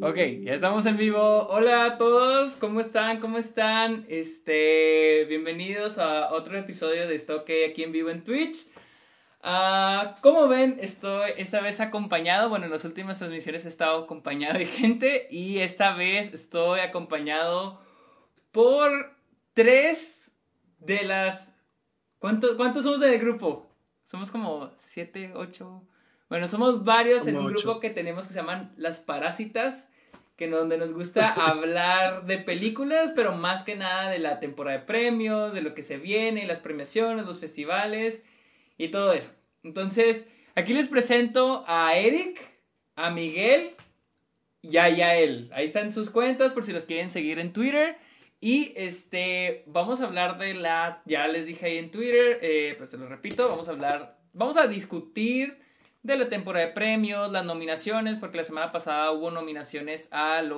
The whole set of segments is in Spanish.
Ok, ya estamos en vivo. Hola a todos, ¿cómo están? ¿Cómo están? Bienvenidos a otro episodio de Esto que aquí en vivo en Twitch. Como ven, estoy esta vez acompañado, bueno, en las últimas transmisiones he estado acompañado de gente y esta vez estoy acompañado por tres de las... ¿Cuántos somos en el grupo? Somos como 7, 8... Bueno, somos varios en Como un ocho. grupo que tenemos que se llaman Las Parásitas, donde nos gusta hablar de películas, pero más que nada de la temporada de premios, de lo que se viene, las premiaciones, los festivales y todo eso. Entonces, aquí les presento a Eric, a Miguel y a Yael. Ahí están sus cuentas por si los quieren seguir en Twitter. Y vamos a hablar de ya les dije ahí en Twitter, pues se lo repito, vamos a discutir de la temporada de premios, las nominaciones, porque la semana pasada hubo nominaciones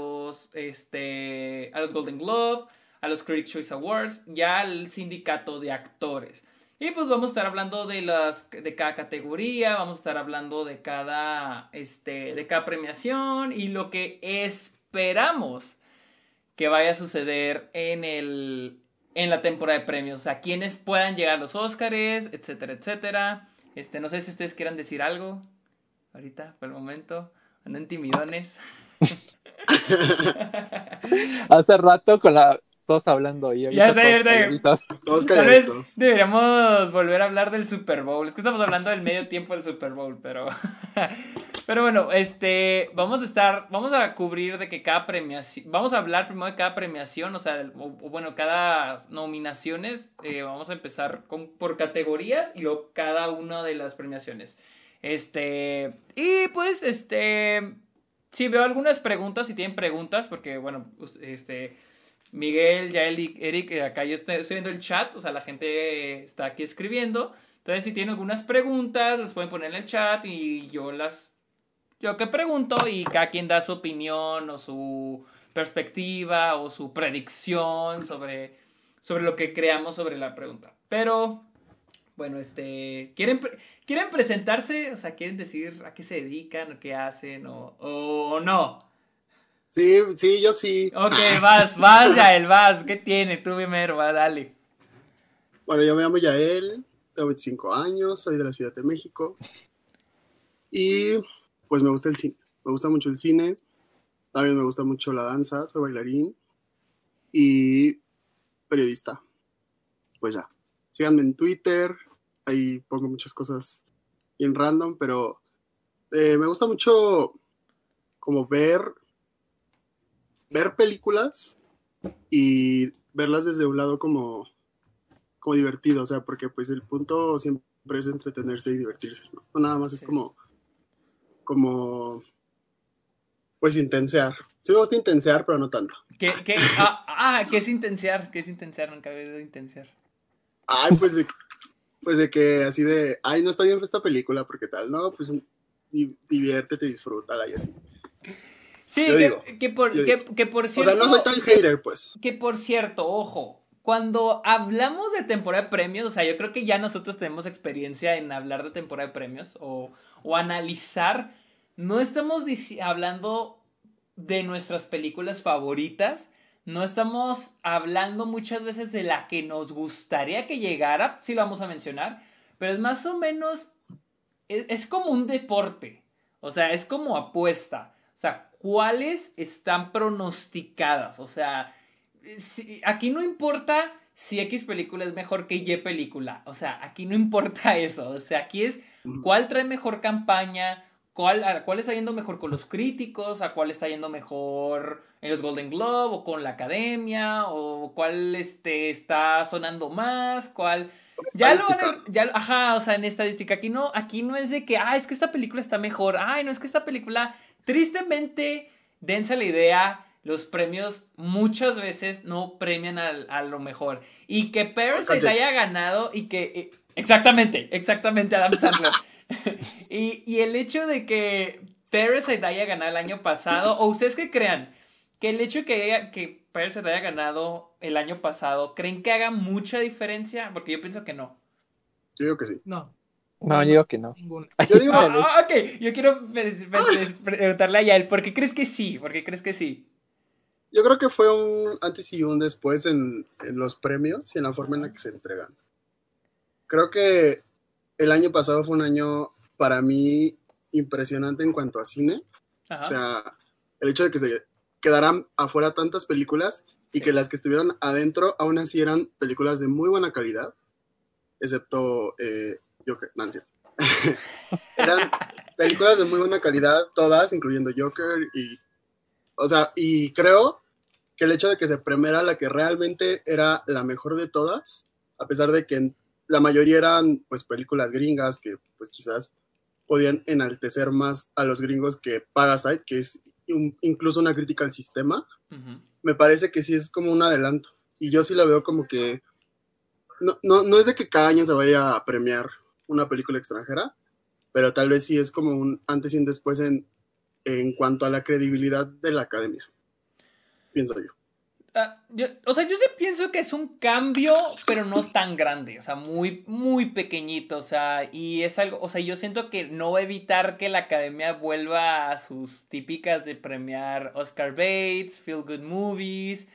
a los Golden Globe, a los Critics' Choice Awards, ya al sindicato de actores. Y pues vamos a estar hablando de cada categoría, vamos a estar hablando de cada premiación y lo que esperamos que vaya a suceder en la temporada de premios. O sea, quienes puedan llegar a los Óscares, etcétera, etcétera. No sé si ustedes quieran decir algo ahorita, por el momento. Ando en timidones. Hace rato todos hablando y Ya ahorita sé, todos calladitos. Todos tal vez calladitos. deberíamos volver a hablar del Super Bowl. Es que estamos hablando del medio tiempo del Super Bowl, pero... Pero bueno, vamos a cubrir de que cada premiación, vamos a hablar primero de cada premiación, o sea, bueno, cada nominaciones, vamos a empezar por categorías y luego cada una de las premiaciones. Y pues, si veo algunas preguntas, si tienen preguntas, porque bueno, Miguel, Yael y Eric, acá yo estoy viendo el chat, o sea, la gente está aquí escribiendo. Entonces, si tienen algunas preguntas, las pueden poner en el chat y yo que pregunto y cada quien da su opinión o su perspectiva o su predicción sobre lo que creamos sobre la pregunta. Pero, bueno, ¿quieren presentarse? O sea, ¿quieren decir a qué se dedican o qué hacen o no? Sí, sí, yo sí. Ok, vas, Yael, vas. ¿Qué tiene? Tú primero, va, dale. Bueno, yo me llamo Yael, tengo 25 años, soy de la Ciudad de México y pues me gusta el cine. Me gusta mucho el cine, también me gusta mucho la danza, soy bailarín y periodista. Pues ya, síganme en Twitter, ahí pongo muchas cosas bien random, pero me gusta mucho como ver películas y verlas desde un lado como divertido, o sea, porque pues el punto siempre es entretenerse y divertirse, ¿no? No nada más es Sí. como pues intensear. Sí me gusta intensear, pero no tanto. ¿Qué es intensear? ¿Qué es intensear? Nunca había oído intensear. Ay, pues de que así de, ay, no está bien esta película, porque tal, no, pues diviértete, disfrútala y así. Sí, Yo digo, yo digo. que por O sea, no soy cierto, tan hater, pues. que por cierto, ojo, cuando hablamos de temporada de premios, o sea, yo creo que ya nosotros tenemos experiencia en hablar de temporada de premios o analizar, no estamos hablando de nuestras películas favoritas, no estamos hablando muchas veces de la que nos gustaría que llegara, sí lo vamos a mencionar, pero es más o menos, es como un deporte, o sea, es como apuesta, o sea, ¿cuáles están pronosticadas? O sea, aquí no importa si X película es mejor que Y película. O sea, aquí no importa eso. O sea, aquí es cuál trae mejor campaña, a cuál está yendo mejor con los críticos, a cuál está yendo mejor en los Golden Globe o con la academia, o cuál está sonando más, cuál... Ya lo van Estadística. ajá, o sea, en estadística, aquí no es de que, es que esta película está mejor, no es que esta película, tristemente, dense la idea, los premios muchas veces no premian a lo mejor. Y que Parasite haya Jets. ganado y que... exactamente, Adam Sandler. Y el hecho de que Parasite haya ganado el año pasado, o ustedes que crean, que el hecho de que Parasite haya ganado el año pasado, ¿creen que haga mucha diferencia? Porque yo pienso que no. Yo digo que sí. No. No, yo digo que no. Ninguna. Yo digo, Ok, yo quiero preguntarle a Yael, ¿por qué crees que sí? ¿Por qué crees que sí? yo creo que fue un antes y un después en los premios y en la forma en la que se entregan. Creo que el año pasado fue un año para mí impresionante en cuanto a cine. O Ajá. sea, el hecho de que se quedaran afuera tantas películas y Sí. que las que estuvieron adentro aún así eran películas de muy buena calidad, excepto Joker, no, no es cierto. Eran películas de muy buena calidad, todas, incluyendo Joker, o sea, y creo que el hecho de que se premiara la que realmente era la mejor de todas, a pesar de que la mayoría eran pues películas gringas que pues quizás podían enaltecer más a los gringos que Parasite, que es incluso una crítica al sistema, Ujú. me parece que sí es como un adelanto. Y yo sí la veo como que no es de que cada año se vaya a premiar una película extranjera, pero tal vez sí es como un antes y un después en cuanto a la credibilidad de la academia, pienso yo. O sea, yo sí pienso que es un cambio, pero no tan grande, o sea, muy, muy pequeñito, o sea, y es algo, o sea, yo siento que no va a evitar que la academia vuelva a sus típicas de premiar Oscar Bates, Feel Good Movies,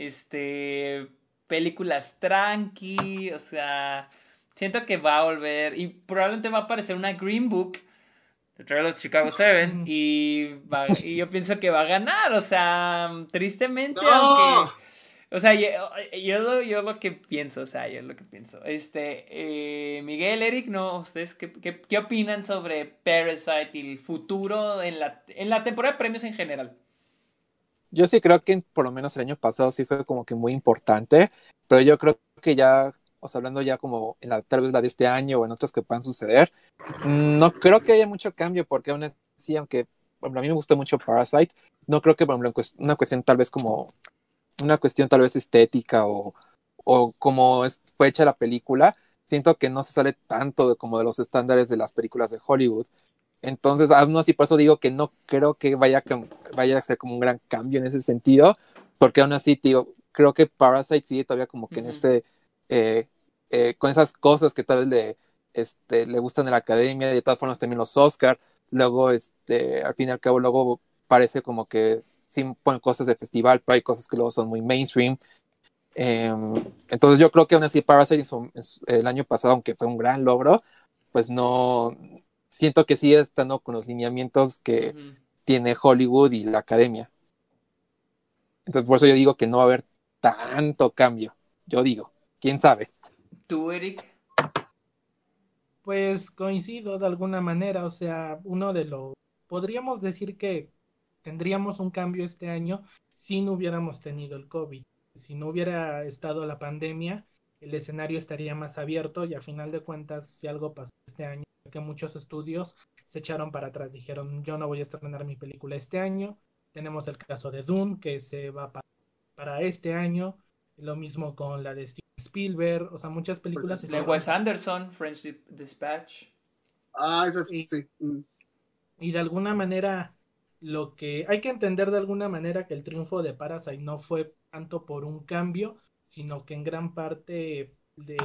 películas tranqui, o sea, siento que va a volver, y probablemente va a aparecer una Green Book de los Chicago Seven Ujú. y yo pienso que va a ganar, o sea, tristemente, ¡No! aunque, o sea, yo lo que pienso, o sea, yo lo que pienso. Miguel, Eric, no, ¿ustedes qué opinan sobre Parasite y el futuro en la temporada de premios en general? Yo sí creo que por lo menos el año pasado sí fue como que muy importante, pero yo creo que ya, o sea, hablando ya como en tal vez la de este año o en otras que puedan suceder, no creo que haya mucho cambio, porque aún así, aunque por ejemplo, a mí me gustó mucho Parasite, no creo que por ejemplo, una cuestión tal vez como una cuestión tal vez estética o como fue hecha la película, siento que no se sale tanto como de los estándares de las películas de Hollywood. Entonces, aún así, por eso digo que no creo que vaya a ser como un gran cambio en ese sentido, porque aún así, tío, creo que Parasite sigue todavía como que en Ujú. eh, con esas cosas que tal vez le gustan a la academia, y de todas formas también los Oscar, luego, al fin y al cabo, luego parece como que sí ponen cosas de festival, pero hay cosas que luego son muy mainstream. Eh, entonces yo creo que aún así Parasite el año pasado, aunque fue un gran logro, pues no, siento que sigue estando con los lineamientos que Ujú. tiene Hollywood y la academia. Entonces por eso yo digo que no va a haber tanto cambio. Yo digo, quién sabe. ¿Tú, Eric? Pues coincido de alguna manera, o sea, podríamos decir que tendríamos un cambio este año si no hubiéramos tenido el COVID. Si no hubiera estado la pandemia, el escenario estaría más abierto y a final de cuentas, si algo pasó este año, que muchos estudios se echaron para atrás, dijeron, yo no voy a estrenar mi película este año. Tenemos el caso de Dune, que se va para este año, lo mismo con la de Steven Spielberg, o sea, muchas Pues películas se De echaron Wes para Anderson, French ese y, sí. y de alguna manera lo que hay que entender de alguna manera que el triunfo de Parasite no fue tanto por un cambio, sino que en gran parte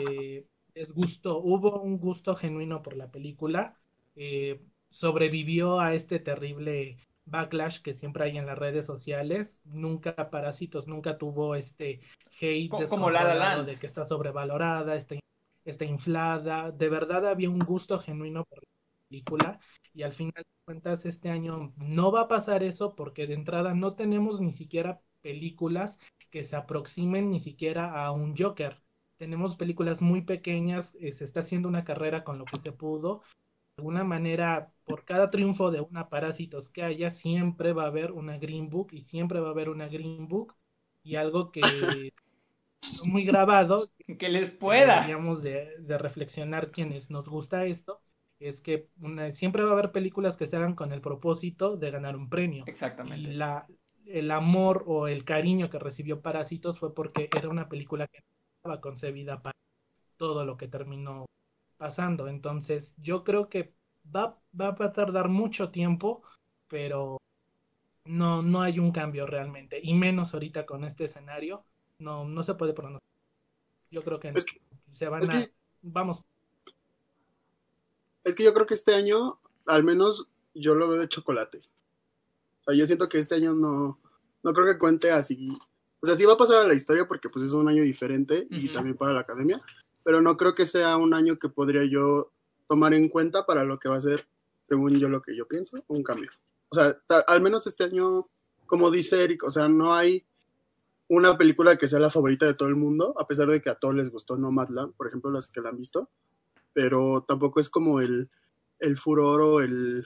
hubo un gusto genuino por la película, sobrevivió a este terrible backlash que siempre hay en las redes sociales. Nunca Parásitos nunca tuvo este hate como La La descontrolado Land. de que está sobrevalorada, está inflada. De verdad había un gusto genuino por la película y al final de cuentas este año no va a pasar eso porque de entrada no tenemos ni siquiera películas que se aproximen ni siquiera a un Joker. Tenemos películas muy pequeñas, se está haciendo una carrera con lo que se pudo. De alguna manera, por cada triunfo de una Parásitos que haya, siempre va a haber una Green Book y siempre va a haber una Green Book y algo que muy grabado Que les que pueda. deberíamos de reflexionar quienes nos gusta esto, es que siempre va a haber películas que se hagan con el propósito de ganar un premio. Y Exactamente. el amor o el cariño que recibió Parásitos fue porque era una película que estaba concebida para todo lo que terminó pasando. Entonces, yo creo que va a tardar mucho tiempo, pero no hay un cambio realmente. Y menos ahorita con este escenario, no se puede pronunciar. Yo creo que Es que, se es van a, que vamos, Es que yo creo que este año, al menos yo lo veo de chocolate. O sea, yo siento que este año no creo que cuente así. O sea, sí va a pasar a la historia porque pues es un año diferente y también para la academia, pero no creo que sea un año que podría yo tomar en cuenta para lo que va a ser, según yo lo que yo pienso, un cambio. O sea, al menos este año, como dice Eric, o sea, no hay una película que sea la favorita de todo el mundo, a pesar de que a todos les gustó Nomadland, por ejemplo, las que la han visto, pero tampoco es como el furor o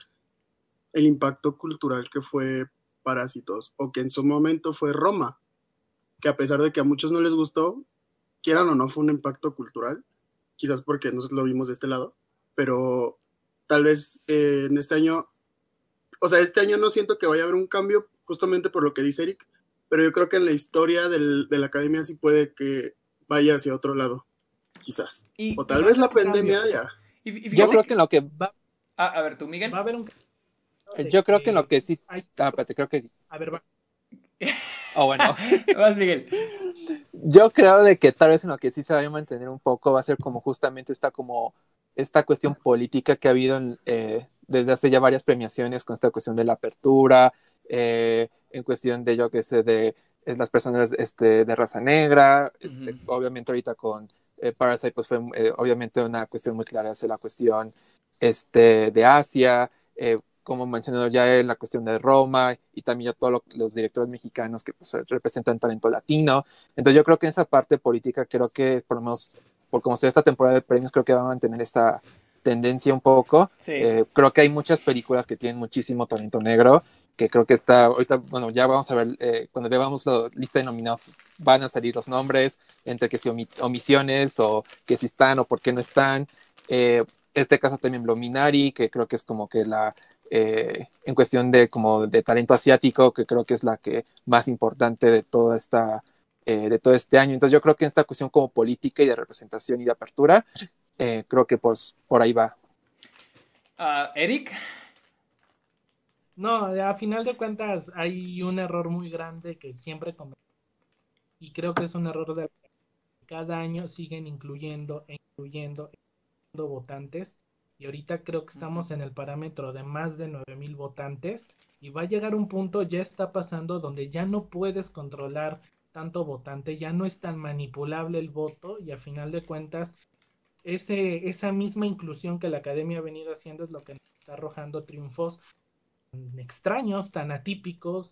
el impacto cultural que fue Parásitos, o que en su momento fue Roma, que a pesar de que a muchos no les gustó, quieran o no, fue un impacto cultural, quizás porque nosotros lo vimos de este lado, pero tal vez en este año, o sea, este año no siento que vaya a haber un cambio, justamente por lo que dice Eric, pero yo creo que en la historia de la academia sí puede que vaya hacia otro lado, quizás. O tal vez la pandemia ya. Yo creo que en lo que... A ver, tú, Miguel. Va a haber un... Yo creo que en lo que sí... espérate, creo que... A ver, va. Bueno. Vas, Miguel. Yo creo de que tal vez en lo que sí se va a mantener un poco va a ser como justamente esta cuestión política que ha habido desde hace ya varias premiaciones con esta cuestión de la apertura, en cuestión de, yo qué sé, de las personas de raza negra, obviamente ahorita con Parasite pues fue obviamente una cuestión muy clara hacia la cuestión de Asia, como mencionó ya en la cuestión de Roma y también ya todos los directores mexicanos que pues, representan talento latino. Entonces yo creo que en esa parte política creo que por lo menos por como sea esta temporada de premios creo que va a mantener esta tendencia un poco. Sí. Creo que hay muchas películas que tienen muchísimo talento negro, que creo que está, ahorita, bueno, ya vamos a ver, cuando veamos la lista de nominados van a salir los nombres, entre que si omisiones o que si están o por qué no están. Este caso también Blominari, que creo que es como que en cuestión de como de talento asiático, que creo que es la que más importante de toda de todo este año. Entonces yo creo que en esta cuestión como política y de representación y de apertura, creo que por ahí va. Eric. No, a final de cuentas hay un error muy grande que siempre cometemos y creo que es un error de cada año siguen incluyendo votantes y ahorita creo que estamos en el parámetro de más de 9,000 votantes y va a llegar un punto, ya está pasando, donde ya no puedes controlar tanto votante, ya no es tan manipulable el voto y a final de cuentas esa misma inclusión que la academia ha venido haciendo es lo que nos está arrojando triunfos tan extraños, tan atípicos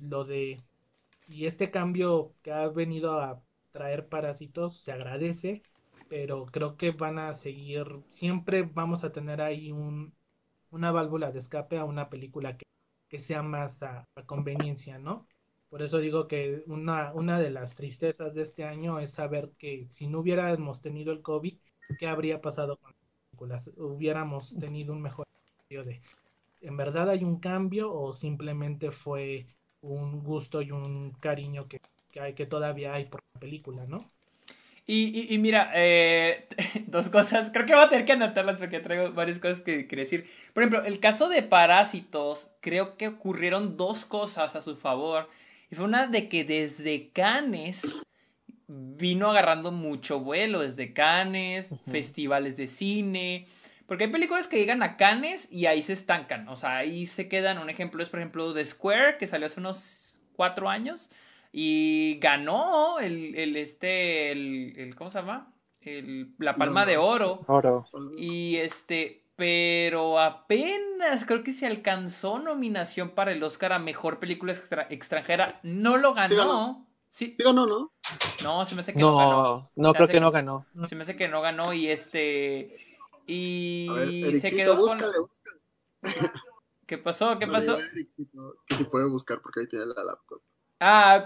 y este cambio que ha venido a traer Parásitos se agradece, pero creo que van a seguir, siempre vamos a tener ahí una válvula de escape a una película que sea más a conveniencia, ¿no? Por eso digo que una de las tristezas de este año es saber que si no hubiéramos tenido el COVID, ¿qué habría pasado con las películas? ¿Hubiéramos tenido un mejor sentido de, en verdad hay un cambio o simplemente fue un gusto y un cariño que todavía hay por la película, ¿no? Y mira, dos cosas, creo que voy a tener que anotarlas porque traigo varias cosas que quería decir. Por ejemplo, el caso de Parásitos, creo que ocurrieron dos cosas a su favor. Y fue una de que desde Cannes vino agarrando mucho vuelo, desde Cannes, festivales de cine. Porque hay películas que llegan a Cannes y ahí se estancan, o sea, ahí se quedan. Un ejemplo es, por ejemplo, The Square, que salió hace unos 4 años. Y ganó ¿cómo se llama? La Palma de Oro. Y pero apenas creo que se alcanzó nominación para el Oscar a Mejor Película Extranjera. No lo ganó. Sí ganó, ¿no? No, se me hace que no ganó. No, creo que no ganó. Se me hace que no ganó y A ver, y se Ericito, quedó búscale. ¿Qué pasó? ¿Qué pasó? Ericito, que se puede buscar porque ahí tiene la laptop. Ok.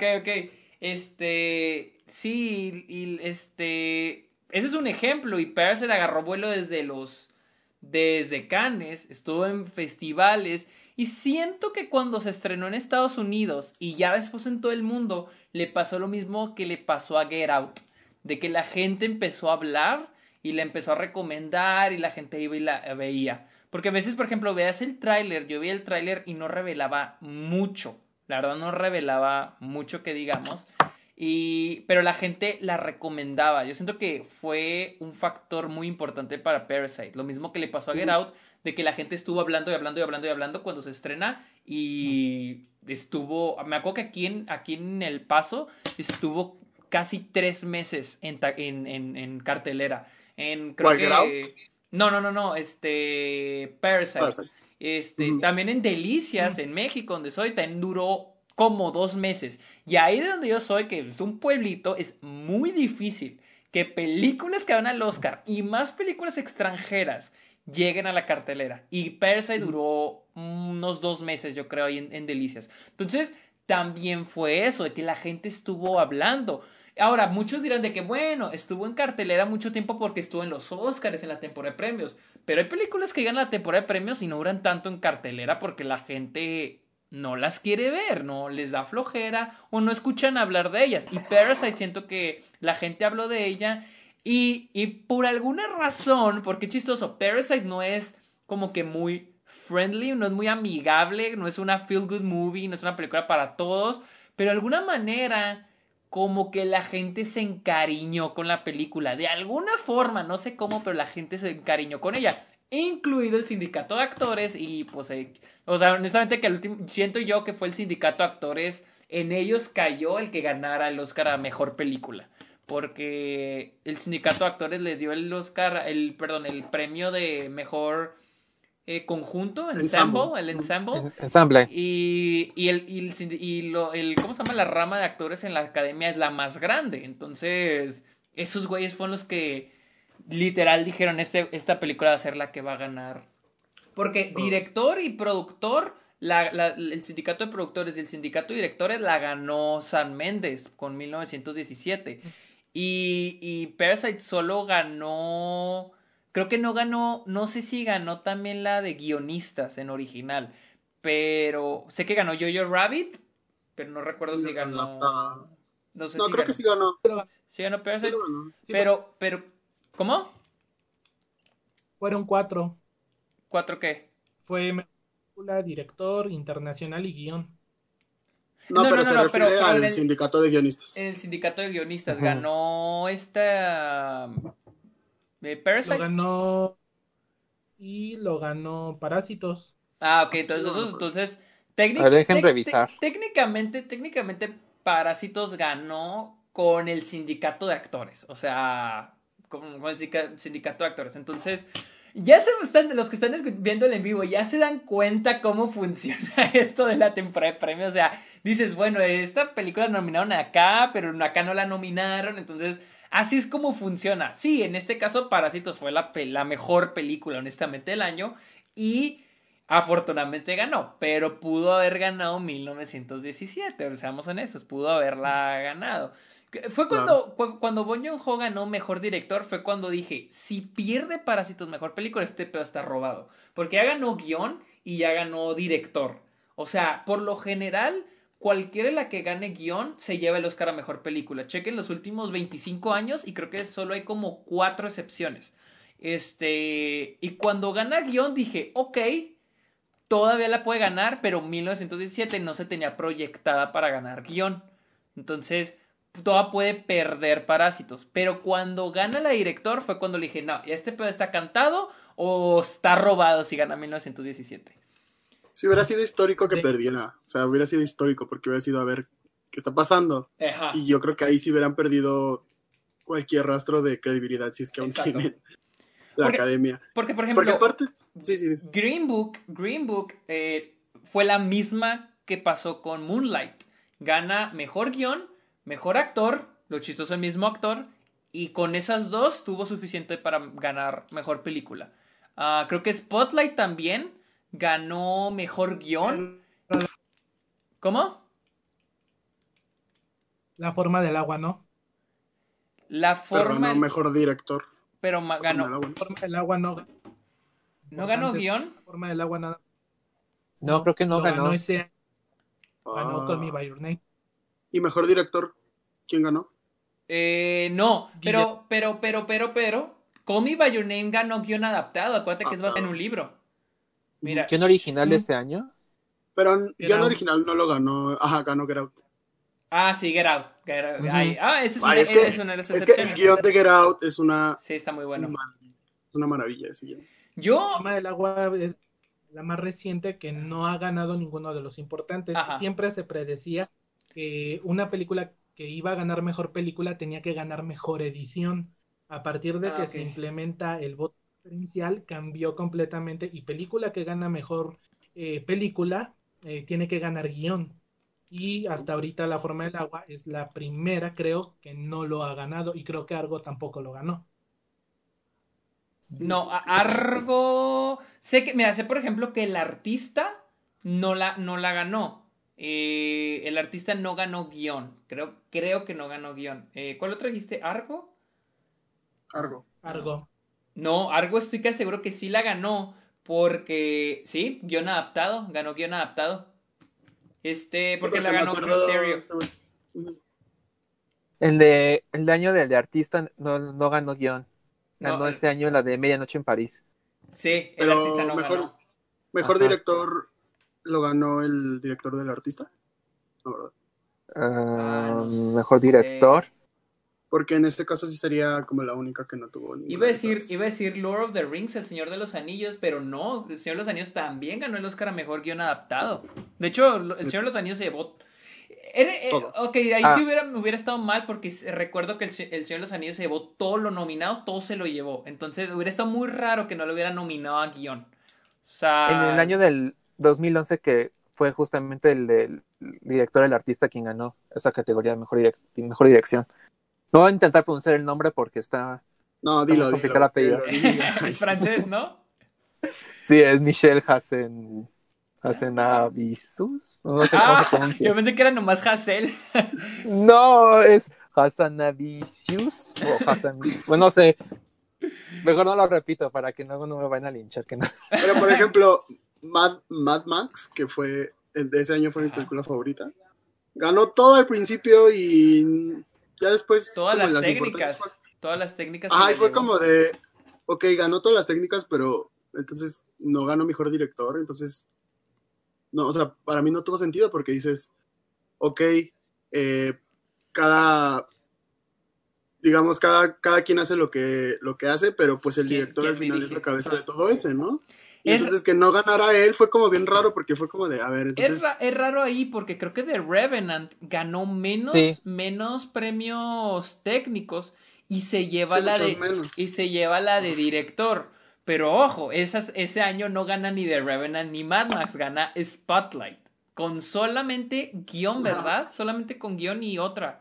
Sí, ese es un ejemplo. Y Parasite agarró vuelo desde Cannes, estuvo en festivales. Y siento que cuando se estrenó en Estados Unidos y ya después en todo el mundo, le pasó lo mismo que le pasó a Get Out. De que la gente empezó a hablar y la empezó a recomendar y la gente iba y la veía. Porque a veces, por ejemplo, veas el tráiler, yo vi el tráiler y no revelaba mucho. La verdad no revelaba mucho que digamos. Pero la gente la recomendaba. Yo siento que fue un factor muy importante para Parasite. Lo mismo que le pasó a Get Out, de que la gente estuvo hablando y hablando y hablando y hablando cuando se estrena. Y estuvo. Me acuerdo que aquí en El Paso estuvo casi 3 meses en cartelera. Creo ¿Cuál, Get Out? que. No. Parasite. Parasite. También en Delicias, en México, donde soy, también duró como 2 meses. Y ahí de donde yo soy, que es un pueblito, es muy difícil que películas que van al Oscar y más películas extranjeras lleguen a la cartelera. Y Parasite duró unos 2 meses, yo creo, ahí en Delicias. Entonces, también fue eso, de que la gente estuvo hablando. Ahora, muchos dirán de que, bueno, estuvo en cartelera mucho tiempo porque estuvo en los Oscars, en la temporada de premios. Pero hay películas que llegan a la temporada de premios y no duran tanto en cartelera porque la gente no las quiere ver, no les da flojera o no escuchan hablar de ellas. Y Parasite siento que la gente habló de ella y por alguna razón, porque chistoso, Parasite no es como que muy friendly, no es muy amigable, no es una feel good movie, no es una película para todos, pero de alguna manera como que la gente se encariñó con la película, de alguna forma, no sé cómo, pero la gente se encariñó con ella, incluido el sindicato de actores y pues, o sea, honestamente que el último, siento yo que fue el sindicato de actores, en ellos cayó el que ganara el Oscar a mejor película, porque el sindicato de actores le dio el Oscar, el premio de mejor conjunto, el ensemble. Ensamble. ¿Cómo se llama? La rama de actores en la academia es la más grande. Entonces, esos güeyes fueron los que literal dijeron, esta película va a ser la que va a ganar. Porque director y productor, el sindicato de productores y el sindicato de directores la ganó Sam Mendes con 1917. Y Parasite solo ganó... Creo que no ganó, no sé si ganó también la de guionistas en original, pero sé que ganó Jojo Rabbit, pero no recuerdo si ganó. No sé si creo ganó. Que sí ganó. Sí ganó Parasite, Sí ganó. pero, ¿cómo? Fueron 4. ¿4 qué? Fue película, director, internacional y guión. No, pero se refiere al sindicato de guionistas. El sindicato de guionistas ganó esta... Parasite. Lo ganó Parásitos. Ok, entonces dejen revisar. Técnicamente Parásitos ganó con el sindicato de actores, o sea, con el sindicato de actores. Entonces, ya los que están viendo el en vivo ya se dan cuenta cómo funciona esto de la temporada de premios. O sea, dices, bueno, esta película la nominaron acá, pero acá no la nominaron, entonces así es como funciona. Sí, en este caso Parásitos fue la mejor película, honestamente, del año y afortunadamente ganó, pero pudo haber ganado 1917, seamos honestos, pudo haberla ganado. Fue cuando Bong Joon-ho ganó mejor director, fue cuando dije, si pierde Parásitos mejor película, este pedo está robado, porque ya ganó guión y ya ganó director. O sea, por lo general, cualquiera de la que gane guión se lleva el Oscar a mejor película. Chequen los últimos 25 años y creo que solo hay como 4 excepciones. Y cuando gana guión dije, ok, todavía la puede ganar, pero 1917 no se tenía proyectada para ganar guión. Entonces, todavía puede perder Parásitos. Pero cuando gana la director fue cuando le dije, no, este pedo está cantado o está robado si gana 1917. Si hubiera sido histórico que perdiera. O sea, hubiera sido histórico porque hubiera sido a ver qué está pasando. Ajá. Y yo creo que ahí sí hubieran perdido cualquier rastro de credibilidad si es que aún tienen la academia. Porque, por ejemplo, aparte, sí. Green Book fue la misma que pasó con Moonlight. Gana mejor guión, mejor actor, lo chistoso el mismo actor, y con esas dos tuvo suficiente para ganar mejor película. Creo que Spotlight también ganó mejor guión. ¿Cómo? La forma del agua, ¿no? Pero ganó mejor director. Pero ganó. La forma del agua no. ¿No ganó guión? La forma del agua nada. No, creo que no ganó. Ganó Call Me By Your Name. ¿Y mejor director? ¿Quién ganó? No, pero Call Me By Your Name ganó guión adaptado. Acuérdate que es basado en un libro. Mira. ¿Guión original de este año? Pero guión original no lo ganó. Ajá, ganó Get Out. Ah, sí, Get Out. Ay, esa Ay, es una de las es que el excepciones. guión de Get Out es una, Sí, está muy bueno. es una maravilla ese guión. Yo, El tema del agua es la más reciente que no ha ganado ninguno de los importantes. ajá, Siempre se predecía que una película que iba a ganar mejor película tenía que ganar mejor edición. A partir de que ok. se implementa el voto preferencial, cambió completamente y película que gana mejor película tiene que ganar guión. Y hasta ahorita La Forma del Agua es la primera, creo, que no lo ha ganado y creo que Argo tampoco lo ganó. No, Argo. Sé que, mira, sé por ejemplo que el artista no la ganó. El artista no ganó guión. Creo que no ganó guión. ¿Cuál otro dijiste? ¿Argo? Argo. Argo. No, Argo estoy casi seguro que sí la ganó. Porque, sí, guión adaptado. Ganó guión adaptado. Sí, Porque la porque me ganó Chris acuerdo. Terrio. Ujú. El año del de artista no ganó guión. No, Ganó ese año la de Medianoche en París. sí, el artista Pero no ganó. mejor Ajá. director lo ganó el director del artista. No, ¿verdad? No Mejor sé. director. Porque en este caso sí sería como la única que no tuvo ninguna de Iba esas. a decir Lord of the Rings, El Señor de los Anillos, pero no, El Señor de los Anillos también ganó el Oscar a Mejor Guión Adaptado. De hecho, El Señor de los Anillos se llevó... Todo. ok, ahí Ah, sí me hubiera estado mal porque recuerdo que el Señor de los Anillos se llevó todo lo nominado, todo se lo llevó. Entonces hubiera estado muy raro que no lo hubiera nominado a guión. O en el sea, año del 2011 que fue justamente el del director, el artista quien ganó esa categoría de mejor dirección. No voy a intentar pronunciar el nombre porque No, está muy dilo, complicado el dilo, que apellido. lo diga. Ay, es sí. francés, ¿no? Sí, es Michel Hazanavicius. No sé cómo se Yo pronuncia. pensé que era nomás Hassel. No, es Hazanavicius o Hazan. Bueno, no sé. Mejor no lo repito para que luego no me vayan a linchar. Que no. Pero por ejemplo, Mad Max, que fue de ese año fue mi Ajá. película favorita, ganó todo al principio y ya después, como en las importantes, Todas las técnicas se ajá, y las fue llevó. como de, ok, ganó todas las técnicas, pero entonces no ganó mejor director, entonces, no, o sea, para mí no tuvo sentido porque dices, ok, eh, cada, digamos, cada quien hace lo que hace, pero pues el director al ¿Quién final es la dirige? cabeza de todo ese, ¿no? Y Es, entonces que no ganara él fue como bien raro porque fue como de, a ver, entonces, es raro ahí porque creo que The Revenant ganó Sí, menos premios técnicos y se lleva sí, muchos menos. la de director. Pero ojo, ese año no gana ni The Revenant ni Mad Max, gana Spotlight. Con solamente guión, Ajá, ¿verdad? Solamente con guión y otra.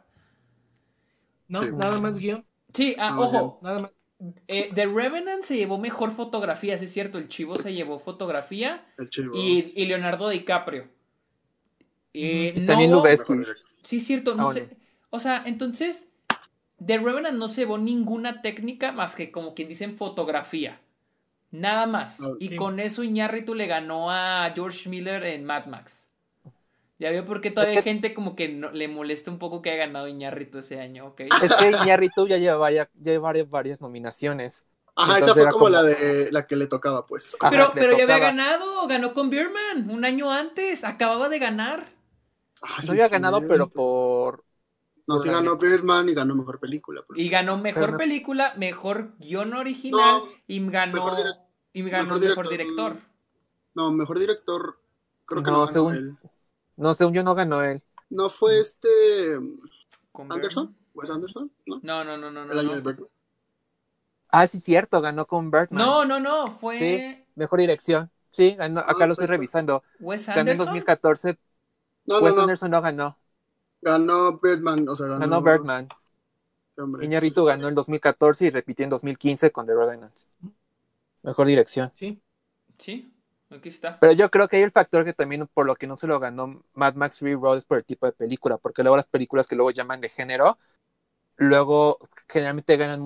sí, No, nada más guión, Sí, nada más bien. ojo, nada más. The Revenant se llevó mejor fotografía, sí es cierto, el Chivo se llevó fotografía El chivo, y Leonardo DiCaprio. Ujú. y No también hubo, mejor Lubeski. director. sí es cierto, Ah, no bueno. sé, o sea, entonces The Revenant no se llevó ninguna técnica más que como quien dicen fotografía, nada más. Ah, Y Sí. con eso Iñárritu le ganó a George Miller en Mad Max. Ya veo por qué Es todavía hay que, gente como que le molesta un poco que haya ganado Iñárritu ese año, ¿ok? es que Iñárritu ya lleva varias nominaciones. Ajá, esa Entonces fue era como como, la que le tocaba, pues. ajá, le Pero ya había tocaba. ganado, ganó con Birdman un año antes, acababa de ganar. Ah, No sí, es había ganado, pero cierto. No, por sí la ganó Birdman y ganó mejor película. Y ganó pero mejor me- película, mejor guión original No, ganó, y ganó mejor mejor director. director. No, mejor director, creo que no no, ganó según, él. no, según yo no ganó él. No fue ¿Con Anderson, Birdman? Wes Anderson, ¿no? El No, año de no. Birdman. Ah, sí, cierto, ganó con Birdman. No, Sí, fue mejor dirección. Sí, ganó, acá Ah, lo fue estoy esto. revisando. Wes Ganó en Anderson. 2014. No, no, Wes no. Anderson no ganó. Ganó Birdman, o sea, Ganó ganó. Birdman. Qué hombre, sí, Iñárritu sí. ganó en 2014 y repitió en 2015 con The Revenant. Mejor dirección. Sí, Sí, aquí está. Pero yo creo que hay el factor que también por lo que no se lo ganó Mad Max Fury Road es por el tipo de película, porque luego las películas que luego llaman de género, luego generalmente ganan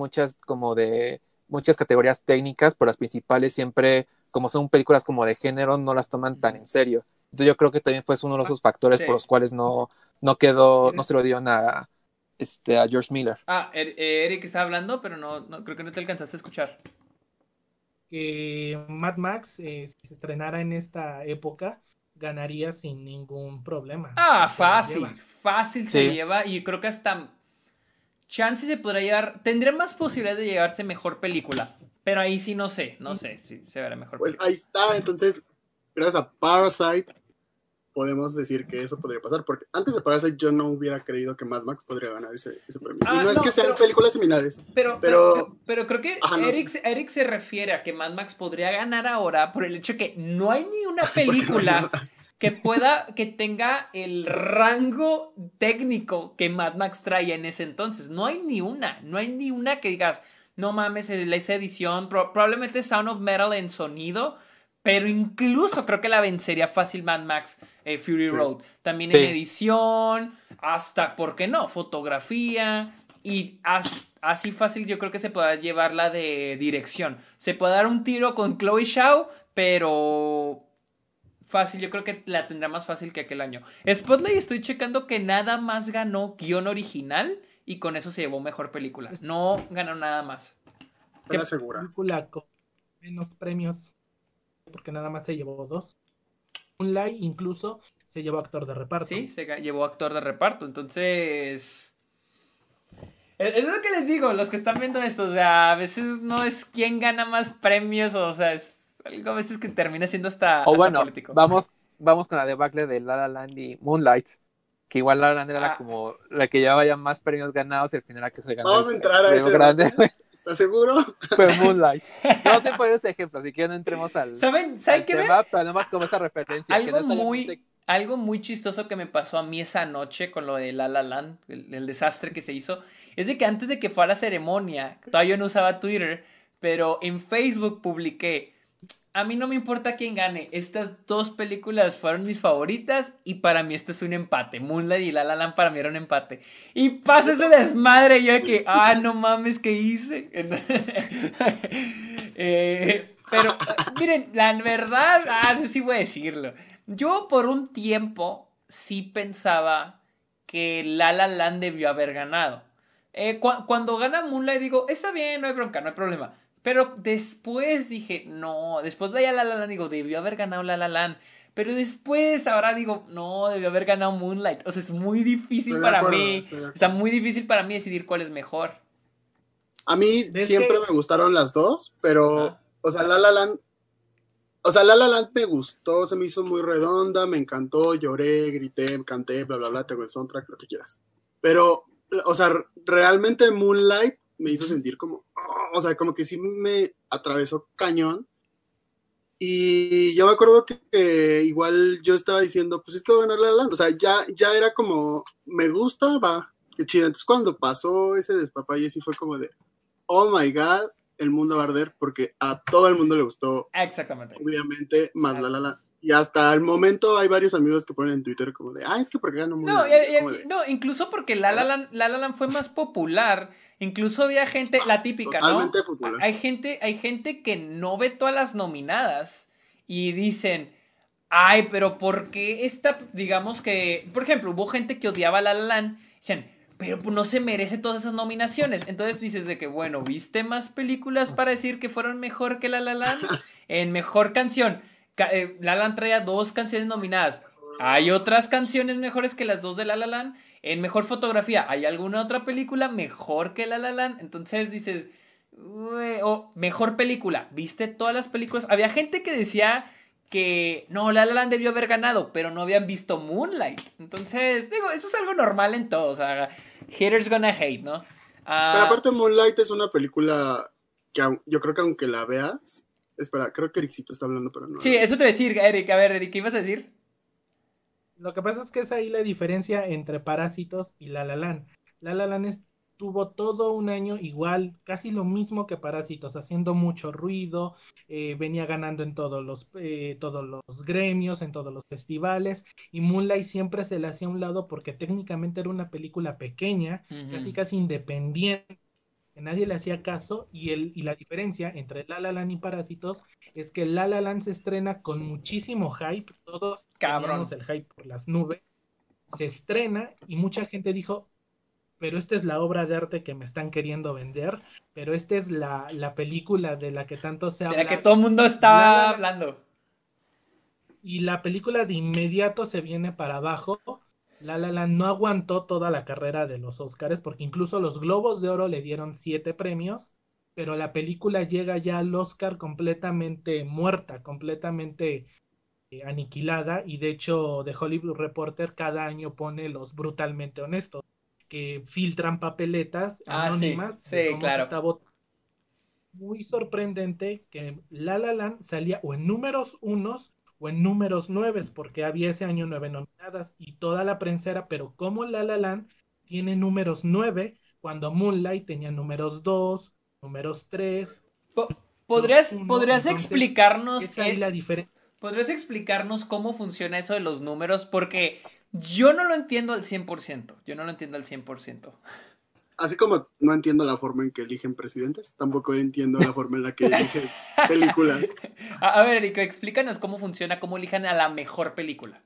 muchas categorías técnicas, pero las principales siempre, como son películas como de género, no las toman tan en serio. Entonces yo creo que también fue uno de esos factores por Sí. los cuales no quedó, no eres se lo dieron a George Miller. Eric está hablando, pero creo que no te alcanzaste a escuchar. que Mad Max si se estrenara en esta época ganaría sin ningún problema. Ah, Se la fácil, lleva. fácil se Sí. lleva y creo que hasta chance se podrá llevar, tendría más posibilidades de llevarse mejor película, pero ahí sí no sé si se verá mejor Pues película. ahí está, entonces, gracias a Parasite podemos decir que eso podría pasar, porque antes de Parasite yo no hubiera creído que Mad Max podría ganar ese premio. Y no es No, que sean pero- películas similares, Pero creo que Ajá, no, Eric se refiere a que Mad Max podría ganar ahora por el hecho que no hay ni una porque no hay película nada. que tenga el rango técnico que Mad Max traía en ese entonces. No hay ni una que digas, no mames, esa edición, probablemente Sound of Metal en sonido, pero incluso creo que la vencería fácil Mad Max Fury Sí. Road. También Sí. en edición, hasta, ¿por qué no? Fotografía y así fácil yo creo que se puede llevar la de dirección. Se puede dar un tiro con Chloe Zhao, pero fácil, yo creo que la tendrá más fácil que aquel año. Spotlight estoy checando que nada más ganó guión original y con eso se llevó mejor película. No ganó nada más. Me la asegura. Película con menos premios, porque nada más se llevó 2. Moonlight incluso se llevó actor de reparto. Sí, llevó actor de reparto, entonces... Es lo que les digo, los que están viendo esto, o sea, a veces no es quién gana más premios, o sea, es algo a veces que termina siendo hasta bueno, político. vamos con la debacle de La La Land y Moonlight, que igual La La Land era como la que llevaba ya más premios ganados y al final la que se ganó Vamos a entrar a premio ese grande debate. ¿Estás seguro? fue Moonlight. No te pones este ejemplo, así que no entremos al ¿Saben al qué? tema, pero nada más como esa referencia. que no Algo muy chistoso que me pasó a mí esa noche con lo de La La Land, el desastre que se hizo, es de que antes de que fuera la ceremonia, todavía yo no usaba Twitter, pero en Facebook publiqué, a mí no me importa quién gane, estas dos películas fueron mis favoritas y para mí esto es un empate, Moonlight y La La Land para mí era un empate. Y pasa ese desmadre y yo de que, no mames, ¿qué hice? Pero, miren, la verdad, sí voy a decirlo. Yo por un tiempo sí pensaba que La La Land debió haber ganado. Cuando gana Moonlight digo, está bien, no hay bronca, no hay problema. Pero después dije, no, después veía La La Land y digo, debió haber ganado La La Land. Pero después ahora digo, no, debió haber ganado Moonlight. O sea, es muy difícil Estoy de para acuerdo, mí. estoy de acuerdo. Está muy difícil para mí decidir cuál es mejor. A mí Es siempre que- me gustaron las dos, pero, Ajá. o sea, La La Land me gustó, se me hizo muy redonda, me encantó, lloré, grité, canté, bla, bla, bla, tengo el soundtrack, lo que quieras. Pero, o sea, realmente Moonlight me hizo sentir como, o sea, como que sí me atravesó cañón. Y yo me acuerdo que igual yo estaba diciendo, pues es que va a ganar La La Land. O sea, ya era como, me gusta, va, qué chido. Entonces cuando pasó ese despapalle sí fue como de, oh my god, el mundo va a arder, porque a todo el mundo le gustó, Exactamente. obviamente, más La La Land. Y hasta el momento hay varios amigos que ponen en Twitter como de, es que porque ganó No, Moonlight. Como de, no, incluso porque La La Land fue más popular. Incluso había gente, la típica, totalmente ¿no? popular. Hay gente que no ve todas las nominadas y dicen, ay, pero ¿por qué esta, digamos que, por ejemplo, hubo gente que odiaba La La Land, dicen, pero pues no se merece todas esas nominaciones. Entonces dices de que, bueno, ¿viste más películas para decir que fueron mejor que La La Land? En mejor canción, La La Land traía 2 canciones nominadas. ¿Hay otras canciones mejores que las 2 de La La Land? En mejor fotografía, ¿hay alguna otra película mejor que La La Land? Entonces dices, o mejor película, ¿viste todas las películas? Había gente que decía que no, La La Land debió haber ganado, pero no habían visto Moonlight. Entonces, digo, eso es algo normal en todo, o sea, haters gonna hate, ¿no? Pero aparte Moonlight es una película que yo creo que aunque la veas, espera, creo que Ericito está hablando, pero no. Sí, eso te voy a decir, Eric. A ver, Eric, ¿qué ibas a decir? Lo que pasa es que es ahí la diferencia entre Parásitos y La La Land. La La Land tuvo todo un año igual, casi lo mismo que Parásitos, haciendo mucho ruido, venía ganando en todos los gremios, en todos los festivales, y Moonlight siempre se le hacía a un lado porque técnicamente era una película pequeña, casi independiente, que nadie le hacía caso, y la diferencia entre La La Land y Parásitos es que La La Land se estrena con muchísimo hype, todos Cabrón. teníamos el hype por las nubes, se estrena y mucha gente dijo, pero esta es la obra de arte que me están queriendo vender, pero esta es la película de la que tanto se De habla. la que todo el mundo estaba hablando. y la película de inmediato se viene para abajo. La La Land no aguantó toda la carrera de los Oscars porque incluso los Globos de Oro le dieron 7 premios, pero la película llega ya al Oscar completamente muerta, completamente aniquilada, y de hecho The Hollywood Reporter cada año pone los brutalmente honestos, que filtran papeletas Ah, sí, anónimas de sí, cómo se claro. está votando. Muy sorprendente que La La Land salía o en números unos o en números nueves, porque había ese año 9 nominadas y toda la prensa era, pero ¿cómo La La Land tiene números 9 cuando Moonlight tenía números 2, números 3, Po- números ¿Podrías, 1? podrías Entonces, explicarnos, es ahí la diferencia. podrías explicarnos cómo funciona eso de los números? Porque yo no lo entiendo al 100%. Yo no lo entiendo al 100%. Así como no entiendo la forma en que eligen presidentes, tampoco entiendo la forma en la que eligen películas. A ver, Erika, explícanos cómo funciona, cómo elijan a la mejor película.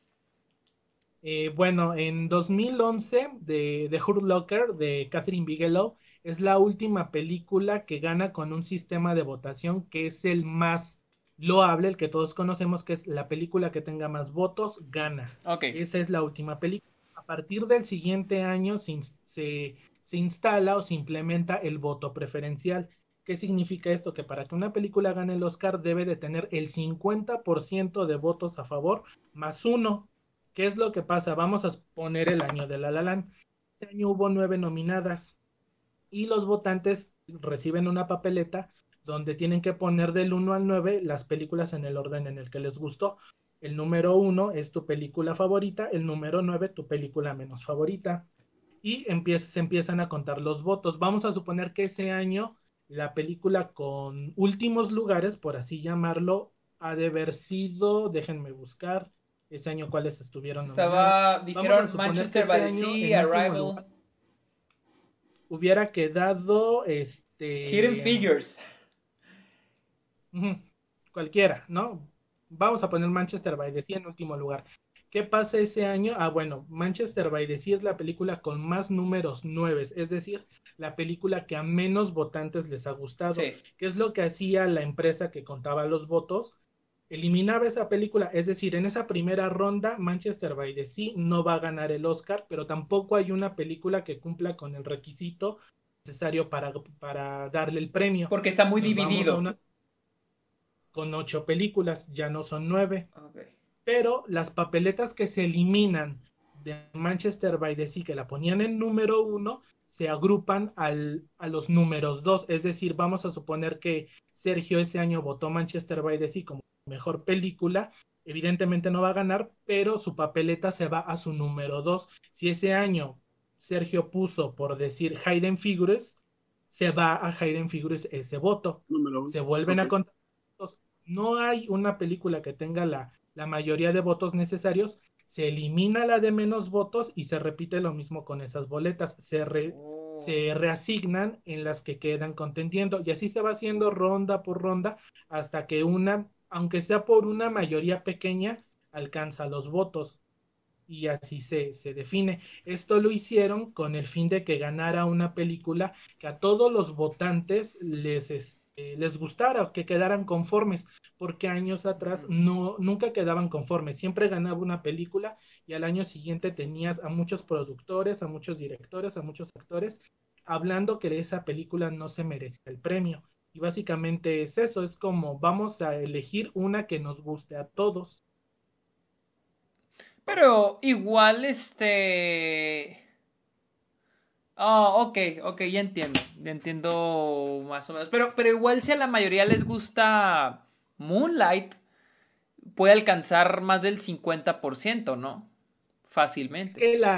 Bueno, en 2011 de The Hurt Locker de Catherine Bigelow es la última película que gana con un sistema de votación que es el más loable, el que todos conocemos, que es la película que tenga más votos gana. Ok. Esa es la última película. A partir del siguiente año se instala o se implementa el voto preferencial. ¿Qué significa esto? Que para que una película gane el Oscar debe de tener el 50% de votos a favor más uno. ¿Qué es lo que pasa? Vamos a poner el año de La La Land. Este año hubo 9 nominadas y los votantes reciben una papeleta donde tienen que poner del 1 al 9 las películas en el orden en el que les gustó. El número 1 es tu película favorita, el número 9 tu película menos favorita. Y se empiezan a contar los votos. Vamos a suponer que ese año la película con últimos lugares, por así llamarlo, ha de haber sido, déjenme buscar, ese año cuáles estuvieron nominadas. Vamos a Dijeron suponer que Manchester by ese the año Sea, en último Arrival, lugar hubiera quedado Hidden Figures. ujú, cualquiera, ¿no? Vamos a poner Manchester by the Sea en último lugar. ¿Qué pasa ese año? Ah, bueno, Manchester by the Sea es la película con más números 9, es decir, la película que a menos votantes les ha gustado. Sí. ¿Qué es lo que hacía la empresa que contaba los votos? Eliminaba esa película, es decir, en esa primera ronda Manchester by the Sea no va a ganar el Oscar, pero tampoco hay una película que cumpla con el requisito necesario para darle el premio. Porque está muy Nos vamos a dividido. una con 8 películas, ya no son 9, Ok. pero las papeletas que se eliminan de Manchester by the Sea, que la ponían en número 1, se agrupan a los números 2. Es decir, vamos a suponer que Sergio ese año votó Manchester by the Sea como mejor película. Evidentemente no va a ganar, pero su papeleta se va a su número 2. Si ese año Sergio puso, por decir, Hidden Figures, se va a Hidden Figures ese voto. Número uno. Se vuelven a Ok. contar. No hay una película que tenga la mayoría de votos necesarios, se elimina la de menos votos y se repite lo mismo con esas boletas, Oh. se reasignan en las que quedan contendiendo y así se va haciendo ronda por ronda hasta que una, aunque sea por una mayoría pequeña, alcanza los votos y así se define. Esto lo hicieron con el fin de que ganara una película que a todos los votantes les gustara, que quedaran conformes, porque años atrás no, nunca quedaban conformes, siempre ganaba una película y al año siguiente tenías a muchos productores, a muchos directores, a muchos actores hablando que esa película no se merecía el premio. Y básicamente es eso, es como vamos a elegir una que nos guste a todos. Pero igual, ok, ok, ya entiendo más o menos. Pero igual si a la mayoría les gusta Moonlight, puede alcanzar más del 50%, ¿no? Es Fácilmente. que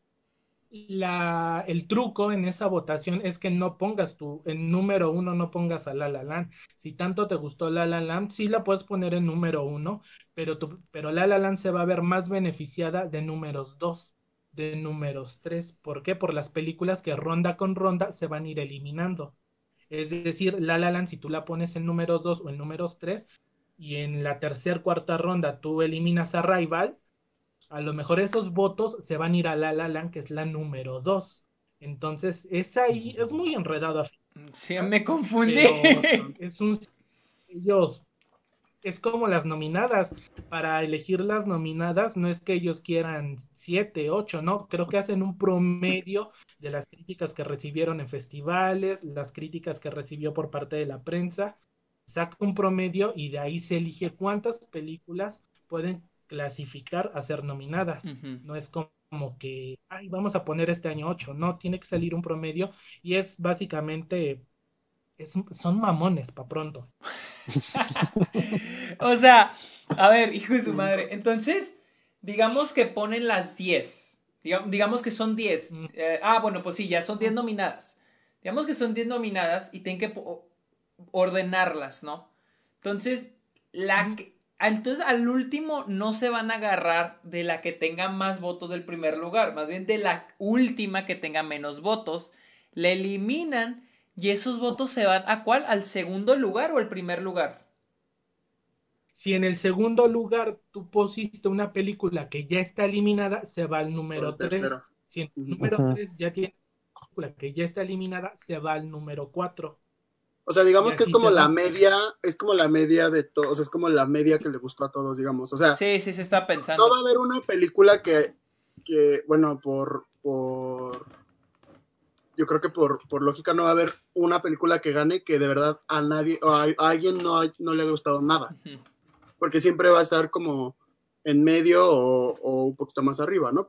el truco en esa votación es que no pongas en número 1, no pongas a La La Land. Si tanto te gustó La La Land, sí la puedes poner en número 1, pero La La Land se va a ver más beneficiada de números 2, de números 3. ¿Por qué? Por las películas que ronda con ronda se van a ir eliminando. Es decir, La La Land, si tú la pones en números 2 o en números 3, y en la tercera, cuarta ronda tú eliminas a Rival, a lo mejor esos votos se van a ir a La La Land, que es la número 2. Entonces, es ahí, es muy enredado a Sí, finales, me confundí. pero es un ellos. es como las nominadas. Para elegir las nominadas, no es que ellos quieran 7, 8, no. Creo que hacen un promedio de las críticas que recibieron en festivales, las críticas que recibió por parte de la prensa. Saca un promedio y de ahí se elige cuántas películas pueden clasificar a ser nominadas. Ujú. No es como que, ay, vamos a poner este año 8. No, tiene que salir un promedio y es básicamente, son mamones para pronto. O sea, a ver, hijo de su madre. Entonces, digamos que ponen las 10. Digamos que son 10. Mm, Bueno, pues sí, ya son 10 nominadas. Digamos que son 10 nominadas y tienen que ordenarlas, ¿no? Entonces, entonces al último no se van a agarrar de la que tenga más votos del primer lugar, más bien de la última que tenga menos votos. La eliminan y esos votos se van ¿a cuál? ¿Al segundo lugar o al primer lugar? Si en el segundo lugar tú pusiste una película que ya está eliminada, se va al O el número 3. tercero. Si en el Ujú. número Ujú. 3 ya tiene una película que ya está eliminada, se va al número 4. O sea, Y digamos que es así como se la va. media, es como la media de todos, o sea, es como la media que le gustó a todos, digamos. O sea, Sí, sí, se está no va a pensando. haber una película que bueno, yo creo que por lógica no va a haber una película que gane que de verdad a nadie, o a alguien no le haya gustado nada. Ujú. Porque siempre va a estar como en medio o un poquito más arriba, ¿no?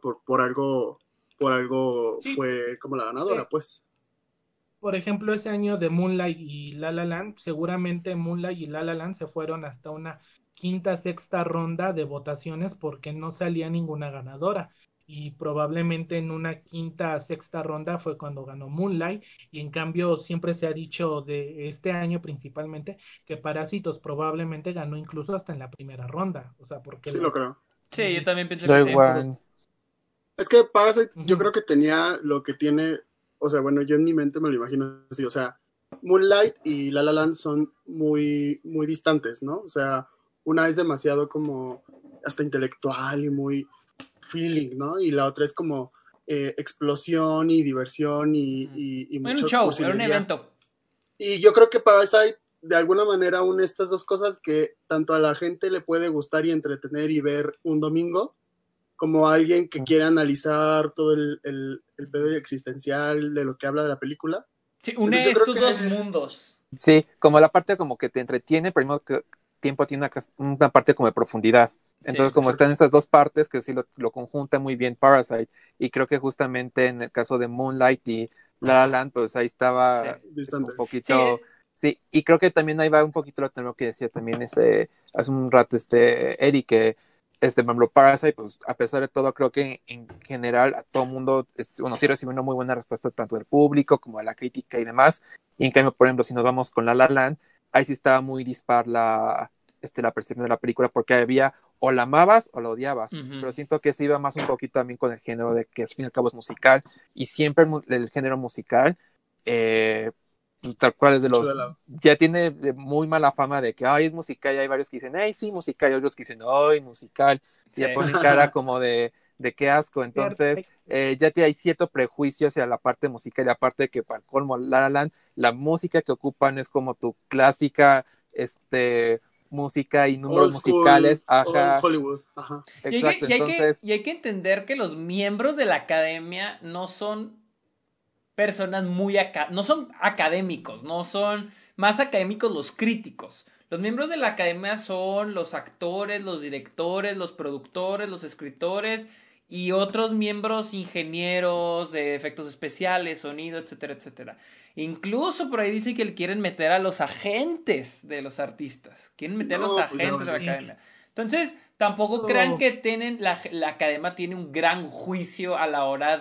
Por algo Sí, fue como la eh, ganadora, pues. por ejemplo, ese año de Moonlight y La La Land, seguramente Moonlight y La La Land se fueron hasta una quinta, sexta ronda de votaciones porque no salía ninguna ganadora. Y probablemente en una quinta, sexta ronda fue cuando ganó Moonlight. Y en cambio, siempre se ha dicho de este año principalmente que Parásitos probablemente ganó incluso hasta en la primera ronda. O sea, porque Sí, lo la. creo. Sí, yo Y, también pienso Da que sí. igual. Es que Parasite yo ujú, creo que tenía lo que tiene, o sea, bueno, yo en mi mente me lo imagino así, o sea, Moonlight y La La Land son muy, muy distantes, ¿no? O sea, una es demasiado como hasta intelectual y muy feeling, ¿no? Y la otra es como explosión y diversión Ujú. y Era un mucha show, era un cursilería. evento. Y yo creo que Parasite de alguna manera une estas dos cosas que tanto a la gente le puede gustar y entretener y ver un domingo, como alguien que quiere analizar todo el pedo existencial de lo que habla de la película. Sí, Entonces une yo creo estos que dos mundos. Sí, como la parte como que te entretiene, pero al mismo tiempo tiene una parte como de profundidad. Entonces, Sí. como están exacto. esas dos partes, que sí lo conjunta muy bien Parasite, y creo que justamente en el caso de Moonlight y La La Land, pues ahí Sí. estaba un Distante. Sí, poquito, sí, y creo que también ahí va un poquito lo que decía también hace un rato Eric, que por ejemplo, Parasite, pues a pesar de todo, creo que en general a todo mundo, bueno, sí recibió una muy buena respuesta tanto del público como de la crítica y demás. Y en cambio, por ejemplo, si nos vamos con La La Land, ahí sí estaba muy dispar la percepción de la película porque había o la amabas o la odiabas. ujú. Pero siento que se iba más un poquito también con el género de que al fin y al cabo es musical. Y siempre el género musical, eh, tal cual es de Mucho de los. lado. Ya tiene muy mala fama de que ay, es musical. Y hay varios que dicen, ay, sí, musical. Y otros que dicen, ay, musical. Y Sí. ya ponen cara como de qué asco. Entonces, ya hay cierto prejuicio hacia la parte musical y aparte de que para el colmo La La Land, la música que ocupan es como tu clásica música y números Old school, musicales, old ajá, Hollywood. Ajá. Y hay que, exacto, y hay que, entonces, y hay que entender que los miembros de la academia no son personas no son académicos, no son más académicos los críticos. Los miembros de la academia son los actores, los directores, los productores, los escritores y otros miembros ingenieros de efectos especiales, sonido, etcétera, etcétera. Incluso por ahí dice que le quieren meter a los agentes de los artistas. Quieren meter a los No, pues ya agentes de la valió. academia. Entonces, tampoco crean eso, que la academia tiene un gran juicio a la hora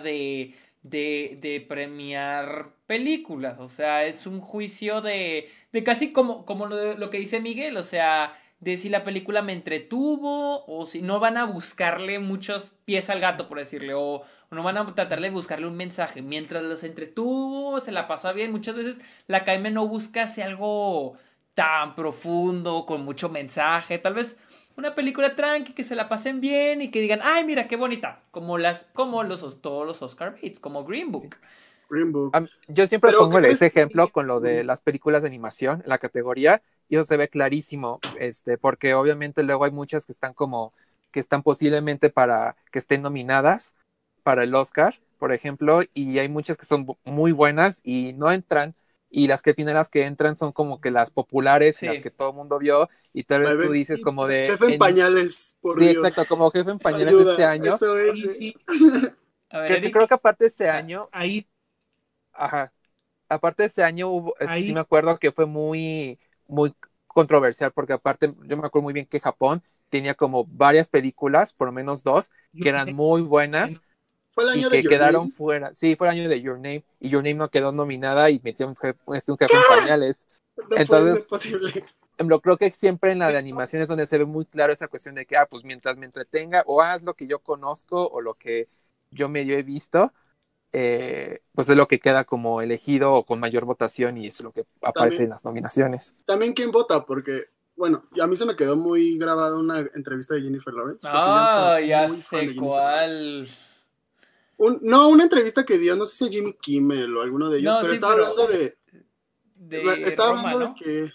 de premiar películas. O sea, es un juicio de casi como lo que dice Miguel. O sea, de si la película me entretuvo o si no van a buscarle muchos pies al gato, por decirle. O no van a tratar de buscarle un mensaje. Mientras los entretuvo, se la pasó bien. Muchas veces la academia no busca hacer algo tan profundo, con mucho mensaje. Tal vez una película tranqui, que se la pasen bien y que digan, ay, mira, qué bonita. Todos los Oscar Bates, como Green sí. Book. Green Book. Yo siempre Pero, pongo ¿qué ese crees? ejemplo con lo de las películas de animación, la categoría, y eso se ve clarísimo, porque obviamente luego hay muchas que están que están posiblemente para que estén nominadas para el Oscar, por ejemplo, y hay muchas que son muy buenas y no entran, y las primeras que entran son como que las populares y las Sí. que todo el mundo vio, y tal Ahí vez tú ven, dices como Jefe en pañales, por sí, Dios. exacto, como Jefe en Pañales de este Ayuda, año, eso es. Ahí sí, A ver, creo Eric. que aparte de este Ah, año, ahí, ajá, aparte de este año hubo, sí me ahí, acuerdo que fue muy controversial, porque aparte yo me acuerdo muy bien que Japón tenía como varias películas, por lo menos dos, Your que eran Name, muy que no- buenas Fue el y año de que Your quedaron Name. fuera. Sí, fue el año de Your Name y Your Name no quedó nominada y metió un jefe en pañales. No puede ser Entonces, posible. creo que siempre en la de animación es donde se ve muy claro esa cuestión de que, pues mientras me entretenga o haz lo que yo conozco o lo que yo medio he visto, pues es lo que queda como elegido o con mayor votación y es lo que aparece También, en las nominaciones. también quién vota, porque, bueno, a mí se me quedó muy grabada una entrevista de Jennifer Lawrence, porque yo antes era ya muy fan de sé Jennifer Lawrence. cuál. No, una entrevista que dio, no sé si a Jimmy Kimmel o alguno de ellos, No, pero sí, pero de estaba Roma, hablando de ¿no? que,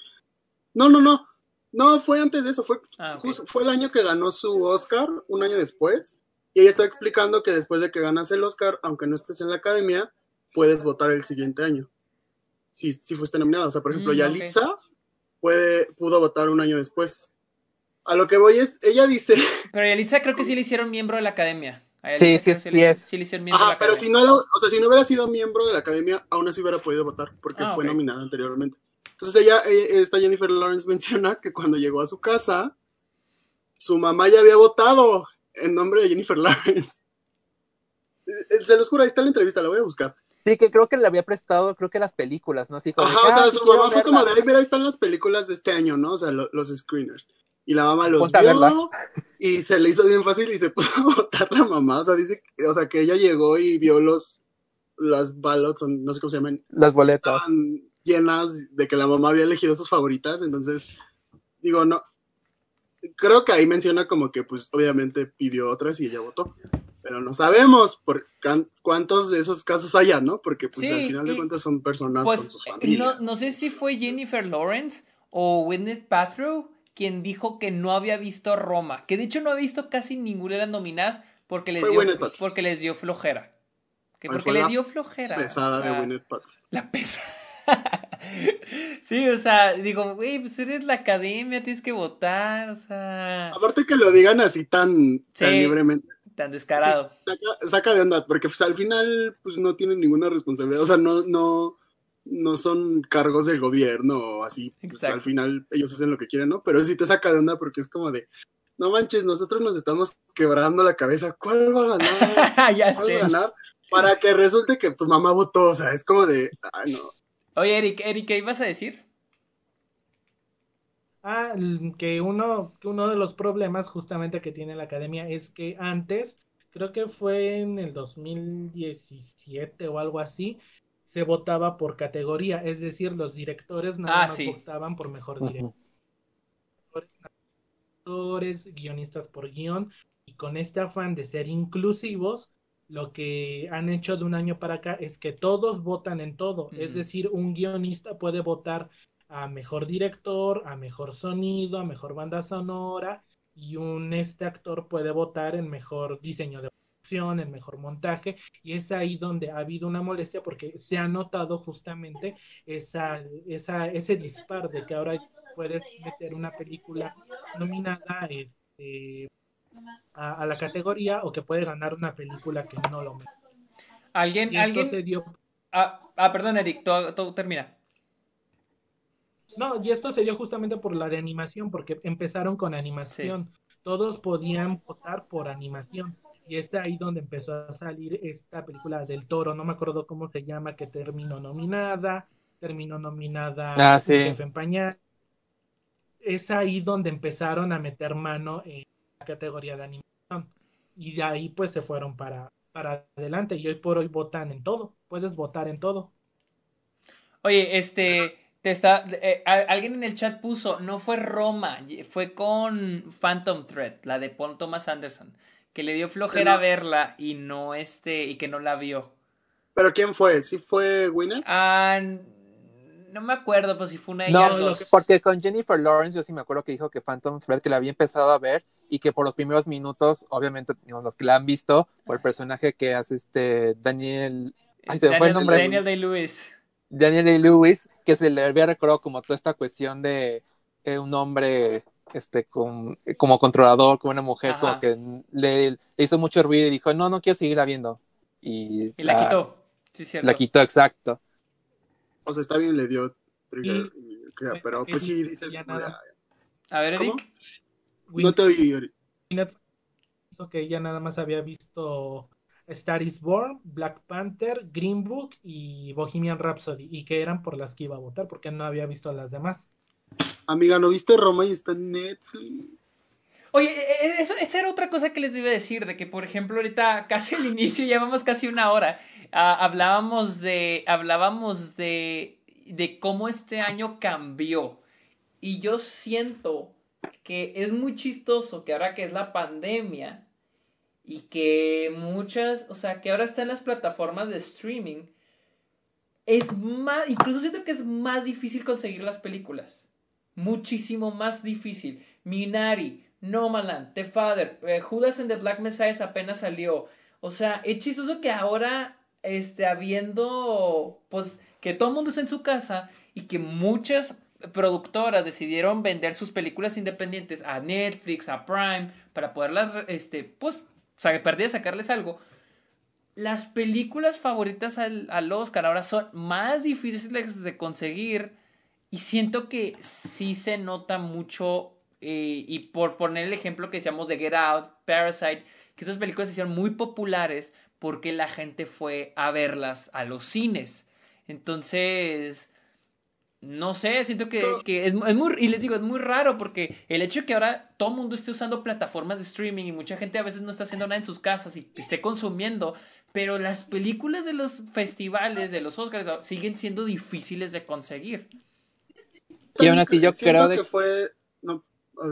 no, fue antes de eso, Ah, ok. fue el año que ganó su Oscar, un año después, y ella está explicando que después de que ganas el Oscar, aunque no estés en la academia, puedes votar el siguiente año, si fuiste nominada. O sea, por ejemplo, Ok. Yalitza pudo votar un año después. A lo que voy es, ella dice, Pero a Yalitza creo que sí le hicieron miembro de la academia. A Sí, Yalitza sí, creo que sí es. sí le hicieron miembro de la ajá, pero academia. si no hubiera sido miembro de la academia, aún así hubiera podido votar, porque Ah, fue ok. nominada anteriormente. Entonces esta Jennifer Lawrence menciona que cuando llegó a su casa, su mamá ya había votado en nombre de Jennifer Lawrence. Se los juro, ahí está la entrevista, la voy a buscar. Sí, que creo que le había prestado, creo que las películas, ¿no? Así como de Ajá, que, o sea, sí su quiero mamá fue como de, verlas, ay, mira, ahí están las películas de este año, ¿no? O sea, los screeners. Y la mamá los ponte a verlas. vio y se le hizo bien fácil y se puso a votar la mamá. O sea, dice, o sea, que ella llegó y vio las ballots, no sé cómo se llaman, Las boletas. estaban llenas de que la mamá había elegido sus favoritas. Entonces, digo, no, creo que ahí menciona como que, pues, obviamente pidió otras y ella votó. Pero no sabemos cuántos de esos casos haya, ¿no? Porque, pues, al Sí, final de y cuentas son personas con pues sus no familias. sé si fue Jennifer Lawrence o Gwyneth Paltrow quien dijo que no había visto Roma. Que de hecho no ha visto casi ninguna de las nominadas Fue Gwyneth Paltrow. porque les dio flojera. Que Ahí porque fue le la dio flojera. O pesada de sea, Gwyneth Paltrow. la pesa. Sí, o sea, digo, güey, pues eres la academia, tienes que votar, o sea. Aparte que lo digan así tan Sí, libremente, tan sí, descarado. saca de onda, porque pues, al final pues no tienen ninguna responsabilidad, o sea, no son cargos del gobierno o así, pues al Exacto. final ellos hacen lo que quieren, ¿no? Pero sí te saca de onda porque es como de, no manches, nosotros nos estamos quebrando la cabeza, ¿cuál va a ganar? Ya ¿Cuál va a sé. ganar? Para que resulte que tu mamá votó, o sea, es como de, ay no. Oye, Eric, ¿qué ibas a decir? que uno de los problemas justamente que tiene la academia es que antes, creo que fue en el 2017 o algo así, se votaba por categoría, es decir, los directores nada Ah, más sí. votaban por mejor director, Ujú. actores, guionistas por guión, y con este afán de ser inclusivos, lo que han hecho de un año para acá es que todos votan en todo. Es Ujú. decir, un guionista puede votar a mejor director, a mejor sonido, a mejor banda sonora, y un actor puede votar en mejor diseño de producción, en mejor montaje, y es ahí donde ha habido una molestia porque se ha notado justamente ese dispar de que ahora puedes meter una película nominada a la categoría o que puede ganar una película que no lo merece. ¿Alguien, Y esto alguien? se dio, Perdón, Eric, tú termina. no, y esto se dio justamente por la de animación, porque empezaron con Sí. animación. Todos podían votar por animación. Y es ahí donde empezó a salir esta película del Toro, no me acuerdo cómo se llama, que terminó nominada Ah, Un sí. jefe en pañal. Es ahí donde empezaron a meter mano en la categoría de animación. Y de ahí pues se fueron para adelante. Y hoy por hoy votan en todo. Puedes votar en todo. Oye, alguien en el chat puso, no fue Roma, fue con Phantom Thread, la de Paul Thomas Anderson, que le dio flojera No, verla y y que no la vio. ¿Pero quién fue? ¿Sí fue Gwyneth? No me acuerdo, pues si fue una de No, ellas dos. porque con Jennifer Lawrence yo sí me acuerdo que dijo que Phantom Thread, que la había empezado a ver y que por los primeros minutos, obviamente, digamos, los que la han visto, por el personaje que hace Daniel, ay, se me fue el nombre, Daniel Day-Lewis. Daniel Day-Lewis, que se le había recordado como toda esta cuestión de un hombre como controlador, como una mujer, Ajá. como que le hizo mucho ruido y dijo, no quiero seguirla viendo. Y la quitó. Sí, cierto. La quitó, exacto. O sea, está bien, le dio trigger, pero que pues sí, sí, dices ya como de, nada. A ver, ¿cómo? Eric. No te oí, Eric. Dijo que ella nada más había visto Star is Born, Black Panther, Green Book y Bohemian Rhapsody, y que eran por las que iba a votar, porque no había visto las demás. Amiga, ¿no viste Roma y está en Netflix? Oye, esa era otra cosa que les iba a decir, de que por ejemplo ahorita casi al inicio, llevamos casi una hora, hablábamos de cómo este año cambió. Y yo siento que es muy chistoso que ahora que es la pandemia y que muchas, o sea, que ahora están las plataformas de streaming, es más, incluso siento que es más difícil conseguir las películas. Muchísimo más difícil. Minari, Nomadland, The Father, Judas and the Black Messiah apenas salió. O sea, es chistoso que ahora, habiendo, pues, que todo el mundo está en su casa y que muchas productoras decidieron vender sus películas independientes a Netflix, a Prime, para poderlas, pues, perder sacarles algo. Las películas favoritas al Oscar ahora son más difíciles de conseguir y siento que sí se nota mucho, y por poner el ejemplo que decíamos de Get Out, Parasite, que esas películas se hicieron muy populares porque la gente fue a verlas a los cines. Entonces, no sé, siento que es muy, y les digo, es muy raro porque el hecho de que ahora todo el mundo esté usando plataformas de streaming y mucha gente a veces no está haciendo nada en sus casas y esté consumiendo, pero las películas de los festivales, de los Oscars, siguen siendo difíciles de conseguir. Y aún así yo creo que fue... No,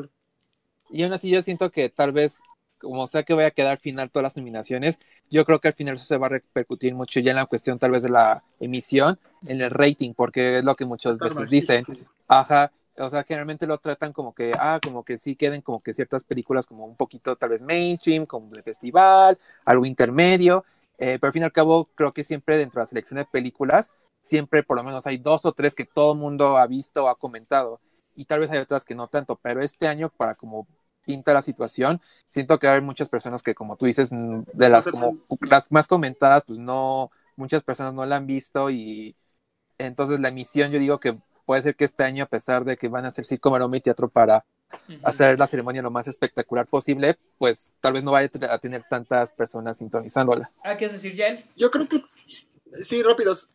y aún así yo siento que tal vez, como sea que vaya a quedar al final todas las nominaciones, yo creo que al final eso se va a repercutir mucho ya en la cuestión tal vez de la emisión, en el rating, porque es lo que muchas veces dicen. Ajá, o sea, generalmente lo tratan como que sí queden como que ciertas películas como un poquito tal vez mainstream, como de festival, algo intermedio, pero al fin y al cabo creo que siempre dentro de la selección de películas, siempre por lo menos hay 2 o 3 que todo el mundo ha visto o ha comentado, y tal vez hay otras que no tanto, pero este año para como pinta la situación, siento que hay muchas personas que como tú dices, de las como las más comentadas, pues no, muchas personas no la han visto y entonces la emisión yo digo que puede ser que este año, a pesar de que van a hacer circo, maroma y teatro para hacer la ceremonia lo más espectacular posible, pues tal vez no vaya a tener tantas personas sintonizándola. ¿Qué es decir, Yael? Yo creo que, sí, rápidos.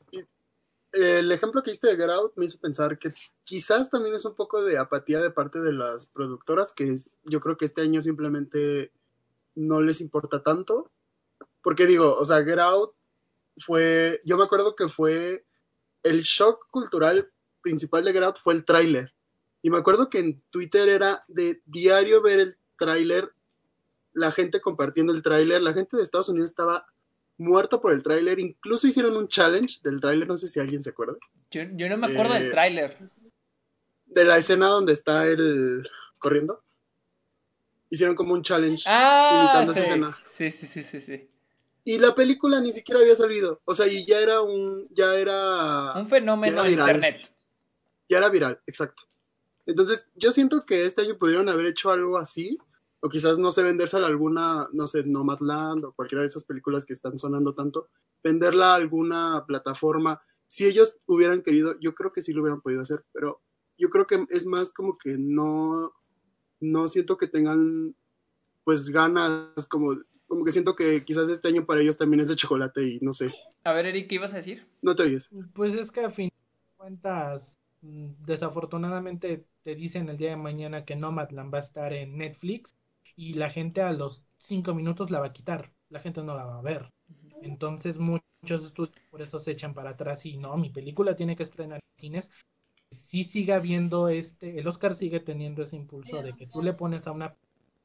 El ejemplo que diste de Get Out me hizo pensar que quizás también es un poco de apatía de parte de las productoras, que yo creo que este año simplemente no les importa tanto. Porque digo, o sea, Get Out fue, yo me acuerdo que fue el shock cultural principal de Get Out fue el tráiler. Y me acuerdo que en Twitter era de diario ver el tráiler, la gente compartiendo el tráiler, la gente de Estados Unidos estaba muerta por el tráiler, incluso hicieron un challenge del tráiler, no sé si alguien se acuerda. Yo no me acuerdo del tráiler. De la escena donde está él corriendo. Hicieron como un challenge imitando esa escena. Sí. Y la película ni siquiera había salido. O sea, y ya era un fenómeno en internet. Ya era viral, exacto. Entonces, yo siento que este año pudieron haber hecho algo así, o quizás, no sé, vendérsela a alguna, no sé, Nomadland o cualquiera de esas películas que están sonando tanto, venderla a alguna plataforma. Si ellos hubieran querido, yo creo que sí lo hubieran podido hacer, pero yo creo que es más como que no siento que tengan, pues, ganas, como que siento que quizás este año para ellos también es de chocolate y no sé. A ver, Eric, ¿qué ibas a decir? No te oyes. Pues es que a fin de cuentas, desafortunadamente te dicen el día de mañana que Nomadland va a estar en Netflix y la gente a los 5 minutos la va a quitar, la gente no la va a ver. Entonces muchos estudios por eso se echan para atrás y no, mi película tiene que estrenar en cines. Sí sigue habiendo el Oscar sigue teniendo ese impulso de que tú le pones a una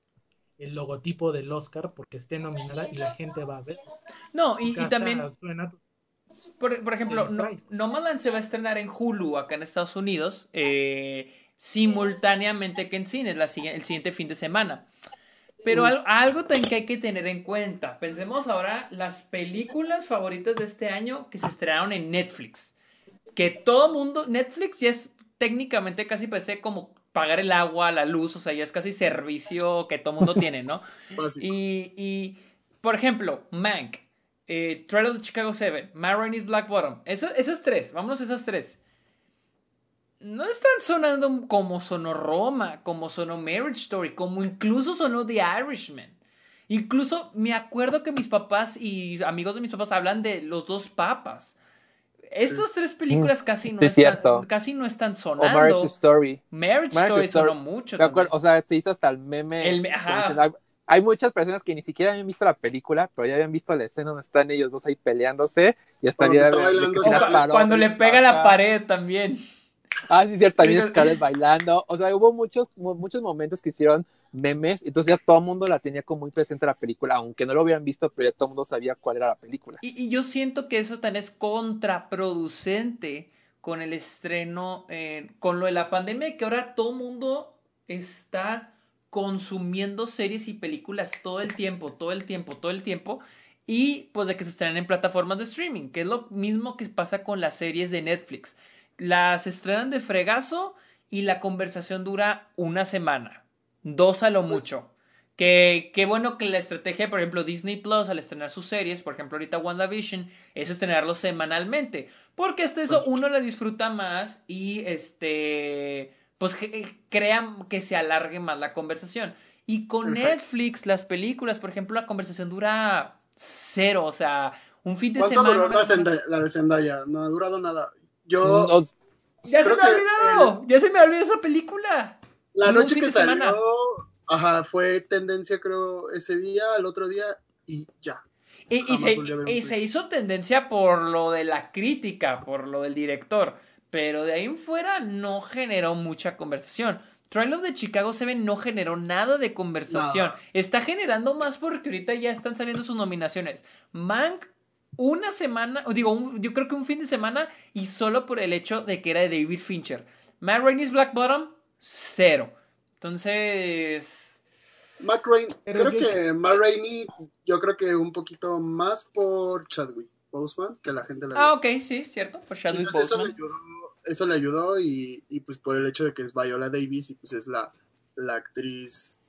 el logotipo del Oscar porque esté nominada y la gente va a ver. No, y también por ejemplo, Nomadland se va a estrenar en Hulu acá en Estados Unidos simultáneamente que en cines el siguiente fin de semana. Pero algo también que hay que tener en cuenta. Pensemos ahora las películas favoritas de este año que se estrenaron en Netflix. Que todo mundo, Netflix ya es técnicamente casi parece como pagar el agua, la luz, o sea, ya es casi servicio que todo mundo tiene, ¿no? Y por ejemplo, Mank, Trial of the Chicago 7, Ma Rainey's Black Bottom, esas tres, vámonos a esas tres. No están sonando como sonó Roma, como sonó Marriage Story, como incluso sonó The Irishman. Incluso me acuerdo que mis papás y amigos de mis papás hablan de Los Dos Papas. Estas tres películas casi no están sonando. O Marriage Story. Marriage Story sonó mucho también. O sea, se hizo hasta el meme. Hay muchas personas que ni siquiera habían visto la película, pero ya habían visto la escena donde están ellos dos ahí peleándose. Y hasta cuando le pega la pared también. Ah, sí, cierto, también Scarlett bailando. O sea, hubo muchos momentos que hicieron memes, entonces ya todo el mundo la tenía como muy presente la película, aunque no lo hubieran visto, pero ya todo el mundo sabía cuál era la película. Y yo siento que eso también es contraproducente con el estreno, con lo de la pandemia, que ahora todo el mundo está consumiendo series y películas todo el tiempo, y pues de que se estrenan en plataformas de streaming, que es lo mismo que pasa con las series de Netflix. Las estrenan de fregazo y la conversación dura una semana, 2 a lo mucho. Qué bueno que la estrategia, por ejemplo, Disney Plus al estrenar sus series, por ejemplo ahorita WandaVision, es estrenarlo semanalmente, porque eso uno la disfruta más y pues crean que se alargue más la conversación. Y con Netflix, las películas, por ejemplo, la conversación dura 0, o sea, un fin de semana. ¿Cuánto duró la de Zendaya? No ha durado nada. Ya se me ha olvidado. Ya se me olvidó esa película. La noche que salió, fue tendencia, creo, ese día, el otro día, y ya. Y se hizo tendencia por lo de la crítica, por lo del director. Pero de ahí en fuera no generó mucha conversación. Trial of the Chicago 7 no generó nada de conversación. Está generando más porque ahorita ya están saliendo sus nominaciones. Mank, una semana, yo creo que un fin de semana, y solo por el hecho de que era de David Fincher. Ma Rainey's Black Bottom, 0. Entonces... creo que Ma Rainey, yo creo que un poquito más por Chadwick Boseman, que la gente la ok, sí, cierto, por Chadwick Boseman. Eso le ayudó y pues por el hecho de que es Viola Davis y pues es la actriz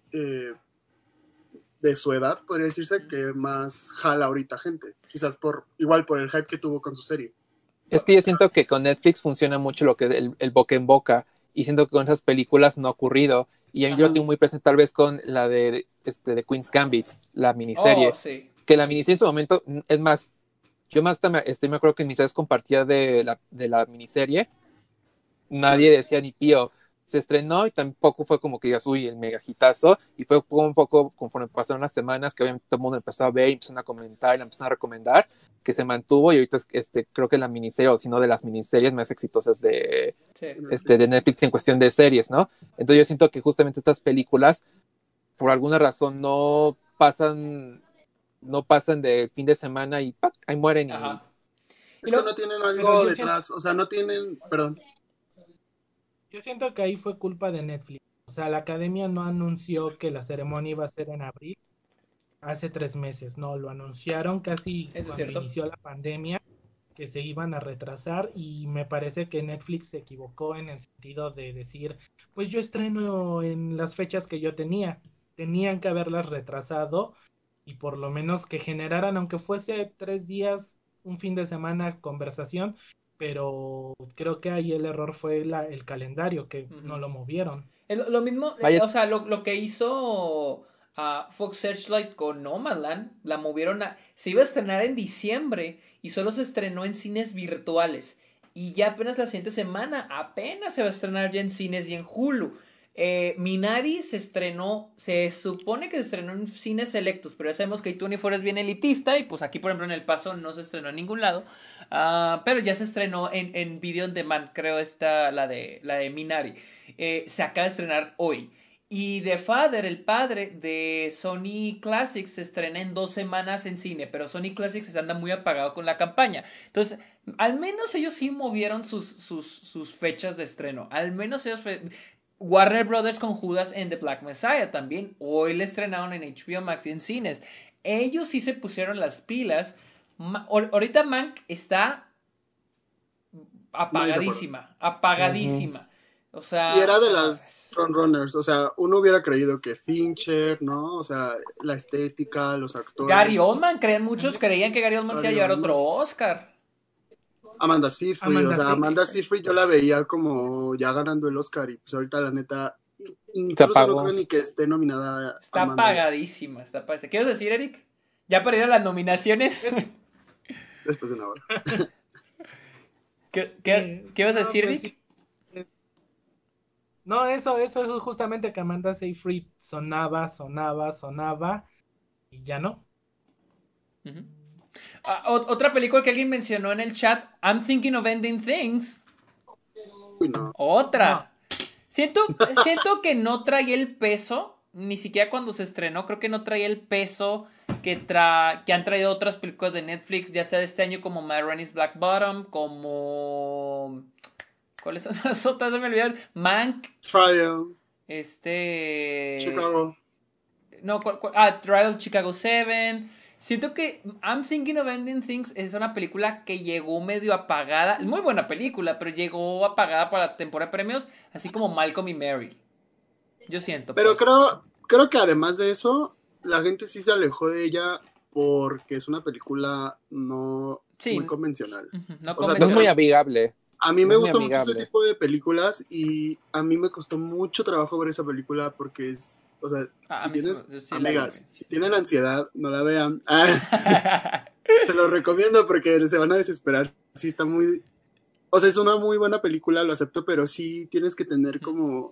de su edad, podría decirse, que más jala ahorita gente. Quizás igual por el hype que tuvo con su serie. Es que yo siento que con Netflix funciona mucho lo que es el boca en boca, y siento que con esas películas no ha ocurrido. Y a mí yo lo tengo muy presente tal vez con la de Queen's Gambit, la miniserie. Sí. Que la miniserie en su momento, es más, yo más me acuerdo que en mis redes compartía de la miniserie. Nadie decía ni pío. Se estrenó y tampoco fue como que digas, uy, el mega hitazo. Y fue un poco conforme pasaron las semanas que obviamente todo el mundo empezó a ver y empezaron a comentar y la empezaron a recomendar, que se mantuvo, y ahorita creo que es la miniserie, o si no de las miniseries más exitosas de Netflix en cuestión de series, ¿no? Entonces yo siento que justamente estas películas, por alguna razón, no pasan de fin de semana y ¡pac! Ahí mueren. Es que no tienen algo detrás, o sea, no tienen, perdón. Yo siento que ahí fue culpa de Netflix. O sea, la academia no anunció que la ceremonia iba a ser en abril hace 3 meses. No, lo anunciaron casi cuando inició la pandemia, que se iban a retrasar, y me parece que Netflix se equivocó en el sentido de decir, pues yo estreno en las fechas que yo tenía. Tenían que haberlas retrasado y por lo menos que generaran, aunque fuese 3 días, un fin de semana, conversación. Pero creo que ahí el error fue el calendario, que no lo movieron. Lo mismo, o sea, lo que hizo Fox Searchlight con Nomadland, la movieron se iba a estrenar en diciembre y solo se estrenó en cines virtuales. Y ya apenas la siguiente semana, apenas se va a estrenar ya en cines y en Hulu. Minari se supone que se estrenó en cines selectos, pero ya sabemos que A24 es bien elitista y pues aquí por ejemplo en El Paso no se estrenó en ningún lado, pero ya se estrenó en Video on Demand, creo la de Minari, se acaba de estrenar hoy Y The Father, el padre de Sony Classics, se estrena en 2 semanas en cine, pero Sony Classics anda muy apagado con la campaña. Entonces, al menos ellos sí movieron sus fechas de estreno. Al menos ellos... Warner Brothers con Judas and the Black Messiah también. Hoy le estrenaron en HBO Max y en cines. Ellos sí se pusieron las pilas. Ahorita Mank está apagadísima. Apagadísima. O sea... Y era de las frontrunners, o sea, uno hubiera creído que Fincher, ¿no? O sea, la estética, los actores. Gary Oldman, muchos creían que Gary Oldman se iba a llevar otro Oscar. Amanda Seyfried, o sea, Amanda Seyfried yo la veía como ya ganando el Oscar y pues ahorita la neta, incluso no creo ni que esté nominada. Está apagadísima, está apagadísima. ¿Qué ibas a decir, Eric? ¿Ya para ir a las nominaciones? Después de una hora. ¿Qué ibas a decir, Eric? Sí. No, eso justamente que Amanda Seyfried sonaba y ya no. Uh-huh. Otra película que alguien mencionó en el chat, I'm Thinking of Ending Things. Uy, no. Otra. No. Siento que no trae el peso, ni siquiera cuando se estrenó, creo que no trae el peso que han traído otras películas de Netflix, ya sea de este año como My Runny's Black Bottom, como... ¿Cuáles son las otras? Se me olvidaron. Mank. Trial. Chicago. No, Trial Chicago 7. Siento que I'm Thinking of Ending Things es una película que llegó medio apagada. Es muy buena película, pero llegó apagada para la temporada de premios, así como Malcolm y Mary. Yo siento. Pero pues, creo que además de eso, la gente sí se alejó de ella porque es una película no muy convencional. No es muy amigable. A mí me gusta mucho ese tipo de películas y a mí me costó mucho trabajo ver esa película porque es, o sea, si tienes amigas, si tienen ansiedad, no la vean. Se lo recomiendo porque se van a desesperar. Sí está muy, o sea, es una muy buena película, lo acepto, pero sí tienes que tener como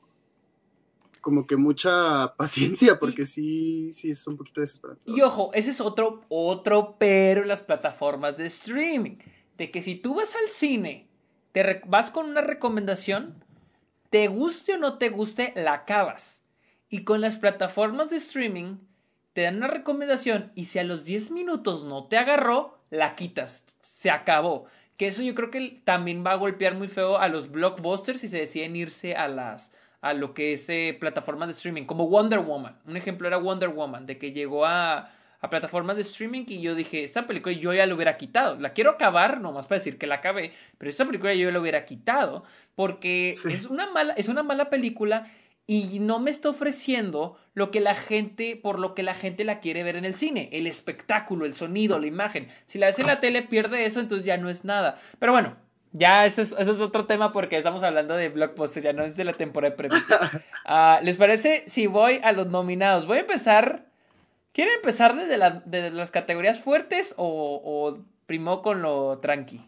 que mucha paciencia porque sí es un poquito desesperante. Y ojo, ese es otro pero en las plataformas de streaming, de que si tú vas al cine vas con una recomendación, te guste o no te guste, la acabas. Y con las plataformas de streaming, te dan una recomendación y si a los 10 minutos no te agarró, la quitas. Se acabó. Que eso yo creo que también va a golpear muy feo a los blockbusters si se deciden irse a lo que es plataformas de streaming. Como Wonder Woman. Un ejemplo era Wonder Woman, de que llegó a plataformas de streaming y yo dije, esta película yo ya la hubiera quitado. La quiero acabar, nomás para decir que la acabé, pero esta película yo la hubiera quitado porque sí. es una mala película y no me está ofreciendo por lo que la gente la quiere ver en el cine. El espectáculo, el sonido, la imagen. Si la ves en la tele pierde eso, entonces ya no es nada. Pero bueno, ya eso es otro tema porque estamos hablando de blockbuster, ya no es de la temporada de premios. ¿Les parece si voy a los nominados? Voy a empezar... ¿Quieren empezar desde las categorías fuertes o primero con lo tranqui?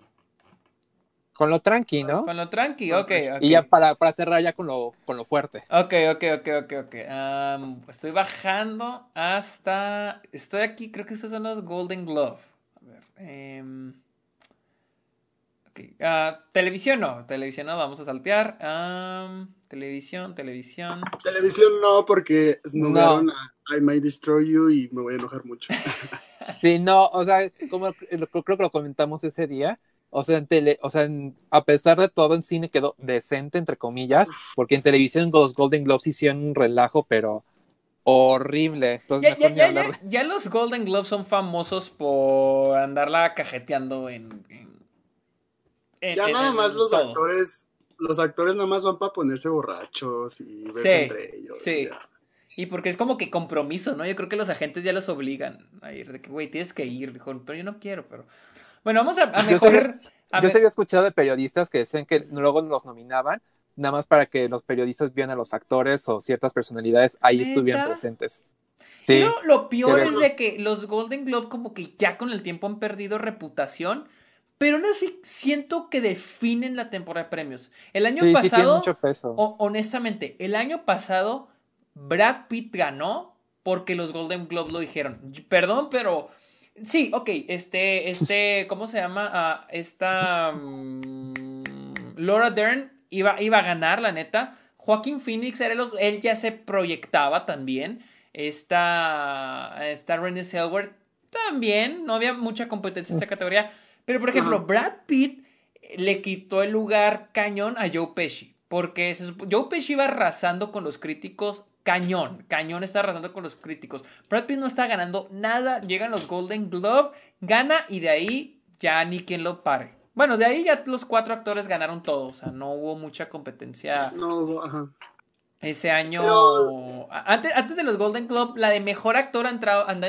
Con lo tranqui, ¿no? Con lo tranqui, ok. Y ya para cerrar ya con lo fuerte. Ok. Estoy bajando hasta... Estoy aquí, creo que estos son los Golden Globe. A ver. Okay. Televisión no, vamos a saltear. Televisión. Televisión no, porque nombraron a I Might Destroy You y me voy a enojar mucho. Sí, no, o sea, como creo que lo comentamos ese día, o sea, a pesar de todo en cine quedó decente, entre comillas, porque en televisión los Golden Globes hicieron un relajo, pero horrible. Entonces ya los Golden Globes son famosos por andarla cajeteando nada más los actores nada más van para ponerse borrachos y verse entre ellos. Sí. Y porque es como que compromiso, ¿no? Yo creo que los agentes ya los obligan a ir, de que, güey, tienes que ir, dijo, pero yo no quiero, pero... Bueno, vamos a mejor... Yo se había escuchado de periodistas que decían que luego los nominaban, nada más para que los periodistas vieran a los actores o ciertas personalidades ahí estuvieran presentes. Sí, pero lo peor es de que los Golden Globe como que ya con el tiempo han perdido reputación, pero aún así siento que definen la temporada de premios. El año pasado, sí tiene mucho peso. Honestamente, el año pasado Brad Pitt ganó porque los Golden Globes lo dijeron. Perdón, pero sí, ok, ¿cómo se llama? Laura Dern iba a ganar, la neta. Joaquín Phoenix, él ya se proyectaba también. Está Renée Zellweger también. No había mucha competencia en esa categoría. Pero, por ejemplo, Ajá. Brad Pitt le quitó el lugar cañón a Joe Pesci. Porque Joe Pesci iba arrasando con los críticos cañón. Cañón está arrasando con los críticos. Brad Pitt no está ganando nada. Llegan los Golden Globe, gana y de ahí ya ni quien lo pare. Bueno, de ahí ya los 4 actores ganaron todo. O sea, no hubo mucha competencia No, ajá. ese año. Pero, Antes de los Golden Globe, la de mejor actor anda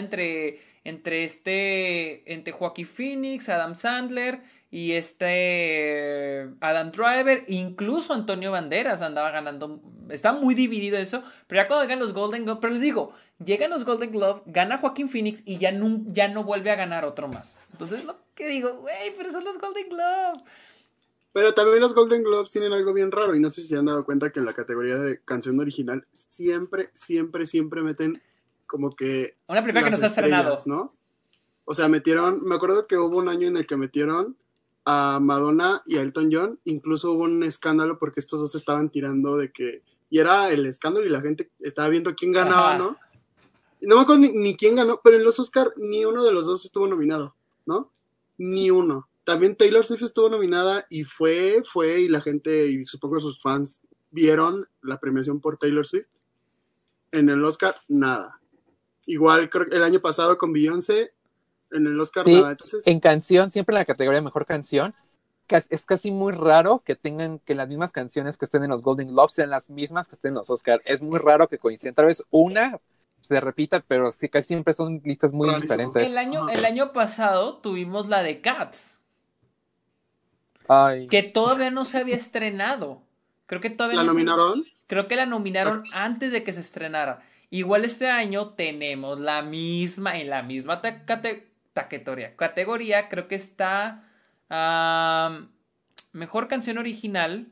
entre Joaquin Phoenix, Adam Sandler y Adam Driver, incluso Antonio Banderas andaba ganando. Está muy dividido eso, pero ya cuando llegan los Golden Globe, pero les digo, llegan los Golden Globe, gana Joaquin Phoenix y ya no vuelve a ganar otro más. Entonces, lo que digo, güey, pero son los Golden Globe. pero también los Golden Globes tienen algo bien raro, y no sé si se han dado cuenta que en la categoría de canción original siempre meten como que Una película que no las se ha estrenado. estrellas, ¿no? O sea, me acuerdo que hubo un año en el que metieron a Madonna y a Elton John, incluso hubo un escándalo porque estos dos estaban tirando de que, y era el escándalo y la gente estaba viendo quién ganaba, Ajá. ¿no? Y no me acuerdo ni quién ganó, pero en los Oscar ni uno de los dos estuvo nominado, ¿no? Ni uno. También Taylor Swift estuvo nominada y fue, y la gente, y supongo sus fans, vieron la premiación por Taylor Swift. En el Oscar, nada. Igual creo que el año pasado con Beyoncé, en el Oscar Sí, nada. Entonces, en canción, siempre en la categoría de mejor canción, es casi muy raro que tengan que las mismas canciones que estén en los Golden Globes sean las mismas que estén en los Oscar. Es muy raro que coincidan. Tal vez una se repita, pero sí, casi siempre son listas muy rarísimo. diferentes. El año pasado tuvimos la de Cats, Ay, que todavía no se había estrenado. Creo que todavía ¿La no se... nominaron? Creo que la nominaron antes de que se estrenara. Igual este año tenemos en la misma categoría, creo que está mejor canción original.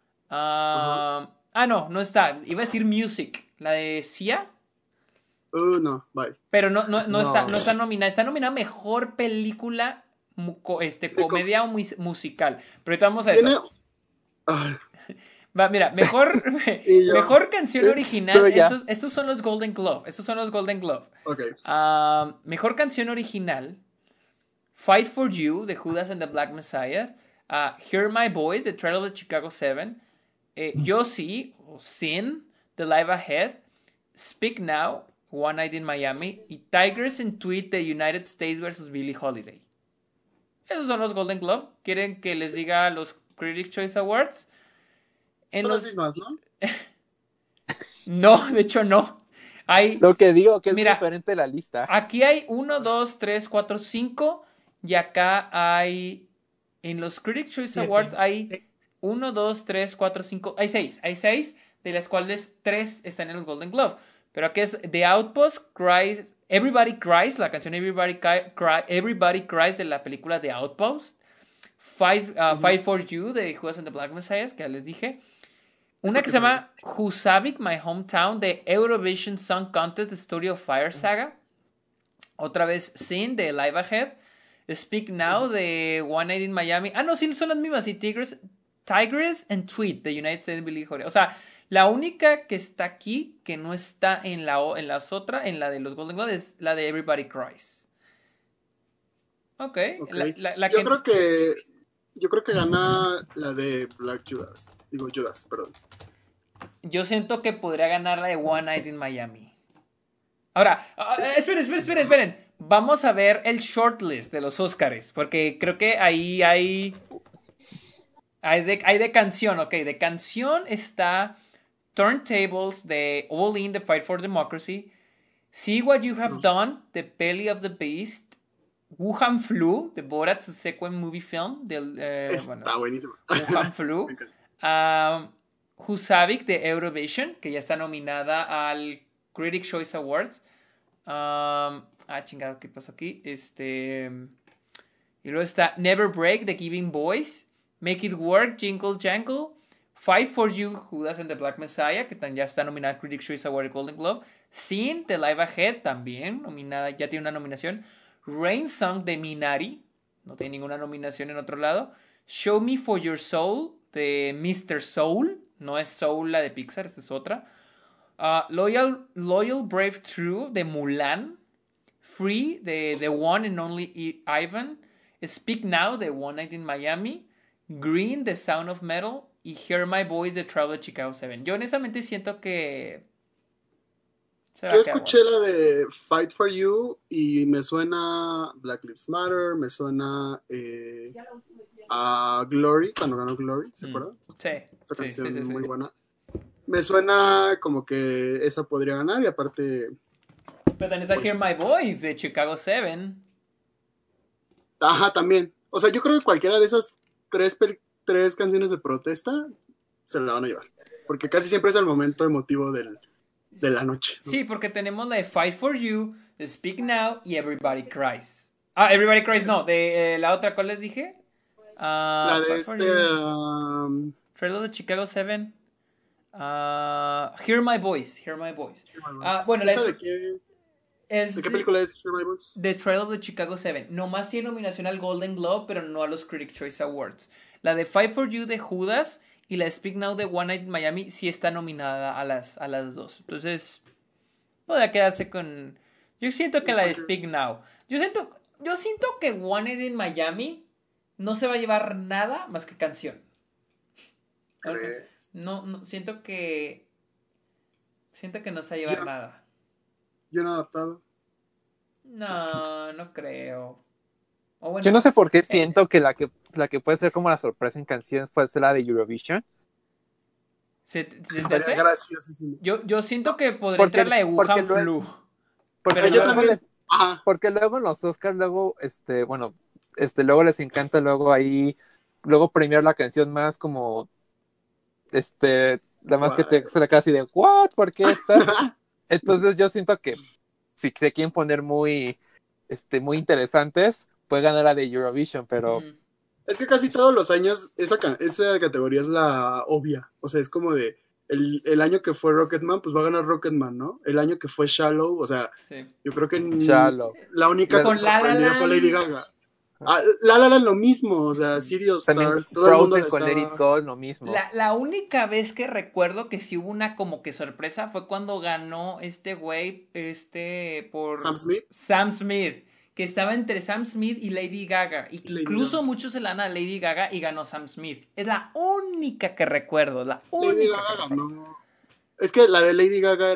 No está. Iba a decir Music, la de Sia. No, bye. Pero no No. está nominada. Está nominada mejor película, comedia o musical. Pero ahorita vamos a Tiene... eso. Ay, Va, mira, y yo, mejor canción original. Pero ya. Estos son los Golden Globe. Estos son los Golden Globe. ok. Mejor canción original. Fight for You, de Judas and the Black Messiah. Hear My Voice, The Trial of the Chicago 7. Yo Sí, o Sin, The Live Ahead. Speak Now, One Night in Miami. Y Tigers and Tweet, The United States vs. Billie Holiday. Esos son los Golden Globe. ¿Quieren que les diga los Critics' Choice Awards? Son las mismas, ¿no? No, de hecho no. Lo que digo que es Mira, diferente la lista. Aquí hay 1, 2, 3, 4, 5. Y acá hay... En los Critics' Choice Awards hay 1, 2, 3, 4, 5... Hay 6. Hay 6, de las cuales 3 están en los Golden Globe. Pero aquí es The Outpost, Cries... Everybody Cries, la canción Everybody Cries de la película The Outpost. Fight for You, de Judas and the Black Messiah, que ya les dije. Una que se llama Husavik, My Hometown, de Eurovision Song Contest, The Story of Fire Saga. Otra vez Sin, de Live Ahead. Speak Now, de One Night in Miami. No, sí, son las mismas. Y Tigers and Tweet, de United States Billie Holiday. O sea, la única que está aquí, que no está en las otras, en la de los Golden Globes, es la de Everybody Cries. Ok. Yo creo que gana la de Black Judas. Digo Judas, perdón. Yo siento que podría ganar la de One Night in Miami. Ahora, esperen. Vamos a ver el shortlist de los Oscars, porque creo que ahí hay de canción, ok. De canción está Turntables, de All In, The Fight for Democracy. See What You Have Done, The Belly of the Beast. Wuhan Flu, The Borat Subsequent Movie Film. Está buenísimo. Wuhan Flu. Husavik, de Eurovision, que ya está nominada al Critics' Choice Awards. Chingado, ¿qué pasó aquí? Y luego está Never Break, The Giving Voice. Make It Work, Jingle Jangle. Fight for You, Judas and the Black Messiah, que ya está nominada al Critics' Choice Award Golden Globe. Sin, The Live Ahead, también nominada, ya tiene una nominación. Rain Song, de Minari, no tiene ninguna nominación en otro lado. Show Me for Your Soul, de Mr. Soul. No es Soul la de Pixar, esta es otra. Loyal, Brave, True de Mulan. Free de The One and Only Ivan. Speak Now de One Night in Miami. Green de Sound of Metal. Y Hear My Voice de Travel to Chicago 7. Yo honestamente siento que... Yo escuché la de Fight for You y me suena Black Lives Matter, me suena a Glory, cuando ganó Glory, ¿se acuerdan? Sí. Esta canción es muy buena. Me suena como que esa podría ganar y aparte... Pero también está Hear My Voice de Chicago 7. Ajá, también. O sea, yo creo que cualquiera de esas tres canciones de protesta se la van a llevar. Porque casi siempre es el momento emotivo de la noche, ¿no? Sí, porque tenemos la de Fight for You, de Speak Now y Everybody Cries. Everybody Cries no, de la otra, ¿cuál les dije? La de Trailer de Chicago 7. Hear My Voice. Bueno, ¿esa de qué? ¿De qué película es Hear My Voice? The Trailer de Chicago 7. Nomás tiene nominación al Golden Globe, pero no a los Critics' Choice Awards. La de Fight for You de Judas y la de Speak Now de One Night in Miami sí está nominada a las dos. Entonces, podría quedarse con... Yo siento que la de Speak Now. Yo siento que One Night in Miami no se va a llevar nada más que canción. No, siento que no se va a llevar nada. ¿Yo no adaptado? No creo. Bueno, yo no sé por qué siento que la que puede ser como la sorpresa en canción fue la de Eurovision. ¿Se te hace? Estaría graciosísimo. Yo siento que podría entrar la de Wuhan Flu. Porque luego en los Oscars, luego les encanta luego ahí, luego premiar la canción más como, la más que te se la cara así de, ¿what? ¿Por qué esta? Entonces yo siento que si se quieren poner muy interesantes, puede ganar la de Eurovision, pero... Es que casi todos los años esa categoría es la obvia. O sea, es como de el año que fue Rocketman, pues va a ganar Rocketman, ¿no? El año que fue Shallow, o sea, sí. Yo creo que la única que sorprendida fue Lady Gaga. La La Land lo mismo, o sea, City of Stars, todo Frozen el mundo con Let It Go, lo mismo. La única vez que recuerdo que sí hubo una como que sorpresa fue cuando ganó este güey, por... Sam Smith, que estaba entre Sam Smith y Lady Gaga, y que incluso muchos se la dan a Lady Gaga y ganó Sam Smith. Es la única que recuerdo, Lady Gaga ganó. Es que la de Lady Gaga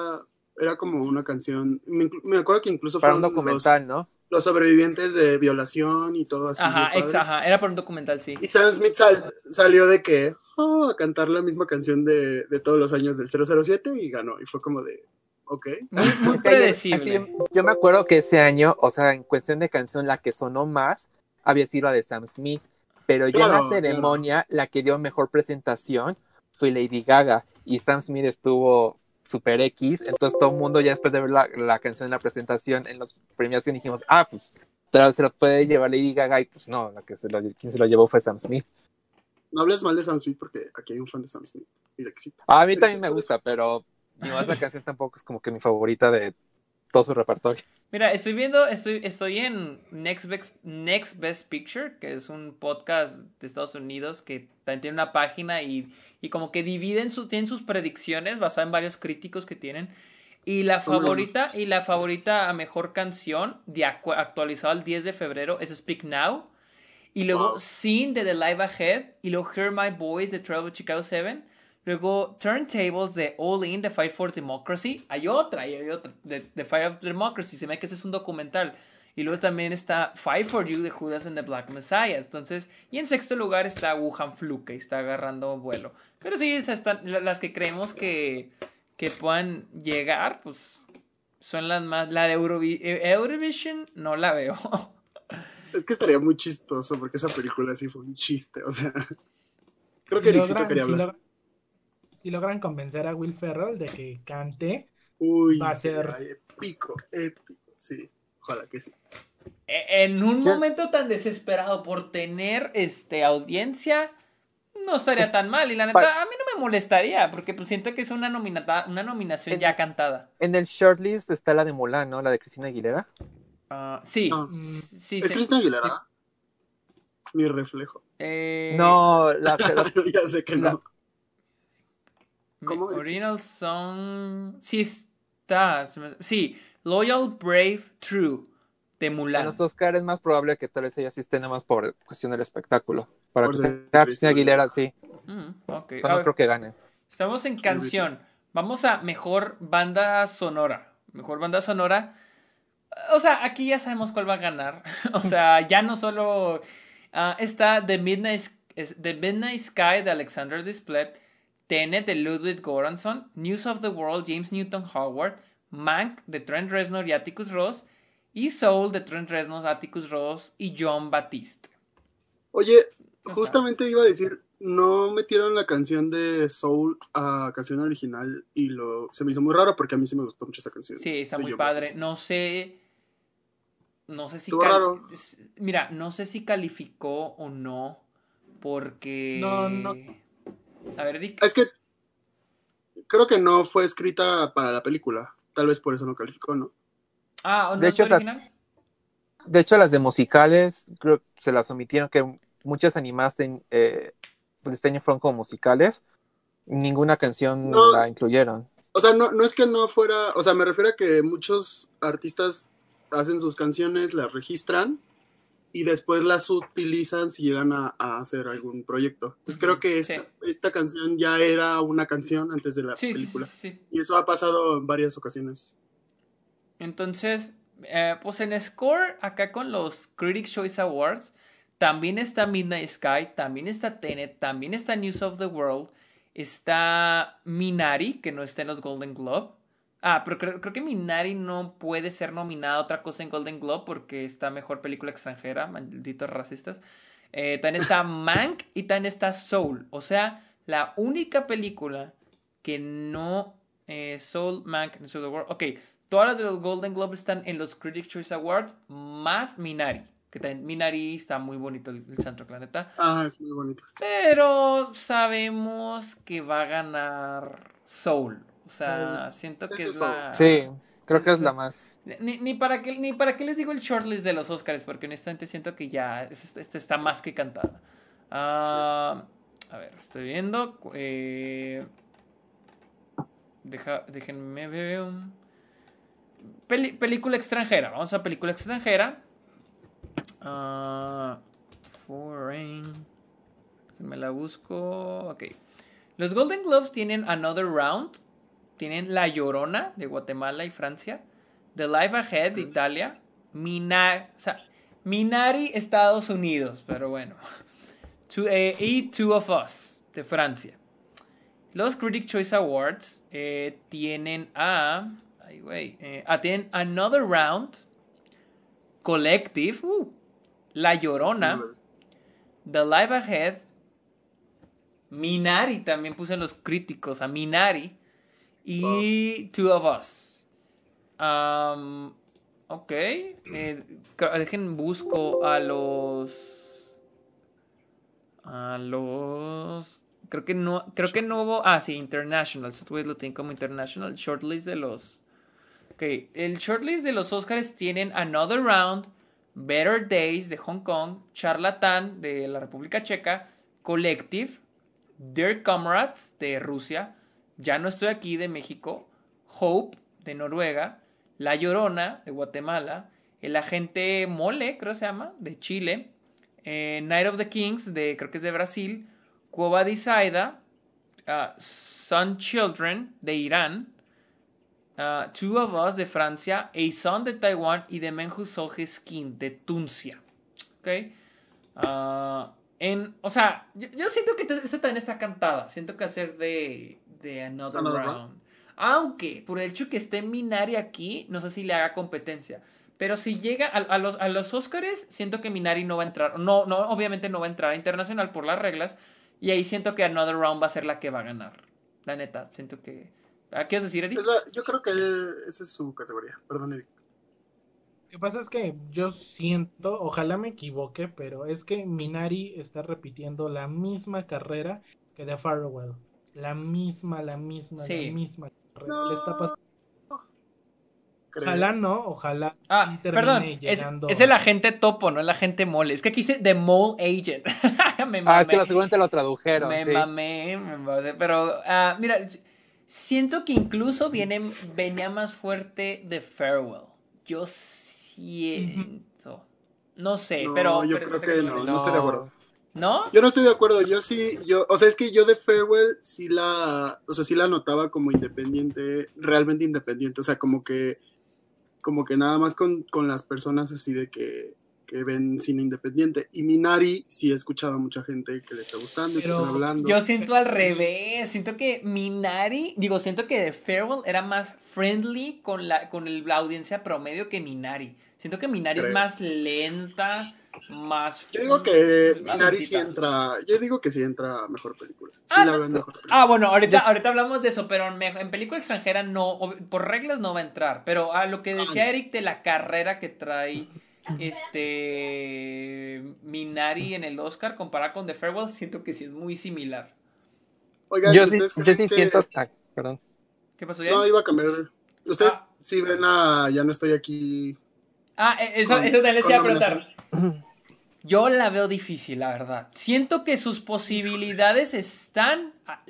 era como una canción, me acuerdo que incluso para un documental, ¿no? Los sobrevivientes de violación y todo así. Ajá, era por un documental, sí. Y Sam Smith salió de que a cantar la misma canción de todos los años del 007 y ganó. Y fue como de, ok. Muy predecible. Yo me acuerdo que ese año, o sea, en cuestión de canción, la que sonó más había sido la de Sam Smith. Pero ya en la ceremonia, la que dio mejor presentación fue Lady Gaga. Y Sam Smith estuvo super X, entonces todo el mundo ya después de ver la canción en la presentación en las premiaciones dijimos, pues se lo puede llevar Lady Gaga, y pues no, quien se lo llevó fue Sam Smith. No hables mal de Sam Smith porque aquí hay un fan de Sam Smith. A mí también me gusta, pero no, esa canción tampoco es como que mi favorita de todo su repertorio. Mira, estoy en Next Best Picture, que es un podcast de Estados Unidos que también tiene una página y como que tienen sus predicciones basadas en varios críticos que tienen. Y la favorita a mejor canción actualizada al 10 de febrero es Speak Now. Y luego Scene de The Live Ahead. Y luego Hear My Voice de Travel to Chicago 7. Luego Turntables de All In, de Fight for Democracy. Hay otra de Fight for Democracy. Se me que ese es un documental. Y luego también está Fight for You de Judas and the Black Messiah. Entonces, y en sexto lugar está Wuhan Flu, que está agarrando vuelo. Pero sí, están las que creemos que puedan llegar, pues son las más... La de Eurovision no la veo. Es que estaría muy chistoso porque esa película sí fue un chiste, o sea... Creo que Ericito quería hablar. Si logran convencer a Will Ferrell de que cante, va a ser... épico, sí, ojalá que sí. En un momento tan desesperado por tener audiencia, no estaría tan mal. Y la neta, a mí no me molestaría, porque pues siento que es una nominación ya cantada. En el shortlist está la de Mulan, ¿no? La de Cristina Aguilera. Sí. Sí. ¿Es Cristina Aguilera? Mi reflejo. No, Ya sé que la- no. ¿Cómo? Original Song. Sí está. Sí, Loyal, Brave, True. De en Mulan. los Oscars es más probable que tal vez ella sí esté nada más por cuestión del espectáculo. Para Por que ser sea Cristina Cristina Aguilera, sí. Ok. Pero A no ver, creo que gane. estamos en canción. Vamos a mejor banda sonora. Mejor banda sonora. O sea, aquí ya sabemos cuál va a ganar. O sea, ya no solo está The Midnight Sky de Alexander Desplat, Tenet de Ludwig Göransson, News of the World, James Newton Howard, Mank de Trent Reznor y Atticus Ross, y Soul de Trent Reznor, Atticus Ross y John Batiste. Oye, O sea, justamente iba a decir, no metieron la canción de Soul a canción original y se me hizo muy raro porque a mí sí me gustó mucho esa canción. sí, está de muy John padre. Batiste. No sé si Estuvo raro. Mira, no sé si calificó o no. No. Porque. A ver, Eric. Es que creo que no fue escrita para la película. Tal vez por eso no calificó, ¿no? ¿O no De es hecho, original? las de musicales, creo que se las omitieron, que muchas animadas de este año fueron como musicales. Ninguna No, canción la incluyeron. o sea, no es que no fuera, o sea, me refiero a que muchos artistas hacen sus canciones, las registran y después las utilizan si llegan a hacer algún proyecto. Entonces creo que Sí. esta canción ya era una canción antes de la Sí. película. Sí. Y eso ha pasado en varias ocasiones. Entonces, pues en Score, acá con los Critics' Choice Awards, también está Midnight Sky, también está Tenet, también está News of the World, está Minari, que no está en los Golden Globe. Pero creo que Minari no puede ser nominada a otra cosa en Golden Globe porque está mejor película extranjera, malditos racistas. También está Mank y también está Soul. O sea, la única película que no... Soul, Mank, News of the World. Ok, todas las de los Golden Globes están en los Critics' Choice Awards, más Minari. Que también Minari está muy bonito el soundtrack, la neta. Es muy bonito. Pero sabemos que va a ganar Soul. O sea, Soul. siento que Ese es Soul. la. Sí, creo que es la más. Ni para qué les digo el shortlist de los Oscars, porque honestamente siento que ya esta está más que cantada. A ver, estoy viendo. Déjenme ver. Película extranjera. Vamos a película extranjera. Foreign. Me la busco. Ok. Los Golden Globes tienen Another Round. Tienen La Llorona de Guatemala y Francia. The Life Ahead de Italia. Minari, Estados Unidos. Pero bueno. Y Two of Us de Francia. Los Critics' Choice Awards tienen tienen Another Round, Collective, La Llorona, The Life Ahead, Minari, también puse en los críticos a Minari, y Two of Us. Ok, dejen busco a los... Creo que no hubo. Sí, International. Lo tienen como International. Shortlist de los. Ok, el shortlist de los Oscars tienen Another Round, Better Days de Hong Kong, Charlatan de la República Checa, Collective, Dear Comrades de Rusia, Ya no estoy aquí de México, Hope de Noruega, La Llorona de Guatemala, El Agente Mole, creo que se llama, de Chile, Night of the Kings creo que es de Brasil, Quo Vadis Sun Children de Irán, Two of Us de Francia, A Son de Taiwán y The Man Who Sold His Skin de Tunisia. ¿Ok? O sea, yo siento que esta también está cantada. Siento que hacer de Another Round. Aunque, por el hecho que esté Minari aquí, no sé si le haga competencia. Pero si llega a los Oscars, siento que Minari no va a entrar. No, obviamente no va a entrar a internacional por las reglas. Y ahí siento que Another Round va a ser la que va a ganar. La neta, siento que... ¿Qué vas a decir, Eric? Yo creo que esa es su categoría. Perdón, Eric. Lo que pasa es que yo siento, ojalá me equivoque, pero es que Minari está repitiendo la misma carrera que The Farewell. La misma Sí. carrera. Le está pasando. Ojalá no, ojalá Ah, termine perdón, llegando. es el agente topo, no el agente mole. Es que aquí dice The Mole Agent. Me Es que mamé. seguramente lo tradujeron, Me sí. mamé. Pero, mira, siento que incluso venía más fuerte The Farewell. Yo siento. No sé, No, yo pero creo siento que que tuvo un no estoy de acuerdo. ¿No? Yo no estoy de acuerdo, o sea, es que yo de Farewell o sea, sí la notaba como independiente, realmente independiente, o sea, como que nada más con las personas así de que ven cine independiente. Y Minari sí he escuchado a mucha gente que le está gustando y que están Pero hablando. Yo siento al revés. Siento que siento que The Farewell era más friendly con la audiencia promedio que Minari. Siento que Minari es Creo. más lenta, más. Yo digo que más Minari sí lentita. entra, yo digo que sí entra a mejor película. Sí la No. veo en mejor película. Bueno, ahorita hablamos de eso, pero en película extranjera no, por reglas no va a entrar. Pero a lo que decía Eric de la carrera que trae Minari en el Oscar comparada con The Farewell, siento que sí es muy similar. Oigan, Yo ¿ustedes sí creen que... siento. Perdón. ¿Qué pasó ya? No, iba a cambiar. ¿Ustedes Ah. sí ven a Ya no estoy aquí? Eso también les iba a nominación? preguntar. Yo la veo difícil, la verdad. Siento que sus posibilidades están.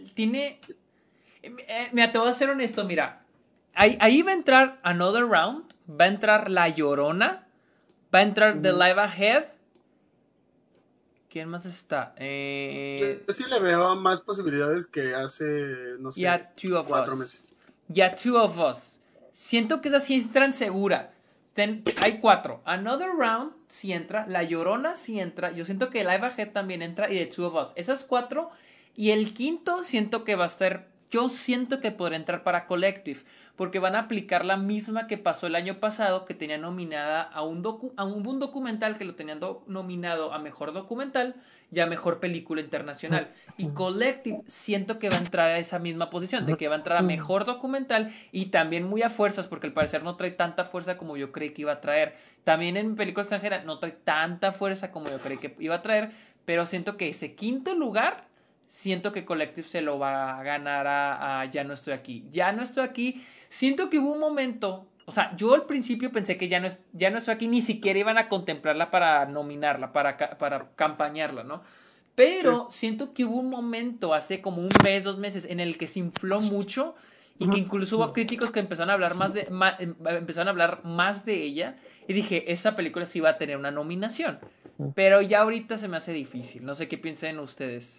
Mira, te voy a ser honesto, mira. Ahí va a entrar Another Round. Va a entrar La Llorona. Va a entrar The Live Ahead. ¿Quién más está? Yo sí le veo más posibilidades que hace, no sé, Ya Two of 4 Us. meses. Ya Two of Us. Siento que esa sí entra segura. Hay 4. Another Round sí entra. La Llorona sí entra. Yo siento que Live Ahead también entra. Y The Two of Us. Esas 4. Y el quinto siento que va a ser. Yo siento que podrá entrar para Collective. Porque van a aplicar la misma que pasó el año pasado. Que tenía nominada a un documental. Que lo tenían nominado a mejor documental. Y a mejor película internacional. Y Collective siento que va a entrar a esa misma posición. De que va a entrar a mejor documental. Y también muy a fuerzas. Porque al parecer no trae tanta fuerza como yo creí que iba a traer. También en película extranjera no trae tanta fuerza como yo creí que iba a traer. Pero siento que ese quinto lugar, siento que Collective se lo va a ganar a Ya no estoy aquí. Ya no estoy aquí. Siento que hubo un momento. O sea, yo al principio pensé que ya no estoy aquí. Ni siquiera iban a contemplarla para nominarla, para campañarla, ¿no? Pero siento que hubo un momento hace como un mes, 2 meses, en el que se infló mucho. Y que incluso hubo críticos que empezaron a hablar más de ella. Y dije, esa película sí va a tener una nominación. Pero ya ahorita se me hace difícil. No sé qué piensen ustedes.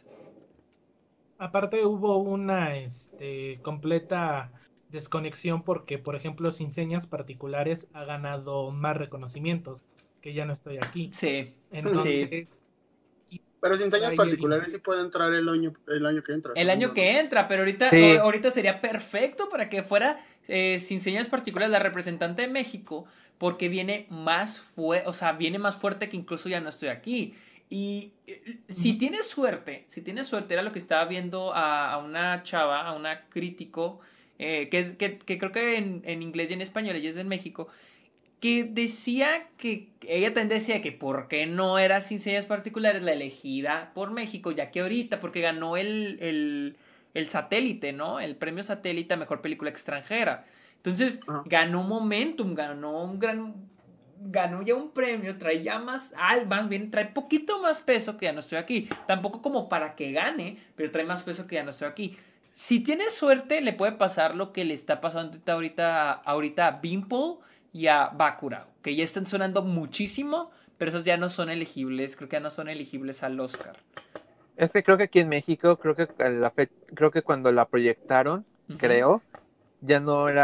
aparte hubo una completa desconexión porque, por ejemplo, Sin Señas Particulares ha ganado más reconocimientos, que Ya no estoy aquí. Sí. Entonces, Pero sin señas ahí particulares sí puede entrar el año que entra. El año según yo, que ¿no? entra, pero Sí. ahorita sería perfecto para que fuera Sin Señas Particulares la representante de México, porque viene más fuerte que incluso Ya no estoy aquí. Y si tienes suerte, era lo que estaba viendo a una chava, a una crítico, que creo que en inglés y en español, ella es de México, que decía que ella también decía que por qué no era Sin Señas Particulares la elegida por México, ya que ahorita, porque ganó el satélite, ¿no? El premio satélite a mejor película extranjera. Entonces, Ajá. ganó momentum, ganó ya un premio, trae ya más bien, trae poquito más peso que Ya no estoy aquí. Tampoco como para que gane, pero trae más peso que Ya no estoy aquí. Si tiene suerte, le puede pasar lo que le está pasando ahorita a Beanpole y a Bacurau, que ya están sonando muchísimo, pero esos ya no son elegibles, creo que ya no son elegibles al Oscar. Es que creo que aquí en México, creo que cuando la proyectaron, ya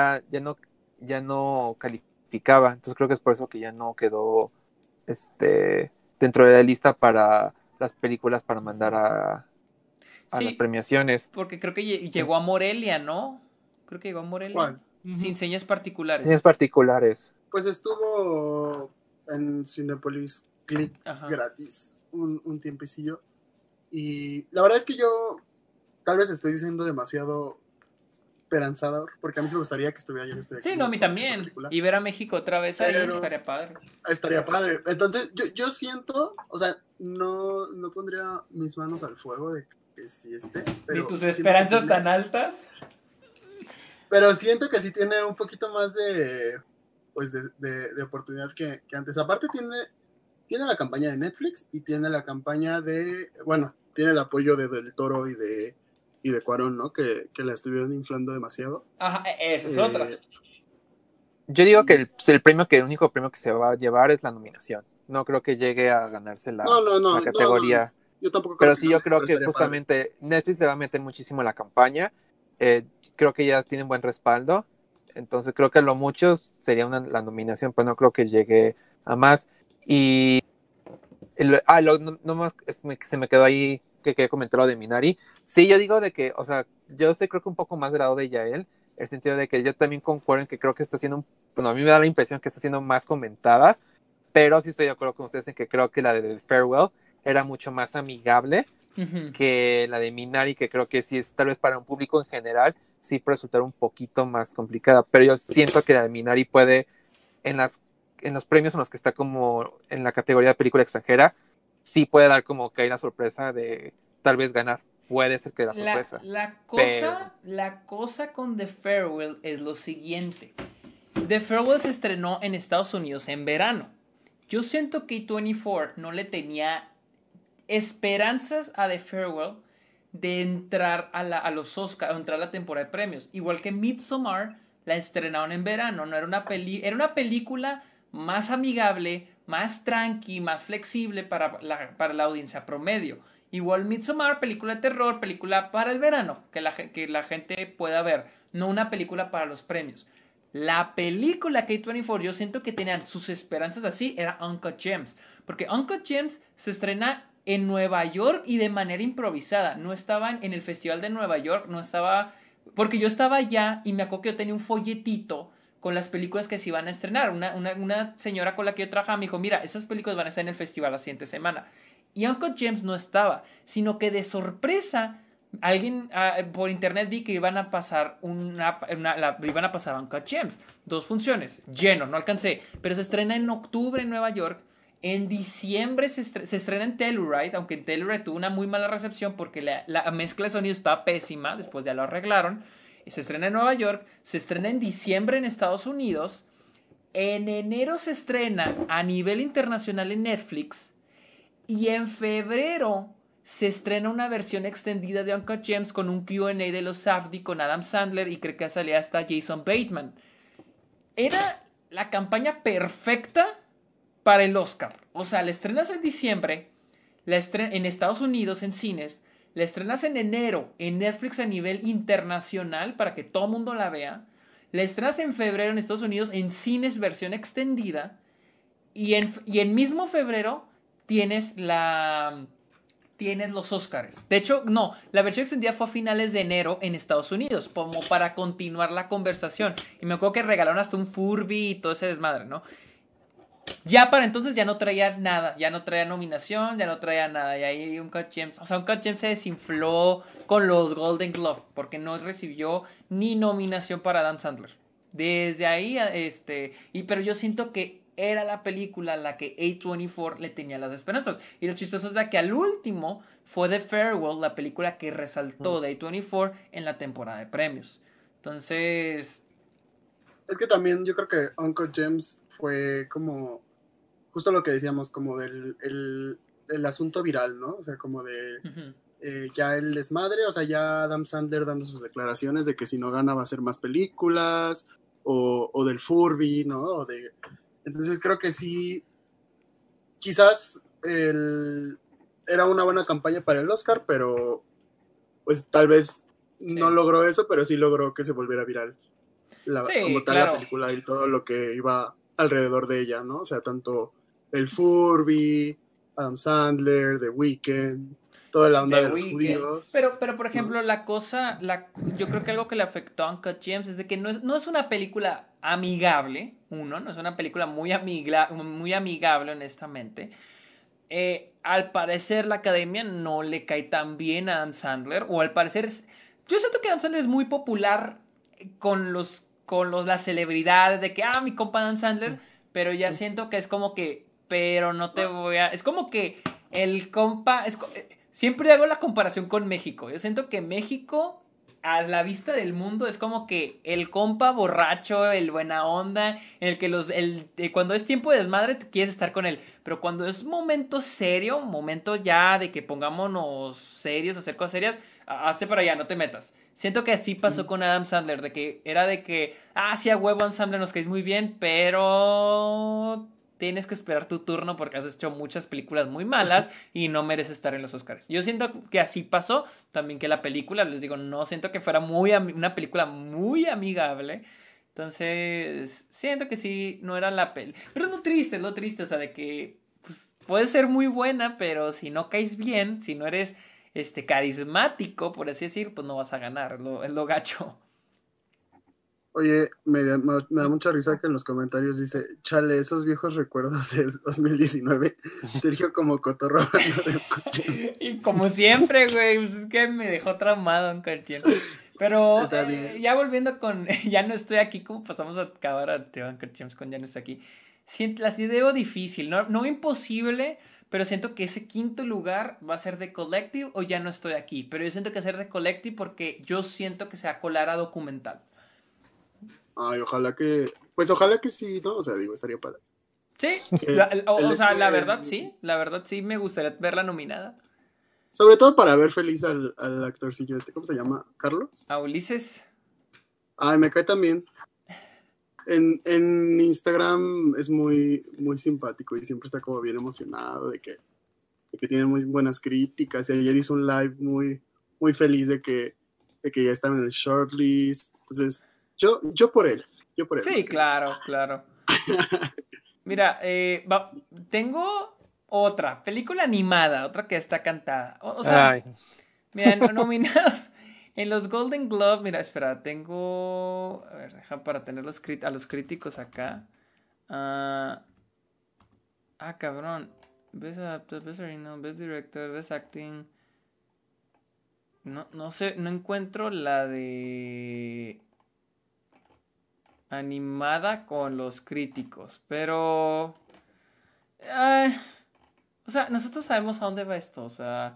no calificaba. Entonces creo que es por eso que ya no quedó dentro de la lista para las películas para mandar a las premiaciones. Porque creo que llegó a Morelia, ¿no? Creo que llegó a Morelia. ¿Cuál? Sin Señas Particulares. Señas Particulares. Pues estuvo en Cinepolis Click gratis un tiempecillo. Y la verdad es que yo tal vez estoy diciendo demasiado esperanzador, porque a mí sí me gustaría que estuviera yo. Sí, no, a mí también. Y ver a México otra vez ahí estaría padre. Estaría padre. Entonces, yo siento, o sea, no pondría mis manos al fuego de que sí esté. Ni tus esperanzas tan altas. Pero siento que sí tiene un poquito más de pues de oportunidad que antes. Aparte tiene la campaña de Netflix y tiene la campaña bueno, tiene el apoyo de Del Toro y de Cuarón, ¿no? Que la estuvieron inflando demasiado. Ajá, esa es otra. Yo digo que el único premio que se va a llevar es la nominación. No creo que llegue a ganarse la categoría. No. Yo tampoco creo Pero que sí, yo gane, creo pero que estaría padre. justamente Netflix le va a meter muchísimo en la campaña. Creo que ya tienen buen respaldo. Entonces creo que a lo mucho sería la nominación, pero no creo que llegue a más. Y no más se me quedó ahí que quería comentar lo de Minari. Sí, yo digo de que, o sea, yo estoy creo que un poco más del lado de Yael, el sentido de que yo también concuerdo en que creo que está siendo, bueno, a mí me da la impresión que está siendo más comentada, pero sí estoy de acuerdo con ustedes en que creo que la de Farewell era mucho más amigable que la de Minari, que creo que sí es tal vez para un público en general, sí puede resultar un poquito más complicada, pero yo siento que la de Minari puede, en los premios en los que está como en la categoría de película extranjera, sí puede dar como que hay la sorpresa de tal vez ganar. Puede ser que la sorpresa. Pero La cosa con The Farewell es lo siguiente. The Farewell se estrenó en Estados Unidos en verano. Yo siento que A24 no le tenía esperanzas a The Farewell de entrar a los Oscars, o entrar a la temporada de premios. Igual que Midsommar la estrenaron en verano. No era era una película más amigable, más tranqui, más flexible para la audiencia promedio. Igual Midsommar, película de terror, película para el verano, que la gente pueda ver, no una película para los premios. La película K24, yo siento que tenían sus esperanzas así, era Uncut Gems. Porque Uncut Gems se estrena en Nueva York y de manera improvisada. No estaban en el Festival de Nueva York, no estaba... Porque yo estaba allá y me acuerdo que yo tenía un folletito con las películas que se iban a estrenar. Una señora con la que yo trabajaba me dijo, mira, esas películas van a estar en el festival la siguiente semana. Y Uncut Gems no estaba, sino que de sorpresa alguien por internet vi que iban a pasar iban a pasar Uncut Gems, 2 funciones, lleno, no alcancé, pero se estrena en octubre en Nueva York. En diciembre se estrena en Telluride, aunque en Telluride tuvo una muy mala recepción porque la mezcla de sonido estaba pésima, después ya lo arreglaron. Se estrena en Nueva York, se estrena en diciembre en Estados Unidos, en enero se estrena a nivel internacional en Netflix y en febrero se estrena una versión extendida de Uncut Gems con un Q&A de los Safdie con Adam Sandler y creo que salía hasta Jason Bateman. Era la campaña perfecta para el Oscar. O sea, la estrenas en diciembre, en Estados Unidos en cines, la estrenas en enero en Netflix a nivel internacional para que todo el mundo la vea, la estrenas en febrero en Estados Unidos en cines versión extendida y en mismo febrero tienes los Oscars. De hecho, no, la versión extendida fue a finales de enero en Estados Unidos, como para continuar la conversación. Y me acuerdo que regalaron hasta un Furby y todo ese desmadre, ¿no? Ya para entonces ya no traía nada, ya no traía nominación, ya no traía nada. Y ahí Uncut Gems, o sea, Uncut Gems se desinfló con los Golden Globe porque no recibió ni nominación para Adam Sandler. Desde ahí, pero yo siento que era la película a la que A24 le tenía las esperanzas. Y lo chistoso es de que al último fue The Farewell, la película que resaltó de A24 en la temporada de premios. Entonces... Es que también yo creo que Uncut Gems fue como justo lo que decíamos, como del el asunto viral, ¿no? O sea, como de ya el desmadre, o sea, ya Adam Sandler dando sus declaraciones de que si no gana va a hacer más películas, o del Furby, ¿no? Entonces creo que sí, quizás era una buena campaña para el Oscar, pero pues tal vez no logró eso, pero sí logró que se volviera viral. Como tal la película y todo lo que iba alrededor de ella, ¿no? O sea, tanto el Furby, Adam Sandler, The Weeknd, toda la onda de los judíos. Pero por ejemplo, ¿no? Yo creo que algo que le afectó a Uncut Gems es de que no es una película amigable, no es una película muy amigable, honestamente. Al parecer la academia no le cae tan bien a Adam Sandler, o al parecer, yo siento que Adam Sandler es muy popular con las celebridades, de que, mi compa Adam Sandler, pero ya siento que es como que, pero no te voy a... Es como que el compa... siempre hago la comparación con México. Yo siento que México a la vista del mundo es como que el compa borracho, el buena onda, el que cuando es tiempo de desmadre te quieres estar con él, pero cuando es momento serio, momento ya de que pongámonos serios, hacer cosas serias, hazte para allá, no te metas. Siento que así pasó con Adam Sandler, de que era de que, sí, a huevo Adam Sandler nos caes muy bien, pero tienes que esperar tu turno porque has hecho muchas películas muy malas y no mereces estar en los Oscars. Yo siento que así pasó, también que la película, les digo, no siento que fuera una película muy amigable. Entonces, siento que sí, no era la peli. Pero es lo triste, o sea, de que pues, puede ser muy buena, pero si no caes bien, si no eres carismático, por así decir, pues no vas a ganar, es lo gacho. Oye, me da mucha risa que en los comentarios dice, chale, esos viejos recuerdos de 2019, Sergio como cotorro hablando de Uncut. Y como siempre, güey, pues es que me dejó traumado Uncut Gems. Pero Está bien. Ya volviendo con Ya no estoy aquí, ¿cómo pasamos a acabar a Uncut Gems con Ya no estoy aquí? Las veo difícil, no imposible, pero siento que ese quinto lugar va a ser de Collective o Ya no estoy aquí. Pero yo siento que va a ser de Collective porque yo siento que se va a colar a documental. Ay, ojalá que sí, ¿no? O sea, digo, estaría padre. Sí, la verdad sí, me gustaría verla nominada. Sobre todo para ver feliz al actorcillo ¿cómo se llama? ¿Carlos? A Ulises. Ay, me cae también. En Instagram es muy, muy simpático y siempre está como bien emocionado de que tiene muy buenas críticas. Y ayer hizo un live muy, muy feliz de que ya están en el shortlist. Entonces, yo por él. Sí, claro. Mira, tengo otra película animada, otra que está cantada. O sea, mira, nominados en los Golden Globe. Mira, espera, tengo. A ver, deja para tener a los críticos acá. Cabrón. Best Actor, Best Original, Best Director, Best Acting. No sé, no encuentro la de animada con los críticos, pero o sea, nosotros sabemos a dónde va esto, o sea,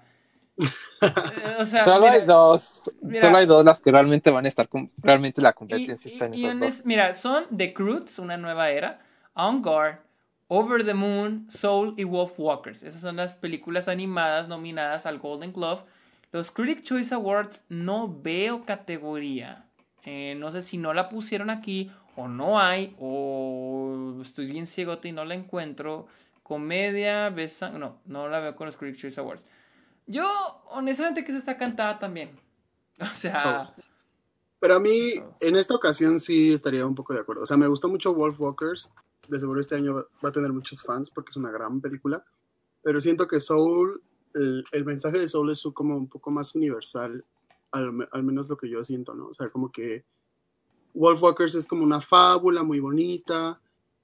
solo hay dos las que realmente van a estar realmente la competencia está en esas dos. Mira, son The Croods, una nueva era, On Guard, Over the Moon, Soul y Wolf Walkers. Esas son las películas animadas nominadas al Golden Globe. Los Critic Choice Awards no veo categoría. No sé si no la pusieron aquí o no hay, o estoy bien ciegote y no la encuentro. Comedia, no la veo con los Critics' Choice Awards. Yo, honestamente, que esa está cantada también. O sea... Pero a mí, en esta ocasión sí estaría un poco de acuerdo. O sea, me gustó mucho Wolf Walkers. De seguro este año va a tener muchos fans porque es una gran película. Pero siento que Soul, el mensaje de Soul es como un poco más universal, al menos lo que yo siento, ¿no? O sea, como que Wolf Walkers es como una fábula muy bonita,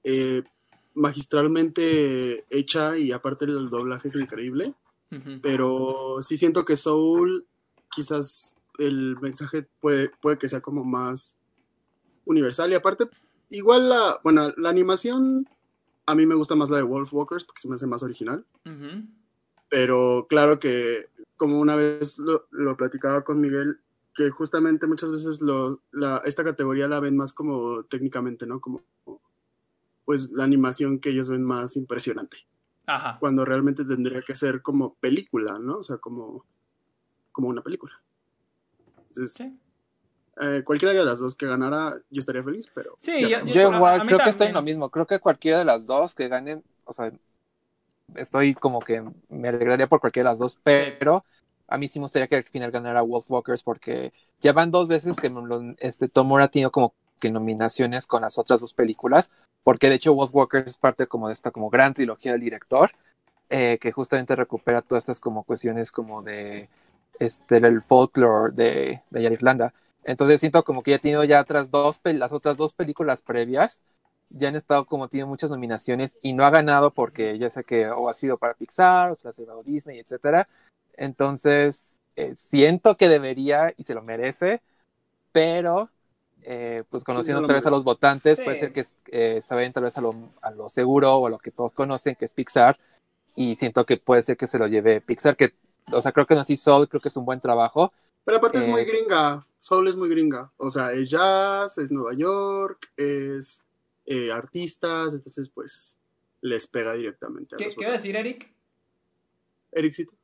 magistralmente hecha y aparte el doblaje es increíble. Uh-huh. Pero sí siento que Soul, quizás el mensaje puede que sea como más universal y aparte, igual la animación a mí me gusta más la de Wolf Walkers porque se me hace más original. Uh-huh. Pero claro que, como una vez lo platicaba con Miguel, que justamente muchas veces esta categoría la ven más como técnicamente, ¿no? Como pues la animación que ellos ven más impresionante. Ajá. Cuando realmente tendría que ser como película, ¿no? O sea, como una película. Entonces, sí. Cualquiera de las dos que ganara, yo estaría feliz, pero... Sí, yo igual creo que estoy en lo mismo. Creo que cualquiera de las dos que ganen, o sea, estoy como que me alegraría por cualquiera de las dos, pero a mí sí me gustaría que al final ganara Wolf Walkers porque ya van 2 veces que Tomura ha tenido como que nominaciones con las otras 2 películas, porque de hecho Wolf Walkers es parte como de esta como gran trilogía del director, que justamente recupera todas estas como cuestiones como de el folklore de allá de Irlanda. Entonces siento como que ya ha tenido ya las otras 2 películas previas ya han estado como tiene muchas nominaciones y no ha ganado porque ya sé que o ha sido para Pixar o se las ha llevado Disney, etcétera. Entonces siento que debería y se lo merece, pero pues conociendo otra vez a los votantes, sí. Puede ser que se vayan tal vez a lo seguro o a lo que todos conocen, que es Pixar, y siento que puede ser que se lo lleve Pixar, que, o sea, creo que no así Soul, creo que es un buen trabajo, Pero aparte es muy Eh, gringa, Soul es muy gringa. O sea, es jazz, es Nueva York, es artistas, entonces pues les pega directamente a los ¿Qué iba a decir, votantes. Eric? Ericito.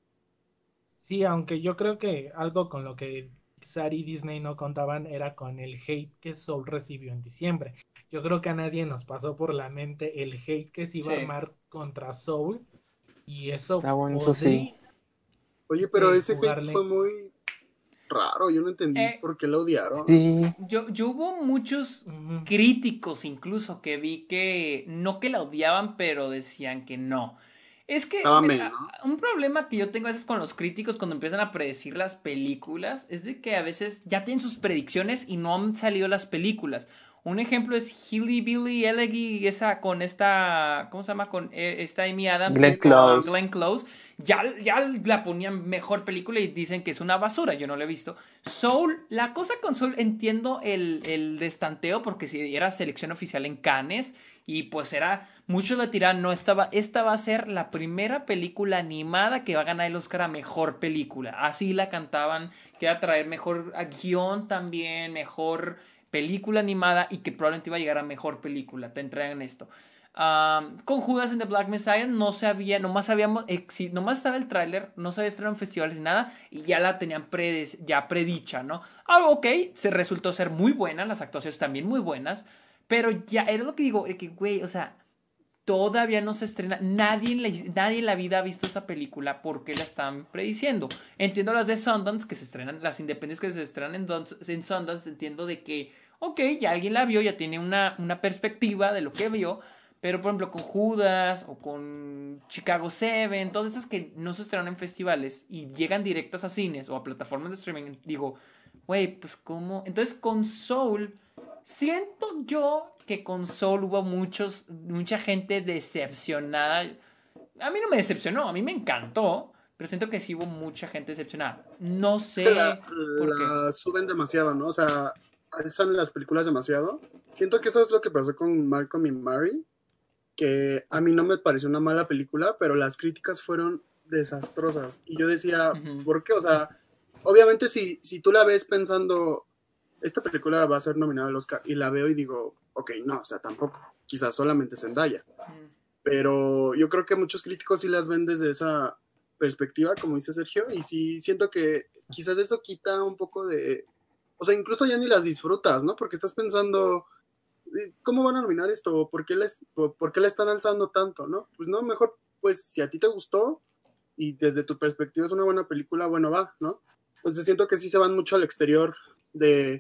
Sí, aunque yo creo que algo con lo que Pixar y Disney no contaban era con el hate que Soul recibió en diciembre. Yo creo que a nadie nos pasó por la mente el hate que se iba a Sí. armar contra Soul y eso bueno, eso sí. podría Oye, pero ese hate jugarle. fue muy raro, yo no entendí Eh, por qué lo odiaron. Sí, yo hubo muchos Ujú. críticos incluso que vi que no que la odiaban, pero decían que no. Es que, Estaba mira, menos, ¿no? un problema que yo tengo a veces con los críticos cuando empiezan a predecir las películas es de que a veces ya tienen sus predicciones y no han salido las películas. Un ejemplo es Hilly Billy Elegy, esa con esta, ¿cómo se llama? Con esta Amy Adams, Glenn Amy Close. Glenn Close. Ya la ponían mejor película y dicen que es una basura, yo no la he visto. Soul, la cosa con Soul, entiendo el destanteo porque si era selección oficial en Cannes y pues era, muchos la tiraban, no estaba, esta va a ser la primera película animada que va a ganar el Oscar a mejor película. Así la cantaban, que iba a traer mejor guión también, mejor película animada y que probablemente iba a llegar a mejor película, te entregan esto. Con Judas and the Black Messiah no sabía, nomás sabíamos, nomás estaba el tráiler, no se había estrenado en festivales ni nada y ya la tenían ya predicha, ¿no? Ok, se resultó ser muy buena, las actuaciones también muy buenas, pero ya era lo que digo, que güey, o sea, todavía no se estrena, nadie en la vida ha visto esa película porque la están prediciendo. Entiendo las de Sundance que se estrenan, las independientes que se estrenan en Sundance, entiendo de que, ok, ya alguien la vio, ya tiene una perspectiva de lo que vio, pero por ejemplo con Judas o con Chicago 7, todas esas que no se estrenan en festivales y llegan directas a cines o a plataformas de streaming, digo, güey, pues cómo. Entonces con Soul, siento yo que con Soul hubo mucha gente decepcionada. A mí no me decepcionó, a mí me encantó, pero siento que sí hubo mucha gente decepcionada. No Es que sé por qué. la suben demasiado, ¿no? O sea, alzan las películas demasiado. Siento que eso es lo que pasó con Malcolm y Mary, que a mí no me pareció una mala película, pero las críticas fueron desastrosas. Y yo decía, Ujú. ¿por qué? O sea, obviamente si tú la ves pensando, esta película va a ser nominada al Oscar, y la veo y digo, ok, no, o sea, tampoco. Quizás solamente Zendaya. Pero yo creo que muchos críticos sí las ven desde esa perspectiva, como dice Sergio, y sí siento que quizás eso quita un poco de... O sea, incluso ya ni las disfrutas, ¿no? Porque estás pensando, ¿cómo van a nominar esto? ¿Por qué la están alzando tanto, no? Pues no, mejor, pues si a ti te gustó y desde tu perspectiva es una buena película, bueno, va, ¿no? Entonces siento que sí se van mucho al exterior de,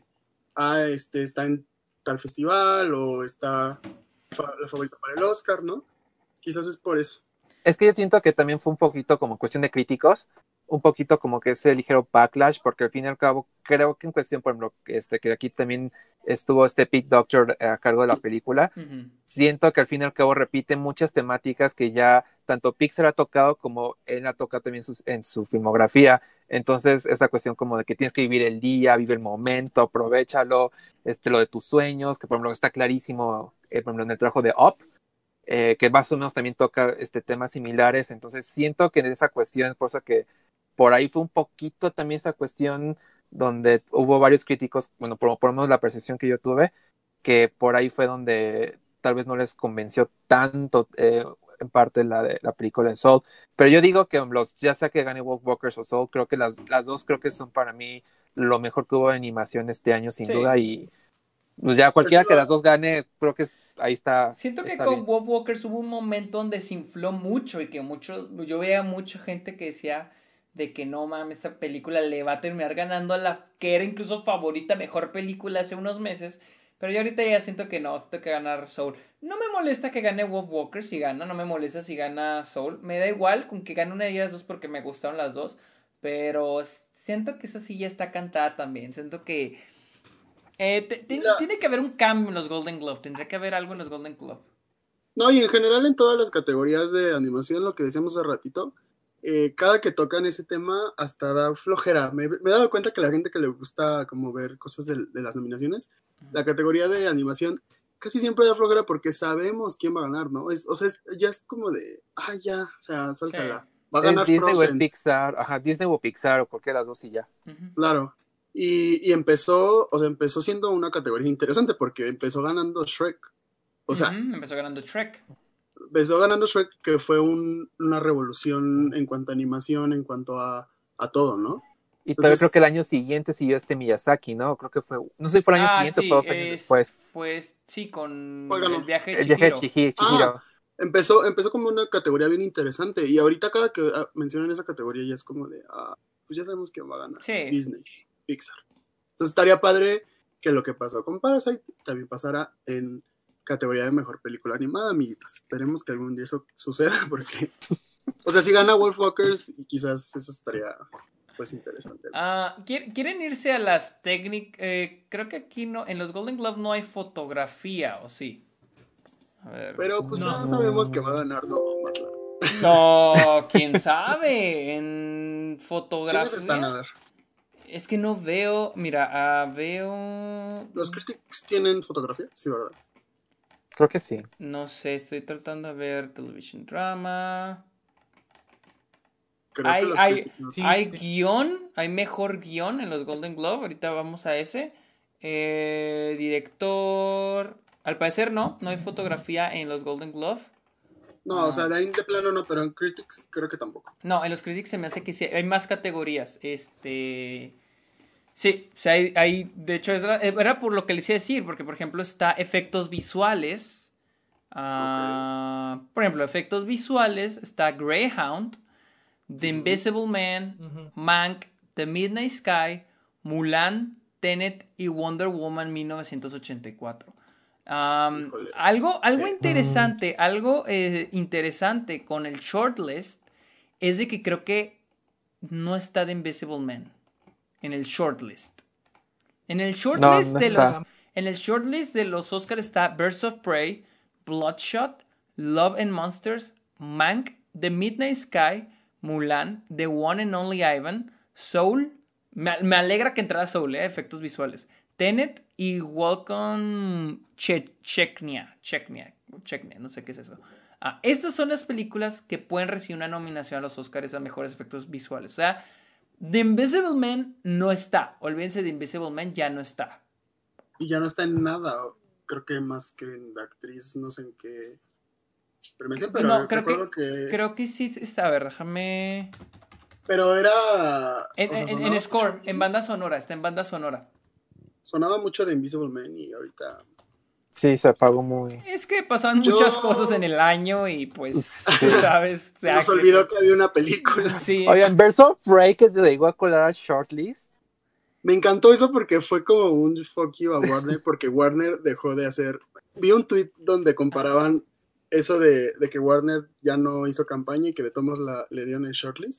está en tal festival o está la favorita para el Oscar, ¿no? Quizás es por eso. Es que yo siento que también fue un poquito como cuestión de críticos, un poquito como que ese ligero backlash, porque al fin y al cabo, creo que en cuestión, por ejemplo, que aquí también estuvo este Pete Doctor a cargo de la película, Ujú. siento que al fin y al cabo repite muchas temáticas que ya tanto Pixar ha tocado como él ha tocado también en su filmografía. Entonces, esa cuestión como de que tienes que vivir el día, vive el momento, aprovechalo, lo de tus sueños, que por ejemplo está clarísimo, por ejemplo, en el trabajo de Up, que más o menos también toca temas similares. Entonces, siento que en esa cuestión, por eso que por ahí fue un poquito también esa cuestión donde hubo varios críticos, bueno, por lo menos la percepción que yo tuve, que por ahí fue donde tal vez no les convenció tanto en parte de la película de Soul. Pero yo digo que ya sea que gane Walkers o Soul, creo que las dos creo que son para mí lo mejor que hubo de animación este año sin Sí. duda y pues ya Pues sí, cualquiera que las dos gane, creo que ahí Siento que está con bien. Bob Walkers hubo un momento donde se infló mucho y que yo veía mucha gente que decía de que no mames, esta película le va a terminar ganando a la que era incluso favorita, mejor película hace unos meses. Pero yo ahorita ya siento que no, siento que ganar Soul. No me molesta que gane Wolf Walker si gana, no me molesta si gana Soul. Me da igual con que gane una de ellas dos porque me gustaron las dos. Pero siento que esa sí ya está cantada también. Siento que y la, tiene que haber un cambio en los Golden Globe. Tendría que haber algo en los Golden Globe. no, y en general en todas las categorías de animación, lo que decíamos hace ratito, cada que tocan ese tema hasta da flojera. Me he dado cuenta que la gente que le gusta como ver cosas de las nominaciones, la categoría de animación casi siempre da flojera porque sabemos quién va a ganar, ¿no? O sea, ya es como de, ya, o sea, Sí. sáltala. Va a Es ganar Disney o es Frozen. Pixar. Ajá, Disney o Pixar o cualquiera de las dos y ya. Ujú. Claro. Y empezó, o sea, empezó siendo una categoría interesante porque empezó ganando Shrek. O sea, Ujú, empezó ganando Shrek. empezó ganando Shrek, que fue una revolución en cuanto a animación, en cuanto a todo, ¿no? Y todavía creo Entonces, que el año siguiente siguió Miyazaki, ¿no? Creo que fue, no sé si fue el año siguiente o fue Sí, 2 años después. sí, con ¿cuál ganó? el viaje de El viaje de Chihiro. Chihiro. Empezó como una categoría bien interesante. Y ahorita cada que mencionan esa categoría ya es como de, pues ya sabemos quién va a ganar. Sí. Disney, Pixar. Entonces estaría padre que lo que pasó con Parasite también pasara en categoría de mejor película animada, amiguitos. Esperemos que algún día eso suceda, porque, o sea, si gana Wolfwalkers, quizás eso estaría, pues, interesante. ¿Quieren irse a las técnicas? Creo que aquí no, en los Golden Globe no hay fotografía, ¿o sí? A ver. Pero, pues, No. ya sabemos que va a ganar, ¿no? Matla. No, quién sabe. En ¿Quiénes fotografía. están? A ver. Es que no veo. Mira, veo. ¿Los Critics tienen fotografía? Sí, ¿verdad? Creo que sí. No sé, estoy tratando de ver Television Drama. Creo que los Hay Critics no. Sí. guión, hay mejor guión en los Golden Globe. Ahorita vamos a ese. Director. Al parecer no hay fotografía en los Golden Globe. No, o sea, de ahí de plano no, pero en Critics creo que tampoco. No, en los Critics se me hace que sí, hay más categorías. Sí, o sea, de hecho, era por lo que les iba a decir, porque por ejemplo está efectos visuales. Por ejemplo, efectos visuales está Greyhound, The Invisible Man, Ujú. Mank, The Midnight Sky, Mulan, Tenet y Wonder Woman 1984. Híjole. Algo interesante, interesante con el shortlist es de que creo que no está The Invisible Man en el shortlist. En el shortlist no de está. en el shortlist de los Oscars está Birds of Prey, Bloodshot, Love and Monsters, Mank, The Midnight Sky, Mulan, The One and Only Ivan, Soul. Me alegra que entrara Soul, efectos visuales. Tenet y Welcome Chechnya, no sé qué es eso. Estas son las películas que pueden recibir una nominación a los Oscars a mejores efectos visuales. O sea, The Invisible Man no está. Olvídense de Invisible Man, ya no está. Y ya no está en nada. Creo que más que en la actriz, no sé en qué. Pero me pero No, recuerdo que. creo que sí está. A ver, déjame. Pero era. En, o sea, en sonaba score, mucho- en banda sonora, está en banda sonora. Sonaba mucho de Invisible Man y ahorita. Sí, se apagó muy. Es que pasaban Yo- muchas cosas en el año y pues, Sí. ¿sabes? Se nos olvidó que había una película. Sí. Oigan, Birds of Prey que se llegó a colar al shortlist. Me encantó eso porque fue como un fuck you a Warner, porque Warner dejó de hacer. Vi un tweet donde comparaban eso de que Warner ya no hizo campaña y que de todos le dieron el shortlist.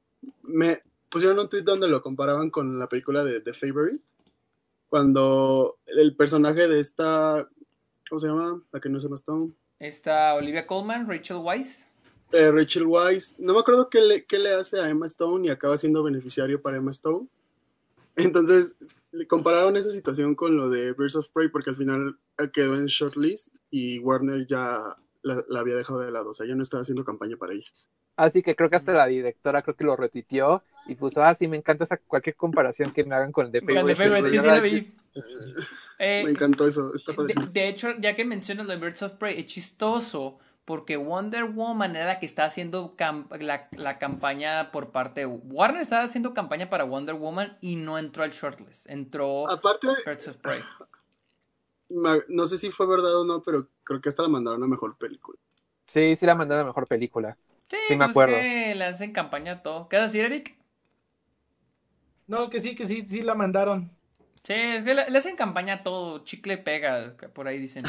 Me pusieron un tweet donde lo comparaban con la película de The Favorite, cuando el personaje de esta. ¿Cómo se llama? La que no es Emma Stone. Está Olivia Colman, Rachel Weisz. Rachel Weisz. No me acuerdo qué le hace a Emma Stone y acaba siendo beneficiario para Emma Stone. Entonces, le compararon esa situación con lo de Birds of Prey porque al final quedó en shortlist y Warner ya la había dejado de lado. O sea, ya no estaba haciendo campaña para ella. Así que creo que hasta la directora creo que lo retuiteó y puso, sí, me encanta cualquier comparación que me hagan con el The Con The Favorite. Favorite, sí, sí lo vi. Me encantó eso. Está padre. De hecho, ya que mencionas lo de Birds of Prey, es chistoso porque Wonder Woman era la que estaba haciendo la campaña por parte de Warner. Estaba haciendo campaña para Wonder Woman y no entró al shortlist. Entró Aparte, Birds of Prey. no sé si fue verdad o no, pero creo que hasta la mandaron a mejor película. Sí, la mandaron a mejor película. Sí, me pues acuerdo. es que le hacen campaña a todo. ¿Qué vas a decir, Eric? No, que sí la mandaron. Sí, es que le hacen campaña a todo. Chicle pega, por ahí dicen.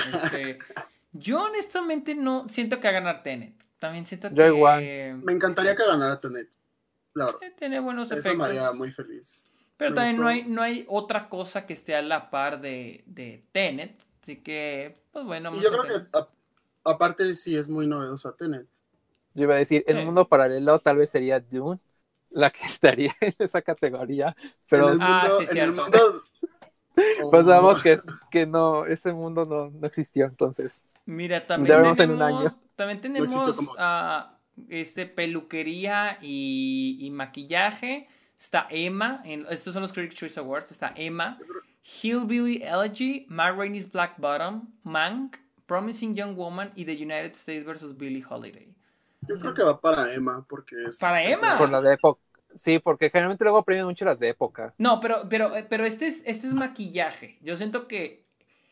Yo honestamente no siento que va a ganar Tenet. También siento Yo que igual. Me encantaría que ganara Tenet. Claro. tiene buenos Eso efectos. me haría muy feliz. Pero Me también gustó. no hay otra cosa que esté a la par de Tenet. Así que, pues bueno. Y vamos yo a creo ver. que aparte sí es muy novedosa Tenet. Yo iba a decir, en un mundo paralelo tal vez sería Dune la que estaría en esa categoría, pero en el mundo, sí, en el cierto. mundo pues sabemos que no, ese mundo no existió, entonces Mira, ya vemos en un año. también No existe tenemos como- peluquería y maquillaje. Está Emma, estos son los Critics' Choice Awards. Está Emma, Hillbilly Elegy, Ma Rainey's Black Bottom, Mank, Promising Young Woman y The United States vs. Billie Holiday. Yo creo que va para Emma, porque es... ¿Para Emma? Por la de época. Sí, porque generalmente luego premian mucho las de época. No, pero este es maquillaje. Yo siento que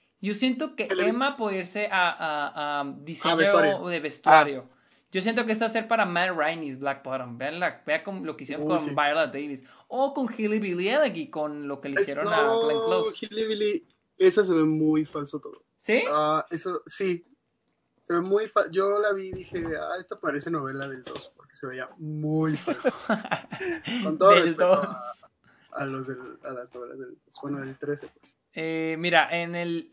Emma puede irse a diseño de vestuario. Yo siento que esto va a ser para Matt Rainey's Black Bottom. Vean lo que hicieron con Viola Davis. O con Hillbilly Elegy, con lo que le hicieron a Glenn Close. Hillbilly, esa se ve muy falso todo. ¿Sí? Eso, sí. Se ve muy falso. Yo la vi y dije, esta parece novela del 2, porque se veía muy falso. Con todo respeto a las novelas del 13, pues. Mira, en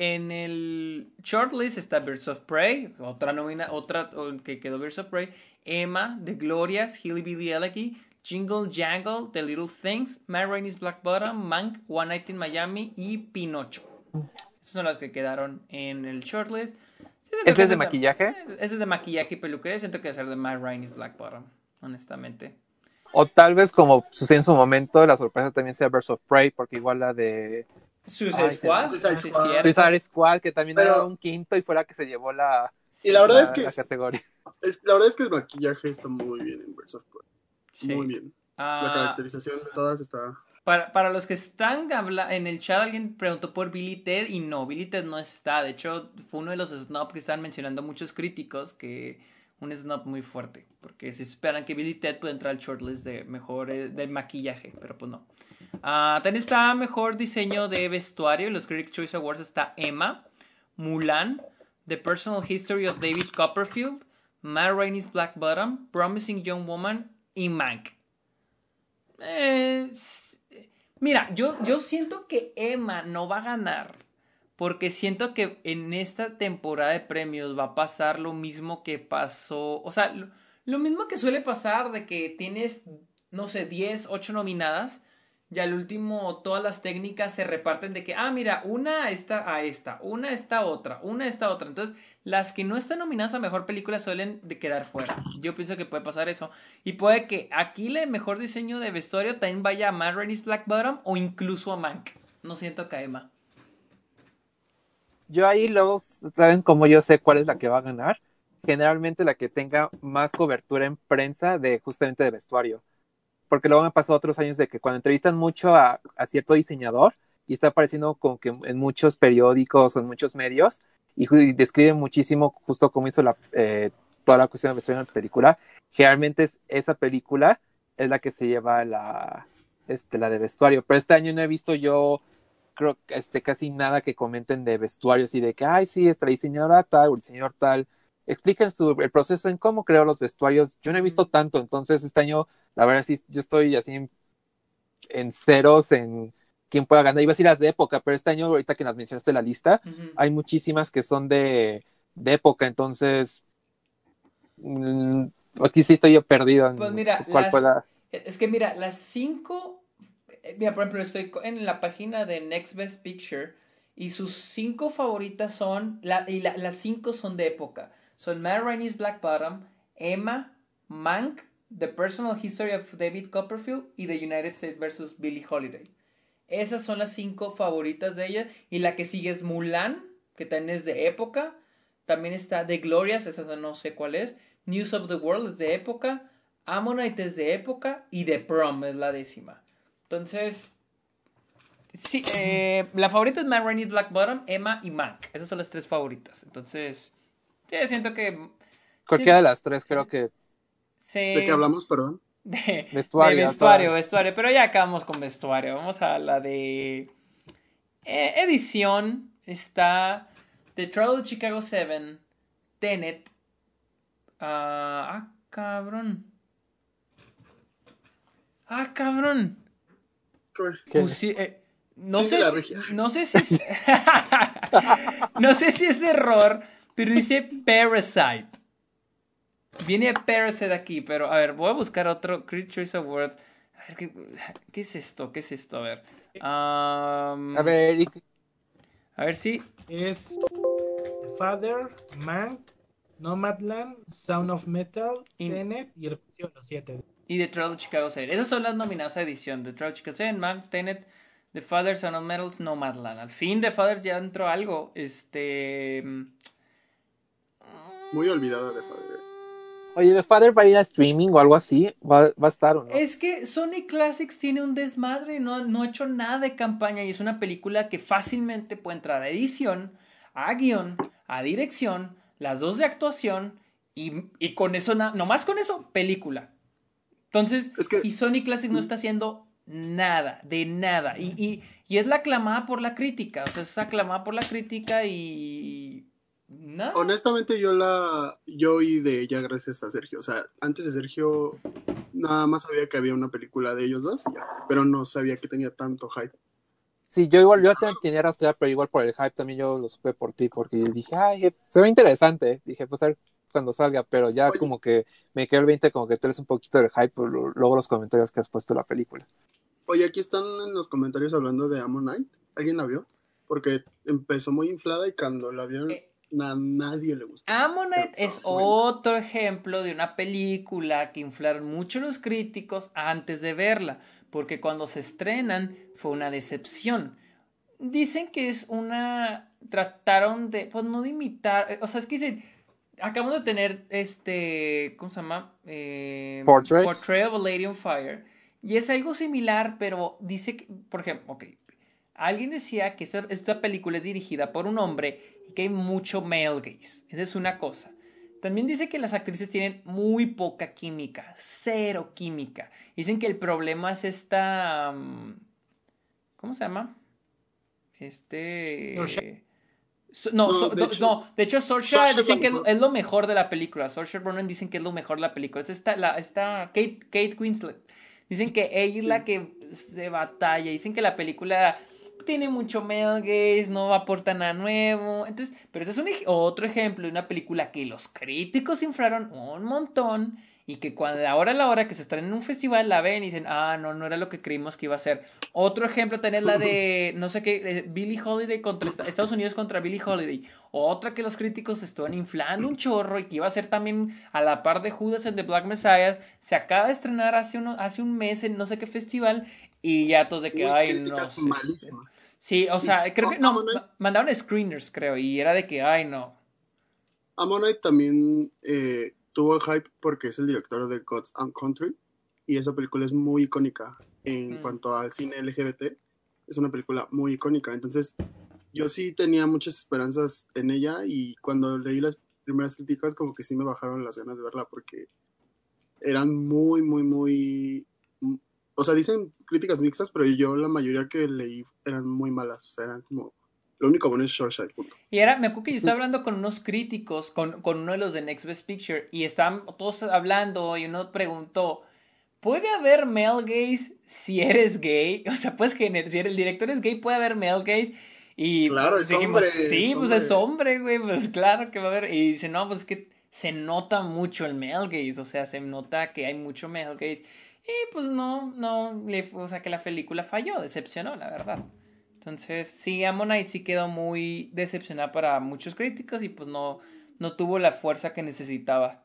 el shortlist está Birds of Prey, otra que quedó Birds of Prey, Emma, The Glorias, Hillbilly Elegy, Jingle Jangle, The Little Things, Matt Rainey's Black Bottom, Mank, One Night in Miami y Pinocho. Esas son las que quedaron en el shortlist. ¿Este es de maquillaje? Ese es de maquillaje y peluquería. Siento que va a ser de Matt Rainey's Black Bottom, honestamente. O tal vez, como sucedió en su momento, la sorpresa también sea Birds of Prey, porque igual la de Suicide Squad, Suicide Squad, que también era un quinto y fue la que se llevó la categoría. La verdad es que el maquillaje está muy bien en Birds of Prey. Sí. Muy bien. La caracterización de todas está... Para los que están en el chat, alguien preguntó por Billy Ted y no, Billy Ted no está. De hecho, fue uno de los snobs que están mencionando muchos críticos, que un snob muy fuerte, porque se esperan que Billy Ted pueda entrar al shortlist de mejor de maquillaje, pero pues no. También está mejor diseño de vestuario. En los Critics' Choice Awards está Emma, Mulan, The Personal History of David Copperfield, Matt Rainey's Black Bottom, Promising Young Woman y Mank. Mira, yo siento que Emma no va a ganar, porque siento que en esta temporada de premios va a pasar lo mismo que pasó, o sea, lo mismo que suele pasar de que tienes, no sé, 10, 8 nominadas, y al último todas las técnicas se reparten de que, mira, una está a esta, una está a otra, una está a otra. Entonces, las que no están nominadas a mejor película suelen de quedar fuera. Yo pienso que puede pasar eso. Y puede que aquí el mejor diseño de vestuario también vaya a Matt Rainey's Black Bottom o incluso a Mank. No siento que a Emma. Yo ahí luego, ¿saben cómo yo sé cuál es la que va a ganar? Generalmente la que tenga más cobertura en prensa justamente de vestuario. Porque luego me pasó otros años de que cuando entrevistan mucho a cierto diseñador y está apareciendo como que en muchos periódicos o en muchos medios y describen muchísimo justo cómo hizo toda la cuestión de vestuario en la película, generalmente esa película es la que se lleva la de vestuario. Pero este año no he visto yo, creo, casi nada que comenten de vestuarios y de que, sí, esta diseñadora tal o el diseñador tal. Expliquen el proceso en cómo creó los vestuarios. Yo no he visto tanto, entonces este año, la verdad, sí, yo estoy así en ceros en quién pueda ganar. Iba a decir las de época, pero este año, ahorita que las mencionaste en la lista, hay muchísimas que son de época, entonces aquí sí estoy yo perdido en pues mira, cuál pueda... Es que mira, las 5... Mira, por ejemplo, estoy en la página de Next Best Picture y sus 5 favoritas son... las 5 son de época. Son Matt Rainey's Black Bottom, Emma, Mank, The Personal History of David Copperfield y The United States vs. Billie Holiday. Esas son las 5 favoritas de ella. Y la que sigue es Mulan, que también es de época. También está The Glorias, esa no sé cuál es. News of the World es de época. Ammonite es de época. Y The Prom es la 10ª. Entonces... sí, la favorita es Matt Rainey's Black Bottom, Emma y Mank. Esas son las 3 favoritas. Entonces... siento que... cualquiera de las 3 creo que... ¿De qué hablamos, perdón? Vestuario. Vestuario. Pero ya acabamos con vestuario. Vamos a la de... edición. Está... The Trial of Chicago 7. Tenet. Cabrón. ¿Qué? No sé si es... no sé si es error, pero dice Parasite. Viene Parasite aquí, pero a ver, voy a buscar otro Critics' Choice Awards. A ver, ¿qué es esto? A ver. A ver si... Es Father, Mank, Nomadland, Sound of Metal, Y, Tenet y El Juicio de los Siete. y Detroit de Chicago 7. Esas son las nominadas a edición. Detroit de Chicago 7, Mank, Tenet, The Father, Son of Metal, Nomadland. Al fin The Father ya entró algo. Muy olvidada de Father. Oye, ¿The Father va a ir a streaming o algo así? ¿Va a estar o no? Es que Sony Classics tiene un desmadre, no ha hecho nada de campaña y es una película que fácilmente puede entrar a edición, a guión, a dirección, las dos de actuación y con eso, nomás con eso, película. Entonces, Es que y Sony Classics no está haciendo nada, de nada. Y es la aclamada por la crítica, o sea, es aclamada por la crítica y nada. honestamente yo oí de ella gracias a Sergio. O sea, antes de Sergio nada más sabía que había una película de ellos dos, y ya, pero no sabía que tenía tanto hype. Sí, yo tenía rastrear, pero igual por el hype también yo lo supe por ti, porque yo dije, ay, se ve interesante. Dije, pues a ver cuando salga, pero ya Oye, como que me quedó el 20 como que traes un poquito del hype, luego los comentarios que has puesto de la película. oye, aquí están en los comentarios hablando de Ammonite. ¿Alguien la vio? Porque empezó muy inflada y cuando la vieron Eh, a nadie le gustó. Pero Ammonite estaba es buena. otro ejemplo de una película que inflaron mucho los críticos antes de verla, porque cuando se estrenan fue una decepción. Dicen que es una... Trataron de... Pues no de imitar... O sea, es que dicen... Acabamos de tener ¿cómo se llama? Portrait. Portrait of a Lady on Fire. Y es algo similar, pero dice que, por ejemplo, ok, alguien decía que esta película es dirigida por un hombre y que hay mucho male gaze. Esa es una cosa. También dice que las actrices tienen muy poca química, cero química. Dicen que el problema es esta... ¿cómo se llama? No, No, de hecho, no, de hecho Saoirse Saoirse es la dicen que mejor. es lo mejor de la película. Saoirse Ronan dicen que es lo mejor de la película. Es esta Kate Winslet. Dicen que ella es la Sí. que se batalla. Dicen que la película tiene mucho male gaze, no aporta nada nuevo. Entonces, pero este es otro ejemplo de una película que los críticos inflaron un montón y que cuando ahora a la hora que se están en un festival la ven y dicen, ah, no, no era lo que creímos que iba a ser. Otro ejemplo tenés la de, no sé qué, Billie Holiday contra Estados Unidos contra Billie Holiday. Otra que los críticos estaban inflando un chorro y que iba a ser también a la par de Judas en The Black Messiah. Se acaba de estrenar hace un mes en no sé qué festival y ya todos de que, Uy, ay, no. críticas malísimas. Sí, o Y sea, creo que no, Ammonite, mandaron screeners, creo, y era de que, ay, no. Ammonite también tuvo hype porque es el director de Gods and Country y esa película es muy icónica en Mm. cuanto al cine LGBT. Es una película muy icónica. Entonces, yo sí tenía muchas esperanzas en ella y cuando leí las primeras críticas como que sí me bajaron las ganas de verla porque eran muy... O sea, dicen críticas mixtas, pero yo la mayoría que leí eran muy malas. O sea, eran como... Lo único bueno es Shoreside, punto. Y era, me acuerdo que yo estaba hablando con unos críticos, con uno de los de Next Best Picture, y estaban todos hablando, y uno preguntó, ¿puede haber male gaze si eres gay? O sea, pues si el director es gay, ¿puede haber male gaze? Y Claro, pues es dijimos, hombre, sí, es pues es hombre. hombre, güey, pues claro que va a haber. Y dice, no, pues es que se nota mucho el male gaze, o sea, se nota que hay mucho male gaze. Y pues o sea, que la película falló, decepcionó, la verdad. Entonces, sí, Ammonite sí quedó muy decepcionada para muchos críticos y pues no tuvo la fuerza que necesitaba.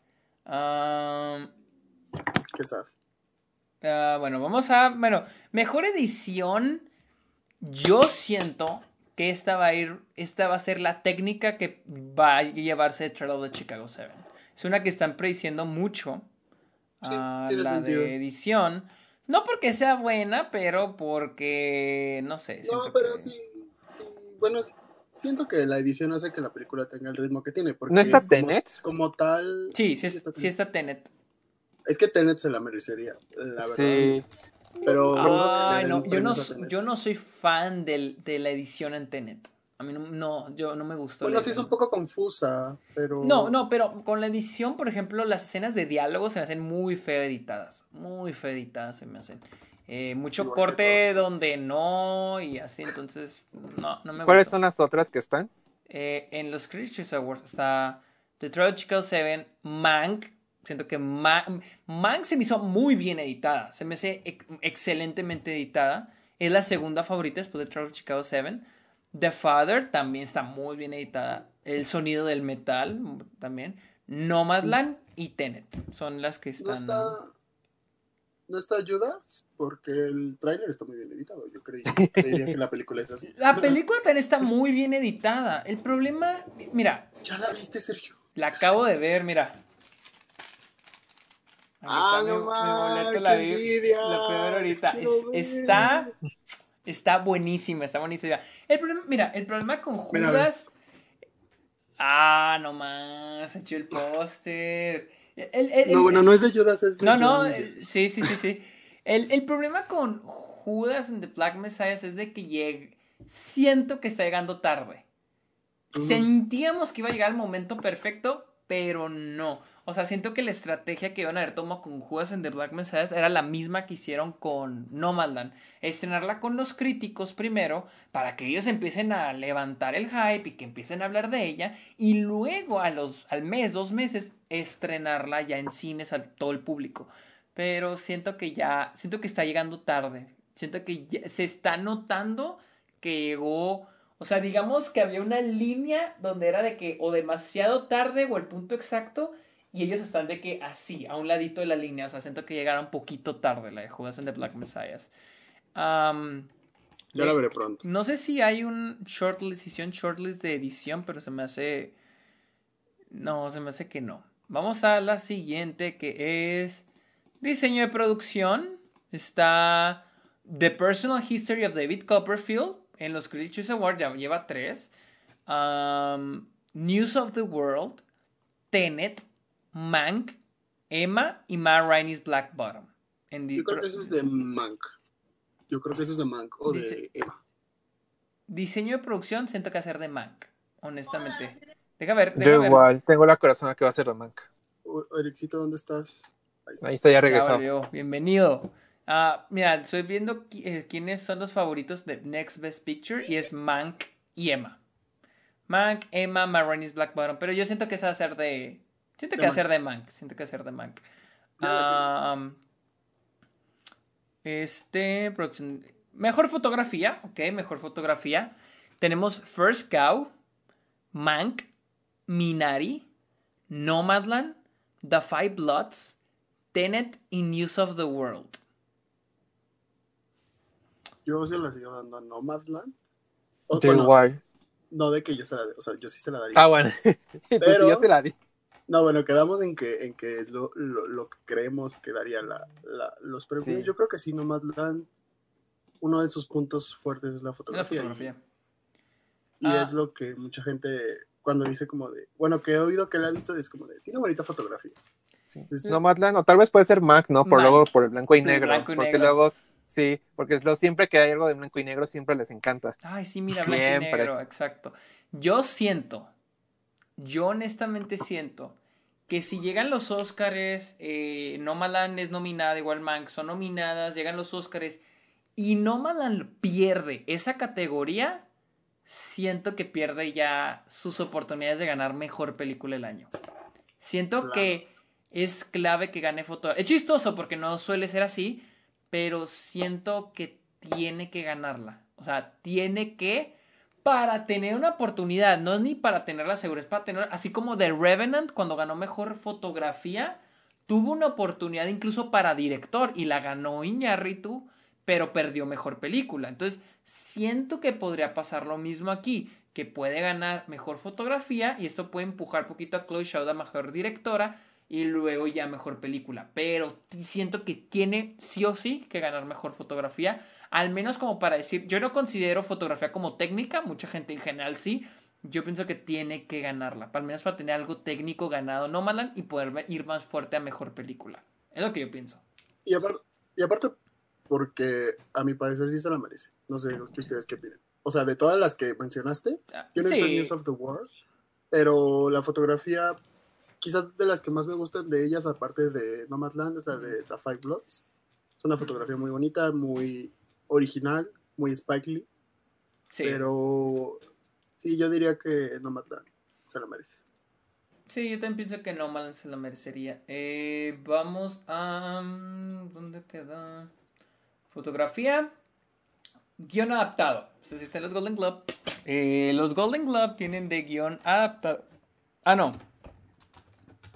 Qué sad. Bueno, bueno, mejor edición. Yo siento que esta va a ser la técnica que va a llevarse Trail of the Chicago 7. Es una que están prediciendo mucho Sí, a tiene la de sentido. edición. No porque sea buena, pero porque, no sé, No, siento pero que... sí, sí, bueno, siento que la edición hace que la película tenga el ritmo que tiene, ¿No está porque Tenet? como tal, Sí, sí, sí está sí Tenet. está Tenet. Es que Tenet se la merecería, la verdad, Sí. pero dudo que le Ay, no, den premios a Tenet. yo no soy fan de la edición en Tenet. A mí yo no me gustó la Bueno, sí es un edición. poco confusa, No, pero no, pero con la edición, por ejemplo, las escenas de diálogo se me hacen muy feo editadas. Muy feo editadas se me hacen. Mucho igual que todo. corte donde no y así, entonces no me ¿Cuáles gustó. son las otras que están? En los Critics' Choice Awards está Detroit Chicago 7, Mank. Siento que Mank se me hizo muy bien editada. Se me hace excelentemente editada. Es la segunda favorita después de Detroit Chicago 7. The Father también está muy bien editada. El sonido del metal también. Nomadland y Tenet. Son las que No están... no está Judas porque el tráiler está muy bien editado. Yo creería que la película es así. La película también está muy bien editada. El problema... Mira, ¿Ya la viste, Sergio? la acabo de ver, mira. Aquí está No mi más, boleto, qué envidia. la fui a ver ahorita. Quiero ver. Está buenísima, está buenísima. El problema con Mira, a ver. Judas... no más, echó el póster. No, bueno, no es de Judas, es de No, John. sí. El problema con Judas and the Black Messiah es de que siento que está llegando tarde. Sentíamos que iba a llegar el momento perfecto, pero no. O sea, siento que la estrategia que iban a haber tomado con Judas and the Black Messiah era la misma que hicieron con Nomadland. Estrenarla con los críticos primero, para que ellos empiecen a levantar el hype y que empiecen a hablar de ella. Y luego al mes, 2 meses, estrenarla ya en cines a todo el público. Pero siento que está llegando tarde. Siento que se está notando que llegó... O sea, digamos que había una línea donde era de que o demasiado tarde o el punto exacto, y ellos están de que así, a un ladito de la línea. O sea, siento que llegaron un poquito tarde la de Judas and the Black Messiah. Ya la veré pronto. No sé si hay un shortlist de edición, pero se me hace que no. Vamos a la siguiente, que es diseño de producción. Está The Personal History of David Copperfield. En los Critics' Choice Awards ya lleva 3. News of the World, Tenet, Mank, Emma y Matt Rainey's Black Bottom. Yo creo que eso es de Mank. O de Emma. Diseño de producción siento que va a ser de Mank, honestamente. Deja ver. Yo igual, tengo la corazón que va a ser de Mank. Ericito, ¿dónde estás? Ahí está, ya regresó. Bienvenido. Mira, estoy viendo quiénes son los favoritos de Next Best Picture y es Mank y Emma. Mank, Emma, Matt Rainey's Black Bottom. Pero yo siento que esa va a ser de... Siento que va a ser de Mank. Mejor fotografía. Ok, mejor fotografía. Tenemos First Cow, Mank, Minari, Nomadland, The Five Bloods, Tenet y News of the World. Yo se la sigo dando a Nomadland. Igual. No de que yo se la dé, o sea, yo sí se la daría. Bueno. Pero Pues yo se la di. No, bueno, quedamos en que es lo que creemos que daría los premios. Sí. Yo creo que sí, Nomadland, uno de sus puntos fuertes es la fotografía. Y es lo que mucha gente, cuando dice como de, bueno, que he oído que la ha visto, es como de, tiene bonita fotografía. Sí. Entonces, Nomadland, o tal vez puede ser Mank, ¿no? Luego por el blanco y negro. Porque luego, sí, porque siempre que hay algo de blanco y negro, siempre les encanta. Ay, sí, mira, blanco y negro, exacto. Yo honestamente siento que si llegan los Óscares, Nomadland es nominada, igual Mank, son nominadas, llegan los Óscares y Nomadland pierde esa categoría, siento que pierde ya sus oportunidades de ganar mejor película del año. Siento que es clave que gane fotografía. Es chistoso porque no suele ser así, pero siento que tiene que ganarla. O sea, tiene que... Para tener una oportunidad, no es ni para tenerla segura, es para tener, así como The Revenant cuando ganó mejor fotografía, tuvo una oportunidad incluso para director y la ganó Iñárritu, pero perdió mejor película. Entonces, siento que podría pasar lo mismo aquí, que puede ganar mejor fotografía y esto puede empujar poquito a Chloe Zhao a mejor directora y luego ya mejor película. Pero siento que tiene sí o sí que ganar mejor fotografía. Al menos como para decir, yo no considero fotografía como técnica, mucha gente en general sí. Yo pienso que tiene que ganarla, al menos para tener algo técnico ganado Nomadland y poder ir más fuerte a mejor película. Es lo que yo pienso. Y aparte, porque a mi parecer sí se la merece. No sé ustedes qué opinan. O sea, de todas las que mencionaste, yo no he visto News of the World, pero la fotografía, quizás de las que más me gustan de ellas, aparte de Nomadland, es la de The Five Bloods. Es una fotografía muy bonita, muy original, muy Spike Lee. Sí. Pero sí, yo diría que Nomadland se la merece. Sí, yo también pienso que Nomadland se la merecería. Vamos a... ¿Dónde queda? Fotografía. Guión adaptado. Este sí está en los Golden Globe. Los Golden Globe tienen de guión adaptado. No.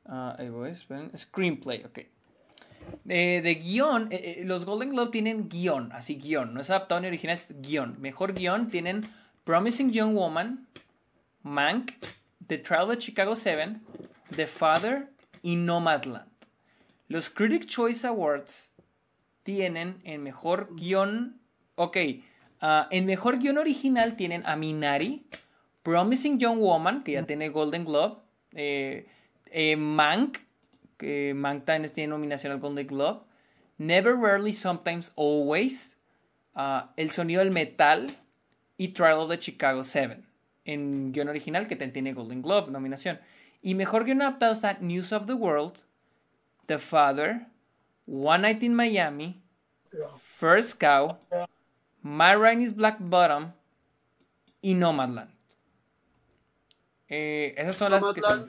Ahí voy, esperen. Screenplay, ok. De guión, los Golden Globe tienen guión, así guión, no es adaptado ni original, es guión. Mejor guión tienen Promising Young Woman, Mank, The Trial of Chicago 7, The Father y Nomadland. Los Critic Choice Awards tienen en mejor guión, ok, en mejor guión original tienen a Minari, Promising Young Woman, que ya tiene Golden Globe, Mank, que Mank también tiene nominación al Golden Globe, Never, Rarely, Sometimes, Always, El Sonido del Metal y Trial of the Chicago 7 en guión original, que también tiene Golden Globe nominación. Y mejor guión adaptado está News of the World, The Father, One Night in Miami, First Cow, My Rainy's Black Bottom y Nomadland. Esas son las que son.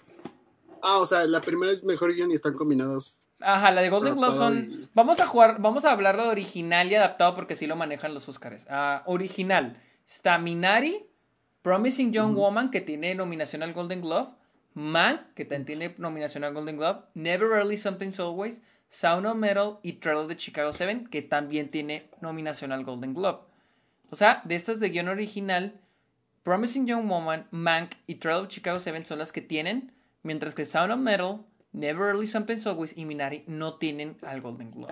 O sea, la primera es mejor guión y están combinados. Ajá, la de Golden Globe son. Vamos a hablar de original y adaptado porque sí lo manejan los Oscars. Original. Está Minari, Promising Young Woman, que tiene nominación al Golden Globe. Mank, que también tiene nominación al Golden Globe. Never Early Something's Always. Sound of Metal y Trial of the Chicago 7, que también tiene nominación al Golden Globe. O sea, de estas de guión original, Promising Young Woman, Mank y Trial of Chicago 7 son las que tienen, mientras que Sound of Metal, Never Early Something's Always y Minari no tienen al Golden Globe.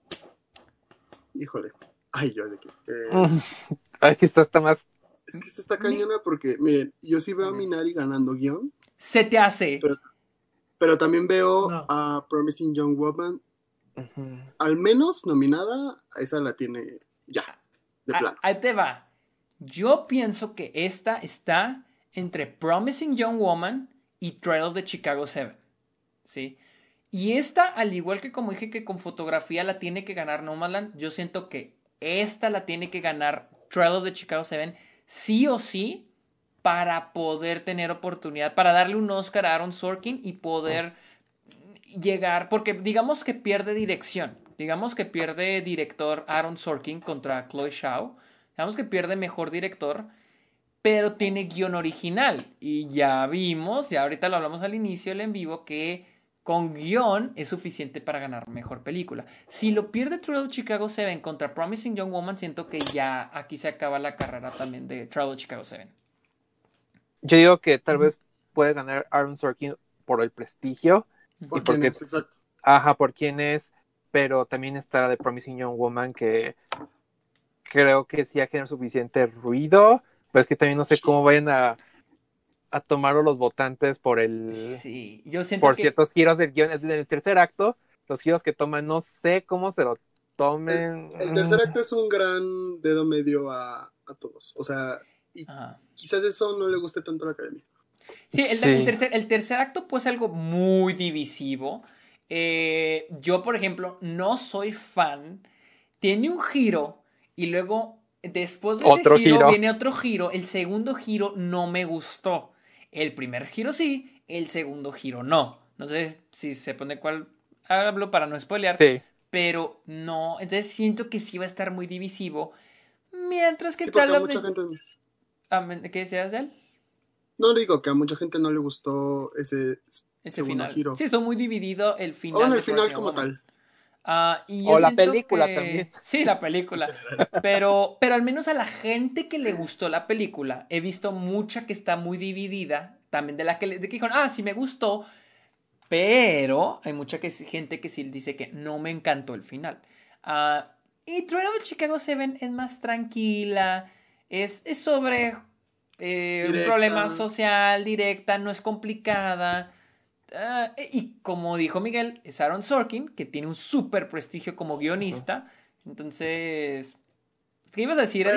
Híjole. Ay, yo de qué. Ay, que está más. Es que esta está cañona porque, miren, yo sí veo a Minari ganando guión. Se te hace. Pero también veo a Promising Young Woman, al menos nominada, esa la tiene ya, de plano. Ahí te va. Yo pienso que esta está entre Promising Young Woman y Trial of the Chicago 7. ¿Sí? Y esta, al igual que como dije que con fotografía la tiene que ganar Nomadland, yo siento que esta la tiene que ganar Trial of the Chicago 7 sí o sí para poder tener oportunidad, para darle un Oscar a Aaron Sorkin y poder llegar, porque digamos que pierde dirección, digamos que pierde director Aaron Sorkin contra Chloe Zhao, digamos que pierde mejor director, pero tiene guión original y ya vimos, ya ahorita lo hablamos al inicio del en vivo, que con guión es suficiente para ganar mejor película. Si lo pierde Trial of Chicago 7 contra Promising Young Woman, siento que ya aquí se acaba la carrera también de Trial of Chicago 7. Yo digo que tal vez puede ganar Aaron Sorkin por el prestigio. ¿Por y porque, es? Exacto. por quién es, pero también está The Promising Young Woman, que creo que sí ha generado suficiente ruido, pero es que también no sé cómo vayan a tomarlo los votantes por yo siento por que ciertos giros del guión. Es en el tercer acto, los giros que toman, no sé cómo se lo tomen. El tercer acto es un gran dedo medio a todos, o sea, quizás eso no le guste tanto a la academia. Sí, el tercer acto pues es algo muy divisivo. Yo, por ejemplo, no soy fan. Tiene un giro y luego después de ese giro viene otro giro. El segundo giro no me gustó. El primer giro sí, el segundo giro no. No sé si se pone cuál hablo para no spoilear. Sí. Pero no, entonces siento que sí va a estar muy divisivo. Mientras que tal vez ¿qué decías de él? No, digo que a mucha gente no le gustó ese final. Giro. Sí, estuvo muy dividido el final. Bueno, el final como tal. O la película también. Sí, la película. Pero al menos a la gente que le gustó la película, he visto mucha que está muy dividida. También de que dijeron, sí me gustó. Pero hay mucha gente que sí dice que no me encantó el final. Y Trial of Chicago 7 es más tranquila. Es sobre un problema social, directa, no es complicada. Y como dijo Miguel, es Aaron Sorkin, que tiene un súper prestigio como guionista. Entonces, ¿qué ibas a decir?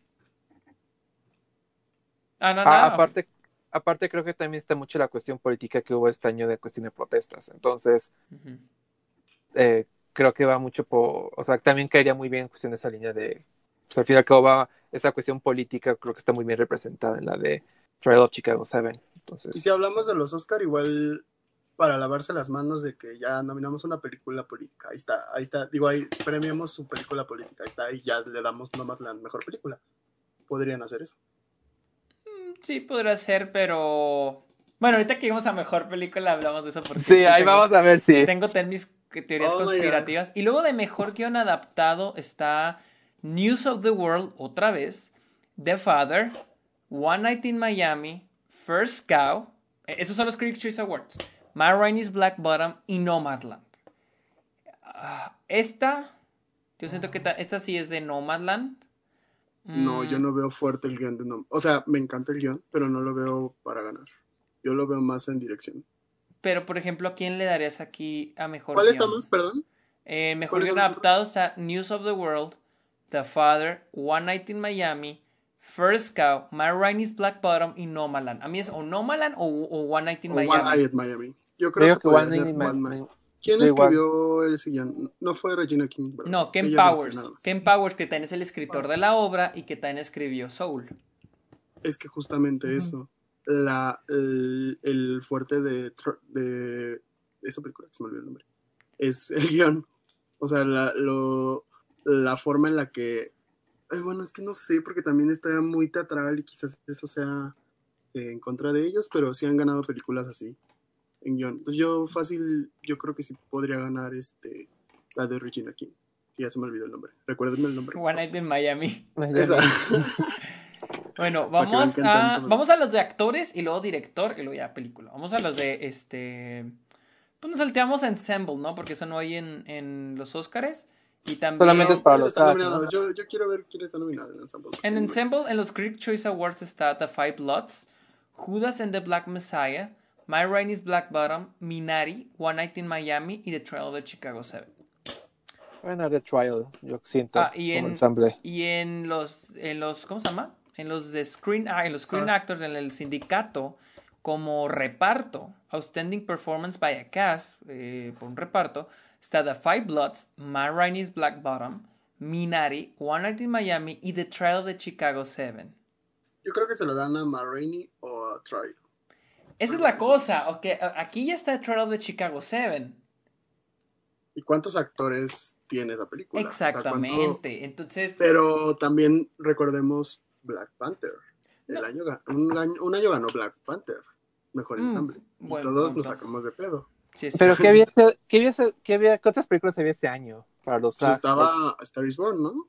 Aparte creo que también está mucho la cuestión política que hubo este año de cuestión de protestas. Entonces, creo que va mucho o sea, también caería muy bien en cuestión de esa línea de, pues al final que va esa cuestión política, creo que está muy bien representada en la de Trial of Chicago 7. Entonces, y si hablamos de los Oscar, igual para lavarse las manos de que ya nominamos una película política, ahí está, digo, ahí premiamos su película política, ahí está, y ya le damos nomás la mejor película. Podrían hacer eso. Sí, podría ser, pero Bueno, ahorita que íbamos a mejor película hablamos de eso porque Sí, ahí vamos a ver si. tengo mis teorías Oh my conspirativas. Y luego de mejor guión adaptado está News of the World, otra vez, The Father, One Night in Miami, First Cow, esos son los Critics' Choice Awards, Ma Rainey's Black Bottom y Nomadland. Yo siento que esta sí es de Nomadland. No, yo no veo fuerte el guión de no. O sea, me encanta el guión, pero no lo veo para ganar. Yo lo veo más en dirección. Pero, por ejemplo, ¿a quién le darías aquí a mejor ¿Cuál está guión? más, perdón? Mejor ¿Cuáles guión son los adaptado está News of the World, The Father, One Night in Miami, First Cow, Ma Rainey's Black Bottom y Nomadland. A mí es o Nomadland o One Night in O One Miami. Night at Miami. Yo Yo creo digo que que podría One ser Night in One Miami. Night. ¿Quién Da igual. escribió ese guión? No fue Regina King, ¿verdad? No, Ken Ella lo Powers. escribió nada más. Ken Powers, que también es el escritor de la obra y que también escribió Soul. Es que justamente Ujú. eso. El fuerte de esa película, que se me olvidó el nombre, es el guión. O sea, la forma en la que... bueno, es que no sé, porque también está muy teatral y quizás eso sea en contra de ellos, pero sí han ganado películas así, en guión. Pues yo creo que sí podría ganar la de Regina King, que ya se me olvidó el nombre. Recuérdenme el nombre. One Night in Miami. Esa. Bueno, Para que vean qué tanto me vamos a los de actores y luego director y luego ya película. Vamos a los de pues nos salteamos a Ensemble, ¿no? Porque eso no hay en los Oscars. Y también Solamente es para ¿quiénes los están SAG, nominados? ¿no? Yo quiero ver quién está nominado en Ensemble. en Ensemble, en los Critics' Choice Awards está The Five Bloods, Judas and the Black Messiah, My Rainey's Black Bottom, Minari, One Night in Miami y The Trial of the Chicago 7. Bueno, The Trial, yo siento, Y como ensamble. en los, ¿cómo se llama? En los de Screen Actors, en el sindicato, como reparto, Outstanding Performance by a Cast, por un reparto, está The Five Bloods, Ma Rainey's Black Bottom, Minari, One Night in Miami y The Trial of the Chicago 7. Yo creo que se lo dan a Ma Rainey o a Trial. Esa es la cosa, aquí ya está The Trial of the Chicago 7. ¿Y cuántos actores tiene esa película? Exactamente, entonces... Pero también recordemos Black Panther. No. Un año ganó Black Panther, mejor ensamble. Y buen todos punto. nos sacamos de pedo. Sí, es Pero cierto. ¿qué otras películas había ese año para los Pues SAG? estaba Star is Born, ¿no?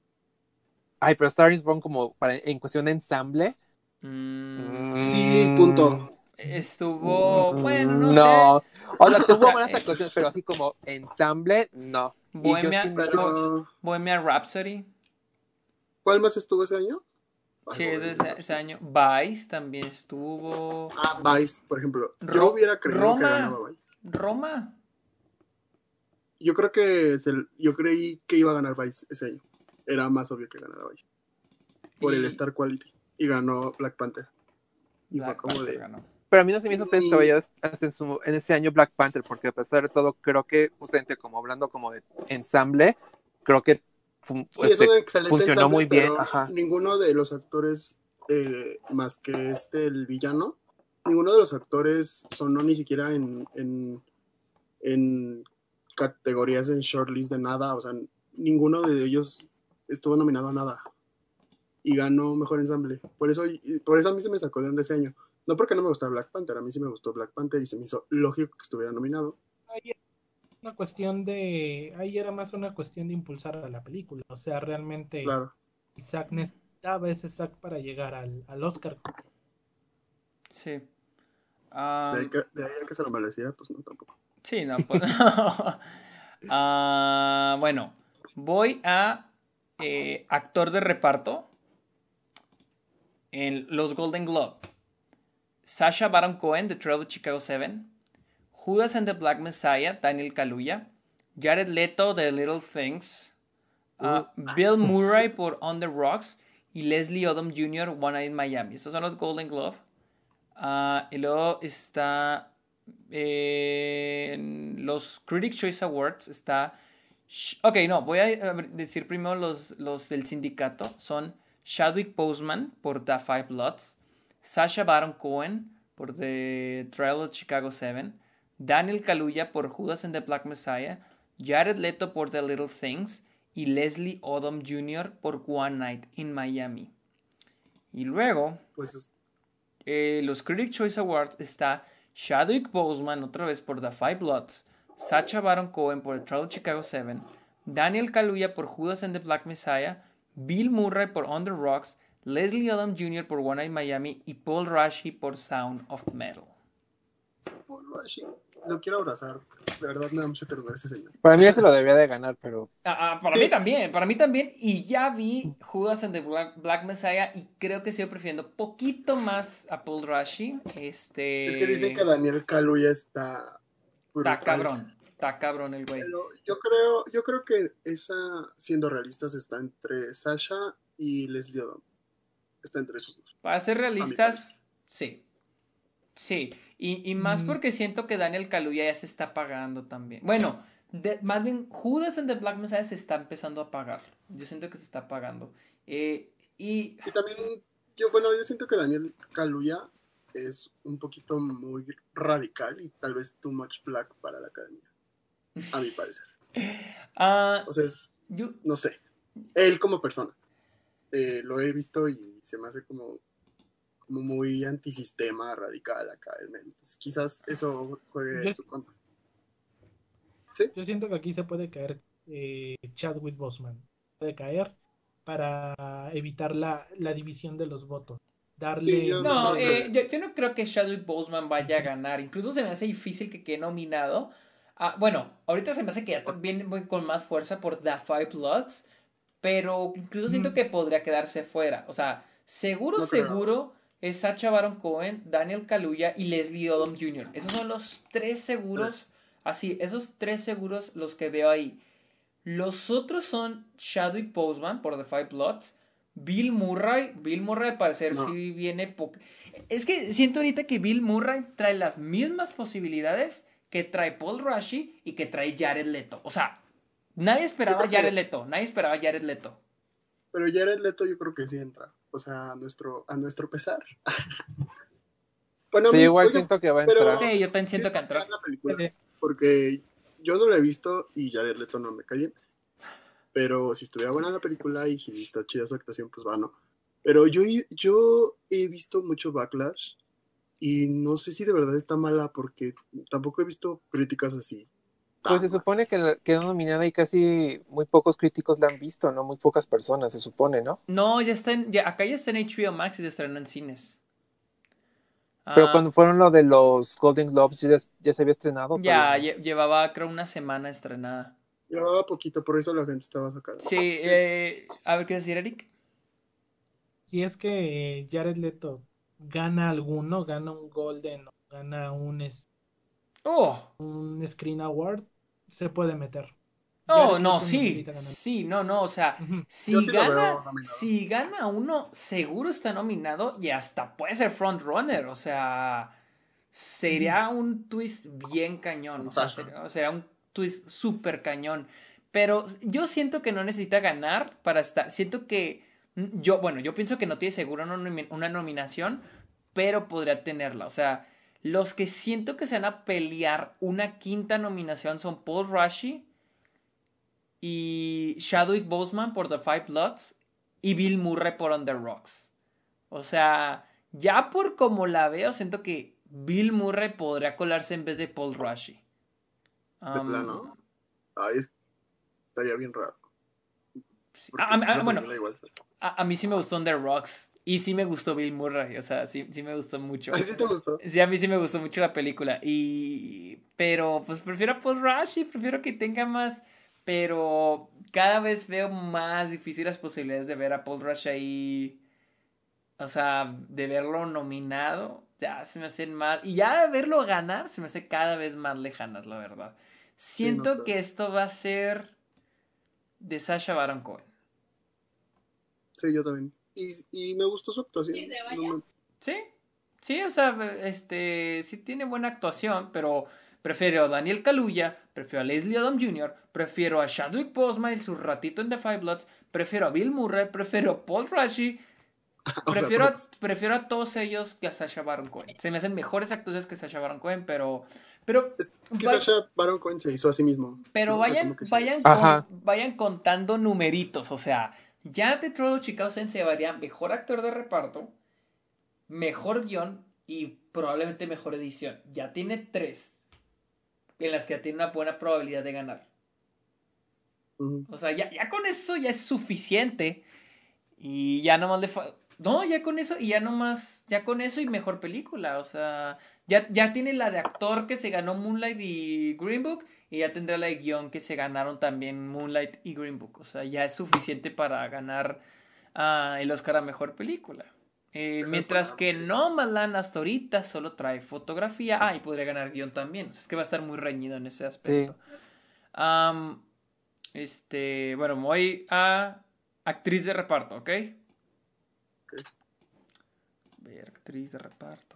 Ay, pero Star is Born como en cuestión de ensamble. Sí, punto. Estuvo, bueno, no No. O sea, tuvo Otra- buenas actuaciones, pero así como ensamble, no. Bohemia, Pero, Bohemia Rhapsody. ¿cuál más estuvo ese año? Sí, es de ese año. Vice también estuvo. Vice, por ejemplo. Yo Ro- hubiera creído Roma. que ganaba Vice. Roma. Yo creí que iba a ganar Vice ese año. Era más obvio que ganara Vice. Por el Star Quality. Y ganó Black Panther. Y Black fue como Panther de... ganó. Pero a mí no se me hizo tres caballeros hasta en ese año Black Panther, porque a pesar de todo, creo que justamente como hablando como de ensamble, creo que Sí, es un excelente funcionó ensamble, muy bien. pero Ajá. ninguno de los actores, más que el villano, ninguno de los actores sonó ni siquiera en categorías en shortlist de nada. O sea, ninguno de ellos estuvo nominado a nada. Y ganó mejor ensamble. Por eso a mí se me sacó de onda ese año. No porque no me gustara Black Panther, a mí sí me gustó Black Panther y se me hizo lógico que estuviera nominado. Ahí era más una cuestión de impulsar a la película. O sea, realmente Claro. Isaac necesitaba ese Isaac para llegar al Oscar. Sí. De ahí a que se lo mereciera, pues no, tampoco. Sí, no, pues. Bueno, voy a actor de reparto en los Golden Globe. Sacha Baron Cohen, The Trial of Chicago 7. Judas and the Black Messiah, Daniel Kaluuya. Jared Leto, The Little Things. Bill Murray por On the Rocks. Y Leslie Odom Jr., One Night in Miami. Estos son los Golden Globe. Y luego está en los Critics' Choice Awards está... Ok, no, voy a decir primero los del sindicato. Son Chadwick Boseman por The Five Bloods, Sacha Baron Cohen por The Trial of Chicago 7, Daniel Kaluuya por Judas and the Black Messiah, Jared Leto por The Little Things y Leslie Odom Jr. por One Night in Miami. Y luego... Pues los Critics' Choice Awards está Chadwick Boseman, otra vez por The Five Bloods, Sacha Baron Cohen por The Trial of Chicago 7, Daniel Kaluuya por Judas and the Black Messiah, Bill Murray por On the Rocks, Leslie Odom Jr. por One Night Miami y Paul Rashi por Sound of Metal. Paul Rashi, lo quiero abrazar. De verdad me da mucha ternura ese señor. Para mí ese lo debía de ganar, pero... Para mí también. Y ya vi Judas and the Black Messiah y creo que sigo prefiriendo poquito más a Paul Rashi. Es que dicen que Daniel Kaluuya está cabrón el güey. Pero yo creo que esa, siendo realistas, está entre Sasha y Leslie Odom. Está entre esos dos. Para ser realistas, sí. Sí, y más porque siento que Daniel Kaluuya ya se está pagando también. Bueno, más bien Judas and the Black Messiah se está empezando a pagar. Yo siento que se está pagando. Y también, yo siento que Daniel Kaluuya es un poquito muy radical y tal vez too much black para la academia, a mi parecer. O sea, no sé, él como persona, lo he visto y se me hace como muy antisistema radical acá. Entonces, quizás eso juegue en su contra. ¿Sí? Yo siento que aquí se puede caer Chadwick Boseman. Puede caer para evitar la división de los votos. Sí, yo no creo que Chadwick Boseman vaya a ganar. Incluso se me hace difícil que quede nominado. Bueno, ahorita se me hace que ya viene con más fuerza por The Five Bloods, pero incluso siento que podría quedarse fuera. O sea, seguro es Sacha Baron Cohen, Daniel Kaluuya y Leslie Odom Jr. Esos son los 3 seguros. Así, esos 3 seguros los que veo ahí. Los otros son Chadwick Boseman por The Five Bloods, Bill Murray al parecer sí viene es que siento ahorita que Bill Murray trae las mismas posibilidades que trae Paul Rashi y que trae Jared Leto. O sea, nadie esperaba Jared Leto. Pero Jared Leto yo creo que sí entra. O sea, a nuestro pesar. Bueno, sí, igual siento que va a entrar. Sí, yo también siento que entra. Porque yo no la he visto y Jared Leto no me cae bien. Pero si estuviera buena la película y si está chida su actuación, pues va, ¿no? Pero yo he visto mucho backlash y no sé si de verdad está mala porque tampoco he visto críticas así. Pues se supone que quedó nominada y casi muy pocos críticos la han visto, ¿no? Muy pocas personas, se supone, ¿no? No, acá ya está en HBO Max y se estrenó en cines. Pero cuando fueron lo de los Golden Globes, ¿ya se había estrenado? Ya, llevaba creo una semana estrenada. Llevaba poquito, por eso la gente estaba sacando. Sí, a ver, ¿qué decir, Eric? Si es que Jared Leto gana alguno, gana un Golden, gana un Screen Award, se puede meter. No, sí, o sea, uh-huh. si gana uno, seguro está nominado y hasta puede ser frontrunner, o sea, sería un twist bien cañón, sería un twist súper cañón, pero yo siento que no necesita ganar para estar, siento que, yo pienso que no tiene seguro una nominación, pero podría tenerla, o sea, los que siento que se van a pelear una quinta nominación son Paul Rashi y Chadwick Boseman por The Five Bloods y Bill Murray por On the Rocks. O sea, ya por como la veo, siento que Bill Murray podría colarse en vez de Paul Rashi. ¿De plano? Estaría bien raro. Sí. A mí sí me gustó On the Rocks. Y sí me gustó Bill Murray, o sea, sí me gustó mucho. ¿A ti sí te gustó? Sí, a mí sí me gustó mucho la película. Pero pues prefiero a Paul Rashi, prefiero que tenga más. Pero cada vez veo más difíciles las posibilidades de ver a Paul Rashi ahí. O sea, de verlo nominado, ya se me hacen más. Y ya de verlo ganar, se me hace cada vez más lejanas, la verdad. Siento que esto va a ser de Sacha Baron Cohen. Sí, yo también. Y me gustó su actuación. Sí, o sea, sí tiene buena actuación, pero prefiero a Daniel Kaluuya, prefiero a Leslie Odom Jr., prefiero a Chadwick Boseman y su ratito en The Five Bloods, prefiero a Bill Murray, prefiero a Paul Rashi, prefiero a todos ellos que a Sacha Baron Cohen. Se me hacen mejores actuaciones que Sacha Baron Cohen, pero es que Sacha Baron Cohen se hizo a sí mismo. Pero ¿no? vayan contando numeritos, o sea, ya The Trial of Chicago 7 se llevaría mejor actor de reparto, mejor guión y probablemente mejor edición. Ya tiene 3 en las que ya tiene una buena probabilidad de ganar. O sea, ya con eso ya es suficiente. Y ya nomás no, ya con eso, y ya nomás, ya con eso y mejor película. O sea, ya tiene la de actor que se ganó Moonlight y Green Book. Y ya tendrá la de guión que se ganaron también Moonlight y Green Book. O sea, ya es suficiente para ganar el Oscar a mejor película. Mientras que Nomadland hasta ahorita solo trae fotografía. Y podría ganar guión también. O sea, es que va a estar muy reñido en ese aspecto. Bueno, me voy a actriz de reparto, ¿ok? Ver, actriz de reparto.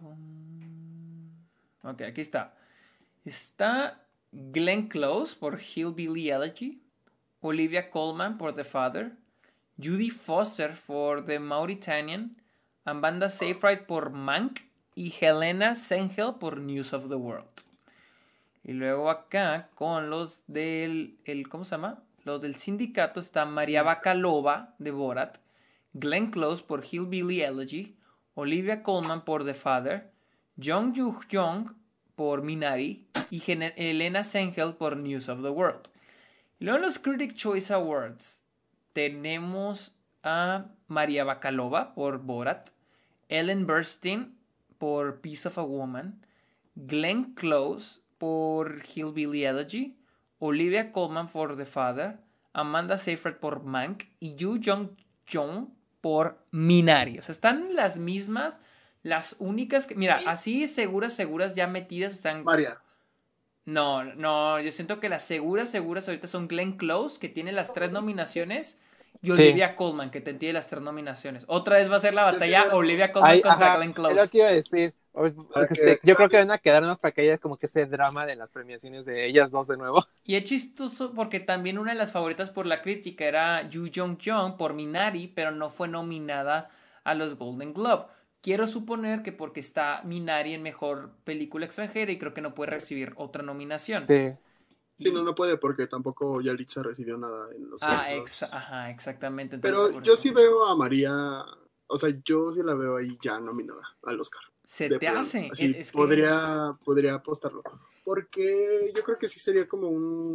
Ok, aquí está. Está Glenn Close por Hillbilly Elegy, Olivia Colman por The Father, Judy Foster por The Mauritanian, Amanda Seyfried por Mank y Helena Zengel por News of the World. Y luego acá con los del ¿cómo se llama? Los del sindicato está María Bakalova de Borat, Glenn Close por Hillbilly Elegy, Olivia Colman por The Father, Jung Yoo-jung por Minari y Helena Zengel por News of the World. Y luego en los Critic Choice Awards tenemos a María Bakalova por Borat, Ellen Burstyn por Piece of a Woman, Glenn Close por Hillbilly Elegy, Olivia Colman por The Father, Amanda Seyfried por Mank y Yoo Jung-jung por Minari. O sea, están las mismas, las únicas que... Mira, así seguras ya metidas están... María. No, yo siento que las seguras ahorita son Glenn Close, que tiene las 3 nominaciones, y Olivia Colman, que tiene las 3 nominaciones. Otra vez va a ser la batalla Olivia Colman contra Glenn Close. Es lo que iba a decir. Yo creo que van a quedar más para que haya como que ese drama de las premiaciones de ellas dos de nuevo. Y es chistoso porque también una de las favoritas por la crítica era Yoo Jung-jung por Minari, pero no fue nominada a los Golden Globe. Quiero suponer que porque está Minari en mejor película extranjera y creo que no puede recibir otra nominación. Sí, no puede porque tampoco Yalitza recibió nada en los exactamente. Entonces, pero yo sí veo a María, o sea, yo sí la veo ahí ya nominada al Oscar. Se te hace. Así, podría apostarlo. Porque yo creo que sí sería como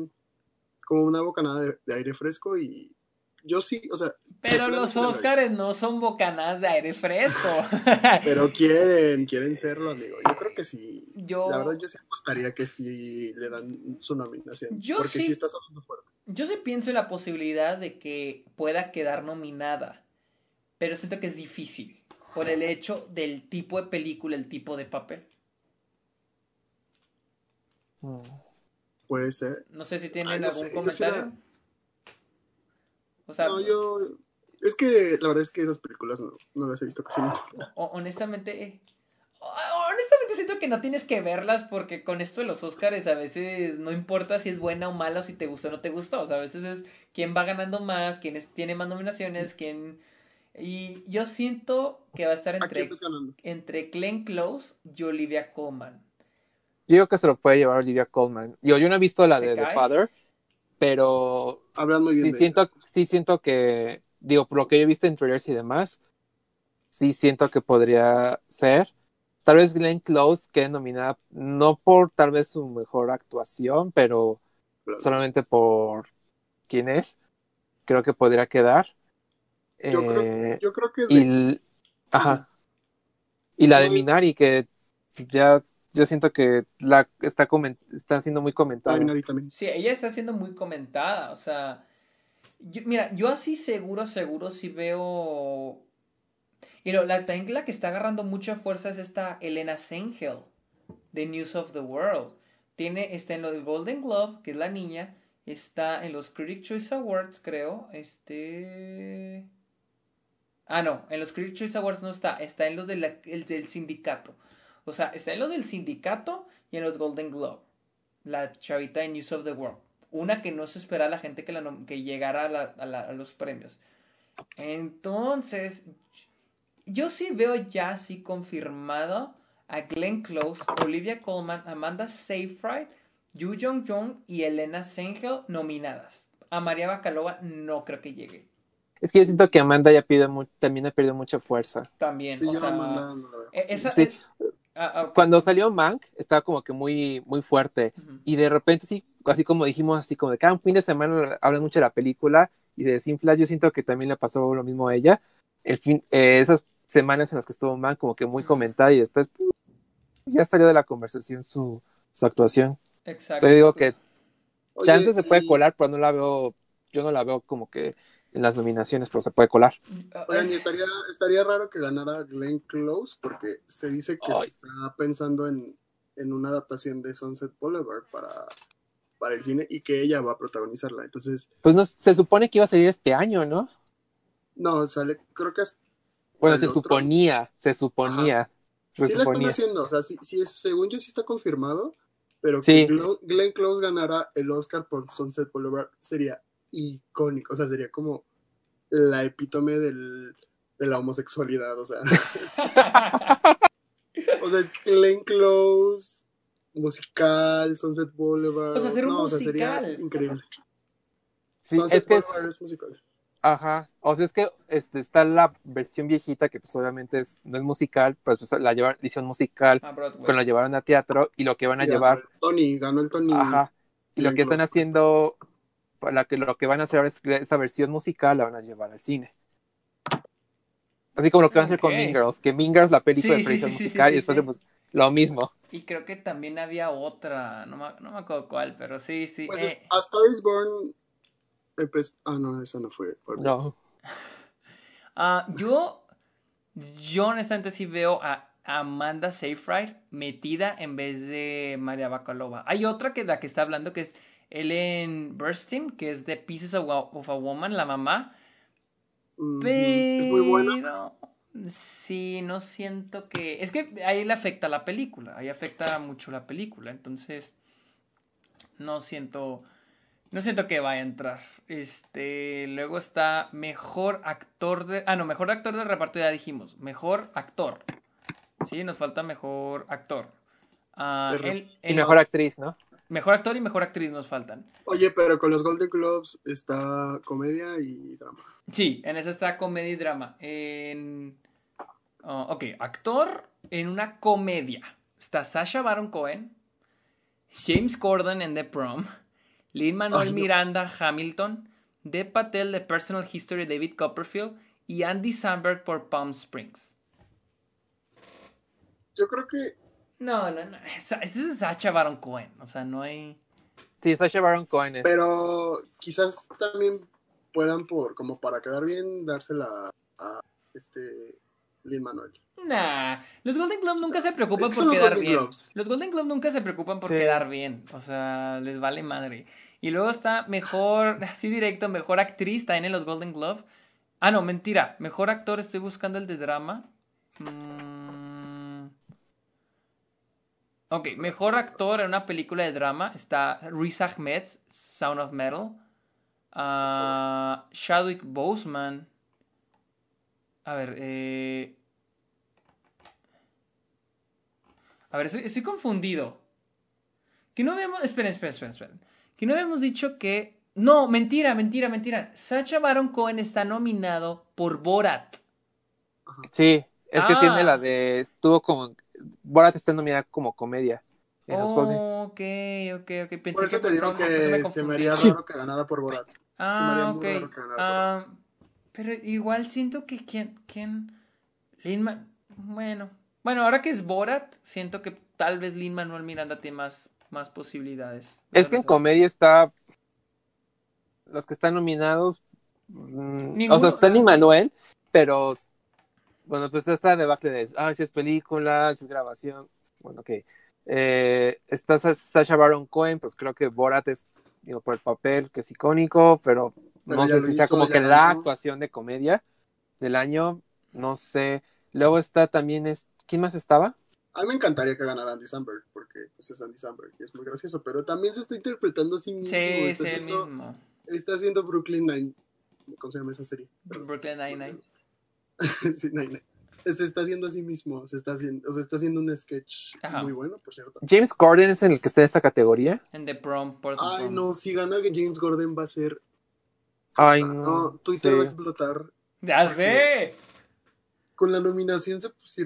una bocanada de aire fresco y yo sí, o sea... Pero los Óscares no son bocanadas de aire fresco. Pero quieren serlo, amigo. Yo creo que sí. La verdad, yo sí apostaría que sí le dan su nominación. Porque sí está sonando fuerte. Yo sí pienso en la posibilidad de que pueda quedar nominada. Pero siento que es difícil. Por el hecho del tipo de película, el tipo de papel. Puede ser. No sé si tienen algún comentario. O sea, es que la verdad es que esas películas no las he visto casi nunca. Honestamente siento que no tienes que verlas porque con esto de los Óscares a veces no importa si es buena o mala o si te gusta o no te gusta. O sea, a veces es quién va ganando más, quién tiene más nominaciones, quién... Y yo siento que va a estar entre Glenn Close y Olivia Colman. Yo digo que se lo puede llevar Olivia Colman. Yo no he visto la de The Father, pero hablan muy bien sí siento que, digo, por lo que yo he visto en trailers y demás, sí siento que podría ser. Tal vez Glenn Close quede nominada, no por tal vez su mejor actuación, pero solamente por quién es. Creo que podría quedar. Yo creo que... Y la de Minari, que ya... Yo siento que está siendo muy comentada. Sí, ella está siendo muy comentada. O sea, yo así seguro sí veo... Y la que está agarrando mucha fuerza es esta Helena Zengel de News of the World. Está en lo del Golden Globe, que es la niña. Está en los Critics Choice Awards, creo. No, en los Critics Choice Awards no está. Está en los del sindicato. O sea, está en los del sindicato y en los Golden Globe. La chavita de News of the World. Una que no se espera a la gente que llegara a los premios. Entonces, yo sí veo ya así confirmado a Glenn Close, Olivia Colman, Amanda Seyfried, Yoo Jung-jung y Helena Zengel nominadas. A María Bakalova no creo que llegue. Es que yo siento que Amanda también ha perdido mucha fuerza. También, sí, o sea, Amanda no la veo. Sí. Ok. Cuando salió Mank, estaba como que muy, muy fuerte. Ujú. Y de repente, sí, así como dijimos, así como de cada fin de semana hablan mucho de la película y se desinfla. Yo siento que también le pasó lo mismo a ella. Esas semanas en las que estuvo Mank, como que muy comentada y después ya salió de la conversación su actuación. Yo Exacto. digo que Oye, chance se puede colar, pero no la veo, yo no la veo como que en las nominaciones, pero se puede colar. oigan, y estaría raro que ganara Glenn Close, porque se dice que se Ay, está pensando en una adaptación de Sunset Boulevard para el cine y que ella va a protagonizarla. Entonces, pues no, se supone que iba a salir este año, ¿no? no, sale, creo que hasta Bueno, el otro. Ajá. se Sí la están suponía. haciendo, o sea, según yo sí está confirmado, pero que Sí, Glenn Close ganara el Oscar por Sunset Boulevard sería icónico, o sea, sería como la epítome de la homosexualidad, o sea. O sea, es Glenn Close, musical, Sunset O sea, Boulevard, hacer un no, o sea, sería musical. increíble. sí, Sunset es que, Boulevard es musical. ajá, o sea, es que está la versión viejita que pues obviamente no es musical, pues la llevaron edición musical, A cuando Broadway. la llevaron a teatro y lo que van a Y ganó el Tony ajá, y lo Glenn que están Close. haciendo, lo que van a hacer ahora es que esa versión musical la van a llevar al cine. Así como lo que van a hacer Ok. con Mean Girls, que Mean Girls, la película de Sí, sí, sí, tradición sí, sí, musical, y sí, después de, sí. pues lo mismo. Y creo que también había otra, no me acuerdo cuál, pero sí, sí. Pues A Star is Born, no, esa no fue bien. No. Ah, yo honestamente sí veo a Amanda Seyfried metida en vez de María Bakalova. Hay otra que la que está hablando que es Ellen Burstyn, que es de Pieces of a Woman, la mamá. Ujú. Es muy buena. Pero sí, no siento que... Es que ahí le afecta la película, ahí afecta mucho la película, entonces no siento... No siento que vaya a entrar. Luego está mejor actor de... Ah, no, mejor actor de reparto ya dijimos. Mejor actor. Sí, nos falta mejor actor. Ah, Y mejor actriz, ¿no? mejor actor y mejor actriz nos faltan. Oye, pero con los Golden Globes está comedia y drama. Sí, en esa está comedia y drama. Ok, actor en una comedia. Está Sacha Baron Cohen, James Corden en The Prom, Lin-Manuel Ay, no. Miranda Hamilton, Dev Patel de Personal History de David Copperfield y Andy Samberg por Palm Springs. Yo creo que, No. Ese es Sacha Baron Cohen. O sea, no hay... Sí, Sacha Baron Cohen es. pero quizás también puedan como para quedar bien, dársela a este Lin-Manuel. Nah, los Golden Globes nunca se Es preocupan que por son los quedar Golden bien. Globes. Los Golden Globes nunca se preocupan por Sí. quedar bien. O sea, les vale madre. Y luego está mejor, así directo, mejor actriz también en los Golden Globes. Ah, no, mentira. Mejor actor, estoy buscando el de drama. Ok, mejor actor en una película de drama está Riz Ahmed, Sound of Metal. Chadwick Boseman. A ver, estoy confundido. Que no habíamos. Esperen. Que no habíamos dicho que. No, mentira. Sacha Baron Cohen está nominado por Borat. Sí, es que tiene la Ah, de. Estuvo como. Borat está nominada como comedia en los Golden. ok. Por Pensé que eso te digo por eso me que se me haría confundí. Sí. raro que ganara por Borat. Se me haría Ah, ok. muy raro que ganara por Borat. Pero igual siento que ¿quién? Bueno. Bueno, ahora que es Borat, siento que tal vez Lin-Manuel Miranda tiene más posibilidades. Es que en comedia está. Los que están nominados. O sea, Ninguno. está Lin-Manuel, pero. Bueno, pues esta debacle de. Si es película, si es grabación. Bueno, ok. Está Sacha Baron Cohen, pues creo que Borat es. Digo, por el papel, que es icónico, pero Pero no ya sé lo si sea hizo, como ya que la ganó. actuación de comedia del año, no sé. Luego está también, ¿quién más estaba? A mí me encantaría que ganara Andy Samberg, porque pues, es Andy Samberg y es muy gracioso, pero también se está interpretando a sí mismo. Sí, sí, el mismo. Está haciendo Brooklyn Nine. ¿Cómo se llama esa serie? Brooklyn Nine-Nine. Sí, Nine. Se está haciendo a sí mismo, está haciendo un sketch Ajá. muy bueno, por cierto. James Corden es en el que está en esta categoría. En The Prom, por The Ay, Prom. no, si gana James Gordon va a ser... Ay, No, no. Twitter va a Sí. explotar. ¡Ya sé! Con la nominación se pusieron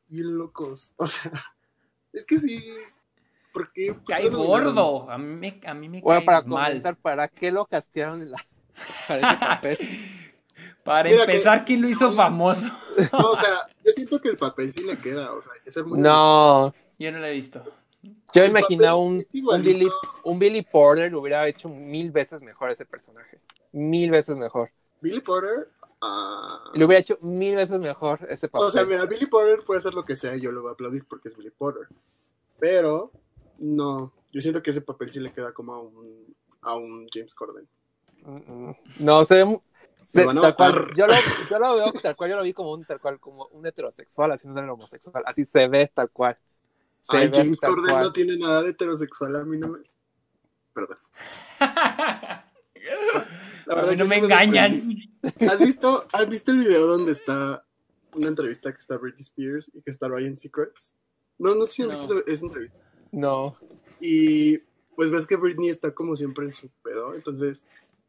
bien locos. O sea, es que sí. ¿Por qué? ¿Por qué Cae lo nominaron? gordo. A mí me Bueno, cae para mal. comenzar, ¿para qué lo castearon para ese papel? Para Mira que empezar, ¿quién lo hizo famoso? no, o sea, yo siento que el papel sí le queda, o sea, hay que ser muy honesto. No, Yo no lo he visto. yo El imaginaba papel es igualito. un Billy Porter hubiera hecho 1000 veces mejor ese personaje. 1000 veces mejor. Billy Porter, Le hubiera hecho 1000 veces mejor ese o sea, papel. mira, Billy Porter puede hacer lo que sea y yo lo voy a aplaudir porque es Billy Porter. Pero, no, yo siento que ese papel sí le queda como a un James Corden. No, se ve Me van a tal cual, matar. yo lo veo tal cual, yo lo vi como como un heterosexual haciendo el homosexual, así se ve tal cual. Se Ay, ve así James tal Corden cual. no tiene nada de heterosexual, a mí no me... Perdón. La A verdad mí no yo me sí engañan. ¿Has visto el video donde está una entrevista que está Britney Spears y que está Ryan Seacrest? No sé si han visto esa entrevista. No. Y pues ves que Britney está como siempre en su pedo, entonces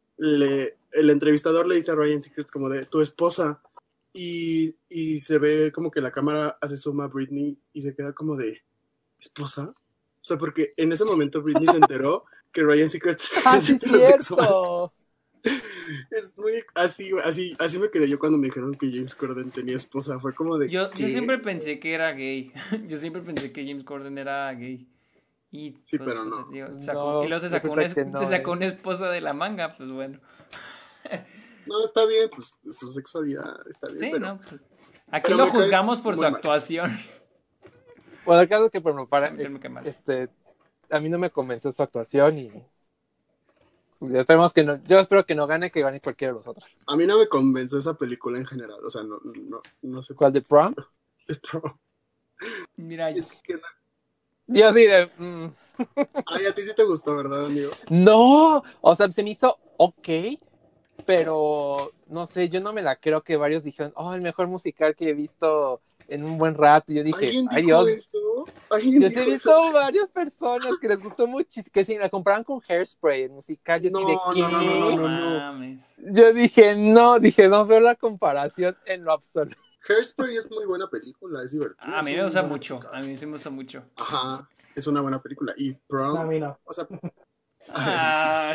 el entrevistador le dice a Ryan Seacrest como de tu esposa y se ve como que la cámara hace zoom a Britney y se queda como de ¿esposa? O sea, porque en ese momento Britney se enteró que Ryan Seacrest ¡Ah, es sí, heterosexual. cierto! Es muy así me quedé yo cuando me dijeron que James Corden tenía esposa. Fue como de Yo ¿qué? siempre pensé que era gay. Yo siempre pensé que James Corden era gay. Y Sí, pues, pero pues, no. digo, y No, luego resulta que se no sacó es. una esposa de la manga, pues bueno. No, está bien, pues su sexualidad está bien, Sí, ¿no? Pues, aquí pero lo me cae juzgamos por su muy mal. actuación. Bueno, el caso es que, por ejemplo, A mí también me cae mal. a mí no me convenció su actuación y esperemos que no, yo espero que no gane, que gane cualquiera de los otros. A mí no me convence esa película en general, o sea, no sé ¿Cuál, por qué de Prom? existió. The Prom. Mira, Es que Yo así de... Ay, a ti sí te gustó, ¿verdad, amigo? No, o sea, se me hizo ok, pero no sé, yo no me la creo que varios dijeron, oh, el mejor musical que he visto en un buen rato. Y yo dije, ¿Alguien ay dijo Dios, eso? ¿Alguien yo sí he dijo eso? visto varias personas que les gustó mucho, que si la comparan con Hairspray, el musical, yo así de no qué. No. mames. Yo dije, no veo la comparación en lo absoluto. Hairspray es muy buena película, es divertida, A es mí me un gusta buen mucho. musical. A mí sí me gusta mucho. Ajá, es una buena película. Y No, a Prom, mí no. o sea, a ver, Ah.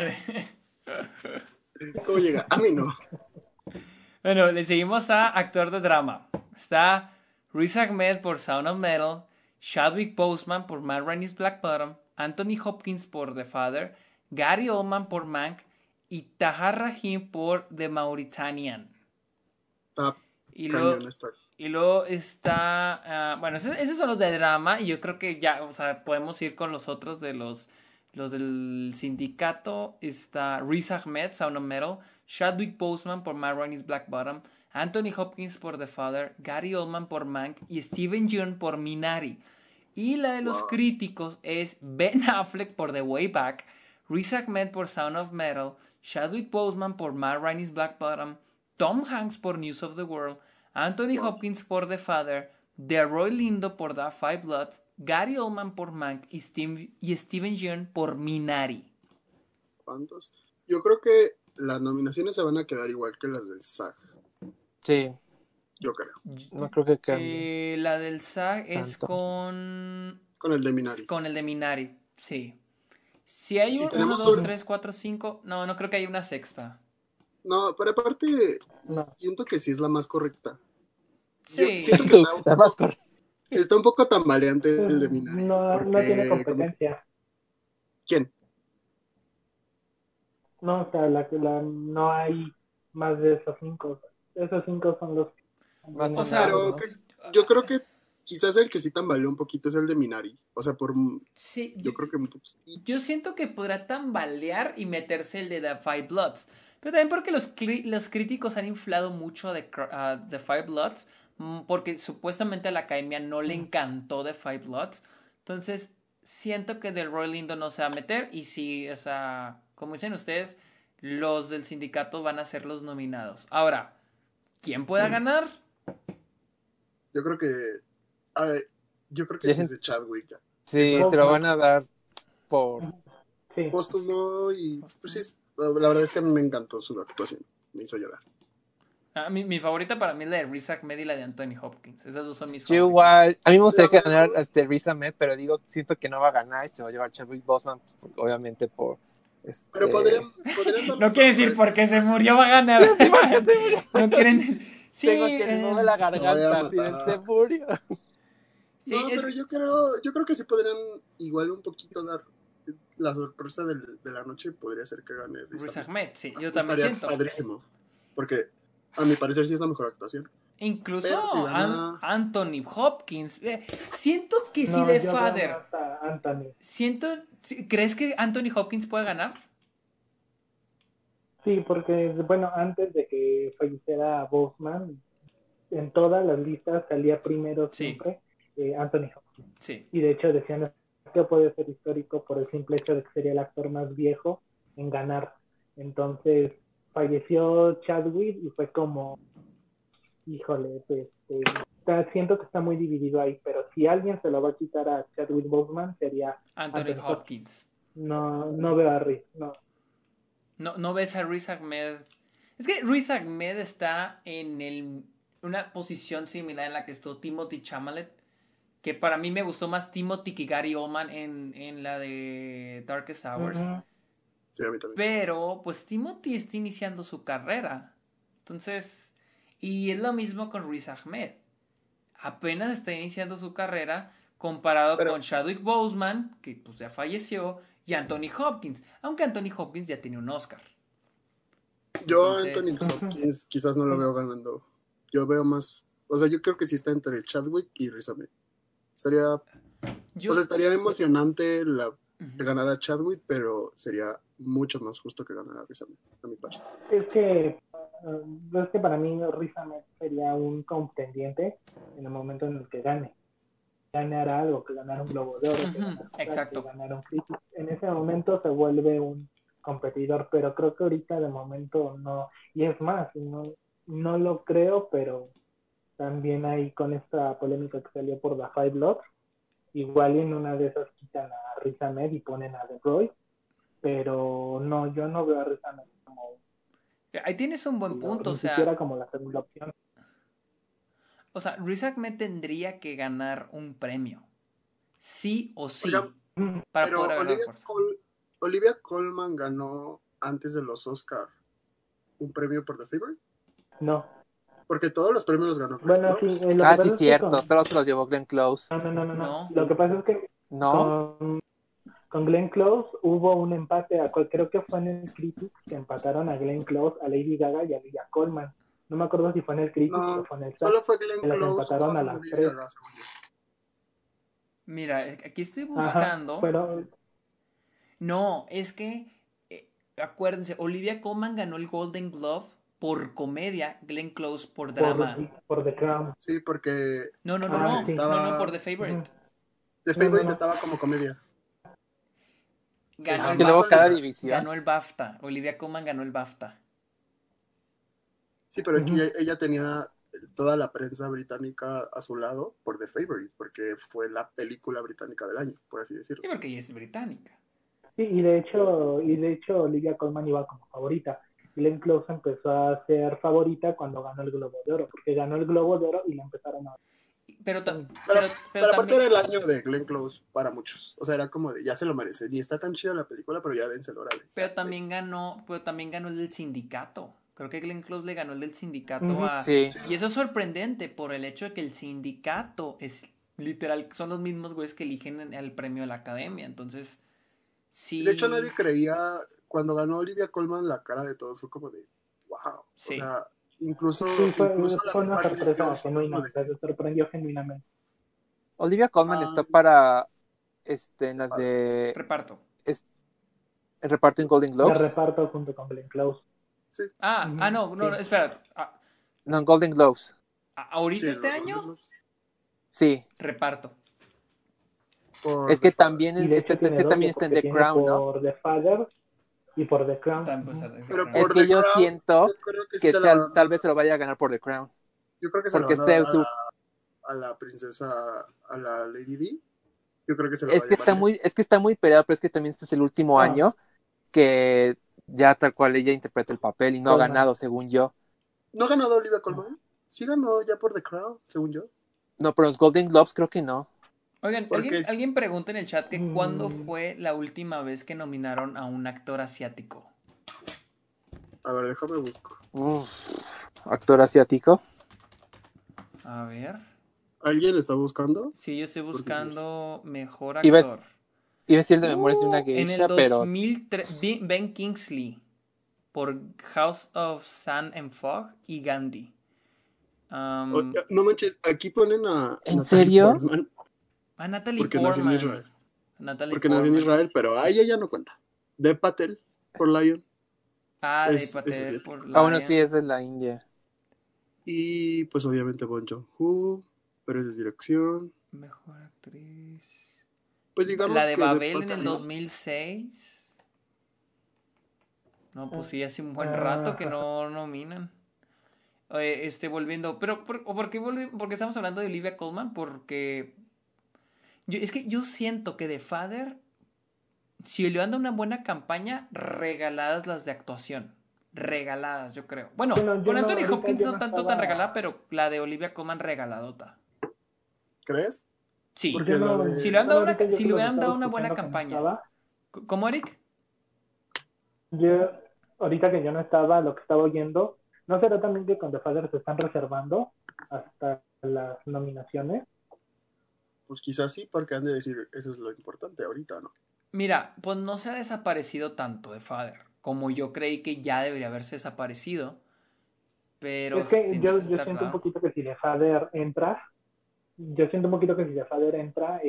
¿cómo llega? A mí no. Bueno, le seguimos a actor de drama. Está Riz Ahmed por Sound of Metal, Chadwick Boseman por Matt Rainey's Black Bottom, Anthony Hopkins por The Father, Gary Oldman por Mank y Tahar Rahim por The Mauritanian. Está Y luego, cañón esta. y luego está... bueno, esos son los de drama y yo creo que ya, o sea, podemos ir con los otros de los del sindicato. Está Riz Ahmed, Sound of Metal, Chadwick Boseman por Matt Rainey's Black Bottom, Anthony Hopkins por The Father, Gary Oldman por Mank y Steven Yeun por Minari. Y la de los Wow. críticos es Ben Affleck por The Way Back, Riz Ahmed por Sound of Metal, Chadwick Boseman por Matt Rainey's Black Bottom, Tom Hanks por News of the World, Anthony Wow. Hopkins por The Father, Delroy Lindo por The Five Bloods, Gary Oldman por Mank y Steven Yeun por Minari. ¿Cuántos? Yo creo que las nominaciones se van a quedar igual que las del SAG. Sí, Yo creo. no creo que cambie. La del SAG es Tanto. Con el de Minari. con el de Minari, sí. Si hay Si un 1, tenemos 2, un- 3, 4, 5, no creo que haya una sexta. No, pero aparte, No. siento que sí es la más correcta. Sí. Siento que Tú, está un nada más poco, está un poco tambaleante el de Minari. No, no tiene Porque, competencia. ¿quién? No, o sea, no hay más de esos 5. Esos 5 son los Más O sea, Pero ¿no? yo creo que quizás el que sí tambaleó un poquito es el de Minari. O sea, sí, yo creo que un poquito. yo siento que podrá tambalear y meterse el de The Five Bloods. Pero también porque los críticos han inflado mucho de The Five Bloods. Porque supuestamente a la academia no le encantó The Five Bloods. Entonces, siento que del Roy Lindo no se va a meter. Y sí, o sea, como dicen ustedes, los del sindicato van a ser los nominados. Ahora, ¿quién pueda ganar? Yo creo que. ay, yo creo que Ya sí es siento- de Chadwick. Ya. Sí, Eso- se lo van a dar por... Sí. Póstumo y. Pues sí, la verdad es que a mí me encantó su actuación. Me hizo llorar. Mi favorita para mí es la de Riz Ahmed y la de Anthony Hopkins. Esas dos son mis Yo favoritas. igual, a mí me gustaría que Pero- ganara Riz Ahmed, pero siento que no va a ganar, se va a llevar Chadwick Boseman, obviamente por Pero podrían darle No quiere una decir sorpresa. porque se murió va a ganar. Sí, porque se murió. No quieren. Sí, Tengo que el nudo de la Lo voy a garganta, así de matar. se murió. sí, No, pero yo creo que sí podrían igual un poquito dar la sorpresa de la noche, podría ser que gane Riz Riz Ahmed. Ahmed, sí, yo también Estaría siento. padrísimo, porque a mi parecer sí es la mejor actuación. Incluso Pero si gana- Anthony Hopkins. Siento que si No, de yo veo Father. más a Anthony. ¿Crees que Anthony Hopkins puede ganar? Sí, porque, bueno, antes de que falleciera Boseman, en todas las listas salía primero Sí. siempre Anthony Hopkins. Sí. Y de hecho decían que puede ser histórico por el simple hecho de que sería el actor más viejo en ganar. Entonces falleció Chadwick y fue como, híjole, pues, siento que está muy dividido ahí, pero si alguien se lo va a quitar a Chadwick Boseman sería Anthony Hopkins. No veo a Riz, no. No ves a Riz Ahmed. Es que Riz Ahmed está en una posición similar en la que estuvo Timothy Chalamet, que para mí me gustó más Timothy que Gary Oldman en la de Darkest Hours. Ujú. Sí, a mí también. Pero pues Timothy está iniciando su carrera. Entonces, y es lo mismo con Riz Ahmed. Apenas está iniciando su carrera comparado Pero- con Chadwick Boseman, que pues ya falleció, y Anthony Hopkins, aunque Anthony Hopkins ya tiene un Oscar. Yo Entonces- Anthony Hopkins quizás no lo veo ganando. Yo veo más, o sea, yo creo que sí está entre Chadwick y Riz Ahmed. Estaría emocionante Ujú. que ganara Chadwick, pero sería mucho más justo que ganara Riz Ahmed, a mi parecer. Es que para mí Riz Ahmed sería un contendiente en el momento en el que ganara algo, que ganara un Globo de Oro, que Ujú, ganara un Oscar, exacto. que ganara un Critics. En ese momento se vuelve un competidor, pero creo que ahorita de momento no. Y es más, no lo creo, pero también hay con esta polémica que salió por The Five Bloods, igual en una de esas quitan a Riz Ahmed y ponen a The Roy, pero no, yo no veo a Riz Ahmed como Ahí tienes un buen punto, ni siquiera como la segunda opción. o sea, Riz Ahmed tendría que ganar un premio, sí o sí, Oigan, para Pero poder agarrar fuerza. Olivia Colman ganó antes de los Oscar un premio por The Favorite, No, porque todos los premios los ganó. bueno, ¿no? sí, lo que Ah, pasa sí, es que cierto, todos se los llevó Glenn Close. No. No. Lo que pasa es que ¿No? con Glenn Close hubo un empate, creo que fue en el Critics que empataron a Glenn Close, a Lady Gaga y a Olivia Colman. No me acuerdo si fue en el Critics No, o fue en el solo SAG, fue Glenn que las Close empataron con a las Lady tres. Gaga, según yo. Mira, aquí estoy Ajá, buscando. pero No, es que, acuérdense, Olivia Colman ganó el Golden Globe por comedia, Glenn Close por drama. por The Crown. Sí, porque No, sí. no, por The Favorite. The No, no, Favorite no. estaba como comedia. Ganó Es el que luego BAFTA. cada división. Ganó el BAFTA. Olivia Colman ganó el BAFTA. Sí, pero es que Ujú. ella tenía toda la prensa británica a su lado por The Favorite, porque fue la película británica del año, por así decirlo. Sí, porque ella es británica. Sí, y de hecho Olivia Colman iba como favorita. Glenn Close empezó a ser favorita cuando ganó el Globo de Oro, porque ganó el Globo de Oro y la empezaron a... Pero, Pero aparte también, era el año de Glenn Close para muchos. O sea, era como de, ya se lo merece. Ni está tan chida la película, pero ya dénselo, órale. pero también ganó el del sindicato. Creo que Glenn Close le ganó el del sindicato Ujú. a... Sí. Y eso es sorprendente por el hecho de que el sindicato es literal, son los mismos güeyes que eligen el premio de la academia. Entonces, sí. De hecho, nadie creía, cuando ganó Olivia Colman, la cara de todos fue como de, wow. Sí. O sea, incluso Sí, la fue una misma Glenn sorpresa Close fue genuina, como de, se sorprendió genuinamente. Olivia Colman Ah. está para en las de Reparto. el reparto en Golden La Globes. reparto junto con Glenn Close. sí. No, Sí. espera. No, en Golden Globes. ¿Ahorita Sí, este los año? Globos, Sí. Reparto. por Es que The Father. también, Y de hecho tiene también doble, está en porque The tiene Crown, ¿no? por The Father y por The Crown. También puede estar de Pero Crown. Es por que The yo Crown, siento yo creo que, que sí se la, tal vez se lo vaya a ganar por The Crown. yo creo que se porque lo van a dar este a la princesa, a la Lady Di. Yo creo que se lo Es va a que llevar. está muy peleado, pero es que también este es el último Ah. año que ya tal cual ella interpreta el papel y no ha Colman. ganado, según yo. ¿No ha ganado Olivia Colman? Sí ganó ya por The Crown, según yo. No, pero los Golden Globes creo que no. Oigan, Porque es... alguien pregunta en el chat que cuándo Mm, fue la última vez que nominaron a un actor asiático. A ver, déjame buscar. Actor asiático. A ver. ¿Alguien está buscando? Sí, yo estoy Porque yo sé. buscando mejor Iba a, actor. iba a decir de Memorias de una En el Geisha, pero 2003, Ben Kingsley por House of Sand and Fog y Gandhi. No manches, aquí ponen a ¿en Natalie serio? Portman A Natalie porque nació en Israel. Portman. Natalie Porque nació en Portman. Israel, pero ahí ella no cuenta. Dev Patel por Lion Ah, de es Patel asiático. por Bueno, sí, Lion. es de la India. Y pues obviamente Bon Joon-ho, pero esa es dirección. Mejor actriz. Pues La digamos de que Dev Babel en el Patel, ¿no? 2006. No, pues sí, hace un buen rato que ajá. no nominan. Volviendo. Pero, ¿por qué estamos hablando de Olivia Colman? Porque es que yo siento que The Father, si le anda una buena campaña, regaladas las de actuación. Regaladas, yo creo. Bueno, Bueno, con Anthony ahorita Hopkins yo no no tanto tan regalada, estaba, pero la de Olivia Colman regaladota. ¿Crees? Sí. Porque yo la no, Si le, de... han dado bueno, una, ahorita yo si que le los hubieran estaba dado una buena escuchando que no campaña. estaba, ¿Cómo, Eric? yo, ahorita que yo no estaba, lo que estaba oyendo, ¿no será también que con The Father se están reservando hasta las nominaciones? Pues quizás sí, porque han de decir, eso es lo importante ahorita, ¿no? Mira, pues no se ha desaparecido tanto de Father como yo creí que ya debería haberse desaparecido, pero Es que siento que se yo está siento un raro. poquito que si The Father entra, yo siento un poquito que si The Father entra,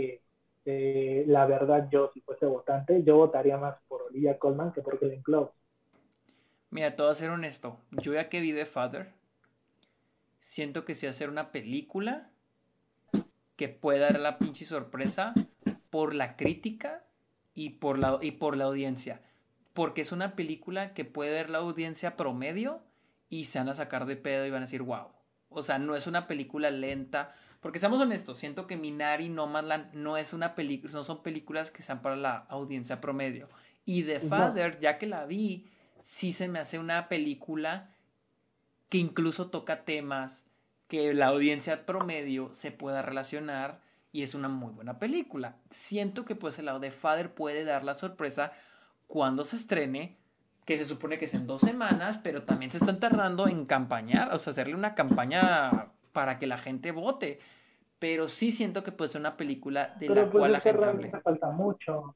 la verdad yo si fuese votante, yo votaría más por Olivia Colman que por Glenn Close. Mira, te voy a ser honesto. Yo ya que vi The Father, siento que si hacer una película que pueda dar la pinche sorpresa por la crítica y por la audiencia. Porque es una película que puede ver la audiencia promedio y se van a sacar de pedo y van a decir, wow. O sea, no es una película lenta. Porque seamos honestos, siento que Minari y Nomadland no es una película, no son películas que sean para la audiencia promedio. Y The No, Father, ya que la vi, sí se me hace una película que incluso toca temas que la audiencia promedio se pueda relacionar y es una muy buena película. Siento que pues el lado de Father puede dar la sorpresa cuando se estrene, que se supone que es en 2 semanas, pero también se están tardando en campañar, o sea, hacerle una campaña para que la gente vote. Pero sí siento que puede ser una película de pero la pues cual la es que gente hable. realmente falta mucho,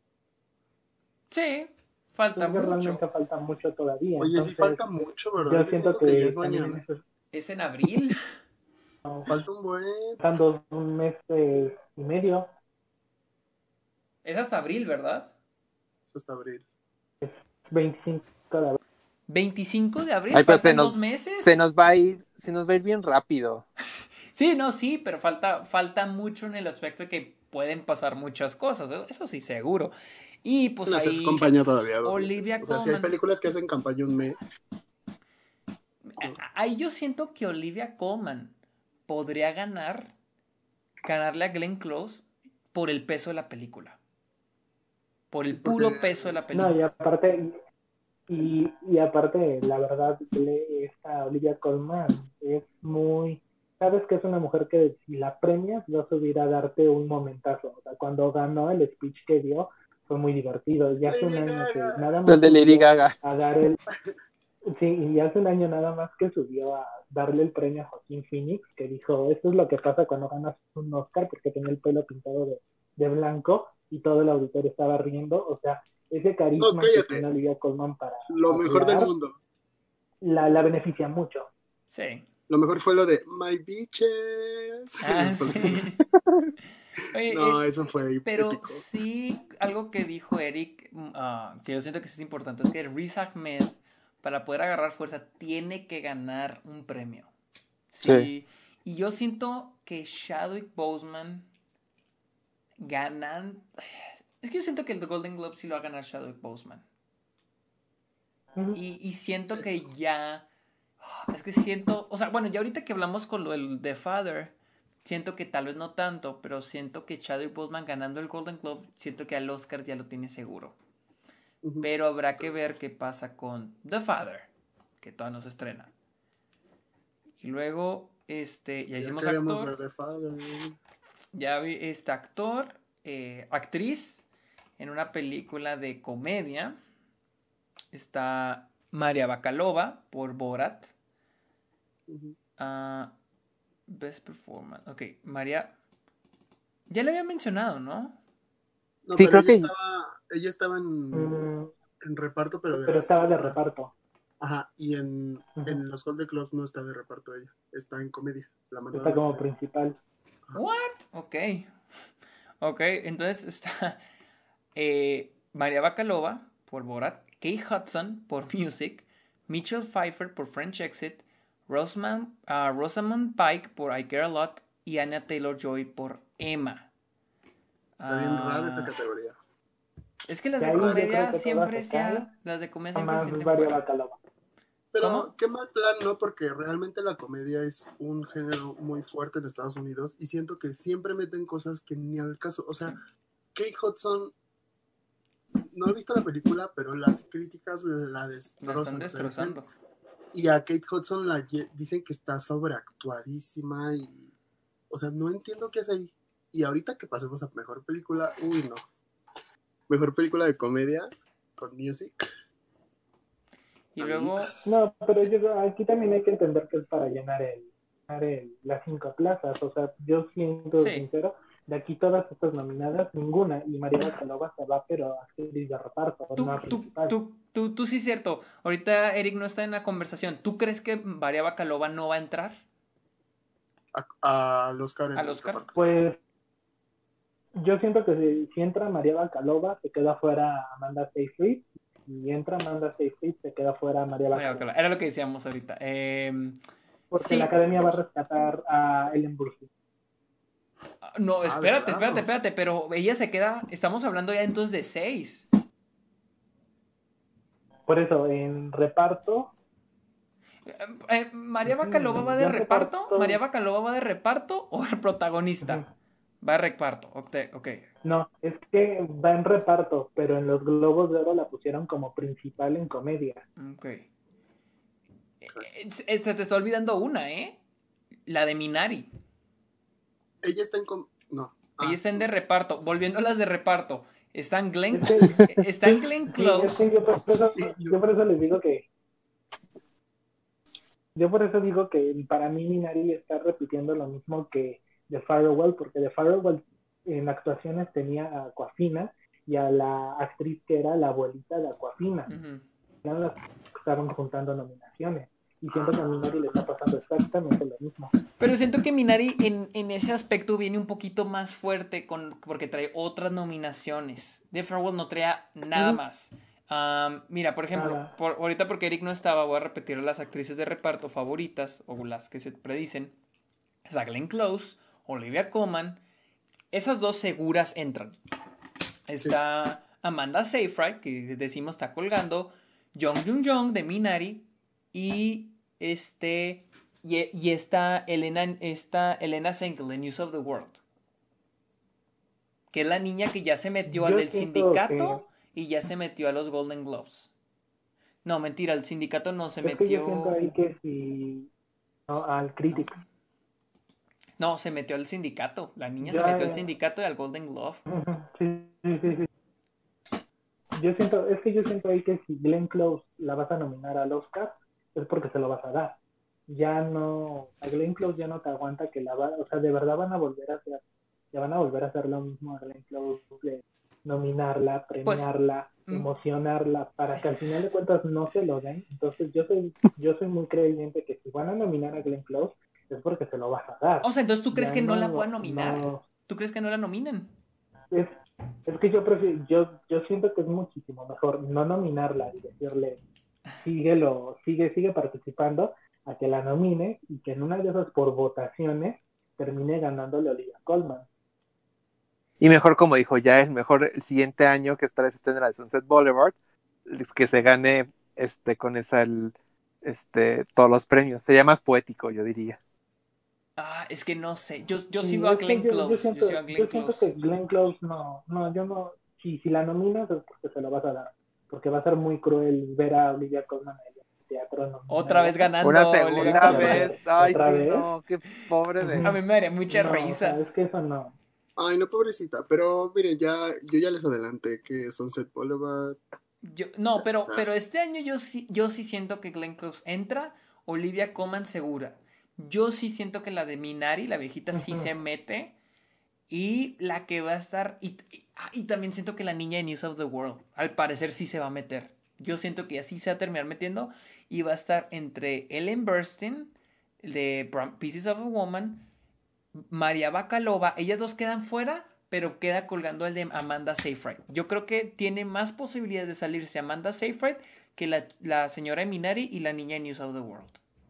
Sí, falta es que mucho. realmente falta mucho todavía, Oye, sí entonces falta mucho, ¿verdad? yo Yo siento siento que ya es que también en mañana. eso Es en abril. Falta un buen... están 2 meses y medio, Es hasta abril, ¿verdad? Eso hasta abril. 25 de abril. 25 de abril, Ay, pero faltan 2 meses. se nos va a ir bien rápido. Sí, no, sí, pero falta mucho en el aspecto de que pueden pasar muchas cosas, eso sí, seguro. Y pues Van a hacer ahí campaña todavía 2 meses. Olivia O sea, si hay Colman. películas que hacen campaña un mes, ¿no? Ahí yo siento que Olivia Colman podría ganarle a Glenn Close por el peso de la película. Por el Sí, porque puro peso de la No, película. y aparte, la verdad, esta Olivia Colman es muy, sabes que es una mujer que si la premias va a subir a darte un momentazo. O sea, cuando ganó el speech que dio fue muy divertido. Y hace un Lady año que Gaga. nada El más de Lady subió Gaga. a dar el, sí, y hace un año nada más que subió a darle el premio a Joaquín Phoenix, que dijo, esto es lo que pasa cuando ganas un Oscar, porque tenía el pelo pintado de blanco y todo el auditorio estaba riendo. O sea, ese No, carisma que tiene cállate. Olivia Colman para Lo mejor del hablar, mundo. la beneficia mucho. Sí. Lo mejor fue lo de My Bitches. Ah, Después lo que dijo. sí. Oye, No, eso fue pero épico. sí, algo que dijo Eric, que yo siento que eso es importante, es que Riz Ahmed, para poder agarrar fuerza, tiene que ganar un premio. Sí. Sí, y yo siento que Chadwick Boseman ganan. Es que yo siento que el Golden Globe sí lo va a ganar Chadwick Boseman. Ujú. Y siento que ya. Es que siento. O sea, bueno, ya ahorita que hablamos con lo del The Father, siento que tal vez no tanto, pero siento que Chadwick Boseman ganando el Golden Globe, siento que al Oscar ya lo tiene seguro. Ujú. Pero habrá que ver qué pasa con The Father, que todavía no se estrena. Y luego, ya Ya hicimos queremos actor. ver The Father. Ya vi actor, actriz en una película de comedia. Está María Bakalova por Borat. Ujú. Best Performance. Ok, María. Ya le había mencionado, ¿no? No, Sí, pero creo que ella estaba Mm, en reparto, pero de pero las estaba de otras. reparto. Ajá, y Ujú. en los Golden Globes no está de reparto ella, está en comedia. La mandaron Está a como comedia. principal. What? Ok. Ok, entonces está María Bakalova por Borat, Kate Hudson por Music, Michelle Pfeiffer por French Exit, Rosamund Pike por I Care a Lot y Anya Taylor-Joy por Emma. Está bien rara esa Ah, categoría. es que las De de ahí yo creo comedia que todas siempre se caen, las de comedia a siempre se más sienten María fuera. Bakalova. Pero ¿Cómo? qué mal plan, ¿no? Porque realmente la comedia es un género muy fuerte en Estados Unidos y siento que siempre meten cosas que ni al caso. O sea, Sí, Kate Hudson, no he visto la película, pero las críticas la la están destrozan. O sea, dicen, destrozando. y a Kate Hudson dicen que está sobreactuadísima y, o sea, no entiendo qué hace ahí. Y ahorita que pasemos a mejor película, uy, no. Mejor película de comedia con Music, Y luego, amiguitas. No, pero yo aquí también hay que entender que es para llenar las 5 plazas. O sea, yo siendo sí. sincero, de aquí todas estas nominadas, ninguna. Y María Bakalova se va, pero a actriz de reparto, no a principal. Tú sí es cierto. Ahorita Eric no está en la conversación. ¿Tú crees que María Bakalova no va a entrar Al Oscar al en Oscar? reparto. Pues yo siento que si entra María Bakalova, se queda fuera Amanda Seyfried. Y entra Amanda Seyfried, se queda fuera María María Bakalova. Bakalova. Era lo que decíamos ahorita. Porque la Sí. academia va a rescatar a Ellen Burstyn. No, Ah, de espérate, plano. pero ella se queda, estamos hablando ya entonces de 6. Por eso, en reparto, ¿María Bakalova va de yo en reparto? ¿María reparto, Bakalova va de reparto o el protagonista? Va de reparto, ok. no, es que va en reparto, pero en los Globos de Oro la pusieron como principal en comedia. Ok. Exacto. Se te está olvidando una, ¿eh? La de Minari. Ella está no. Ella Ah, está en de reparto. Volviendo a las de reparto. Es que, Están Glenn sí, es Close. que sí, yo por eso les digo que, yo por eso digo que para mí Minari está repitiendo lo mismo que The Firewall, porque The Firewall en actuaciones tenía a Aquafina y a la actriz que era la abuelita de Aquafina. Ujú. Ya las estaban juntando nominaciones. Y siento que a Minari le está pasando exactamente lo mismo. Pero siento que Minari en ese aspecto viene un poquito más fuerte porque trae otras nominaciones. The Farewell no trae nada más. Mira, por ejemplo, Nada. ahorita porque Eric no estaba, voy a repetir las actrices de reparto favoritas, o las que se predicen. Es a Glenn Close, Olivia Colman. Esas dos seguras entran. Está Amanda Seyfried, que decimos está colgando. Jung Jung Jung de Minari. Y y está Elena Senkel de News of the World. Que es la niña que ya se metió al Yo del siento que, sindicato y ya se metió a los Golden Globes. No, mentira, al sindicato no se es que yo siento metió. ahí que si, no, al No, Critics. no, se metió al sindicato. La niña se Ya, metió al sindicato y al Golden Globe. sí. Yo siento ahí que si Glenn Close la vas a nominar al Oscar, es porque se lo vas a dar. Ya no, a Glenn Close ya no te aguanta que o sea, de verdad van a volver a hacer, ya van a volver a hacer lo mismo a Glenn Close, de nominarla, Pues, premiarla, mm, emocionarla, para que al final de cuentas no se lo den. Entonces yo soy muy creyente que si van a nominar a Glenn Close, es porque se lo vas a dar. o sea, entonces tú crees Ya que no la puedan nominar. no, ¿Tú crees que no la nominen? es, es que yo siento que es muchísimo mejor no nominarla y decirle, sigue participando, a que la nomine y que en una de esas por votaciones termine ganándole a Olivia Colman. y mejor como dijo ya, es mejor el siguiente año que esta vez esté en la de Sunset Boulevard, que se gane con todos los premios. Sería más poético, yo diría. Es que no sé. Yo sí Y veo a es que Glenn Close. Yo sí veo a Glenn yo siento Close. que Glenn Close yo no, si la nominas es porque se lo vas a dar, porque va a ser muy cruel ver a Olivia Colman ahí teatro nominada. Otra vez ganando. Una Olivia segunda Colman. vez. Ay, ¿Otra sí, vez? no, qué pobre de... A mí me daría mucha No, risa. o sea, es que eso no. Ay, no, pobrecita. Pero miren, yo ya les adelanté que Sunset Boulevard. No, O sea, pero este año yo sí siento que Glenn Close entra, Olivia Colman segura. Yo sí siento que la de Minari, la viejita, sí se mete. Y la que va a estar... Y también siento que la niña de News of the World, al parecer sí se va a meter. Yo siento que así se va a terminar metiendo. Y va a estar entre Ellen Burstyn, de Pieces of a Woman, María Bakalova. Ellas dos quedan fuera, pero queda colgando el de Amanda Seyfried. Yo creo que tiene más posibilidades de salirse Amanda Seyfried que la señora Minari y la niña de News of the World.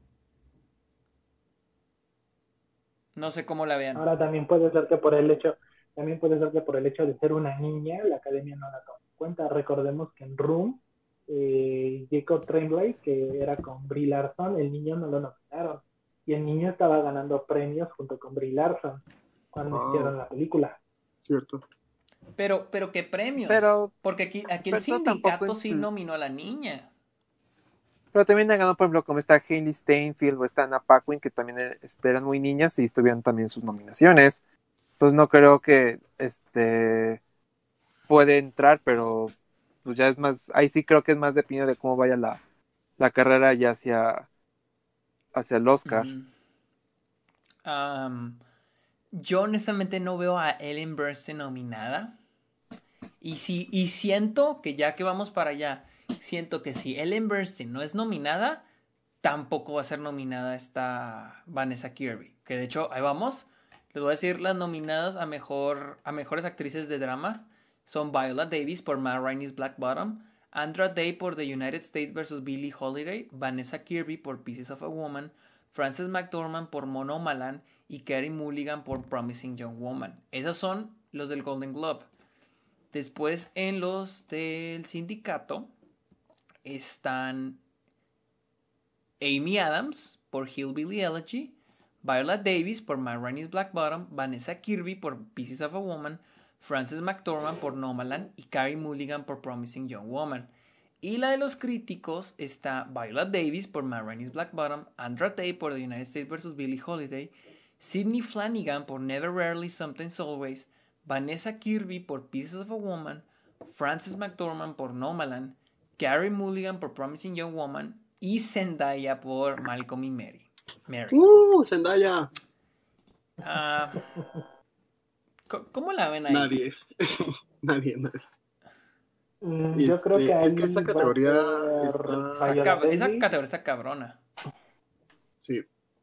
No sé cómo la vean. Ahora también puede ser que por el hecho de ser una niña, la academia no la toma en cuenta. Recordemos que en Room, Jacob Tremblay, que era con Brie Larson, el niño no lo nominaron. Y el niño estaba ganando premios junto con Brie Larson cuando hicieron la película. cierto. Pero ¿qué premios? Pero- Porque aquí el pero sindicato tampoco sí nominó a la niña. Pero también han ganado, por ejemplo, como está Hailey Steinfeld o está Anna Paquin, que también eran muy niñas y estuvieron también sus nominaciones. Entonces no creo que puede entrar, pero pues ya es más, ahí sí creo que es más dependiendo de cómo vaya la carrera ya hacia el Oscar. Yo honestamente no veo a Ellen Burstyn nominada. Y siento que ya que vamos para allá, siento que si Ellen Burstyn no es nominada, tampoco va a ser nominada esta Vanessa Kirby. Que de hecho, ahí vamos. Les voy a decir las nominadas a mejores actrices de drama. Son Viola Davis por Matt Rainey's Black Bottom, Andra Day por The United States vs. Billie Holiday, Vanessa Kirby por Pieces of a Woman, Frances McDormand por Monomaland y Carey Mulligan por Promising Young Woman. Esos son los del Golden Globe. Después en los del sindicato están Amy Adams por Hillbilly Elegy, Viola Davis por My Rainey's Black Bottom, Vanessa Kirby por Pieces of a Woman, Frances McDormand por Nomadland y Carey Mulligan por Promising Young Woman. Y la de los críticos está Viola Davis por My Rainey's Black Bottom, Andra Day por The United States vs. Billie Holiday, Sydney Flanagan por Never Rarely Sometimes Always, Vanessa Kirby por Pieces of a Woman, Frances McDormand por Nomadland, Carey Mulligan por Promising Young Woman y Zendaya por Malcolm y Mary. Zendaya. ¿Cómo la ven ahí? Nadie. nadie. Yo creo que es que esa ahí categoría va a ser está... Viola Davis. Esa categoría está cabrona. Sí.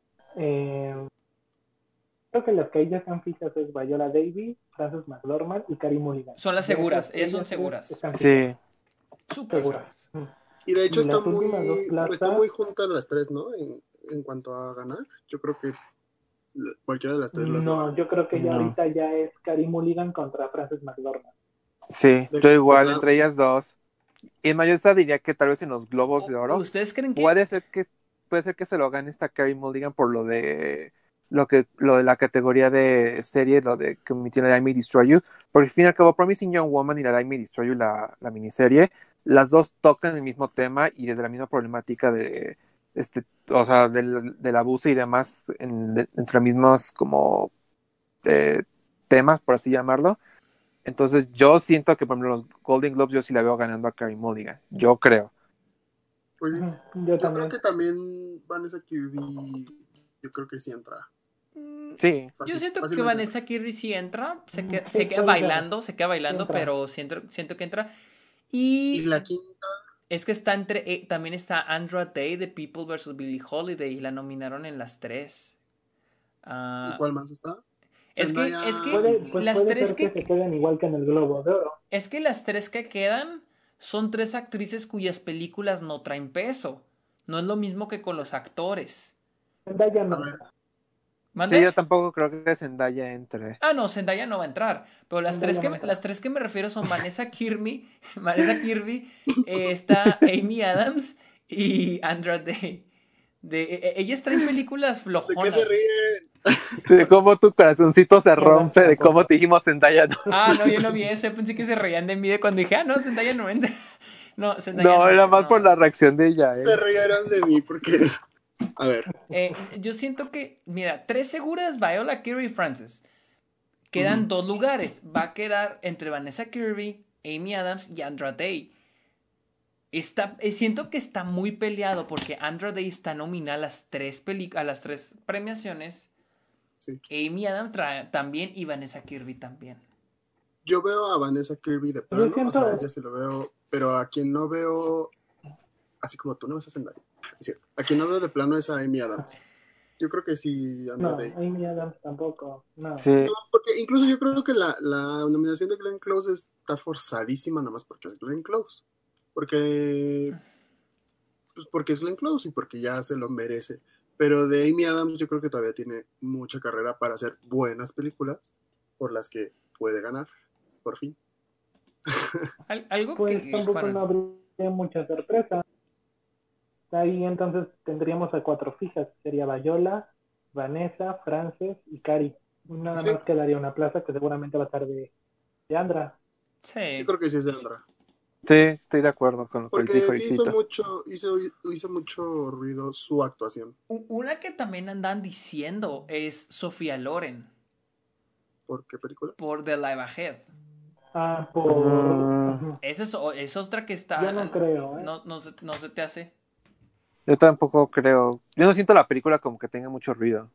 Creo que las que ahí ya están fijas es Viola Davis, Frances McDormand y Carey Mulligan. Son las seguras, ellas son seguras. están Sí. Súper seguras. seguras. Y de hecho Y las últimas dos plazas- está muy juntas las tres, ¿no? En cuanto a ganar. Yo creo que cualquiera de las tres las No, gana. yo creo que ya No. ahorita ya es Carey Mulligan contra Frances McDormand. Sí, De- yo igual, claro. entre ellas dos. Y en mayoría diría que tal vez en los Globos de Oro ¿Ustedes creen que puede ser que se lo gane esta Carey Mulligan por lo de la categoría de serie, lo de que tiene I May Destroy You, porque al fin y al cabo Promising Young Woman y la de I May Destroy You, la miniserie, las dos tocan el mismo tema y desde la misma problemática de o sea, del abuso y demás entre las mismas como temas, por así llamarlo. Entonces yo siento que por ejemplo los Golden Globes yo sí la veo ganando a Carey Mulligan, yo creo. Pues, Yo yo también. creo que también Vanessa Kirby, yo creo que sí entra. Sí. Yo Fácil- siento que fácilmente Vanessa Kirby sí entra, se queda puede ser. bailando, Entra. pero siento que entra. Y Y la quinta, es que está también está Andra Day de People vs. Billie Holiday y la nominaron en las tres. ¿y cuál más está? Es que- Zendaya, es que- Puede las tres ser que- se queden igual que en el Globo de Oro. Es que las tres que quedan son tres actrices cuyas películas no traen peso. No es lo mismo que con los actores. Zendaya no. A ver. ¿Mande? Sí, yo tampoco creo que Zendaya entre. Ah, no, Zendaya no va a entrar. Pero las Zendaya tres que, no entra. las tres que me refiero son Vanessa Kirby, está Amy Adams y Andra Day. Ellas traen películas ¿de qué flojonas. se ríen? De cómo tu corazoncito se rompe, de cómo te dijimos Zendaya, ¿no? Ah, no, yo no vi eso. Pensé que se reían de mí de cuando dije, no, Zendaya no entra. No, Zendaya No, era más no. por la reacción de ella, Se rieron de mí porque... A ver, Yo siento que, mira, 3 seguras, Viola, Kirby y Frances. Quedan 2 lugares. Va a quedar entre Vanessa Kirby, Amy Adams y Andra Day. Siento que está muy peleado porque Andra Day está nominada a las 3 premiaciones. sí. Amy Adams también y Vanessa Kirby también. Yo veo a Vanessa Kirby de plano, siento- o sea, ella sí lo veo, pero a quien no veo, así como tú no vas a hacer nadie, es cierto. A quien no veo de plano es a Amy Adams. Yo creo que sí, Andra No, Day. Amy Adams tampoco. No. Sí, No, porque incluso yo creo que la nominación de Glenn Close está forzadísima nada más porque es Glenn Close. Porque, pues porque es Glenn Close y porque ya se lo merece. Pero de Amy Adams yo creo que todavía tiene mucha carrera para hacer buenas películas por las que puede ganar, por fin. Algo Pues que... tampoco bueno, no habría mucha sorpresa. Ahí entonces tendríamos a 4 fijas. Sería Viola, Vanessa, Frances y Cari. Nada Sí. más quedaría una plaza que seguramente va a estar de Andra. Yo sí. creo que sí es de Andra. sí, estoy de acuerdo con lo que dijo Porque sí Isito. hizo mucho ruido su actuación. Una que también andan diciendo es Sofía Loren ¿Por qué película? por The Live Ahead. Ah, por... Ujú. Esa es otra que está... Yo no creo, ¿eh? No se te hace. Yo tampoco creo. Yo no siento la película como que tenga mucho ruido.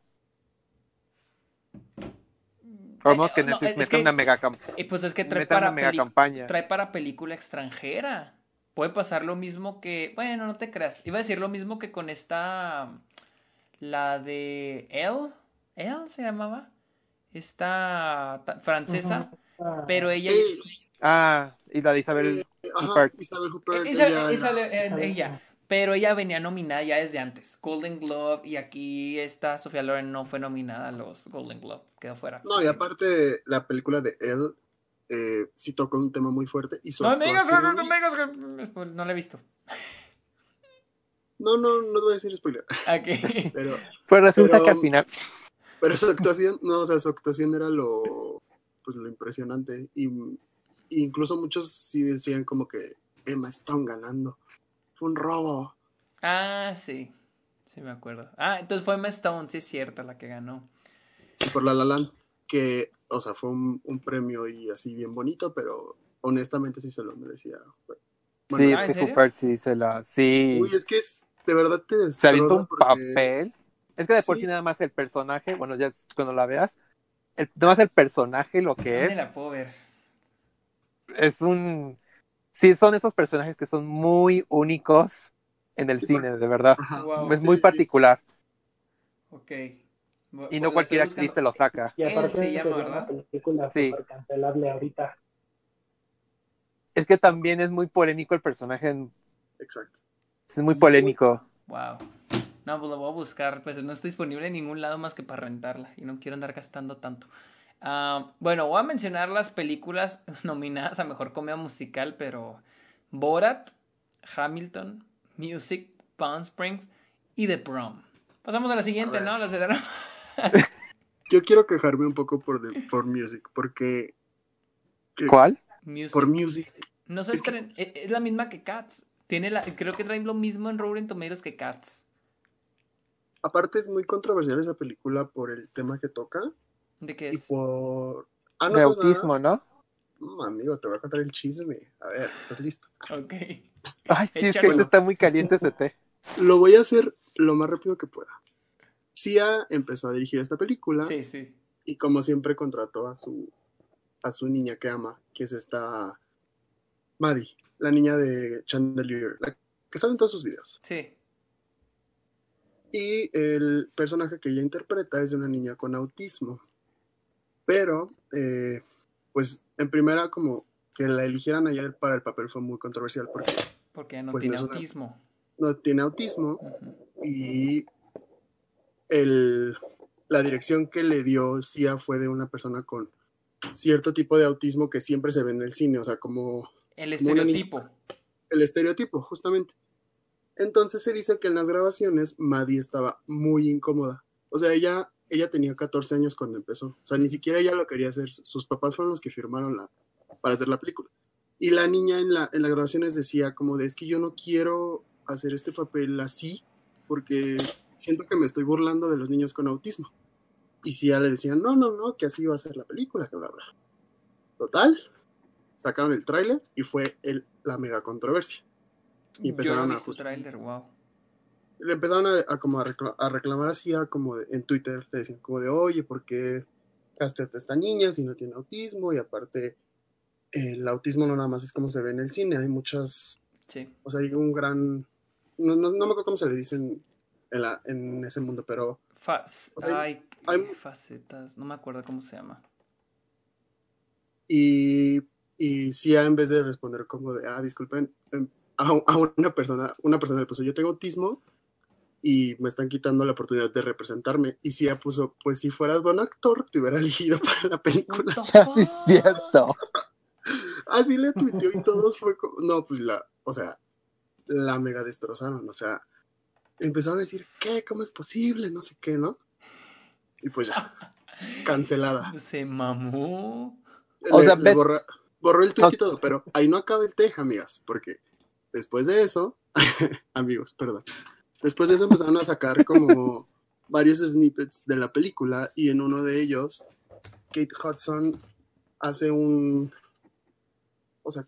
Vamos que No, Netflix es meta que- una mega Pues es que trae meta una para, mega campaña. trae para película extranjera. Puede pasar lo mismo que... Bueno, no te creas. Iba a decir lo mismo que con esta... La de Elle. Elle se llamaba. Esta francesa. Ujú. Ah, Pero ella... Ah, y la de Isabel Ajá, Huppert. Isabel Huppert, ella. Pero ella venía nominada ya desde antes. Golden Globe. Y aquí esta Sofía Loren no fue nominada a los Golden Globe. Quedó fuera. No, y aparte la película de Elle sí tocó un tema muy fuerte y su No me digas, actuación... no la he visto. No te voy a decir spoiler, Aquí. pero, Pues resulta Pero- que al final. pero su actuación, no, o sea, su actuación era pues lo impresionante y incluso muchos sí decían como que Emma Stone ganando, fue un robo. Ah, sí. Sí, me acuerdo. Ah, entonces fue Emma Stone, sí es cierto, la que ganó. Y por La La Land, que, o sea, fue un premio y así bien bonito, pero honestamente sí se lo merecía. Bueno, Sí, ¿en es que serio? Huppert sí se la. Sí. uy, es que de verdad te Se avientó un destroza porque papel. Es que de por sí Sí. nada más el personaje, bueno, ya cuando la veas, nada más el personaje lo que ¿Dónde es, la puedo ver? es un... Sí, son esos personajes que son muy únicos en el Sí, cine, de verdad. Ajá. Wow. Es Sí, muy sí, sí. particular. Ok. Y no La cualquier estoy actriz buscando. te lo saca. Y aparte Él se llama, sería ¿verdad? una película Sí. súper cancelable ahorita. Es que también es muy polémico el personaje. Exacto. Es muy polémico. Wow. No, pues lo voy a buscar. Pues no está disponible en ningún lado más que para rentarla. Y no quiero andar gastando tanto. Bueno, voy a mencionar las películas nominadas a Mejor Comedia Musical, pero Borat, Hamilton, Music, Palm Springs y The Prom. Pasamos a la siguiente, A ver. ¿no? Las de Yo quiero quejarme un poco por Music, porque ¿Cuál? Music. por Music, No se es que- estren... Es la misma que Cats. Creo que traen lo mismo en Rotten Tomatoes que Cats. aparte es muy controversial esa película por el tema que toca ¿De qué y es? por... De ¿sabes autismo, ¿no? nada? Amigo, te voy a contar el chisme. A ver, ¿estás listo? Ok. Ay, sí, es que Échalo. ahorita está muy caliente ese té. Lo voy a hacer lo más rápido que pueda. Sia empezó a dirigir esta película Sí, sí. y como siempre contrató a su niña que ama, que es esta Maddie, la niña de Chandelier, la que sale en todos sus videos. Sí. Y el personaje que ella interpreta es de una niña con autismo. Pero, pues, en primera, como que la eligieran ayer para el papel fue muy controversial porque Porque no Pues tiene no es una- autismo. no tiene autismo Ujú. y la dirección que le dio Sia fue de una persona con cierto tipo de autismo que siempre se ve en el cine, o sea, como El Como una niña. estereotipo. el estereotipo, justamente. Entonces se dice que en las grabaciones Maddie estaba muy incómoda. O sea, ella tenía 14 años cuando empezó. O sea, ni siquiera ella lo quería hacer. Sus papás fueron los que firmaron para hacer la película. Y la niña en las grabaciones decía como de, es que yo no quiero hacer este papel así porque siento que me estoy burlando de los niños con autismo. Y si ya le decían, no, no, no, que así iba a ser la película, que bla, bla. Total, sacaron el tráiler y fue la mega controversia. Y Yo no he empezaron a visto tráiler, wow. le empezaron a reclamar así en Twitter, le decían como de, oye, ¿por qué castraste a esta niña si no tiene autismo? Y aparte, el autismo no nada más es como se ve en el cine, hay muchas, Sí. o sea, hay un gran, no me acuerdo cómo se le dicen en ese mundo, pero, o sea, hay, Facetas, no me acuerdo cómo se llama. y sí, en vez de responder como de, disculpen, a una persona le puso, yo tengo autismo y me están quitando la oportunidad de representarme. Y si ella puso, pues si fueras buen actor, te hubiera elegido para la película. Sí, es cierto. Así le tuiteó y todos fue como, no, pues o sea, la mega destrozaron, o sea, empezaron a decir, ¿qué? ¿Cómo es posible? No sé qué, ¿no? Y pues ya, cancelada. Se mamó. O sea, Le ves, borró el tweet y todo, pero ahí no acaba el té, amigas, porque después de eso, amigos, perdón, después de eso empezaron a sacar como varios snippets de la película y en uno de ellos Kate Hudson hace o sea,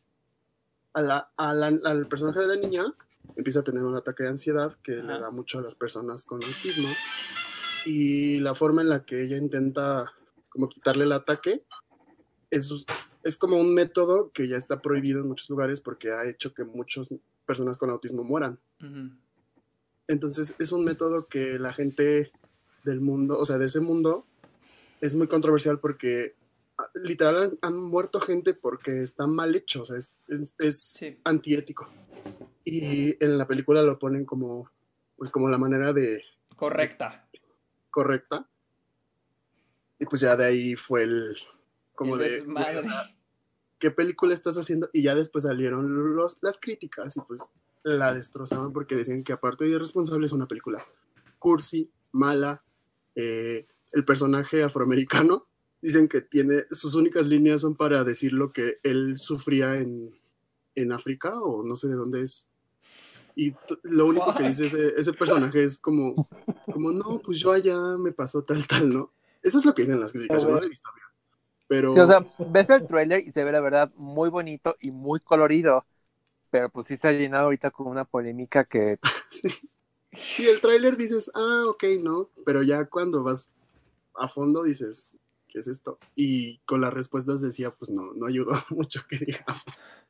al personaje de la niña empieza a tener un ataque de ansiedad que le da mucho a las personas con autismo y la forma en la que ella intenta como quitarle el ataque es como un método que ya está prohibido en muchos lugares porque ha hecho que muchas personas con autismo mueran. Uh-huh. Entonces es un método que la gente del mundo, o sea, de ese mundo, es muy controversial porque literal han muerto gente porque está mal hecho, o sea, es Sí. antiético. Y en la película lo ponen como, pues, como la manera correcta. Correcta. Y pues ya de ahí fue como el de, desmadre. o sea, ¿qué película estás haciendo? Y ya después salieron las críticas y pues la destrozaban porque decían que aparte de irresponsable es una película cursi, mala, el personaje afroamericano dicen que tiene sus únicas líneas son para decir lo que él sufría en África o no sé de dónde es y lo único que dice ese personaje es como no, pues yo allá me pasó tal, ¿no? Eso es lo que dicen las críticas, yo no lo he visto, pero sí, o sea, ves el tráiler y se ve la verdad muy bonito y muy colorido, pero pues sí se ha llenado ahorita con una polémica que... sí, el tráiler dices, ok, no, pero ya cuando vas a fondo dices, ¿qué es esto? Y con las respuestas decía, pues no ayudó mucho que digamos.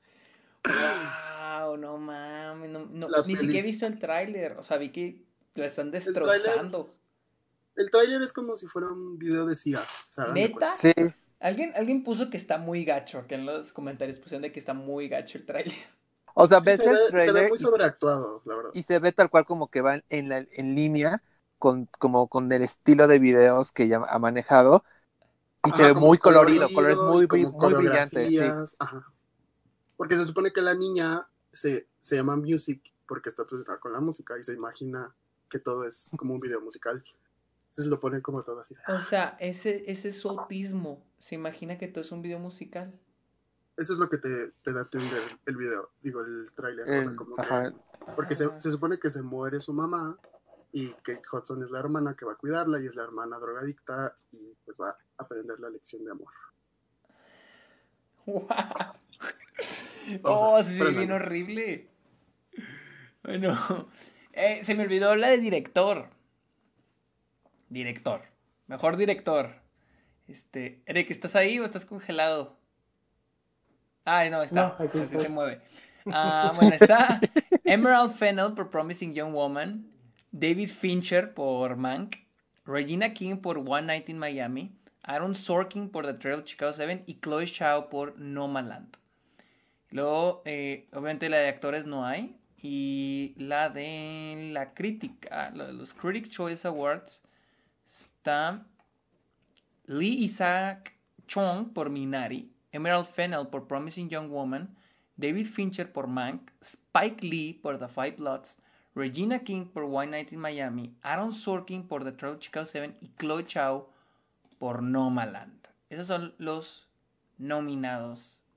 Wow, no mames, ni siquiera he visto el tráiler, o sea, vi que lo están destrozando. El tráiler es como si fuera un video de CIA, o sea, ¿Neta? Sí. Alguien puso que está muy gacho, que en los comentarios pusieron de que está muy gacho el tráiler. O sea, sí, ves el se ve tráiler muy sobreactuado, la verdad. y se ve tal cual como que va en línea como con el estilo de videos que ya ha manejado y se ve como muy colorido, colores y muy, como muy brillantes, sí. coreografías, porque se supone que la niña se llama Music porque está obsesionada con la música y se imagina que todo es como un video musical. Entonces lo ponen como todo así. O sea, ese es su autismo. Se imagina que todo es un video musical. Eso es lo que te da a entender el video, digo, el tráiler. O sea, como que. Porque se supone que se muere su mamá y Kate Hudson es la hermana que va a cuidarla y es la hermana drogadicta y pues va a aprender la lección de amor. ¡Wow! O sea, Sí, bien horrible. Bueno, se me olvidó la de director. Mejor director. Eric, ¿estás ahí o estás congelado? Ay, no, está. No, aquí Así estoy. se mueve. Bueno, está Emerald Fennell por Promising Young Woman, David Fincher por Mank, Regina King por One Night in Miami, Aaron Sorkin por The Trail of Chicago 7 y Chloe Zhao por Nomadland. Luego, obviamente la de actores no hay. Y la de la crítica, la de los Critics' Choice Awards, está Lee Isaac Chung por Minari, Emerald Fennell por Promising Young Woman, David Fincher por Mank, Spike Lee por The Five Bloods, Regina King por One Night in Miami, Aaron Sorkin por The Trail of Chicago 7 y Chloe Zhao por Nomadland. Esos son los nominados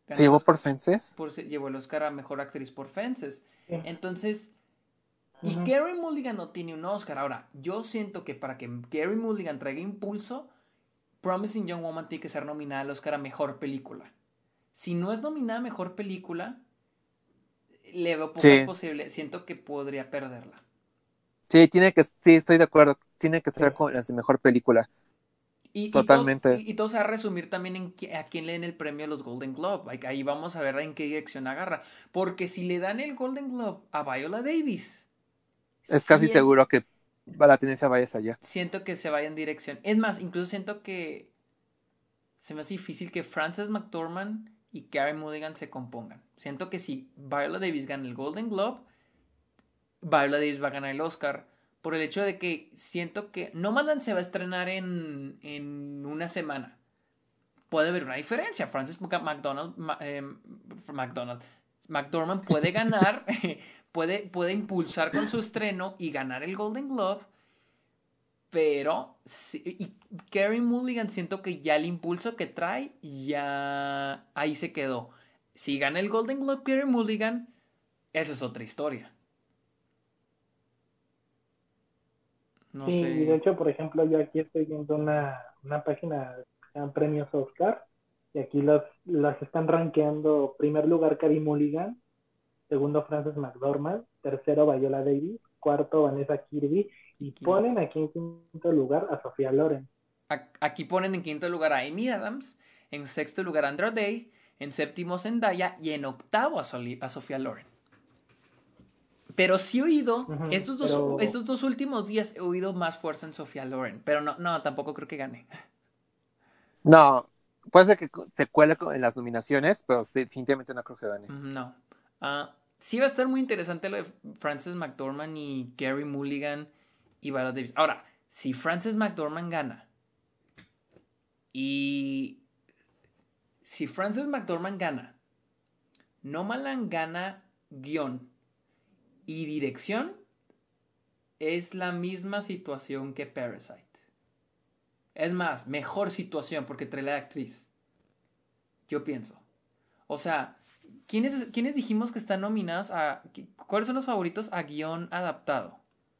¿Se llevó por Fences? Llevó el Oscar a Mejor Actriz por Fences. Sí. Entonces, y Ujú. Carey Mulligan no tiene un Oscar. Ahora, yo siento que para que Carey Mulligan traiga impulso, Promising Young Woman tiene que ser nominada al Oscar a Mejor Película. Si no es nominada a Mejor Película, le veo pocas Sí, posibilidades. Siento que podría perderla. sí, sí, estoy de acuerdo. Tiene que estar Sí. con las de mejor película. Y Totalmente. todo se va a resumir también en a quién le den el premio a los Golden Globe. Ahí vamos a ver en qué dirección agarra. Porque si le dan el Golden Globe a Viola Davis, Es casi sien- seguro que la tendencia vaya hacia allá. siento que se vaya en dirección. Es más, incluso siento que se me hace difícil que Frances McDormand y Carey Mulligan se compongan. Siento que si Viola Davis gana el Golden Globe, Viola Davis va a ganar el Oscar. Por el hecho de que siento que Nomadland se va a estrenar en una semana. Puede haber una diferencia. McDormand puede ganar, puede impulsar con su estreno y ganar el Golden Globe, pero y Carey Mulligan siento que ya el impulso que trae ya ahí se quedó. Si gana el Golden Globe Carey Mulligan, esa es otra historia. No Sí, y de sé. hecho, por ejemplo, yo aquí estoy viendo una página que se llama Premios Oscar, y aquí las están rankeando: primer lugar Carey Mulligan, segundo Frances McDormand, tercero Viola Davis, cuarto Vanessa Kirby, y ponen aquí en quinto lugar a Sofía Loren. Aquí ponen en quinto lugar a Amy Adams, en sexto lugar a Andra Day, en séptimo Zendaya y en octavo a Sofía Loren. Pero sí he oído, Pero estos dos últimos días he oído más fuerza en Sofía Loren, pero no, tampoco creo que gane. No, puede ser que se cuele en las nominaciones, pero sí, definitivamente no creo que gane. No. Sí va a estar muy interesante lo de Frances McDormand y Carey Mulligan y Viola Davis. Ahora, si Frances McDormand gana y si Frances McDormand gana, Nomadland gana guión y dirección, es la misma situación que Parasite. Es más, mejor situación porque trae la actriz. Yo pienso. O sea, ¿quiénes dijimos que están nominadas a... ¿Cuáles son los favoritos a guión adaptado?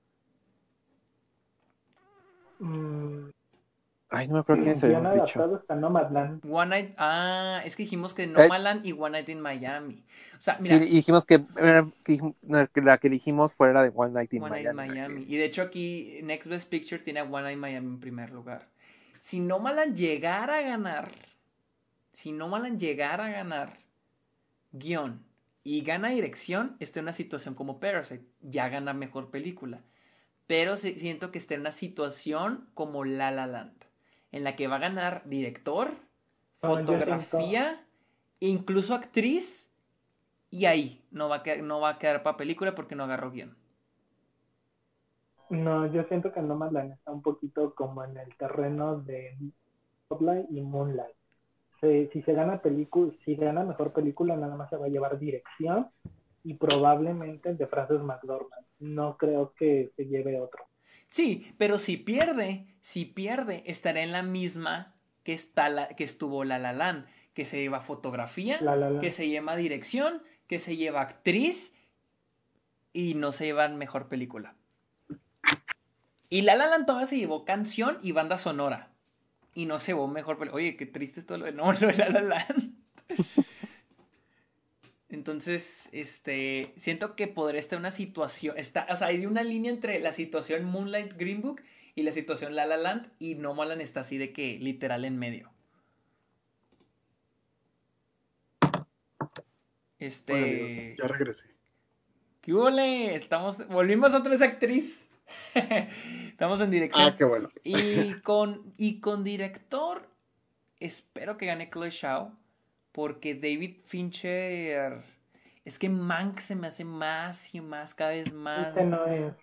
Ay, no me acuerdo quiénes guión habíamos dicho. adaptado está Nomadland. Es que dijimos que Nomadland y One Night in Miami. O sea, Sí, mira, y dijimos que la que elegimos fue la de One Night in One Night in Miami. Miami. Y de hecho aquí Next Best Picture tiene a One Night in Miami en primer lugar. Si Nomadland llegara a ganar guión y gana dirección, está en una situación como Parasite, ya gana mejor película. Pero siento que está en una situación como La La Land, en la que va a ganar director, No, yo siento, fotografía, incluso actriz, y ahí no va a quedar para película porque no agarró guión. no, yo siento que Nomadland está un poquito como en el terreno de Spotlight y Moonlight. Si se gana si gana mejor película, nada más se va a llevar dirección y probablemente el de Frances McDormand. No creo que se lleve otro. Sí, pero si pierde, estará en la misma que estuvo La La Land, que se lleva fotografía, La, la, la. que se lleva dirección, que se lleva actriz y no se lleva mejor película. Y La La Land todavía se llevó canción y banda sonora. Y no se llevó mejor película. Oye, qué triste es todo lo de no, lo de La La Land. Entonces, siento que podría estar una situación, o sea, hay una línea entre la situación Moonlight Green Book y la situación La La Land, y Nomadland está así de que literal en medio. Hola amigos, ya regresé. ¿Qué huele? Volvimos otra vez actriz. Estamos en dirección. Ah, qué bueno. Y con director, espero que gane Chloe Zhao, porque David Fincher, es que Mank se me hace más y más, cada vez más. No es.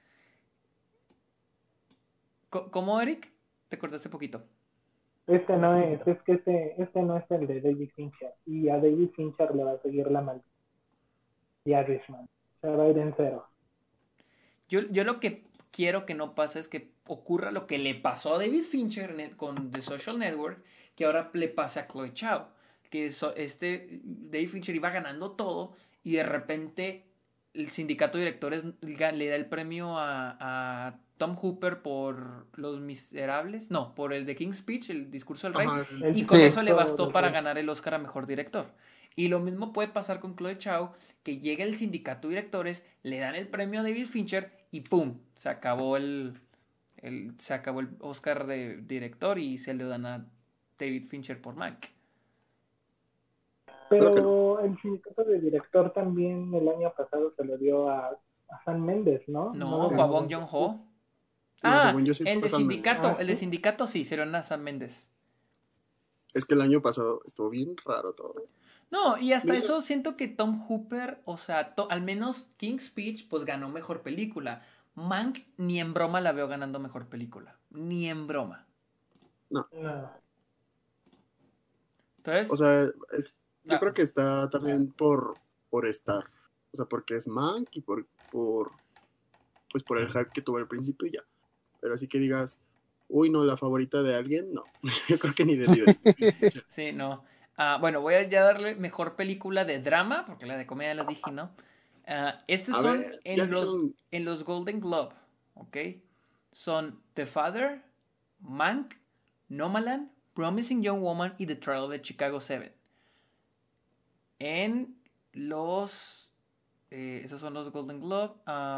¿Cómo, Eric? Te cortaste poquito. No es que este no es el de David Fincher. Y a David Fincher le va a seguir la maldición. Y a Irishman. Se va a ir en cero. Yo lo que quiero que no pase es que ocurra lo que le pasó a David Fincher con The Social Network, que ahora le pase a Chloe Zhao. que David Fincher iba ganando todo y de repente el sindicato de directores le da el premio a Tom Hooper por Los Miserables, no, por el de King's Speech, el discurso del rey, Ajá, y con Sí. eso le bastó del para rey. ganar el Oscar a mejor director. Y lo mismo puede pasar con Chloe Zhao, que llega el sindicato de directores, le dan el premio a David Fincher y ¡pum! Se acabó el Oscar de director y se le dan a David Fincher por Mank. Creo que no. Pero el sindicato de director también el año pasado se lo dio a Sam Mendes, ¿no? No, lo fue a ganó Bong Bong Joon-ho. No, Ah, según yo sí el fue de Sam Mendes. sindicato, Ah, el de ¿sí? sindicato sí, se lo dan a Sam Mendes. Es que el año pasado estuvo bien raro todo. No, y hasta Mira, eso siento que Tom Hooper, o sea, al menos King's Speech, pues ganó mejor película. Mank ni en broma la veo ganando mejor película. Ni en broma. No. Entonces, o sea, yo ah, creo que está también por estar. O sea, porque es Mank y pues por el hype que tuvo al principio y ya. Pero así que digas, uy, no, la favorita de alguien, no. Yo creo que ni de David. sí, no. Bueno, voy a ya darle mejor película de drama, porque la de comedia las dije, ¿no? Estos A son ver, ya dijeron, en los Golden Globe, ¿ok? Son The Father, Mank, Nomadland, Promising Young Woman y The Trial of the Chicago 7. En los... esos son los Golden Globe.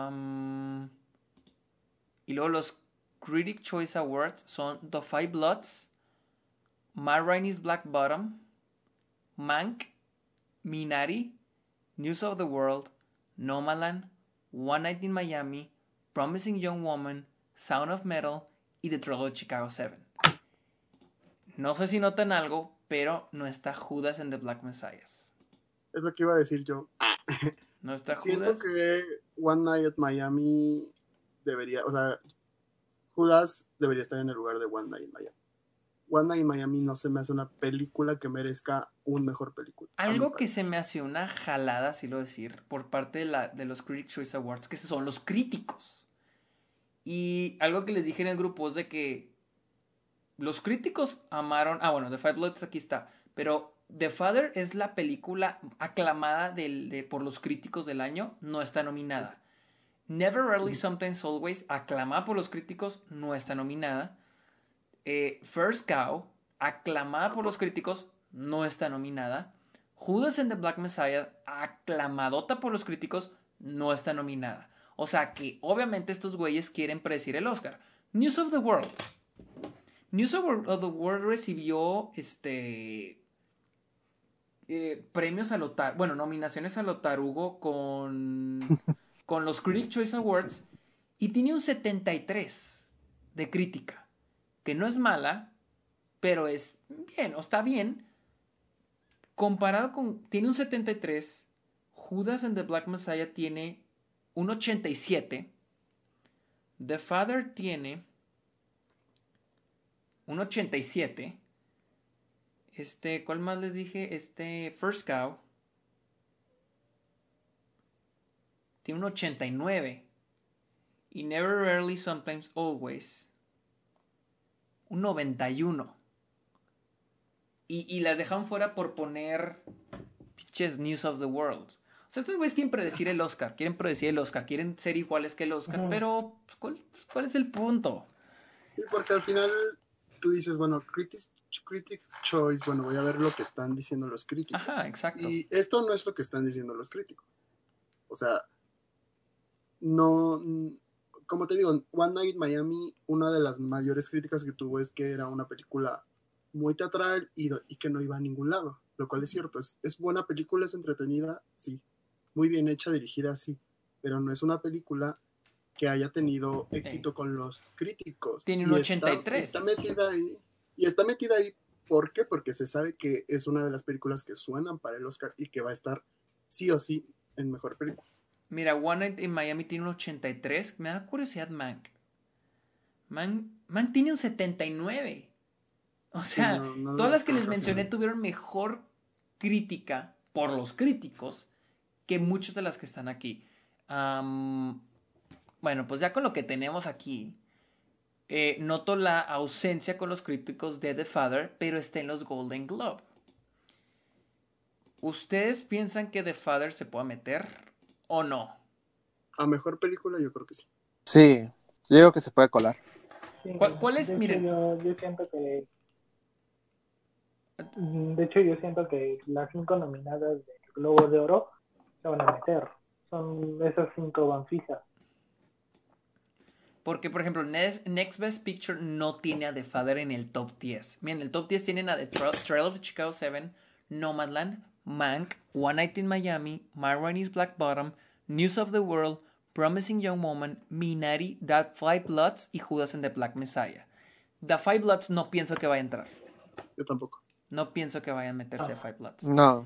Y luego los Critic Choice Awards son The Five Bloods, Matt Rainey's Black Bottom, Mank, Minari, News of the World, Nomadland, One Night in Miami, Promising Young Woman, Sound of Metal y The Trial of Chicago 7. No sé si notan algo, pero no está Judas en The Black Messiahs. es lo que iba a decir yo. No está Siento Judas. que One Night at Miami debería, o sea, Judas debería estar en el lugar de One Night in Miami. One Night in Miami no se me hace una película que merezca un mejor película. Algo que se me hace una jalada, así lo decir, por parte de los Critic Choice Awards, que son los críticos. Y algo que les dije en el grupo es de que los críticos amaron... bueno, The Five Bloods aquí está. Pero The Father es la película aclamada por los críticos del año, no está nominada. Never, Rarely, Sometimes, Always, aclamada por los críticos, no está nominada. First Cow, aclamada por los críticos, no está nominada. Judas and the Black Messiah, aclamadota por los críticos, no está nominada. O sea que obviamente estos güeyes quieren predecir el Oscar. News of the World. News of the World recibió premios a nominaciones a Lotarugo con los Critics' Choice Awards y tiene un 73 de crítica, que no es mala, pero es bien, o está bien. Comparado tiene un 73, Judas and the Black Messiah tiene un 87, The Father tiene un 87, ¿cuál más les dije? First Cow tiene un 89 y Never, Rarely, Sometimes, Always un 91. Y las dejan fuera por poner pitches News of the World. O sea, estos güeyes quieren predecir el Oscar, quieren ser iguales que el Oscar, pero ¿cuál es el punto? Sí, porque al final tú dices, bueno, Critics Choice, bueno, voy a ver lo que están diciendo los críticos. Ajá, exacto. Y esto no es lo que están diciendo los críticos. O sea, no, como te digo, One Night in Miami, una de las mayores críticas que tuvo es que era una película muy teatral y que no iba a ningún lado, lo cual es cierto. Es buena película, es entretenida, sí. Muy bien hecha, dirigida, sí. Pero no es una película que haya tenido éxito con los críticos. Tiene un 83. Está metida ahí. Y está metida ahí, ¿por qué? Porque se sabe que es una de las películas que suenan para el Oscar y que va a estar sí o sí en mejor película. Mira, One Night in Miami tiene un 83. Me da curiosidad Mank. Mank tiene un 79. O sea, Sí, no todas las que les cosas, mencioné tuvieron mejor crítica por los críticos que muchas de las que están aquí. Bueno, pues ya con lo que tenemos aquí, noto la ausencia con los críticos de The Father, pero está en los Golden Globe. ¿Ustedes piensan que The Father se pueda meter o no? A mejor película yo creo que sí. Sí, yo creo que se puede colar. Sí, ¿Cuál es? de hecho, Miren, yo siento que de hecho yo siento que las 5 nominadas del Globo de Oro se van a meter. Son esas 5 van fijas. porque por ejemplo, Next Best Picture no tiene a The Father en el top 10. Miren, en el top 10 tienen a The Trial of the Chicago 7, Nomadland, Mank, One Night in Miami, My Rainey's Black Bottom, News of the World, Promising Young Woman, Minari, The Five Bloods y Judas and the Black Messiah. The Five Bloods no pienso que vaya a entrar. Yo tampoco. No pienso que vaya a meterse a Five Bloods. No.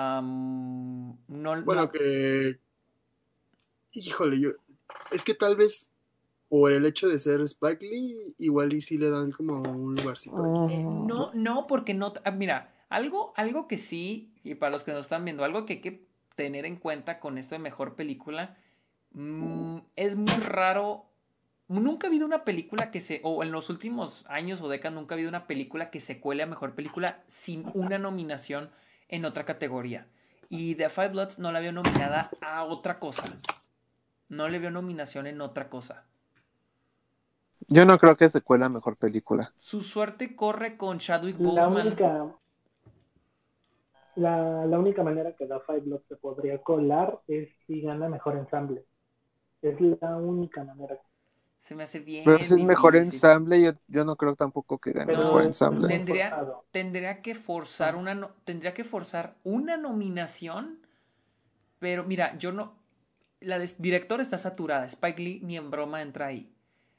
No, Bueno, no. que... Híjole, yo... Es que tal vez por el hecho de ser Spike Lee, igual y sí le dan como un lugarcito ahí. No, porque no. Mira, algo que sí, y para los que nos están viendo, algo que hay que tener en cuenta con esto de mejor película, es muy raro. Nunca ha habido una película o en los últimos años o décadas, nunca ha habido una película que se cuele a mejor película sin una nominación en otra categoría. Y The Five Bloods no la veo nominada a otra cosa. No le veo nominación en otra cosa. Yo no creo que se cuela a mejor película. Su suerte corre con Chadwick La Boseman. única manera que The Five Bloods se podría colar es si gana mejor ensamble. Es la única manera. Se me hace bien Pero si es mejor difícil. ensamble, yo no creo tampoco que gane Pero mejor No, ensamble. muy tendría forzado. que forzar tendría que forzar una nominación, pero mira, yo no, la de director está saturada, Spike Lee ni en broma entra ahí.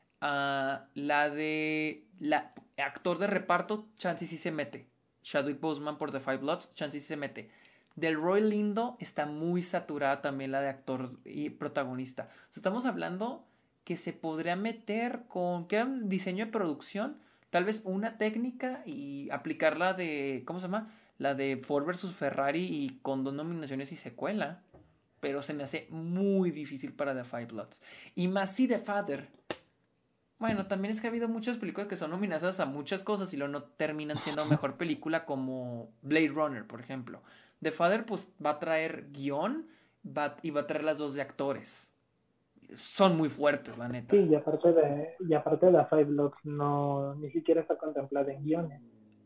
La actor de reparto, chance sí se mete. Chadwick Boseman por The Five Bloods, chance sí se mete. Del Roy Lindo está muy saturada también la de actor y protagonista. O sea, estamos hablando que se podría meter con ¿qué? Diseño de producción, tal vez una técnica y aplicar ¿cómo se llama? La de Ford versus Ferrari y con 2 nominaciones y secuela. Pero se me hace muy difícil para The Five Bloods. Y más si The Father. Bueno, también es que ha habido muchas películas que son nominadas a muchas cosas y luego no terminan siendo mejor película, como Blade Runner, por ejemplo. The Father pues va a traer guión y va a traer las 2 de actores. Son muy fuertes, la neta. Sí, y aparte de The Five Bloods no ni siquiera está contemplada en guiones.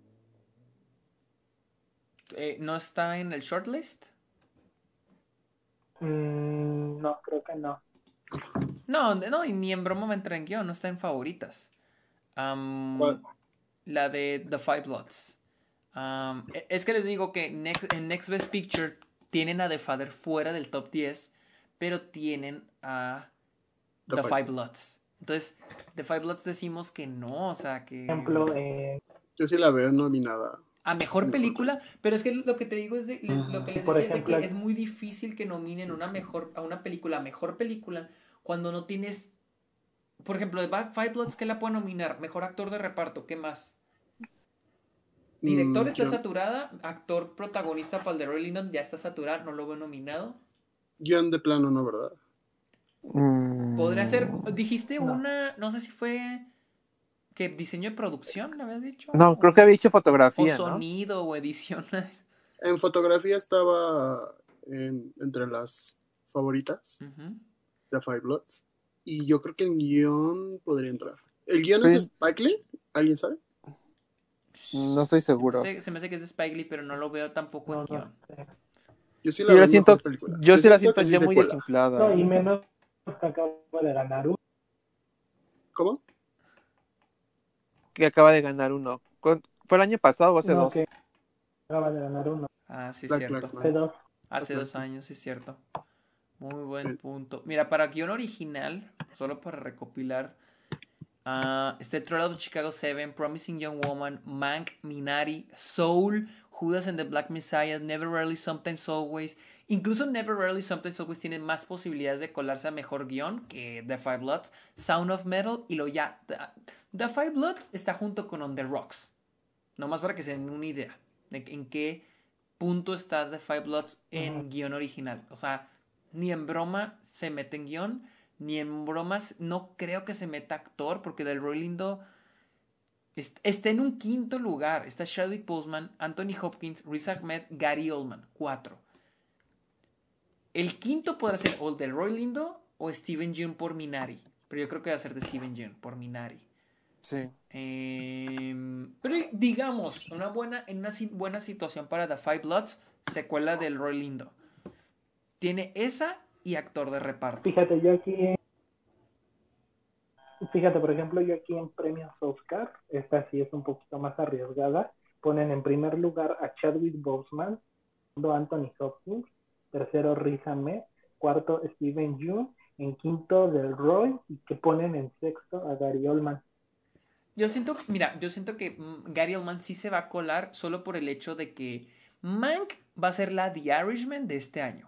¿No está en el shortlist? No, creo que no. No, y ni en broma va a entrar en guión, no está en favoritas. ¿Cuál? La de The Five Bloods. Es que les digo que en Next Best Picture tienen a The Father fuera del top 10, pero tienen a The Five Bloods. Entonces, The Five Bloods decimos que no, o sea, que... Por ejemplo, Yo sí la veo nominada. a mejor película, pero es que lo que te digo es lo que les por decía ejemplo, es de que es muy difícil que nominen a una película mejor película cuando no tienes, por ejemplo, de Five Bloods, ¿qué la puede nominar? Mejor actor de reparto, ¿qué más? Director está saturada, actor protagonista para el de Roy Lindo ya está saturada, no lo veo nominado. Guión de plano, no, ¿verdad? Podría ser, dijiste No. no sé si fue que diseño de producción, ¿le habías dicho? No, creo que había dicho O fotografía, ¿no? sonido o edición. En fotografía estaba entre las favoritas Ujú. de Five Bloods. Y yo creo que en guión podría entrar. ¿El guión es de Pues, Spike Lee? ¿Alguien sabe? no estoy seguro. Se me hace que es de Spike Lee, pero no lo veo tampoco en no guión. sé. Yo sí Sí, la veo en mejor película. yo sí la siento que sí ya se muy cuela. desinflada. No, y menos que acaba de ganar uno. ¿Cómo? Que acaba de ganar uno. ¿Fue el año pasado o hace No, dos? que acaba de ganar uno. Ah, sí, es Black cierto. Klansman. P2. Hace 2 años, sí, es cierto. Muy buen punto. Mira, para guión original, solo para recopilar, está Trial of the Chicago 7, Promising Young Woman, Mank, Minari, Soul, Judas and the Black Messiah, Never Rarely, Sometimes Always. Incluso Never Rarely, Sometimes Always tiene más posibilidades de colarse a mejor guión que The Five Bloods, Sound of Metal y lo ya. The Five Bloods está junto con On the Rocks. Nomás para que se den una idea de en qué punto está The Five Bloods en guión original. O sea, ni en broma se mete en guión, ni en bromas no creo que se meta actor, porque Del Roy Lindo Está en un quinto lugar. Está Chadwick Boseman, Anthony Hopkins, Riz Ahmed, Gary Oldman. 4. El quinto podrá ser o Delroy Lindo o Steven Yeun por Minari. Pero yo creo que va a ser de Steven Yeun por Minari. Sí. Pero digamos, en una buena situación para The Five Bloods, secuela del Roy Lindo. Tiene esa y actor de reparto. Fíjate, por ejemplo, yo aquí en premios Oscar, esta sí es un poquito más arriesgada, ponen en primer lugar a Chadwick Boseman, segundo Anthony Hopkins, tercero Riz Ahmed, cuarto Steven Yeun, en quinto Delroy, y que ponen en sexto a Gary Oldman. Yo siento que Gary Oldman sí se va a colar solo por el hecho de que Mank va a ser la The Irishman de este año.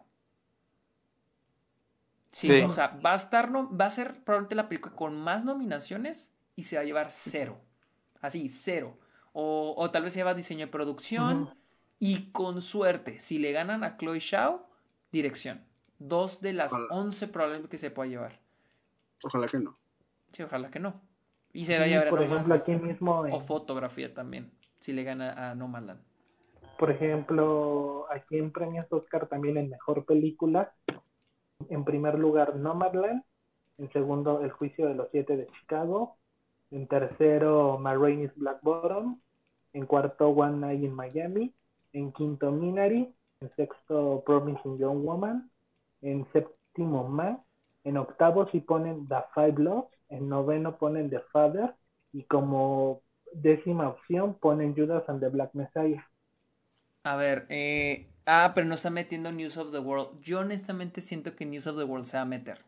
Sí, o sea, va a ser probablemente la película con más nominaciones y se va a llevar 0. Así, 0. O tal vez se lleva diseño de producción y con suerte, si le ganan a Chloe Zhao, dirección. 2 de las 11 probablemente que se pueda llevar. Ojalá que no. Sí, ojalá que no. Y se va a llevar por ejemplo, aquí mismo o fotografía también, si le gana a Nomadland. Por ejemplo, aquí en premios Oscar también en mejor película. En primer lugar, Nomadland. En segundo, El juicio de los 7 de Chicago. En tercero, Ma Rainey's Black Bottom. En cuarto, One Night in Miami. En quinto, Minari. En sexto, Promising Young Woman. En séptimo, Ma. En octavo sí ponen The Five Bloods. En noveno ponen The Father. Y como décima opción ponen Judas and the Black Messiah. A ver, pero no está metiendo News of the World. Yo honestamente siento que News of the World se va a meter.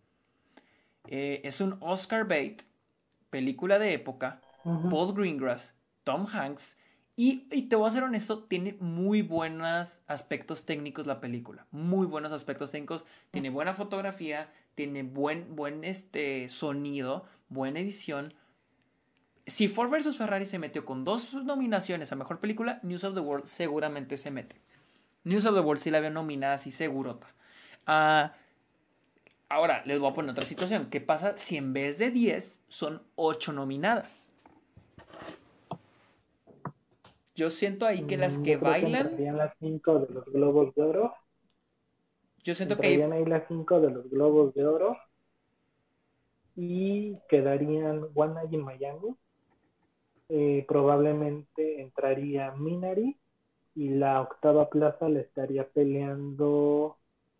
Es un Oscar bait, película de época, Paul Greengrass, Tom Hanks, y te voy a ser honesto, tiene muy buenos aspectos técnicos la película. Muy buenos aspectos técnicos. Tiene buena fotografía, tiene buen sonido, buena edición. Si Ford vs Ferrari se metió con 2 nominaciones a mejor película, News of the World seguramente se mete. News of the World sí la veo nominada, así segurota. Ahora, les voy a poner otra situación. ¿Qué pasa si en vez de 10 son 8 nominadas? Yo siento ahí que las que bailan... Entrarían las 5 de los Globos de Oro. Yo siento entrarían ahí las 5 de los Globos de Oro. Y quedarían One Night in Miami. Probablemente entraría Minari. Y la octava plaza le estaría peleando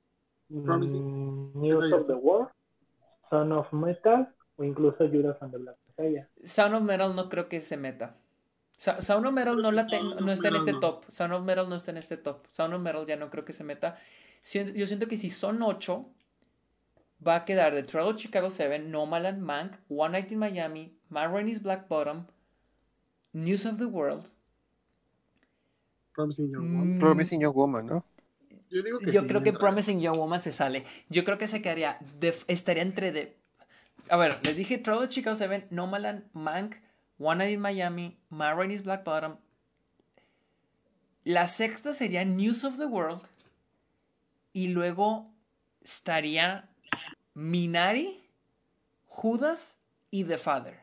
News of the World, Son of Metal o incluso Judas and the Black Messiah. Sound of Metal no creo que se meta. Sound of Metal no está en este top. Sound of Metal no está en este top. Sound of Metal ya no creo que se meta. Yo siento que si son 8, va a quedar The Trial of Chicago 7, Nomadland, Mank, One Night in Miami, Ma Rainey's Black Bottom, News of the World. Promising Young Woman. Promising Young Woman, ¿no? Yo creo que Promising Young Woman se sale. Yo creo que se quedaría. Estaría entre. A ver, les dije Trial of Chicago 7, Nomadland, Mank, One Night in Miami, Ma Rainey's Black Bottom. La sexta sería News of the World. Y luego estaría Minari, Judas y The Father.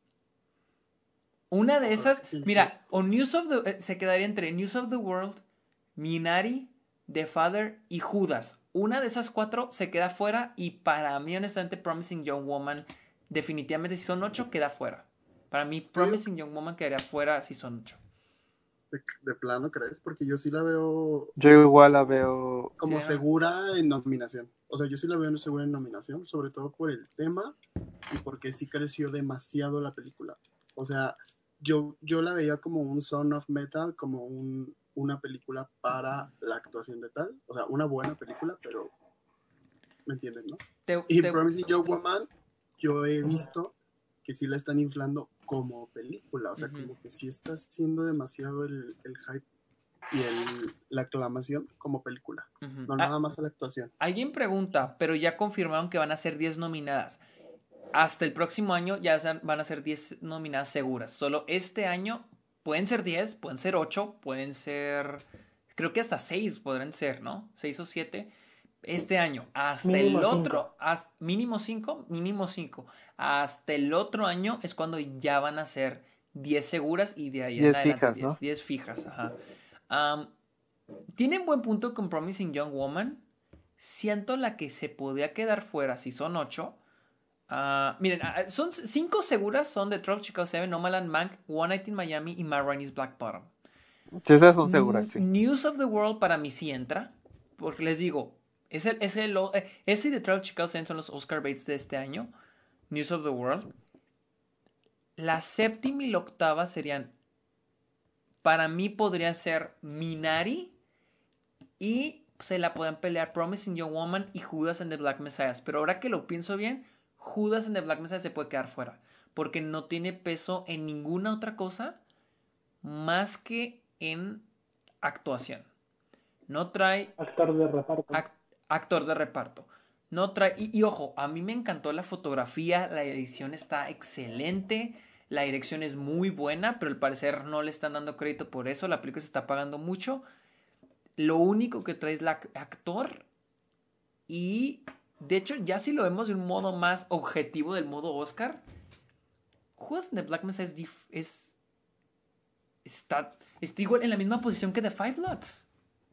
Una de esas, mira, o se quedaría entre News of the World, Minari, The Father y Judas. Una de esas 4 se queda fuera y para mí, honestamente, Promising Young Woman, definitivamente si son 8, queda fuera. Para mí, Promising Young Woman quedaría fuera si son 8. ¿De plano crees? Porque yo sí la veo... Yo igual la veo... Como segura en nominación. O sea, yo sí la veo segura en nominación, sobre todo por el tema y porque sí creció demasiado la película. O sea, yo la veía como un Son of Metal, como una película para la actuación de tal. O sea, una buena película, pero... ¿Me entienden, no? Promising Young Woman, yo he visto que sí la están inflando como película. O sea, como que sí está haciendo demasiado el hype y la aclamación como película. No nada más a la actuación. Alguien pregunta, pero ya confirmaron que van a ser 10 nominadas. Hasta el próximo año ya van a ser 10 nominadas seguras. Solo este año pueden ser 10, pueden ser 8, pueden ser... Creo que hasta 6 podrán ser, ¿no? 6 o 7. Este año. Hasta mínimo el otro... mínimo 5. Hasta el otro año es cuando ya van a ser 10 seguras y de ahí 10 en adelante fijas, ¿no? 10 fijas, ajá. Tienen buen punto con Promising Young Woman. Siento la que se podía quedar fuera si son 8. Miren, son 5 seguras, son The 12 Chicago 7, Nomadland, Mank, One Night in Miami y Ma Rainey's Black Bottom. Sí, esas son seguras, sí. News of the World para mí sí entra, porque les digo, ese y The 12 Chicago 7 son los Oscar baits de este año. News of the World. La séptima y la octava serían, para mí podría ser Minari y se la pueden pelear Promising Young Woman y Judas and the Black Messiah. Pero ahora que lo pienso bien, Judas and the Black Messiah se puede quedar fuera, porque no tiene peso en ninguna otra cosa más que en actuación. No trae Actor de reparto. actor de reparto. No trae. Y ojo, a mí me encantó la fotografía, la edición está excelente, la dirección es muy buena, pero al parecer no le están dando crédito por eso. La película se está pagando mucho. Lo único que trae es el actor. Y de hecho, ya si lo vemos de un modo más objetivo del modo Oscar, Judas and the Black Messiah está igual en la misma posición que The Five Bloods.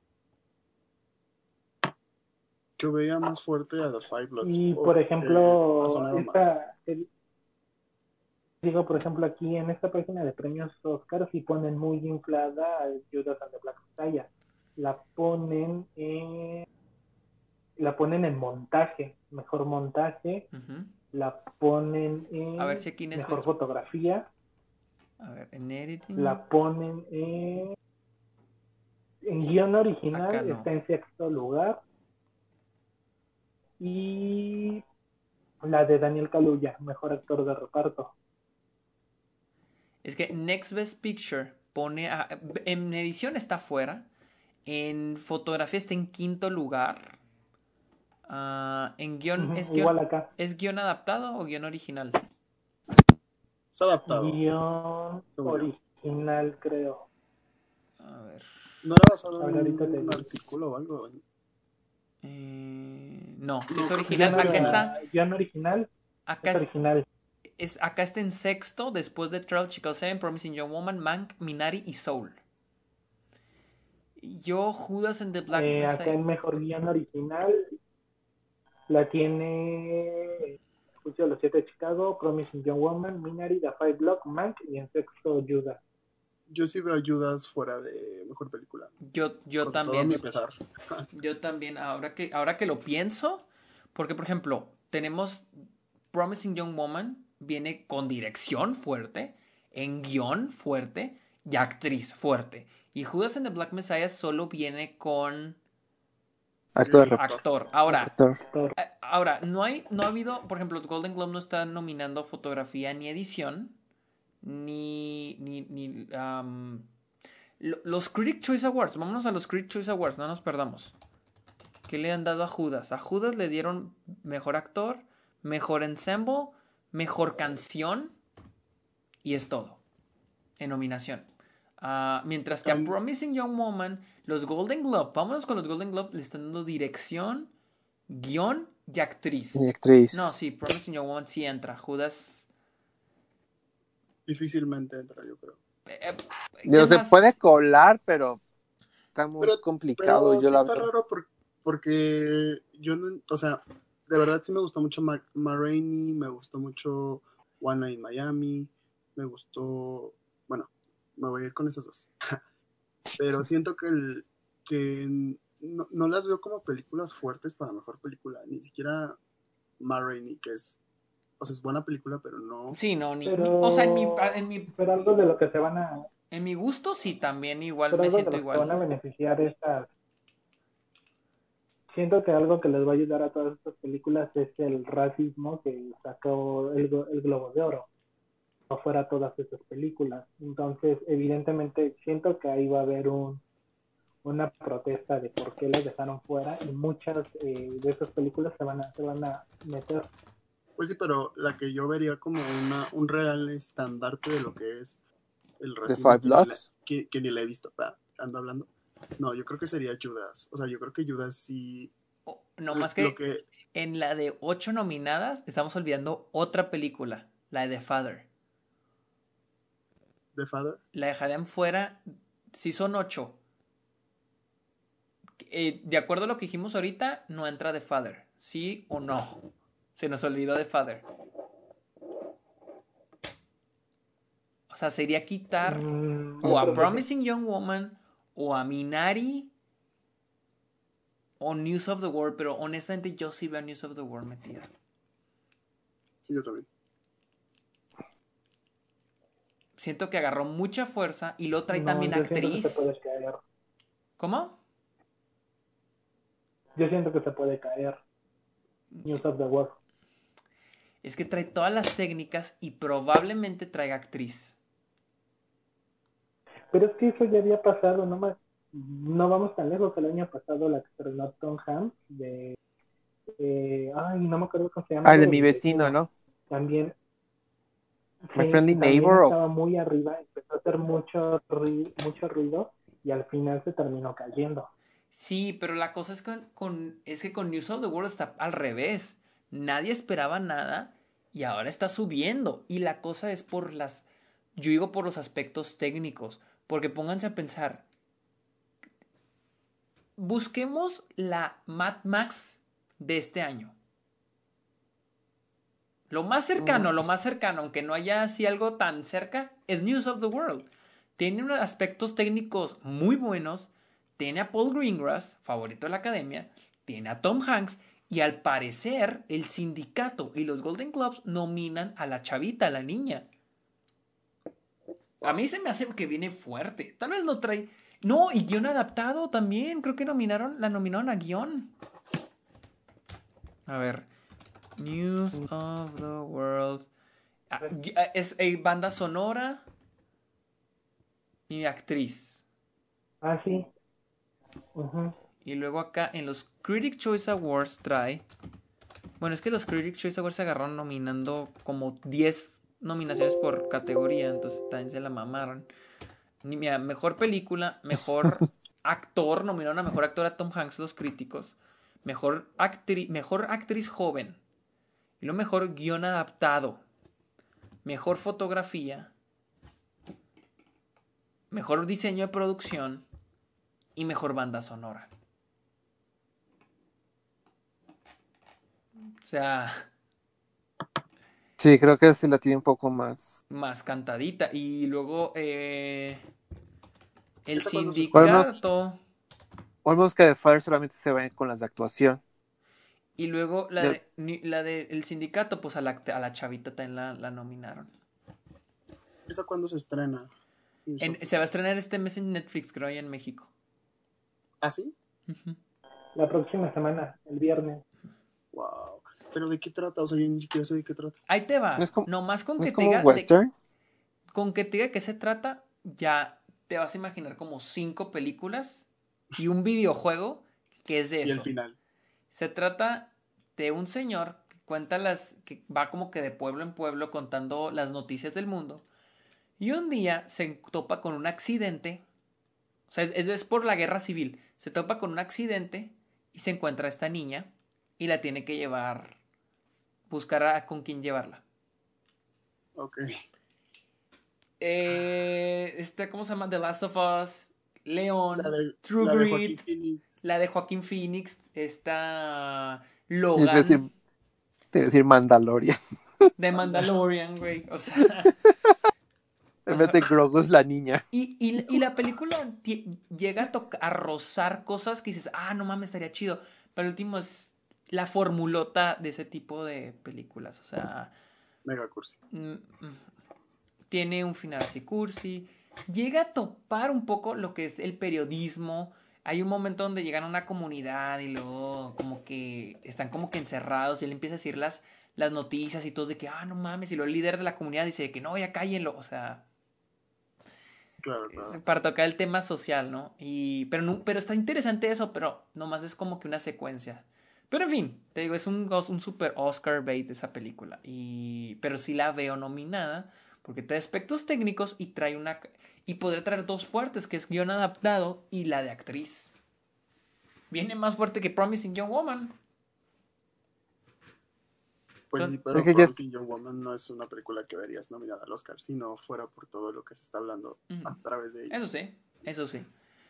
Yo veía más fuerte a The Five Bloods. Y por ejemplo, ha sonado más. digo, por ejemplo, aquí en esta página de premios Oscar sí ponen muy inflada a Judas and the Black Messiah. La ponen en montaje, mejor montaje. Uh-huh. La ponen en A ver si aquí mejor fotografía. A ver, en editing. La ponen en guión original, no. está en sexto lugar. Y la de Daniel Kaluuya, mejor actor de reparto. Es que Next Best Picture pone en edición está fuera, en fotografía está en quinto lugar, en guión, igual acá. ¿es guión adaptado o guión original? Es adaptado. Guión original, creo. A ver. ¿No era basado en un artículo o algo? No, sí es original. Acá está. Guión original. Acá es original. Acá está en sexto, después de 12 Chicago 7, Promising Young Woman, Mank, Minari y Soul. Yo, Judas and the Black Messiah. Acá el mejor guión original la tiene Juicio de los 7 de Chicago, Promising Young Woman, Minari, The Five Block, Mank y en sexto Judas. Yo sí veo Judas fuera de mejor película. Yo con también. Todo mi pesar. Yo también, ahora que lo pienso, porque por ejemplo, tenemos Promising Young Woman, viene con dirección fuerte, en guión fuerte y actriz fuerte. Y Judas and the Black Messiah solo viene con actor. Ahora, no ha habido, por ejemplo, Golden Globe no está nominando fotografía ni edición, ni los Critic Choice Awards. Vámonos a los Critic Choice Awards, no nos perdamos. ¿Qué le han dado a Judas? A Judas le dieron mejor actor, mejor ensemble, mejor canción y es todo en nominación. Mientras que a Promising Young Woman, los Golden Globe, vámonos con los Golden Globe, le están dando dirección, guión y actriz. No, sí, Promising Young Woman sí entra. Judas difícilmente entra, yo Se creo. puede colar, pero está muy complicado. Pero sí está raro porque yo no, o sea, de verdad sí me gustó mucho Ma Rainey, me gustó mucho One Night in Miami, me gustó, bueno, me voy a ir con esos dos. Pero siento que no las veo como películas fuertes para mejor película, ni siquiera Ma Rainey, que es, o sea, es buena película, pero no. Sí, no, o sea, pero algo de lo que se van a... En mi gusto, sí, también igual pero me algo siento de lo igual. Que van a beneficiar estas... Siento que algo que les va a ayudar a todas estas películas es el racismo que sacó el Globo de Oro. No fuera todas estas películas. Entonces, evidentemente, siento que ahí va a haber una protesta de por qué las dejaron fuera y muchas de esas películas se van a meter. Pues sí, pero la que yo vería como un real estandarte de lo que es el racismo que ni la he visto, ando hablando. No, yo creo que sería Judas. O sea, yo creo que Judas sí... No, más que en la de 8 nominadas estamos olvidando otra película, la de The Father. The Father. La dejarían fuera si son 8. De acuerdo a lo que dijimos ahorita, no entra The Father. ¿Sí o no? Se nos olvidó The Father. O sea, sería quitar o a Promising Young Woman, o a Minari, o News of the World. Pero honestamente yo sí veo a News of the World metida. Sí, yo también. Siento que agarró mucha fuerza y lo trae No, también yo siento que actriz. se puede caer. ¿Cómo? Yo siento que se puede caer. News of the World. Es que trae todas las técnicas y probablemente traiga actriz. Pero es que eso ya había pasado, no vamos tan lejos. El año pasado la que estrenó Tom Hanks de... no me acuerdo cómo se llama. El de mi vecino, ¿no? También... My Sí, Friendly también Neighbor. estaba muy arriba, empezó a hacer mucho ruido y al final se terminó cayendo. Sí, pero la cosa es es que con News of the World está al revés. Nadie esperaba nada y ahora está subiendo. Y la cosa es yo digo por los aspectos técnicos. Porque pónganse a pensar. Busquemos la Mad Max de este año. Lo más cercano, aunque no haya así algo tan cerca, es News of the World. Tiene unos aspectos técnicos muy buenos. Tiene a Paul Greengrass, favorito de la academia. Tiene a Tom Hanks. Y al parecer, el sindicato y los Golden Globes nominan a la chavita, a la niña. A mí se me hace que viene fuerte. Tal vez no trae... No, y guión adaptado también. Creo que la nominaron a guión. A ver. News of the World. Es banda sonora y actriz. Sí. Uh-huh. Y luego acá en los Critic Choice Awards trae... Bueno, es que los Critic Choice Awards se agarraron nominando como 10 nominaciones por categoría. Entonces también se la mamaron. Mira, mejor película, mejor actor. Nominaron a mejor actor a Tom Hanks los críticos. Mejor actriz joven. Y lo mejor guión adaptado. Mejor fotografía. Mejor diseño de producción. Y mejor banda sonora. O sea... Sí, creo que sí la tiene un poco más. Más cantadita. Y luego el Bueno, sindicato. o al menos que The Fire solamente se va con las de actuación. Y luego la de el sindicato, pues a la chavita también la nominaron. ¿Esa cuándo se estrena? Se va a estrenar este mes en Netflix, creo, allá en México. ¿Ah, sí? Uh-huh. La próxima semana, el viernes. Wow. ¿Pero de qué trata? O sea, yo ni siquiera sé de qué trata. Ahí te va. ¿No es como, nomás con ¿no que es te como diga. western? Con que te diga qué se trata, ya te vas a imaginar como 5 películas y un videojuego que es de eso. Y el final. Se trata de un señor que va como que de pueblo en pueblo contando las noticias del mundo. Y un día se topa con un accidente. O sea, es por la guerra civil. Se topa con un accidente y se encuentra a esta niña y la tiene que buscar con quién llevarla. Ok. ¿Cómo se llama? The Last of Us, León, True la Grit, de la de Joaquín Phoenix, está Te Logan, iba a decir Mandalorian. de Mandalorian, güey. O sea, En vez de Grogu es la niña. y la película llega a rozar cosas que dices, no mames, estaría chido. Pero el último es la formulota de ese tipo de películas. O sea, mega cursi. Tiene un final así cursi. Llega a topar un poco lo que es el periodismo. Hay un momento donde llegan a una comunidad y luego como que están como que encerrados y él empieza a decir las noticias y todo de que, no mames. Y luego el líder de la comunidad dice de que no, ya cállenlo. O sea, claro. para tocar el tema social, ¿no? Pero está interesante eso, pero nomás es como que una secuencia. Pero en fin, te digo, es un super Oscar bait esa película. Pero sí la veo nominada porque trae aspectos técnicos y y podría traer 2 fuertes, que es guión adaptado y la de actriz. Viene más fuerte que Promising Young Woman. Pues sí, Es pero que ya es- Promising Young Woman no es una película que verías nominada al Oscar si no fuera por todo lo que se está hablando a través de ella. Eso sí, eso sí.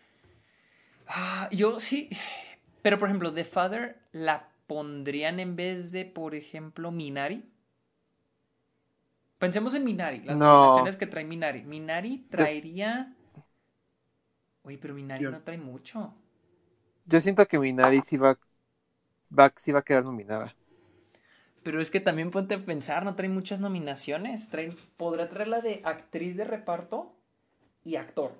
Yo sí. Pero por ejemplo, The Father la pondrían en vez de, por ejemplo, Minari. Pensemos en Minari, las No, nominaciones que trae Minari. Minari yo, traería. Oye, pero Minari Yo- no trae mucho. yo siento que Minari sí va a quedar nominada. Pero es que también ponte a pensar, no trae muchas nominaciones. Podrá traer la de actriz de reparto y actor.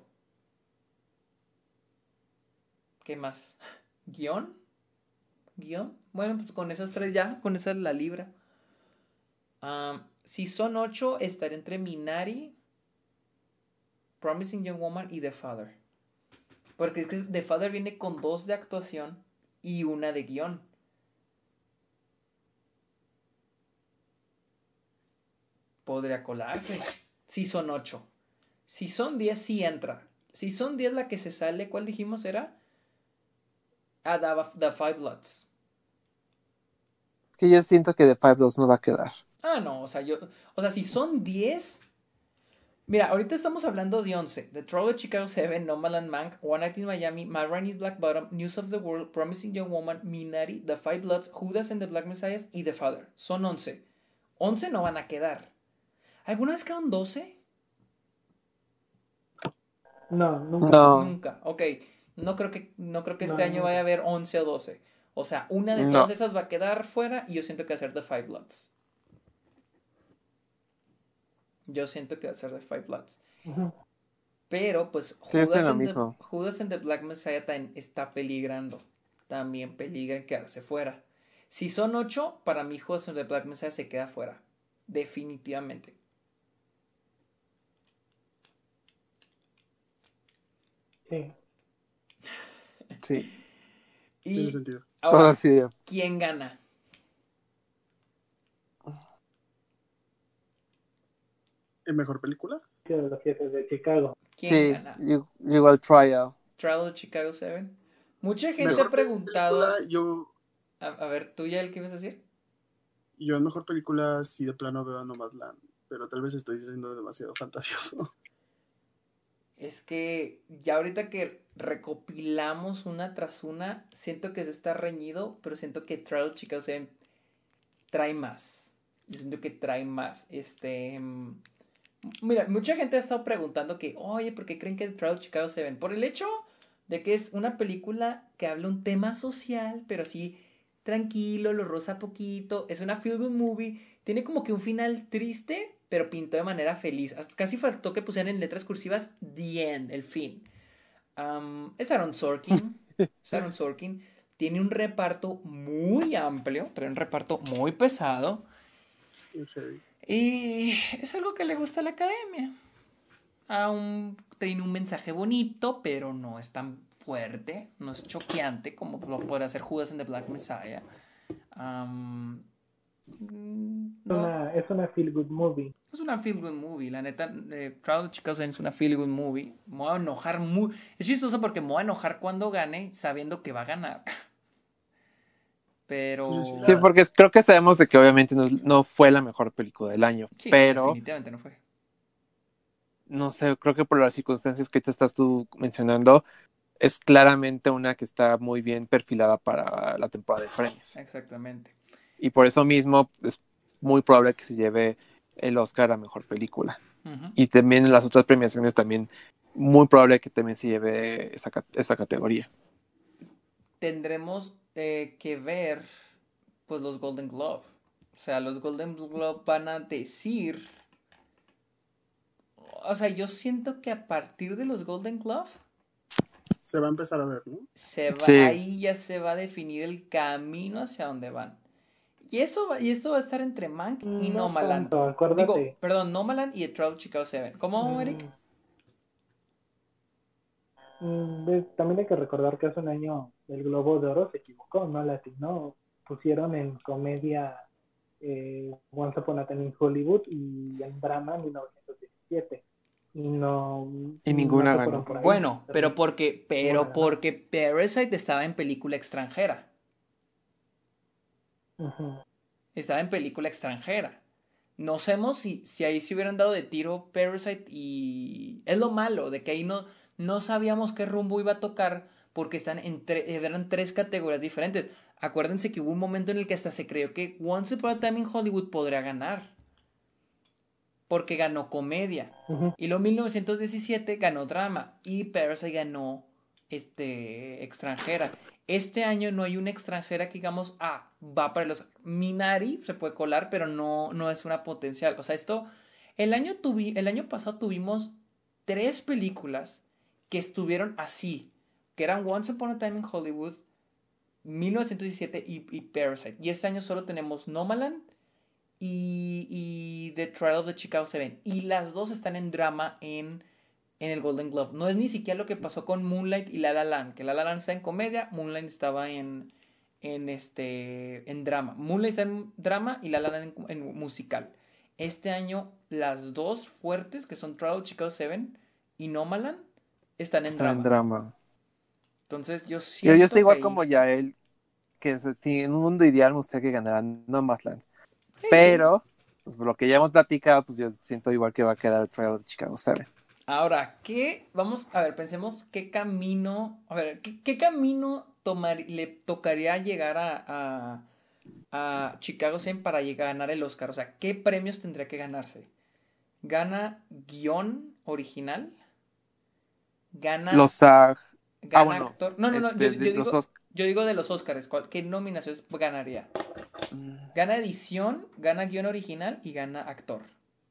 ¿Qué más? ¿Guión? ¿Guión? Bueno, pues con esas tres ya, con esa la libra. Si son 8, estaré entre Minari, Promising Young Woman y The Father. Porque es que The Father viene con 2 de actuación y una de guión. Podría colarse. Si son 8. Si son 10, sí entra. Si son 10 la que se sale, ¿cuál dijimos era? The Five Bloods. Es que yo siento que The Five Bloods no va a quedar. No, o sea, si son 10. Mira, ahorita estamos hablando de 11. The Troll of Chicago 7, Nomadland Mank, One Night in Miami, Ma Rainey's Black Bottom, News of the World, Promising Young Woman, Minari, The Five Bloods, Judas and the Black Messiah y The Father. Son 11. 11 no van a quedar. ¿Alguna vez quedan 12? No, nunca. No, Nunca. Ok. No creo que este No, año vaya a nunca. haber 11 o 12. O sea, una de todas no. esas va a quedar fuera y yo siento que va a ser The Five Bloods. Yo siento que va a ser The Five Bloods. Ujú. Pero pues Sí, es lo mismo. Judas and the Black Messiah está peligrando. También peligra en quedarse fuera. Si son 8, para mí Judas and the Black Messiah se queda fuera. Definitivamente. Sí. Sí. Tiene Y sentido. Todo ahora, así de... ¿quién gana? ¿En mejor película? De los 7 de Chicago. ¿Quién Sí, gana? llegó al trial. Trial of Chicago 7. Mucha gente Mejor ha preguntado. película, A ver, ¿tú ya el que ibas a decir? yo en mejor película sí de plano veo a Nomadland, pero tal vez estoy siendo demasiado fantasioso. Es que ya ahorita que recopilamos una tras una, siento que se está reñido, pero siento que Trial of Chicago 7 trae más. Yo siento que trae más. Mira, mucha gente ha estado preguntando que, oye, ¿por qué creen que Trial of Chicago 7? Por el hecho de que es una película que habla un tema social, pero así tranquilo, lo roza poquito. Es una feel good movie. Tiene como que un final triste, pero pintó de manera feliz. Casi faltó que pusieran en letras cursivas The End, el fin. Es Aaron Sorkin. Es Aaron Sorkin. Tiene un reparto muy amplio, trae un reparto muy pesado. En heavy. Y es algo que le gusta a la academia. Tiene un mensaje bonito, pero no es tan fuerte, no es choqueante como lo puede hacer Judas and the Black Messiah. No, Es una feel good movie. es una feel good movie, la neta. Trial of Chicago 7 es una feel good movie. Me voy a enojar muy. Es chistoso porque me voy a enojar cuando gane, sabiendo que va a ganar. Pero. Yo sí Sí, la- porque creo que sabemos de que obviamente no fue la mejor película del año, Sí, no, pero definitivamente no fue. no sé, creo que por las circunstancias que ahorita estás tú mencionando, es claramente una que está muy bien perfilada para la temporada de premios. Exactamente. Y por eso mismo es muy probable que se lleve el Oscar a mejor película. Ujú. Y también en las otras premiaciones también muy probable que también se lleve esa categoría. Tendremos que ver pues los Golden Globe. O sea, los Golden Globe van a decir. O sea, yo siento que a partir de los Golden Globe Se va a empezar a ver, ¿no? Sí. ahí ya se va a definir el camino hacia dónde van. Y esto va a estar entre Mank y No Nomadland. tanto, acuérdate. Digo, perdón, Nomadland y The Trial of Chicago 7. ¿Cómo, Eric? También hay que recordar que hace un año el Globo de Oro se equivocó, no latinó. Pusieron en comedia Once Upon a Time in Hollywood y en drama 1917. Y no, Y ninguna no se ganó. fueron por ahí. Bueno, pero porque Ninguna Parasite estaba en película extranjera. Ujú. estaba en película extranjera. No sabemos si ahí se hubieran dado de tiro Parasite y... Es lo malo, de que ahí no sabíamos qué rumbo iba a tocar porque eran tres categorías diferentes. Acuérdense que hubo un momento en el que hasta se creyó que Once Upon a Time in Hollywood podría ganar. Porque ganó comedia. Ujú. Y luego en 1917 ganó drama. Y Parasite ganó extranjera. Este año no hay una extranjera que digamos, va para los... Minari se puede colar, pero no es una potencial. O sea, el año pasado tuvimos 3 películas que estuvieron así. Que eran Once Upon a Time in Hollywood, 1917 y Parasite. Y este año solo tenemos Nomadland y The Trial of the Chicago 7. Y las dos están en drama en el Golden Globe. No es ni siquiera lo que pasó con Moonlight y La La Land. Que La La Land está en comedia, Moonlight estaba en drama. Moonlight está en drama y La La Land en musical. Este año las dos fuertes, que son Trial of Chicago 7 y Nomadland, están en drama. Entonces yo siento yo estoy igual que como Yael, que si en un mundo ideal me gustaría que ganara Nomadland. Sí, Pero, pues por lo que ya hemos platicado, pues yo siento igual que va a quedar el Trial of Chicago 7. Ahora, vamos a ver, pensemos qué camino, qué camino le tocaría llegar a Chicago 7 para llegar a ganar el Oscar. O sea, ¿qué premios tendría que ganarse? ¿Gana guión original? ¿Gana bueno, actor? No, los yo digo de los Oscars. ¿Qué nominaciones ganaría? Gana edición, gana guión original y gana actor.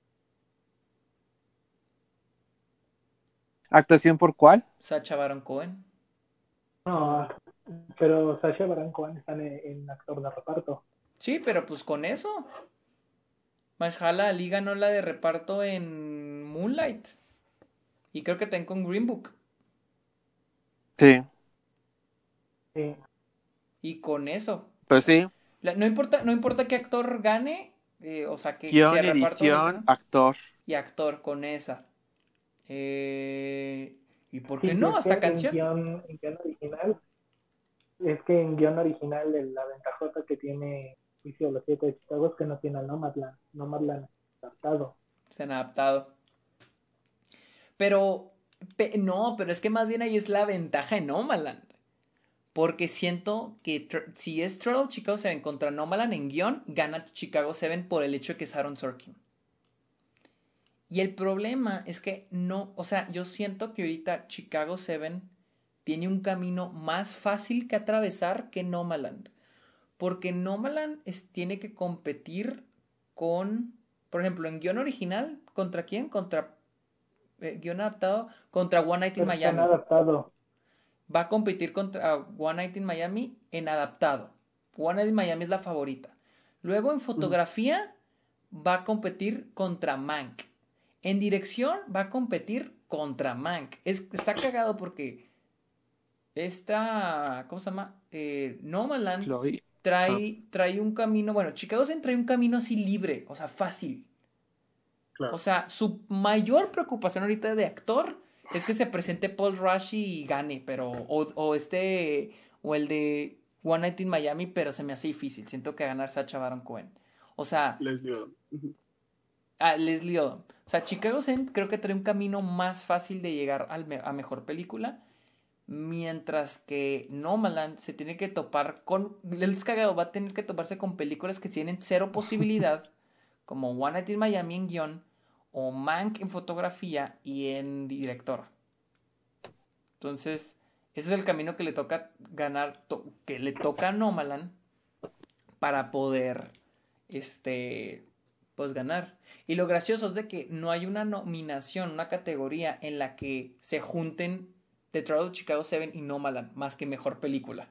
¿Actuación por cuál? Sacha Baron Cohen. No, pero Sacha Baron Cohen está en actor de reparto. Sí, pero pues con eso. Mahershala Ali ganó la de reparto en Moonlight. Y creo que también con Green Book. Sí. Sí. Y con eso. Pues sí. No importa qué actor gane. O sea, que Guión, sea reparto edición, original. actor. Y actor con esa. ¿Y por qué Sí, no? es Hasta que canción. en guión original, es que en guión original la ventajota que tiene Juicio de los Siete de Chicago es que no tiene a Nomadland. Nomadland adaptado. Se han adaptado. Pero es que más bien ahí es la ventaja en Nomadland. Porque siento que si es Trial of Chicago 7 contra Nomadland en guión, gana Chicago 7 por el hecho de que es Aaron Sorkin. Y el problema es que no, o sea, yo siento que ahorita Chicago 7 tiene un camino más fácil que atravesar que Nomadland. Porque Nomadland tiene que competir con, por ejemplo, en guión original, ¿contra quién? Contra guión adaptado, contra One Night in Pero Miami. adaptado. Va a competir contra One Night in Miami en adaptado. One Night in Miami es la favorita. Luego en fotografía va a competir contra Mank. En dirección va a competir contra Mank. Está cagado porque ¿cómo se llama? Nomadland Chloe. trae un camino, bueno, Chicago se trae un camino así libre, o sea, fácil. Claro. O sea, su mayor preocupación ahorita de actor es que se presente Paul Rush y gane, pero o el de One Night in Miami, pero se me hace difícil. Siento que ganar Sacha Baron Cohen. O sea, Leslie Odom. Leslie Odom. O sea, Chicago 7 creo que trae un camino más fácil de llegar a mejor película. Mientras que Nomadland se tiene que topar con... El cagado va a tener que toparse con películas que tienen cero posibilidad, como One Night in Miami en guión, o Mank en fotografía y en director. Entonces, ese es el camino que le toca ganar, que le toca a Nomadland para poder, pues ganar. Y lo gracioso es de que no hay una nominación, una categoría en la que se junten The Trial of Chicago 7 y Nomadland, más que mejor película.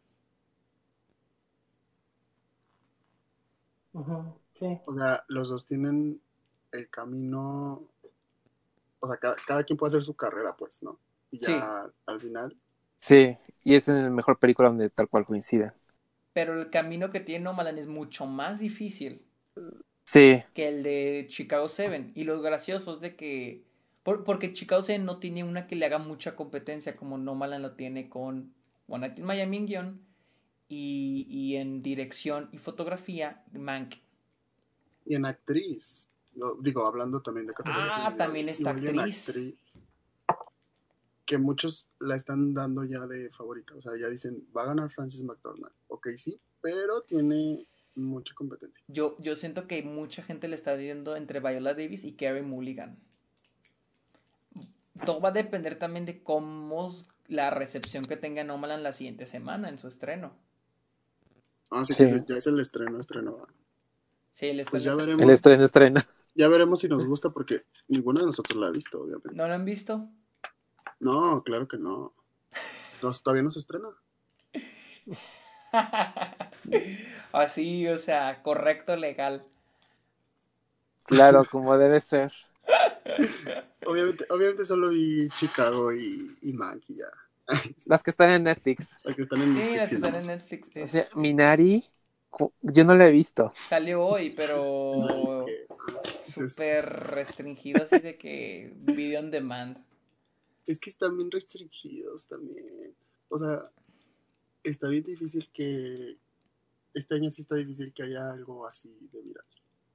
Uh-huh. Sí. O sea, los dos tienen el camino. O sea, cada quien puede hacer su carrera, pues, ¿no? Y ya Sí. al final. Sí, y es en la mejor película donde tal cual coinciden. Pero el camino que tiene Nomadland es mucho más difícil Sí. que el de Chicago 7. Y lo gracioso es de que... porque Chicago 7 no tiene una que le haga mucha competencia como Nomadland lo tiene con One Night in Miami en guión y en dirección y fotografía, Mank. Y en actriz, no, digo, hablando también de categorías También individuales, esta igual y en actriz. actriz, que muchos la están dando ya de favorita. O sea, ya dicen, va a ganar Frances McDormand. Ok, sí, pero tiene mucha competencia. Yo siento que mucha gente le está viendo entre Viola Davis y Carey Mulligan. Todo va a depender también de cómo la recepción que tenga Nomadland la siguiente semana en su estreno. Así Sí. que ya es el estreno. Sí, el Pues estreno ya es- veremos. El estreno. Ya veremos si nos gusta, porque ninguno de nosotros la ha visto, obviamente. ¿No lo han visto? No, claro que no. Todavía no se estrena. Así, o sea, correcto, legal. Claro, como debe ser. Obviamente solo vi Chicago y Mank y ya. Las que están en Netflix. Las que están en Sí, Netflix las que y en están en Amazon. Netflix. O sea, Minari, yo no la he visto. Salió hoy, pero ¿Qué es eso? súper restringido, así de que video on demand. Es que están bien restringidos también. O sea, está bien difícil que... Este año sí está difícil que haya algo así de viral.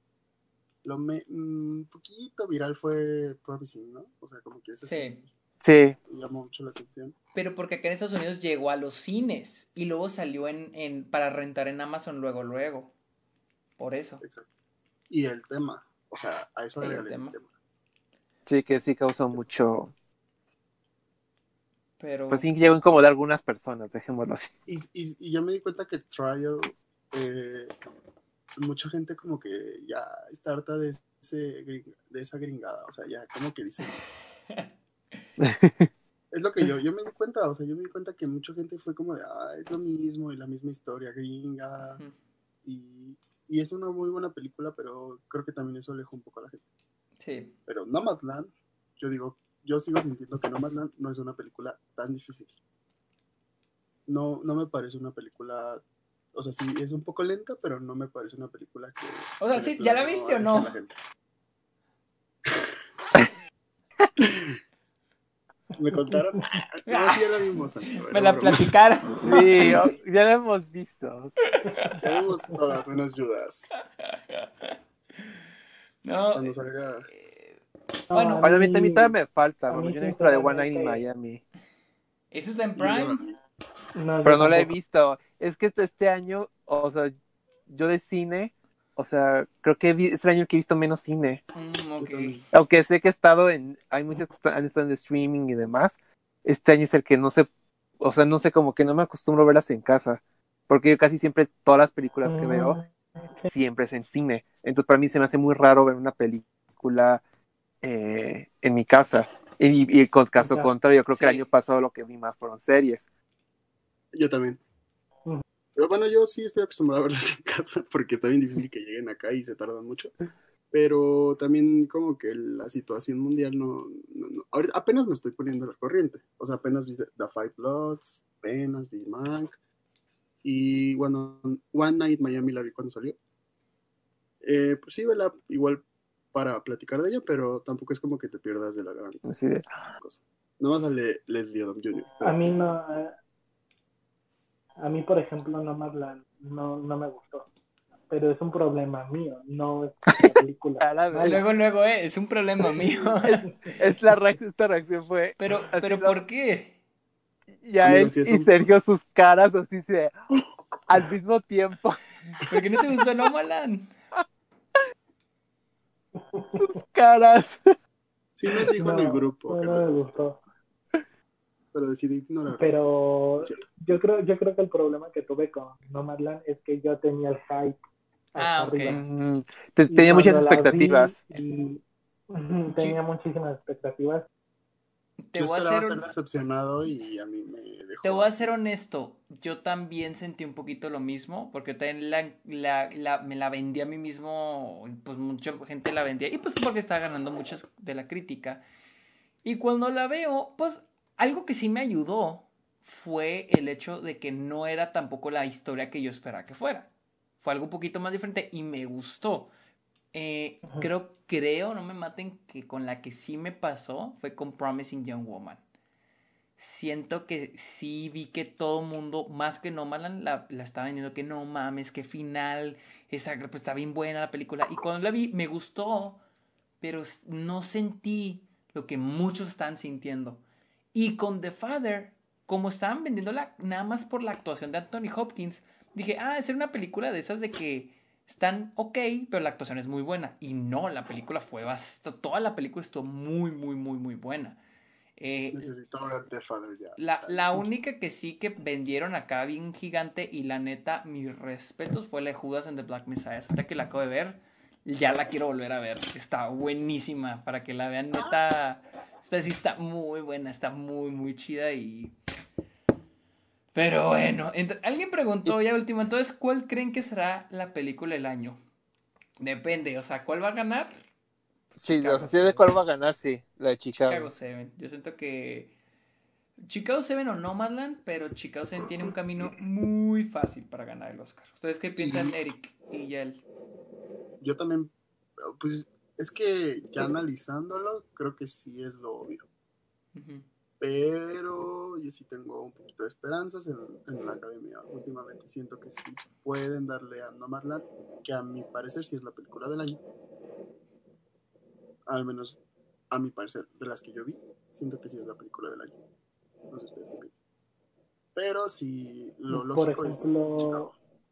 Un poquito viral fue Promising, ¿no? O sea, como que ese Sí. Sí, llamó mucho la atención. Pero porque acá en Estados Unidos llegó a los cines y luego salió para rentar en Amazon luego. Por eso. Exacto. Y el tema, o sea, a eso Sí, el agregarle tema. el tema. sí que sí causó mucho. Pero Pues sí llegó a incomodar a algunas personas, dejémoslo así. Y ya me di cuenta que Trial, mucha gente como que ya está harta de esa gringada, o sea, ya como que dicen, es lo que yo me di cuenta, o sea, yo me di cuenta que mucha gente fue como de, es lo mismo y la misma historia gringa, ujú, y es una muy buena película, pero creo que también eso alejó un poco a la gente. sí. Pero Nomadland, yo sigo sintiendo que Nomadland no es una película tan difícil. No me parece una película, o sea, sí es un poco lenta, pero no me parece una película que... O sea, que de sí, ¿ya la plano viste o aleje no? a la gente. Me contaron, no, sí ya la vimos, amigo, Me era la broma. platicaron. Sí, ya lo hemos visto. Ya vimos todas, menos Judas. No, Cuando salga... No, bueno, Bueno, a mí todavía me falta, a porque mí yo no he visto la de One Night in sinceramente, Miami. ¿eso está en Yo ya la Prime? vi. no, Pero yo no la he tampoco. visto. Es que este año, o sea, yo de cine, o sea, creo que es el año que he visto menos cine. Yo Ok. también. Aunque sé que he estado hay muchas que han estado en streaming y demás. Este año es el que no sé, o sea, no sé, como que no me acostumbro a verlas en casa. Porque yo casi siempre, todas las películas que veo, siempre es en cine. Entonces, para mí se me hace muy raro ver una película en mi casa. Y con caso Ya. contrario, yo creo que el año Sí. pasado lo que vi más fueron series. Yo también. Ujú. Pero bueno, yo sí estoy acostumbrado a verlas en casa porque está bien difícil que lleguen acá y se tardan mucho. Pero también como que la situación mundial no. Ahorita apenas me estoy poniendo al corriente. O sea, apenas vi The Five Bloods, apenas vi Mank. Y bueno, One Night Miami la vi cuando salió. Pues sí, vela igual para platicar de ella, pero tampoco es como que te pierdas de la gran Así de, cosa. No más sale Leslie Odom Jr. A mí Ujú. no, a mí por ejemplo no me gustó, pero es un problema mío, no es que la película a sea la vez. mala. Luego, es un problema mío. Esta reacción fue así, Pero ¿por qué? ya Amigo, él sí es y un... Sergio sus caras así se al mismo tiempo, ¿Por qué no te gustó Nomadland? sus caras. Sí nos dijo en el grupo que no No le me gustó, gustó, pero decidí ignorarlo. pero Es cierto. yo creo que el problema que tuve con Nomadland es que yo tenía el hype hasta Ok. arriba y Tenía muchas cuando la vi expectativas. y Yo- tenía muchísimas expectativas. te Yo voy a esperaba hacer ser decepcionado y a mí me Te dejó voy a así. ser honesto, yo también sentí un poquito lo mismo, porque también me la vendí a mí mismo, pues mucha gente la vendía, y pues porque estaba ganando muchas de la crítica. Y cuando la veo, pues algo que sí me ayudó fue el hecho de que no era tampoco la historia que yo esperaba que fuera. Fue algo un poquito más diferente y me gustó. Creo, no me maten, que con la que sí me pasó fue con Promising Young Woman. siento que sí vi que todo mundo, más que Nomadland, la estaba vendiendo que no mames, que final, pues, está bien buena la película. Y cuando la vi, me gustó, pero no sentí lo que muchos están sintiendo. Y con The Father, como estaban vendiéndola nada más por la actuación de Anthony Hopkins, dije, es ser una película de esas de que están ok, pero la actuación es muy buena. Y no, la película toda la película estuvo muy, muy, muy, muy buena. Necesito ver The Father ya. La única que sí que vendieron acá bien gigante y la neta, mis respetos, fue la de Judas and the Black Messiah. Ahorita que la acabo de ver, ya la quiero volver a ver. Está buenísima para que la vean. Neta, esta sí está muy buena, está muy, muy chida y... Pero bueno, alguien preguntó ya último, entonces, ¿cuál creen que será la película del año? Depende, o sea, ¿cuál va a ganar? Sí, Chicago. o sea, sí de cuál va a ganar, sí, la de Chicago Chicago. 7. Yo siento que Chicago 7 o Nomadland, pero Chicago 7 tiene un camino muy fácil para ganar el Oscar. ¿Ustedes qué piensan, Eric y Yael? Yo también, pues es que ya analizándolo, creo que sí es lo obvio. Uh-huh. Pero yo sí tengo un poquito de esperanzas en la academia. Últimamente siento que sí pueden darle a Nomadland, que a mi parecer sí es la película del año. Al menos a mi parecer, de las que yo vi, siento que sí es la película del año. No sé ustedes qué piensan. Pero sí, lo lógico Por es ejemplo, Chicago.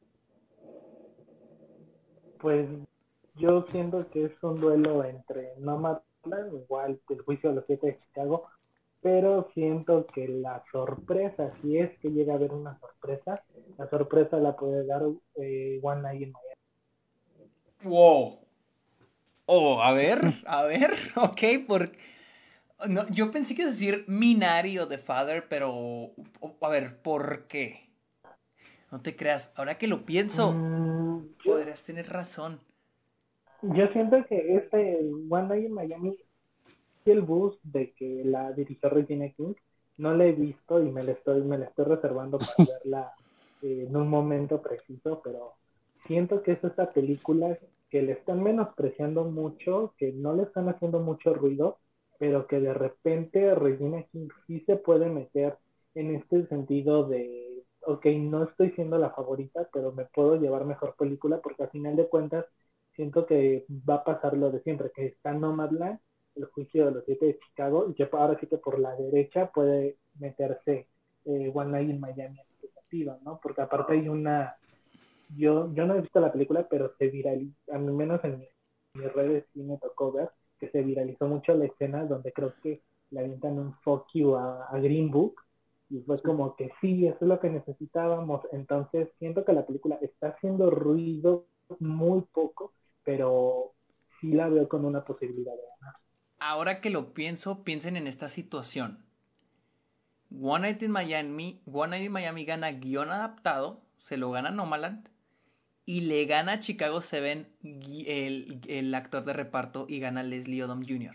pues yo siento que es un duelo entre Nomadland, igual el juicio de los 7 de Chicago, pero siento que la sorpresa, si es que llega a haber una sorpresa, la sorpresa la puede dar One Night in Miami. Wow. A ver, ok, no, yo pensé que iba a decir Minari o The Father, pero a ver, ¿por qué? No te creas, ahora que lo pienso, podrías tener razón. Yo siento que One Night in Miami y el bus de que la dirigió Regina King no la he visto y me la estoy reservando para verla en un momento preciso, pero siento que es esta película que le están menospreciando mucho, que no le están haciendo mucho ruido, pero que de repente Regina King sí se puede meter en este sentido de, ok, no estoy siendo la favorita, pero me puedo llevar mejor película porque al final de cuentas siento que va a pasar lo de siempre, que está Nomadland, el juicio de los 7 de Chicago, y que ahora sí que por la derecha puede meterse One Night in Miami en ese sentido, ¿no? Porque aparte hay yo no he visto la película, pero se viralizó, al menos en mis redes sí me tocó ver, que se viralizó mucho la escena donde creo que le avientan un fuck you a Green Book, y fue como que sí, eso es lo que necesitábamos, entonces siento que la película está haciendo ruido muy poco, pero sí la veo con una posibilidad de ganar. Ahora que lo pienso, piensen en esta situación. One Night in Miami gana guión adaptado, se lo gana Nomadland, y le gana a Chicago 7 el actor de reparto y gana Leslie Odom Jr.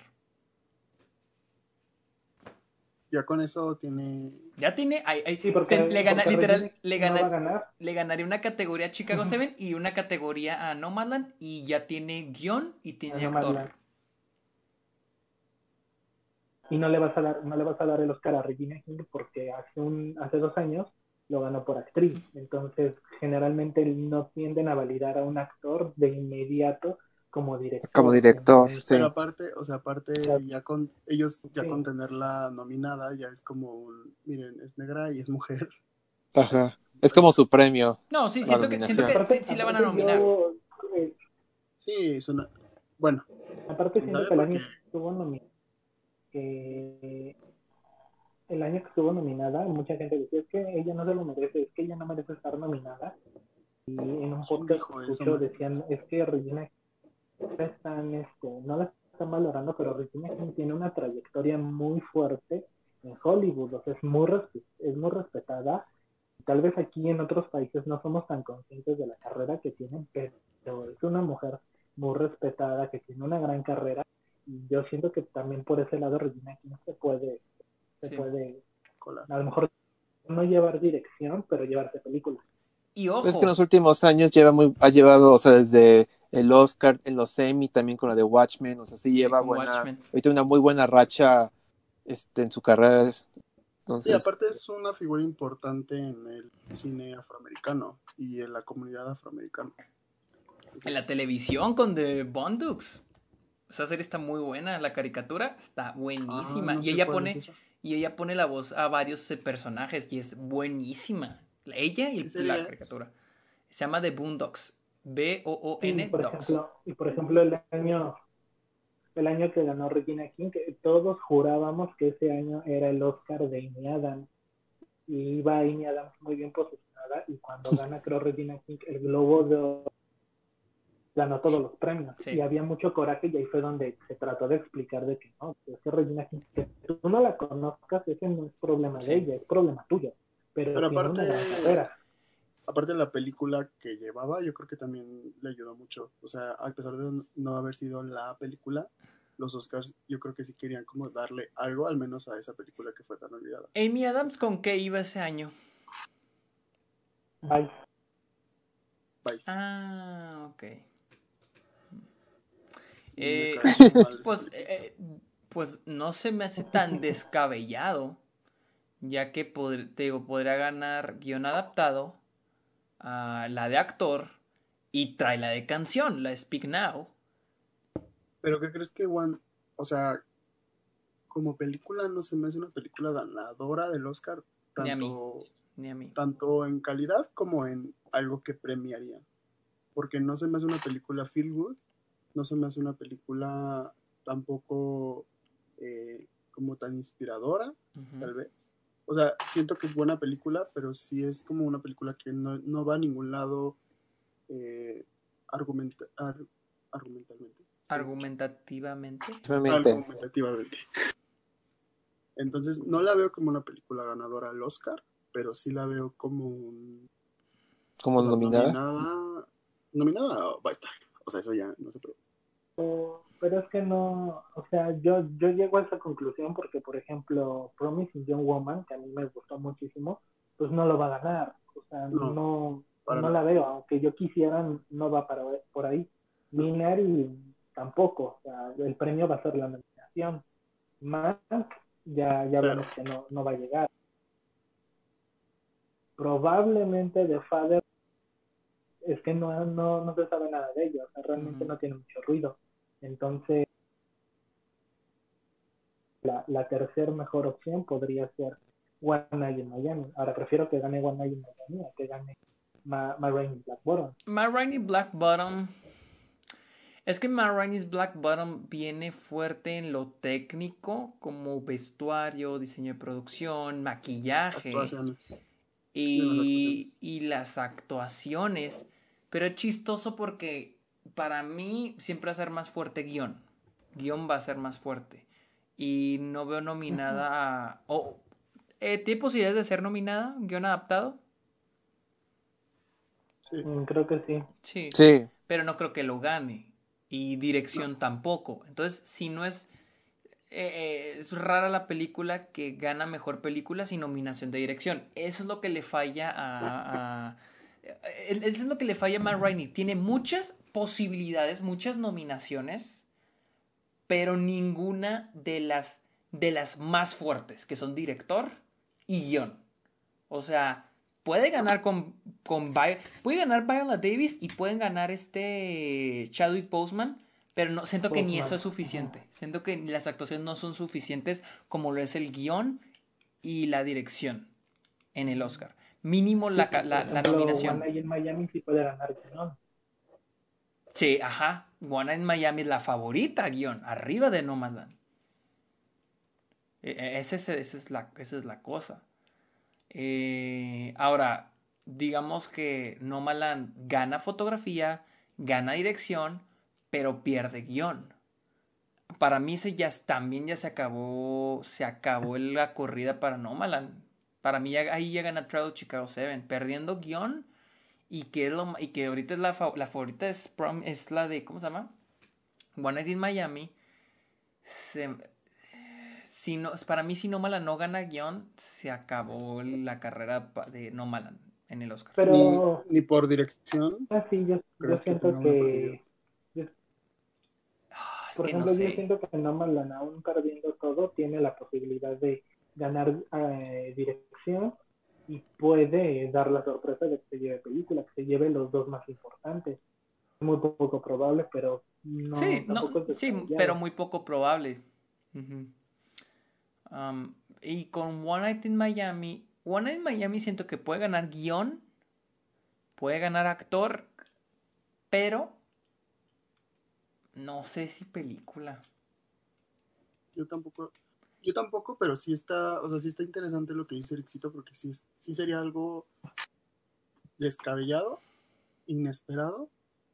Ya con eso tiene... Ya tiene... Sí, porque le gana, literal, no va a ganar. le ganaría una categoría a Chicago 7 y una categoría a Nomadland y ya tiene guión y tiene actor. Y no le vas a dar el Oscar a Regina King porque hace 2 años lo ganó por actriz. Entonces, generalmente no tienden a validar a un actor de inmediato como director. Como director, Entonces, sí. Pero aparte, ya con ellos, ya con tenerla nominada, ya es como miren, es negra y es mujer. Ajá. Es como su premio. No, sí, La siento que nominación. sí la van a nominar. Sí, es una... Bueno. Aparte siento que el año que estuvo nominada, mucha gente decía, es que ella no se lo merece, es que ella no merece estar nominada. Y en un podcast decían, es que Regina no la están valorando, pero Regina King tiene una trayectoria muy fuerte en Hollywood, o sea, es muy respetada. Tal vez aquí en otros países no somos tan conscientes de la carrera que tienen, pero es una mujer muy respetada, que tiene una gran carrera, y yo siento que también por ese lado Regina King se puede a lo mejor no llevar dirección, pero llevarse películas. Y ojo. Es que en los últimos años ha llevado, o sea, desde el Oscar, en los Emmy, también con la de Watchmen, o sea, sí lleva ahorita una muy buena racha en su carrera. Sí, Entonces, aparte es una figura importante en el cine afroamericano y en la comunidad afroamericana. En la Entonces, televisión con The Bondux. Esa serie está muy buena, la caricatura está ah, buenísima. no sé cuál es esa. Y ella pone la voz a varios personajes y es buenísima. Ella y ¿Qué la serie es? caricatura. Se llama The Boondocks. Sí, Boon Dogs. y por ejemplo el año que ganó Regina King, que todos jurábamos que ese año era el Oscar de Amy Adams. Y iba Amy Adams muy bien posicionada y cuando gana, creo, Regina King, el Globo de Oro, ganó todos los premios. Y Sí. había mucho coraje y ahí fue donde se trató de explicar de que no, es que Regina King, que tú no la conozcas, ese no es problema de Sí. ella, es problema tuyo. Pero Pero tiene una gran carrera. aparte de la película que llevaba, yo creo que también le ayudó mucho. O sea, a pesar de no haber sido la película, los Oscars yo creo que sí querían como darle algo, al menos a esa película que fue tan olvidada. Amy Adams, ¿con qué iba ese año? Bye. Vice. Ah, ok. Me Eh, cae muy mal esa pues, película. pues no se me hace tan descabellado, ya que te digo, podría ganar guión adaptado, la de actor, y trae la de canción, la de Speak Now. Pero ¿qué crees que One, o sea, como película no se me hace una película ganadora del Oscar, Ni a mí, tanto, ni a mí. tanto en calidad como en algo que premiarían? Porque no se me hace una película feel good, no se me hace una película tampoco como tan inspiradora, tal vez. O sea, siento que es buena película, pero sí es como una película que no va a ningún lado argumenta, argumentalmente. Argumentativamente. obviamente, Argumentativamente. Entonces, no la veo como una película ganadora al Oscar, pero sí la veo como como o sea, nominada. nominada va a estar. O sea, eso ya no se preocupe. Pero es que no, o sea, yo llego a esa conclusión porque, por ejemplo, Promising Young Woman, que a mí me gustó muchísimo, pues no lo va a ganar. O sea, No, para no la nada. veo, aunque yo quisiera, no va por ahí. No. Minari tampoco, o sea, el premio va a ser la nominación. Mank ya Cero. vemos que no va a llegar. Probablemente The Father es que no se sabe nada de ello, o sea, realmente no tiene mucho ruido. Entonces, la tercer mejor opción podría ser One Night in Miami. Ahora prefiero que gane One Night in Miami a que gane Ma Rainey's Black Bottom. Ma Rainey Black Bottom. Es que Ma Rainey's Black Bottom viene fuerte en lo técnico, como vestuario, diseño de producción, maquillaje Actuaciones. Buenas actuaciones. y las actuaciones. Pero es chistoso porque para mí siempre va a ser más fuerte guión. Guión va a ser más fuerte. Y no veo nominada a... ¿tiene posibilidades de ser nominada? ¿Guión adaptado? Sí. Creo que sí. Sí. Sí, Pero no creo que lo gane. Y No. dirección tampoco. Entonces, si no es... es rara la película que gana mejor película sin nominación de dirección. Eso es lo que le falla eso es lo que le falla a Matt Rainey. Tiene muchas posibilidades, muchas nominaciones, pero ninguna de las más fuertes, que son director y guión. O sea, puede ganar puede ganar Viola Davis y pueden ganar Chadwick Boseman, pero no siento que ni eso es suficiente. Siento que las actuaciones no son suficientes como lo es el guión y la dirección en el Oscar. Mínimo Sí, la por ejemplo, One nominación. Night in Miami sí puede ganar guión. Sí, ajá. One in Miami es la favorita guión, arriba de Nomadland. Esa es la cosa. Ahora, digamos que Nomadland gana fotografía, gana dirección, pero pierde guión. Para mí también ya se acabó la corrida para Nomadland. Para mí ahí ya gana Trail Chicago 7, perdiendo guión y que ahorita la favorita es la de, ¿cómo se llama? One Night in Miami. Se, si no, para mí si Nomadland no gana guión, se acabó la carrera de Nomadland en el Oscar. Pero Ni por dirección así yo creo que siento tenga una oportunidad. Es por que no ejemplo, yo sé. siento que Nomadland, aún perdiendo todo, tiene la posibilidad de ganar dirección y puede dar la sorpresa de que se lleve película, que se lleve los dos más importantes. Es muy poco probable, pero no, Sí, tampoco es sí, descabellado. pero muy poco probable. Y con One Night in Miami siento que puede ganar guión, puede ganar actor, pero no sé si película. Yo tampoco, pero sí está, o sea, sí está interesante lo que dice Ericito, porque sí sería algo descabellado, inesperado,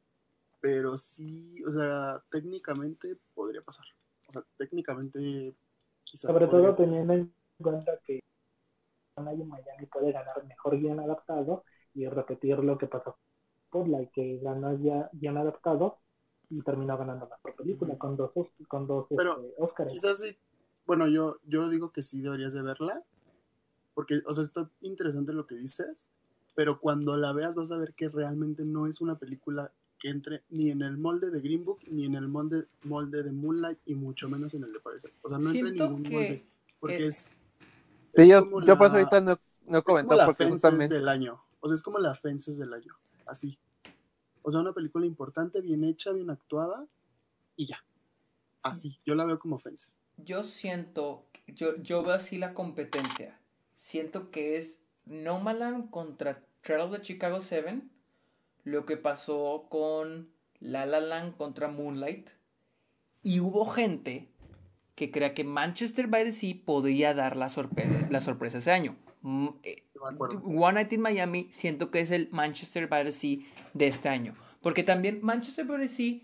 pero sí, o sea, técnicamente podría pasar. O sea, técnicamente quizás Sobre podría todo pasar. teniendo en cuenta que One en Miami puede ganar mejor guión adaptado y repetir lo que pasó con Spotlight, que ganó ya guión adaptado y terminó ganando mejor película con dos Pero Óscares. quizás sí, bueno, yo digo que sí deberías de verla, porque, o sea, está interesante lo que dices, pero cuando la veas vas a ver que realmente no es una película que entre ni en el molde de Green Book, ni en el molde de Moonlight, y mucho menos en el de Parasite. O sea, no entra en Siento ningún molde, que porque Sí, es yo como por eso ahorita no he es como comentado la porque Fences justamente... del año. O sea, es como la Fences del año. Así. O sea, una película importante, bien hecha, bien actuada, y ya. Así. Yo la veo como Fences. yo siento, yo veo así la competencia. Siento que es Nomadland contra Trail of the Chicago 7, lo que pasó con La La Land contra Moonlight. Y hubo gente que crea que Manchester by the Sea podría dar la sorpresa ese año. Sí, me acuerdo. One Night in Miami siento que es el Manchester by the Sea de este año. Porque también Manchester by the Sea,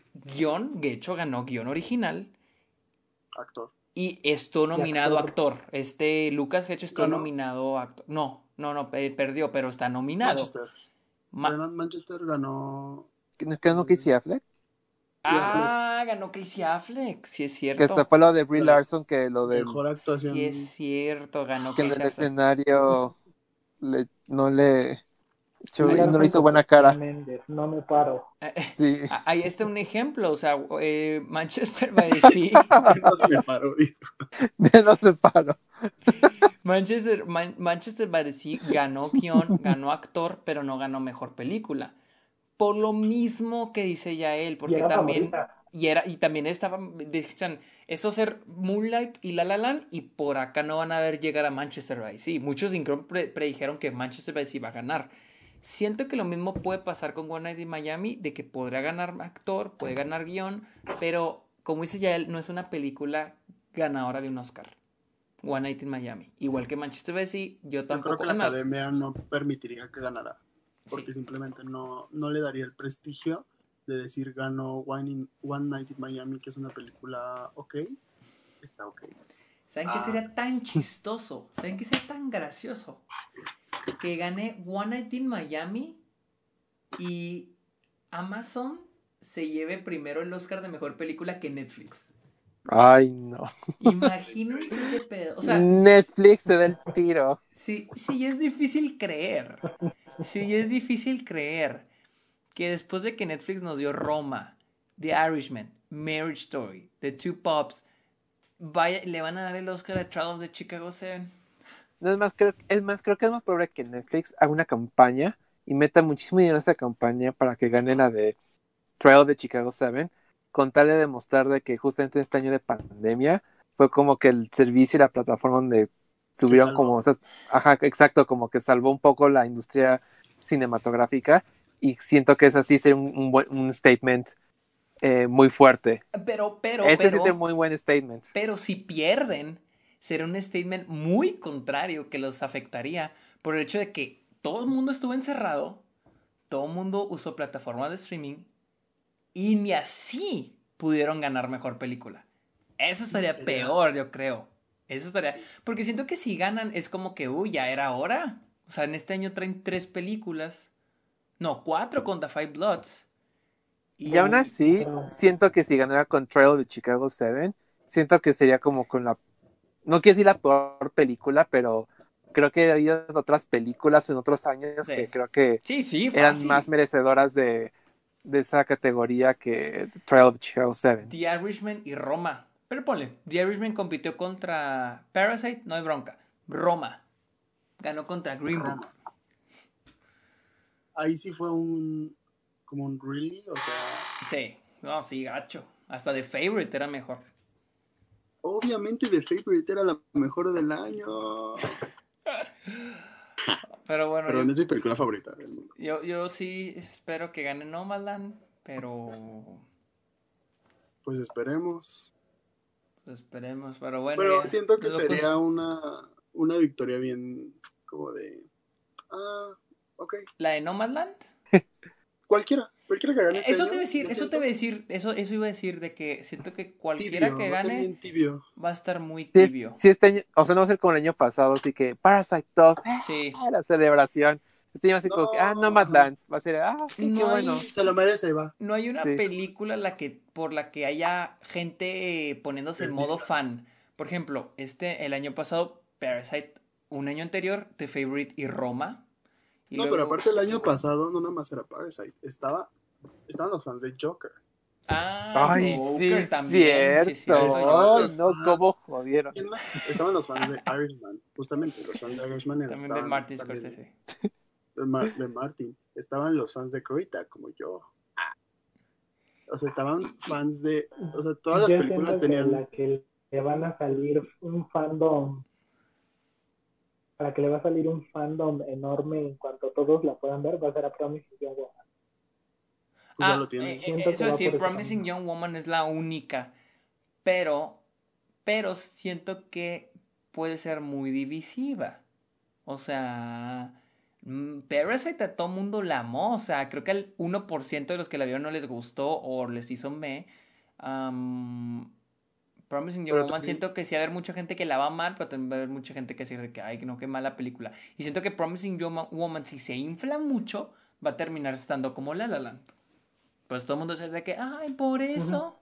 de hecho ganó guión original Actor. y estuvo Y nominado actor. actor. Lucas Hedges estuvo Ganó nominado actor. No, perdió, pero está nominado. Manchester. Ma- Manchester ganó. ¿Qué no Casey Affleck? Sí, Affleck. Ganó Casey Affleck, sí es Que esta cierto. fue lo de Brie La Larson, que lo del mejor Sí es actuación. cierto, ganó que en Casey el Affleck. escenario no le Brie no le Larson hizo como buena Lucía cara. Méndez, no me paro. Sí. Ahí está un ejemplo, o sea, Manchester by the Sea. Menos me paró. Menos me paro. Manchester by the Sea ganó guión, ganó actor, pero no ganó mejor película. Por lo mismo que dice Yael, Y porque era también, favorita. y también estaba, decían, esto ser Moonlight y La La Land, y por acá no van a ver llegar a Manchester by the Sea. Muchos incluso predijeron que Manchester by the Sea iba a ganar. Siento que lo mismo puede pasar con One Night in Miami, de que podrá ganar actor, puede ganar guión, pero como dice Yael, no es una película ganadora de un Oscar. One Night in Miami. Igual que Manchester by the Sea, yo Yo creo que tampoco. la Es más, academia no permitiría que ganara. Porque sí. simplemente no le daría el prestigio de decir ganó One Night in Miami, que es una película ok. Está ok. ¿Saben qué sería tan chistoso? ¿Saben qué sería tan gracioso? Que gane One Night in Miami y Amazon se lleve primero el Oscar de mejor película que Netflix. Ay, no. Imagínense ese pedo. O sea, Netflix se da el tiro. sí es difícil creer. Sí es difícil creer que después de que Netflix nos dio Roma, The Irishman, Marriage Story, The Two Pops, le van a dar el Oscar a Trial of the Chicago 7. No, creo que es más probable que Netflix haga una campaña y meta muchísimo dinero en esa campaña para que gane la de Trial de Chicago 7, con tal de demostrar de que justamente este año de pandemia fue como que el servicio y la plataforma donde Que tuvieron como, salvó. o sea, ajá, exacto, como que salvó un poco la industria cinematográfica, y siento que es así, sería un statement muy fuerte. Ese sí es un muy buen statement. Pero si pierden, será un statement muy contrario que los afectaría por el hecho de que todo el mundo estuvo encerrado, todo el mundo usó plataformas de streaming y ni así pudieron ganar mejor película. Eso estaría peor, yo creo. Eso estaría. Porque siento que si ganan es como que, ya era hora. O sea, en este año traen 3 películas. No, 4 con The Five Bloods. Y aún así, siento que si ganara con Trial de Chicago 7, siento que sería como con la, no quiero decir la peor película, pero creo que ha habido otras películas en otros años que creo que eran más merecedoras de esa categoría que Trial of Chicago 7. The Irishman y Roma. Pero ponle, The Irishman compitió contra Parasite, no hay bronca. Roma ganó contra Green Book. Ahí sí fue como un really, o sea, Sí, no, sí, gacho. Hasta The Favorite era mejor. obviamente The Favorite era la mejor del año. Pero bueno, Perdón, es mi película favorita del mundo. yo sí espero que gane Nomadland, pero Pues esperemos. pues esperemos. Pero bueno, Pero ya. siento que nos lo sería una victoria bien como de... Ah, ok. ¿La de Nomadland? Cualquiera que gane este Eso año. te iba a decir, yo eso siento te iba a decir, eso iba a decir de que siento que cualquiera tibio, que va a ser gane bien tibio. va a estar muy Sí, tibio. sí, este año, o sea, no va a ser como el año pasado, así que Parasite 2, Sí. la celebración. Este año así como que, No, Nomadland, va a ser, qué No bueno. hay, se lo merece, va. no hay una Sí. película por la que haya gente poniéndose en modo Perdida. fan. Por ejemplo, el año pasado, Parasite, un año anterior, The Favorite y Roma. Y No, pero luego. aparte el año pasado no nada más era Parasite. Estaban los fans de Joker. Ay, Joker sí, también, sí es cierto. cierto. Estaban Ay, los no, fans. cómo jodieron. ¿Quién más? Estaban los fans de Irishman. Justamente, los fans de Irishman También de estaban Martin también Scorsese. de Martin. Estaban los fans de Krita, como yo. O sea, estaban fans de... O sea, todas las Yo películas siento que tenían... la que le van a salir un fandom, para que le va a salir un fandom enorme en cuanto todos la puedan ver, va a ser a Promising Young Woman. Pues ya lo tienen. Siento Eso que va decir, por ese Promising camino. Young Woman es la única. Pero siento que puede ser muy divisiva. O sea, Parasite a todo mundo la amó. O sea, creo que al 1% de los que la vieron no les gustó o les hizo Promising Young Pero Woman, también... siento que sí va a haber mucha gente que la va a amar, pero también va a haber mucha gente que dice que, ay, no, qué mala película. Y siento que Promising Young Woman, si se infla mucho, va a terminar estando como La La Land. Pues todo el mundo dice de que, ay, por eso.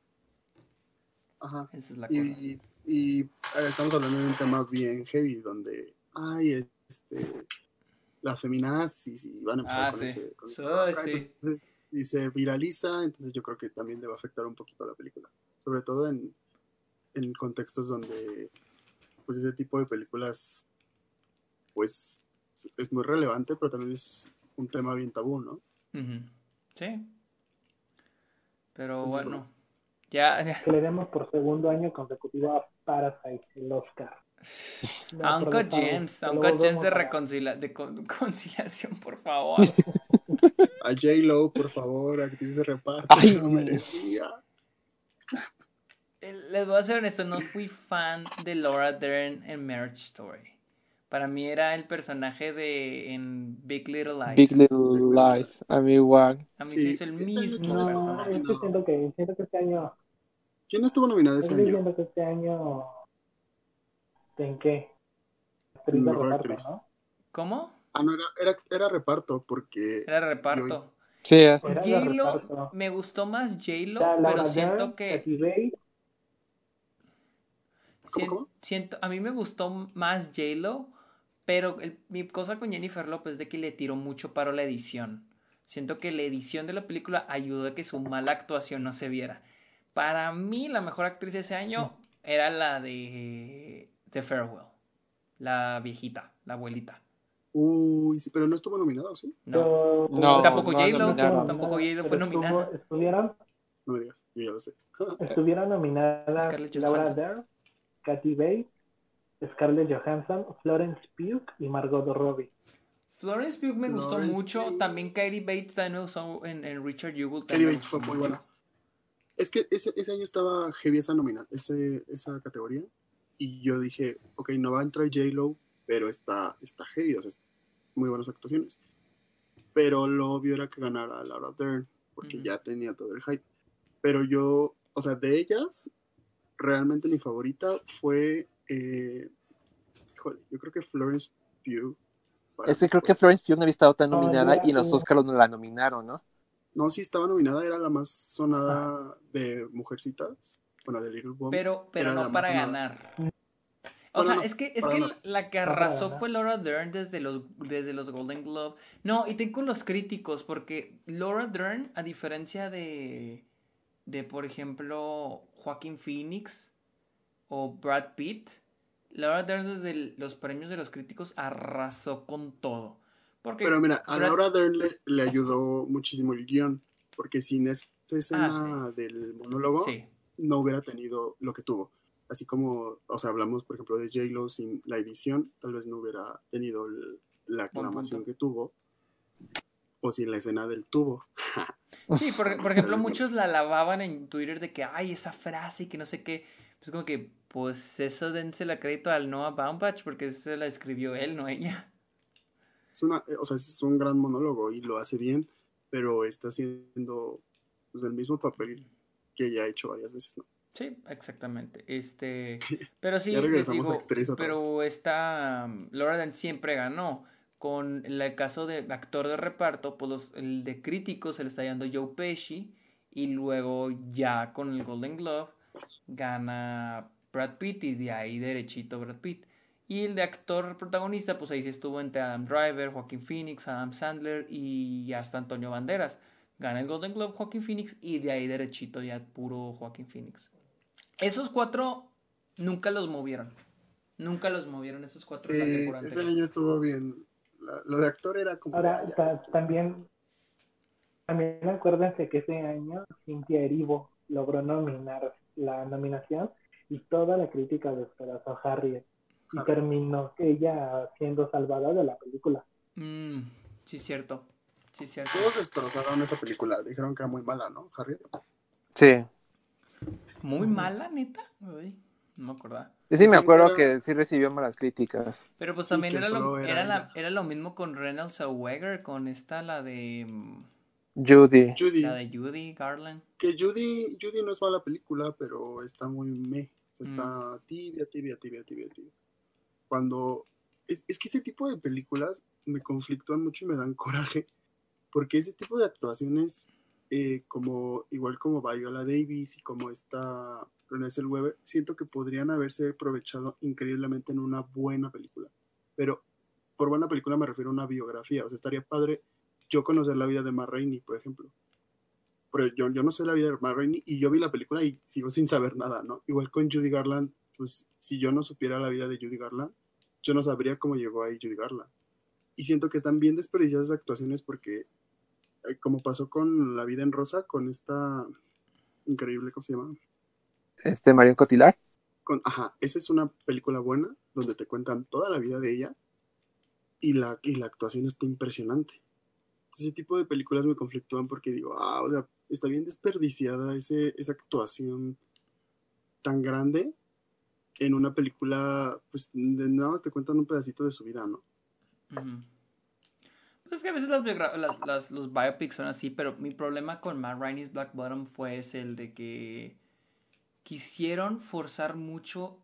Ajá. Esa es la cosa. Y estamos hablando de un tema bien heavy, donde... Ay, las feminazis y van a empezar con Sí. ese... Sí. Entonces, y se viraliza, entonces yo creo que también le va a afectar un poquito a la película. Sobre todo en contextos donde pues ese tipo de películas pues es muy relevante, pero también es un tema bien tabú, ¿no? Ujú. Sí. Pero Entonces, bueno, ya. Que le demos por segundo año consecutivo a Parasite el Oscar. A Por Uncut default, Gems, que a lo Uncut Gems volvemos a... conciliación, por favor. a J-Lo, por favor, actriz de reparto, Ay. se lo merecía. Les voy a ser honesto, no fui fan de Laura Dern en Marriage Story. Para mí era el personaje en Big Little Lies. Big Little Lies, a mí igual. A mí se Sí, hizo el este año, ¿quién mismo estuvo No, es que personaje. nominado? siento que este año... ¿Quién estuvo nominado Es ese que año? siento que este año... ¿En qué? Actriz de Mejor reparto, actriz. ¿no? ¿Cómo? Ah, no, era reparto, porque Era reparto. Sí, Era de J-Lo, reparto. me gustó más J-Lo, Está pero Laura siento Dern, que... Kathy Bates. ¿Cómo? A mí me gustó más J-Lo, pero mi cosa con Jennifer López es de que le tiró mucho paro a la edición. Siento que la edición de la película ayudó a que su mala actuación no se viera. Para mí, la mejor actriz de ese año era la de The Farewell. La viejita, la abuelita. Uy, sí, pero no estuvo nominado, ¿sí? No. No, Tampoco no J-Lo. nominaron. Tampoco J-Lo fue pero nominada. No me digas, yo ya lo sé. estuvieron nominadas Scarlett Laura Johansson. Dern, Kathy Bates, Scarlett Johansson, Florence Pugh y Margot Robbie. Florence Pugh me gustó Florence mucho. Pugh. También Katie Bates también me gustó en Richard Jewell. Katie También me Bates fue gustó muy mucho. buena. Es que ese año estaba heavy esa esa categoría. Y yo dije, ok, no va a entrar J-Lo, pero está heavy, o sea, muy buenas actuaciones. Pero lo obvio era que ganara Laura Dern, porque ya tenía todo el hype. Pero yo, o sea, de ellas, realmente mi favorita fue, híjole, yo creo que Florence Pugh. Es que creo que Florence Pugh no había estado tan No, nominada y en los Oscars no la nominaron, ¿no? No, sí estaba nominada, era la más sonada de Mujercitas, bueno, de Little Woman. Pero era no la más para sonada. ganar. O Bueno, sea, no, es que para ganar. la que No para arrasó ganar. fue Laura Dern desde los Golden Globe. No, y tengo los críticos, porque Laura Dern, a diferencia de por ejemplo, Joaquin Phoenix o Brad Pitt, Laura Dern desde los premios de los críticos arrasó con todo. Porque Pero mira, a Laura Dern le ayudó muchísimo el guión, porque sin esa escena del monólogo sí, no hubiera tenido lo que tuvo. Así como, o sea, hablamos, por ejemplo, de J-Lo sin la edición, tal vez no hubiera tenido la aclamación que tuvo, o sin la escena del tubo. Sí, por ejemplo, muchos la alababan en Twitter de que, ay, esa frase y que no sé qué. Pues como que, pues eso dense la crédito al Noah Baumbach porque se la escribió él, no ella. O sea, es un gran monólogo y lo hace bien, pero está haciendo pues, el mismo papel que ya ha hecho varias veces, ¿no? Sí, exactamente. Pero sí, Ya les regresamos a digo, actriz otra vez. pero esta Laura Dern siempre ganó. Con el caso de actor de reparto, pues el de crítico se le está dando Joe Pesci. Y luego ya con el Golden Globe gana Brad Pitt y de ahí derechito Brad Pitt. Y el de actor protagonista, pues ahí sí estuvo entre Adam Driver, Joaquin Phoenix, Adam Sandler y hasta Antonio Banderas. Gana el Golden Globe Joaquin Phoenix y de ahí derechito ya puro Joaquin Phoenix. Esos cuatro nunca los movieron. Nunca los movieron esos cuatro Sí, la temporada ese anterior. año estuvo bien. Lo de actor era como Ahora, ya. también acuérdense que ese año Cynthia Erivo logró nominar la nominación y toda la crítica despedazó a Harriet y terminó ella siendo salvada de la película. Sí, cierto. Sí, cierto. Todos destrozaron esa película. Dijeron que era muy mala, ¿no, Harry? Sí. Muy mala, neta. Uy, no me acordaba. Yo sí me Dicen acuerdo era- que sí recibió malas críticas. Pero pues Sí, también que solo era ella. era lo mismo con Renée Zellweger, con la de Judy. la Judy. de Judy Garland. Que Judy no es mala película, pero está muy meh. O sea, Mm. está tibia. Cuando... Es que ese tipo de películas me conflictúan mucho y me dan coraje. Porque ese tipo de actuaciones, igual como Viola Davis y como esta Renée Zellweger, siento que podrían haberse aprovechado increíblemente en una buena película. Pero por buena película me refiero a una biografía. O sea, estaría padre yo conocer la vida de Ma Rainey, por ejemplo. Pero yo no sé la vida de Ma Rainey y yo vi la película y sigo sin saber nada, ¿no? Igual con Judy Garland, pues si yo no supiera la vida de Judy Garland, yo no sabría cómo llegó ahí Judy Garland. Y siento que están bien desperdiciadas esas actuaciones porque como pasó con La vida en rosa, con esta increíble, ¿cómo se llama? Marion Cotillard. Esa es una película buena donde te cuentan toda la vida de ella y la actuación está impresionante. Ese tipo de películas me conflictúan porque digo, o sea, está bien desperdiciada esa actuación tan grande en una película, pues nada más te cuentan un pedacito de su vida, ¿no? Uh-huh. Pues que a veces los biopics son así, pero mi problema con Matt Rainey's Black Bottom fue el de que quisieron forzar mucho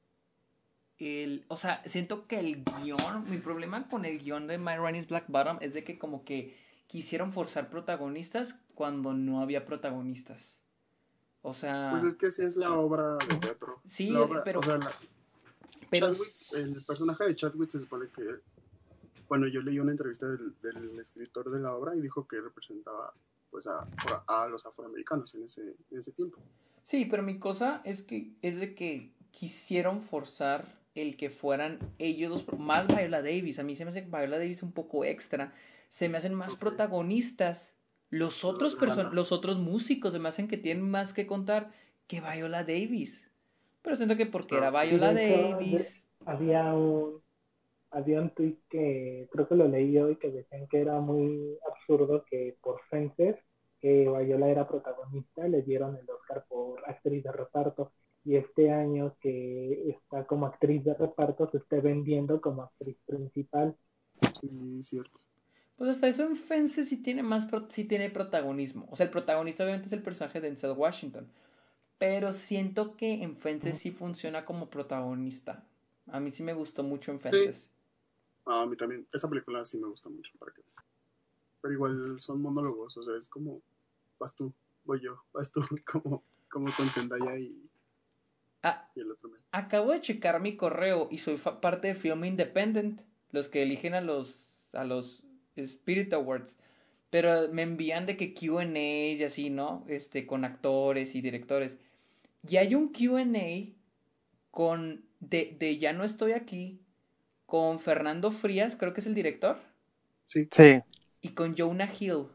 o sea, siento que mi problema con el guión de Matt Rainey's Black Bottom es de que como que quisieron forzar protagonistas cuando no había protagonistas. O sea... Pues es que así es la obra de teatro. Sí, La obra, pero... o sea, pero el personaje de Chadwick se supone que, bueno, yo leí una entrevista del escritor de la obra y dijo que representaba pues a los afroamericanos en ese tiempo. sí, pero mi cosa es de que quisieron forzar el que fueran ellos dos, más Viola Davis. A mí se me hace Viola Davis un poco extra. Se me hacen más protagonistas. Los otros músicos se me hacen que tienen más que contar que Viola Davis. Pero siento que porque era Sí, Viola de hecho, Davis. había un tweet que creo que lo leí hoy que decían que era muy absurdo que por Fences, que Viola era protagonista, le dieron el Oscar por actriz de reparto y este año que está como actriz de reparto se esté vendiendo como actriz principal. Sí, cierto. Pues hasta eso en Fences sí tiene protagonismo. O sea, el protagonista obviamente es el personaje de Denzel Washington. Pero siento que en Fences sí funciona como protagonista. A mí sí me gustó mucho en Fences. Sí. A mí también. Esa película sí me gusta mucho. Pero igual son monólogos. O sea, es como, vas tú, voy yo, vas tú, como con Zendaya y el otro men. Acabo de checar mi correo y soy parte de Film Independent. Los que eligen a los Spirit Awards. pero me envían de que Q&A y así, ¿no? Con actores y directores. Y hay un Q&A de Ya no estoy aquí, con Fernando Frías, creo que es el director, Sí. Sí. y con Jonah Hill.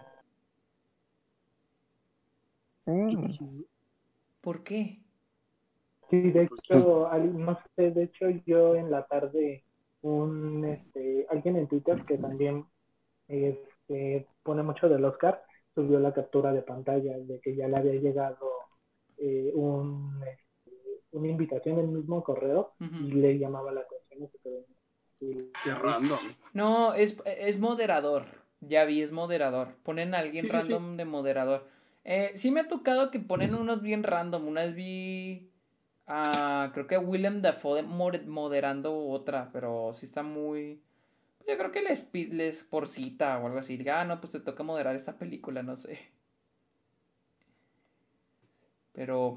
Mm. ¿Por qué? Sí, de Pues, hecho, no sé, de hecho yo en la tarde, alguien en Twitter que también pone mucho del Oscar, subió la captura de pantalla de que ya le había llegado una invitación en el mismo correo y Ujú. le llamaba la atención y se quedó y qué random. No, es moderador. Ya vi, es moderador. Ponen a alguien Sí, sí, sí. random de moderador. Sí me ha tocado que ponen unos bien random. Una vez vi creo que Willem Dafoe moderando otra, pero sí está muy... Yo creo que les por cita o algo así. Diga, no, pues te toca moderar esta película, no sé. Pero...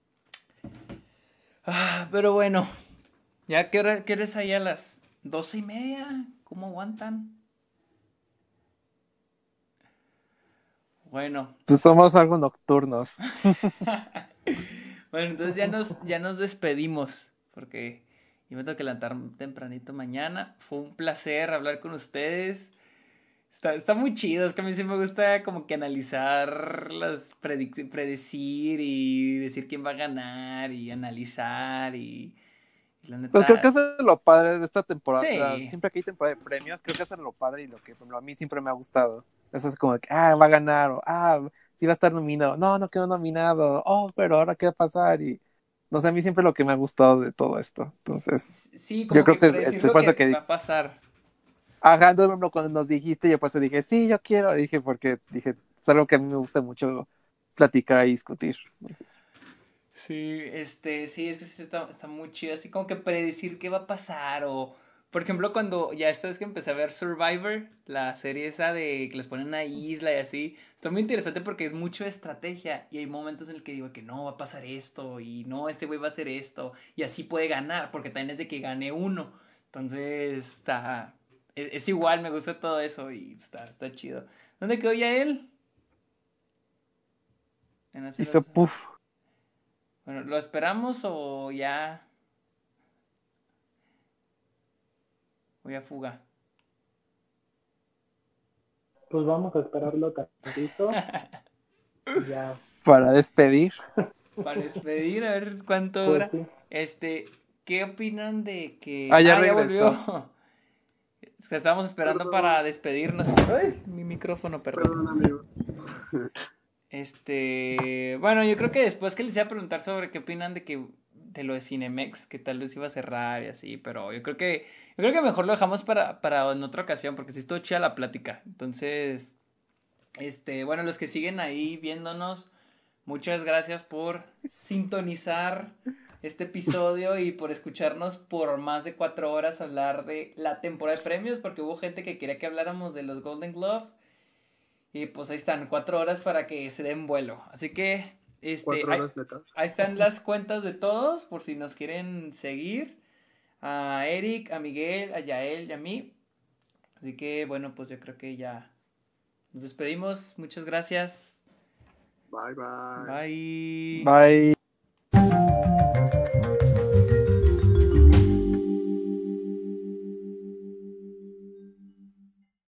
pero bueno. ¿Ya qué hora es ahí a las 12:30? ¿Cómo aguantan? Bueno. Pues somos algo nocturnos. Bueno, entonces ya nos despedimos. Porque yo me tengo que levantar tempranito mañana. Fue un placer hablar con ustedes. Está muy chido, es que a mí sí me gusta como que analizar predecir y decir quién va a ganar y analizar y la Pues creo que neta, eso es lo padre de esta temporada. sí, Siempre que hay temporada de premios, creo que eso es lo padre y lo que por ejemplo, a mí siempre me ha gustado. Eso es como que, va a ganar, o sí va a estar nominado. No, no quedó nominado. Oh, pero ahora qué va a pasar. Y no sé, a mí siempre lo que me ha gustado de todo esto. Entonces, sí, yo como creo que que predecir lo por eso que va que, a pasar. entonces, por ejemplo, cuando nos dijiste, yo por eso dije, sí, yo quiero. Dije, porque dije, es algo que a mí me gusta mucho platicar y discutir. Entonces, Sí, sí, es que sí está muy chido, así como que predecir qué va a pasar o, por ejemplo, cuando ya esta vez que empecé a ver Survivor, la serie esa de que les ponen una isla y así, está muy interesante porque es mucho de estrategia y hay momentos en el que digo que no, va a pasar esto y no, este güey va a hacer esto y así puede ganar, porque también es de que gane uno, entonces es igual, me gusta todo eso y está chido. ¿Dónde quedó ya él? En hacer hizo eso. puff. Bueno, ¿lo esperamos o ya voy a fuga? pues vamos a esperarlo tantito y ya, Para despedir. Para despedir, a ver cuánto pues dura. sí. Este, ¿Qué opinan de que... Ya Ya volvió. regresó. Es que estábamos esperando Perdón, para despedirnos. Ay, mi micrófono, perdón. perdón, amigos. Bueno, yo creo que después que les iba a preguntar sobre qué opinan de lo de Cinemex, que tal vez iba a cerrar y así, pero yo creo que mejor lo dejamos para en otra ocasión, porque sí estuvo chida la plática. Entonces, bueno, los que siguen ahí viéndonos, muchas gracias por sintonizar este episodio y por escucharnos por más de 4 horas hablar de la temporada de premios, porque hubo gente que quería que habláramos de los Golden Globe. Y pues ahí están, 4 horas para que se den vuelo. Así que, Cuatro ahí, horas neta. ahí están las cuentas de todos, por si nos quieren seguir. A Eric, a Miguel, a Yael y a mí. Así que, bueno, pues yo creo que ya nos despedimos. Muchas gracias. Bye, bye. Bye. Bye.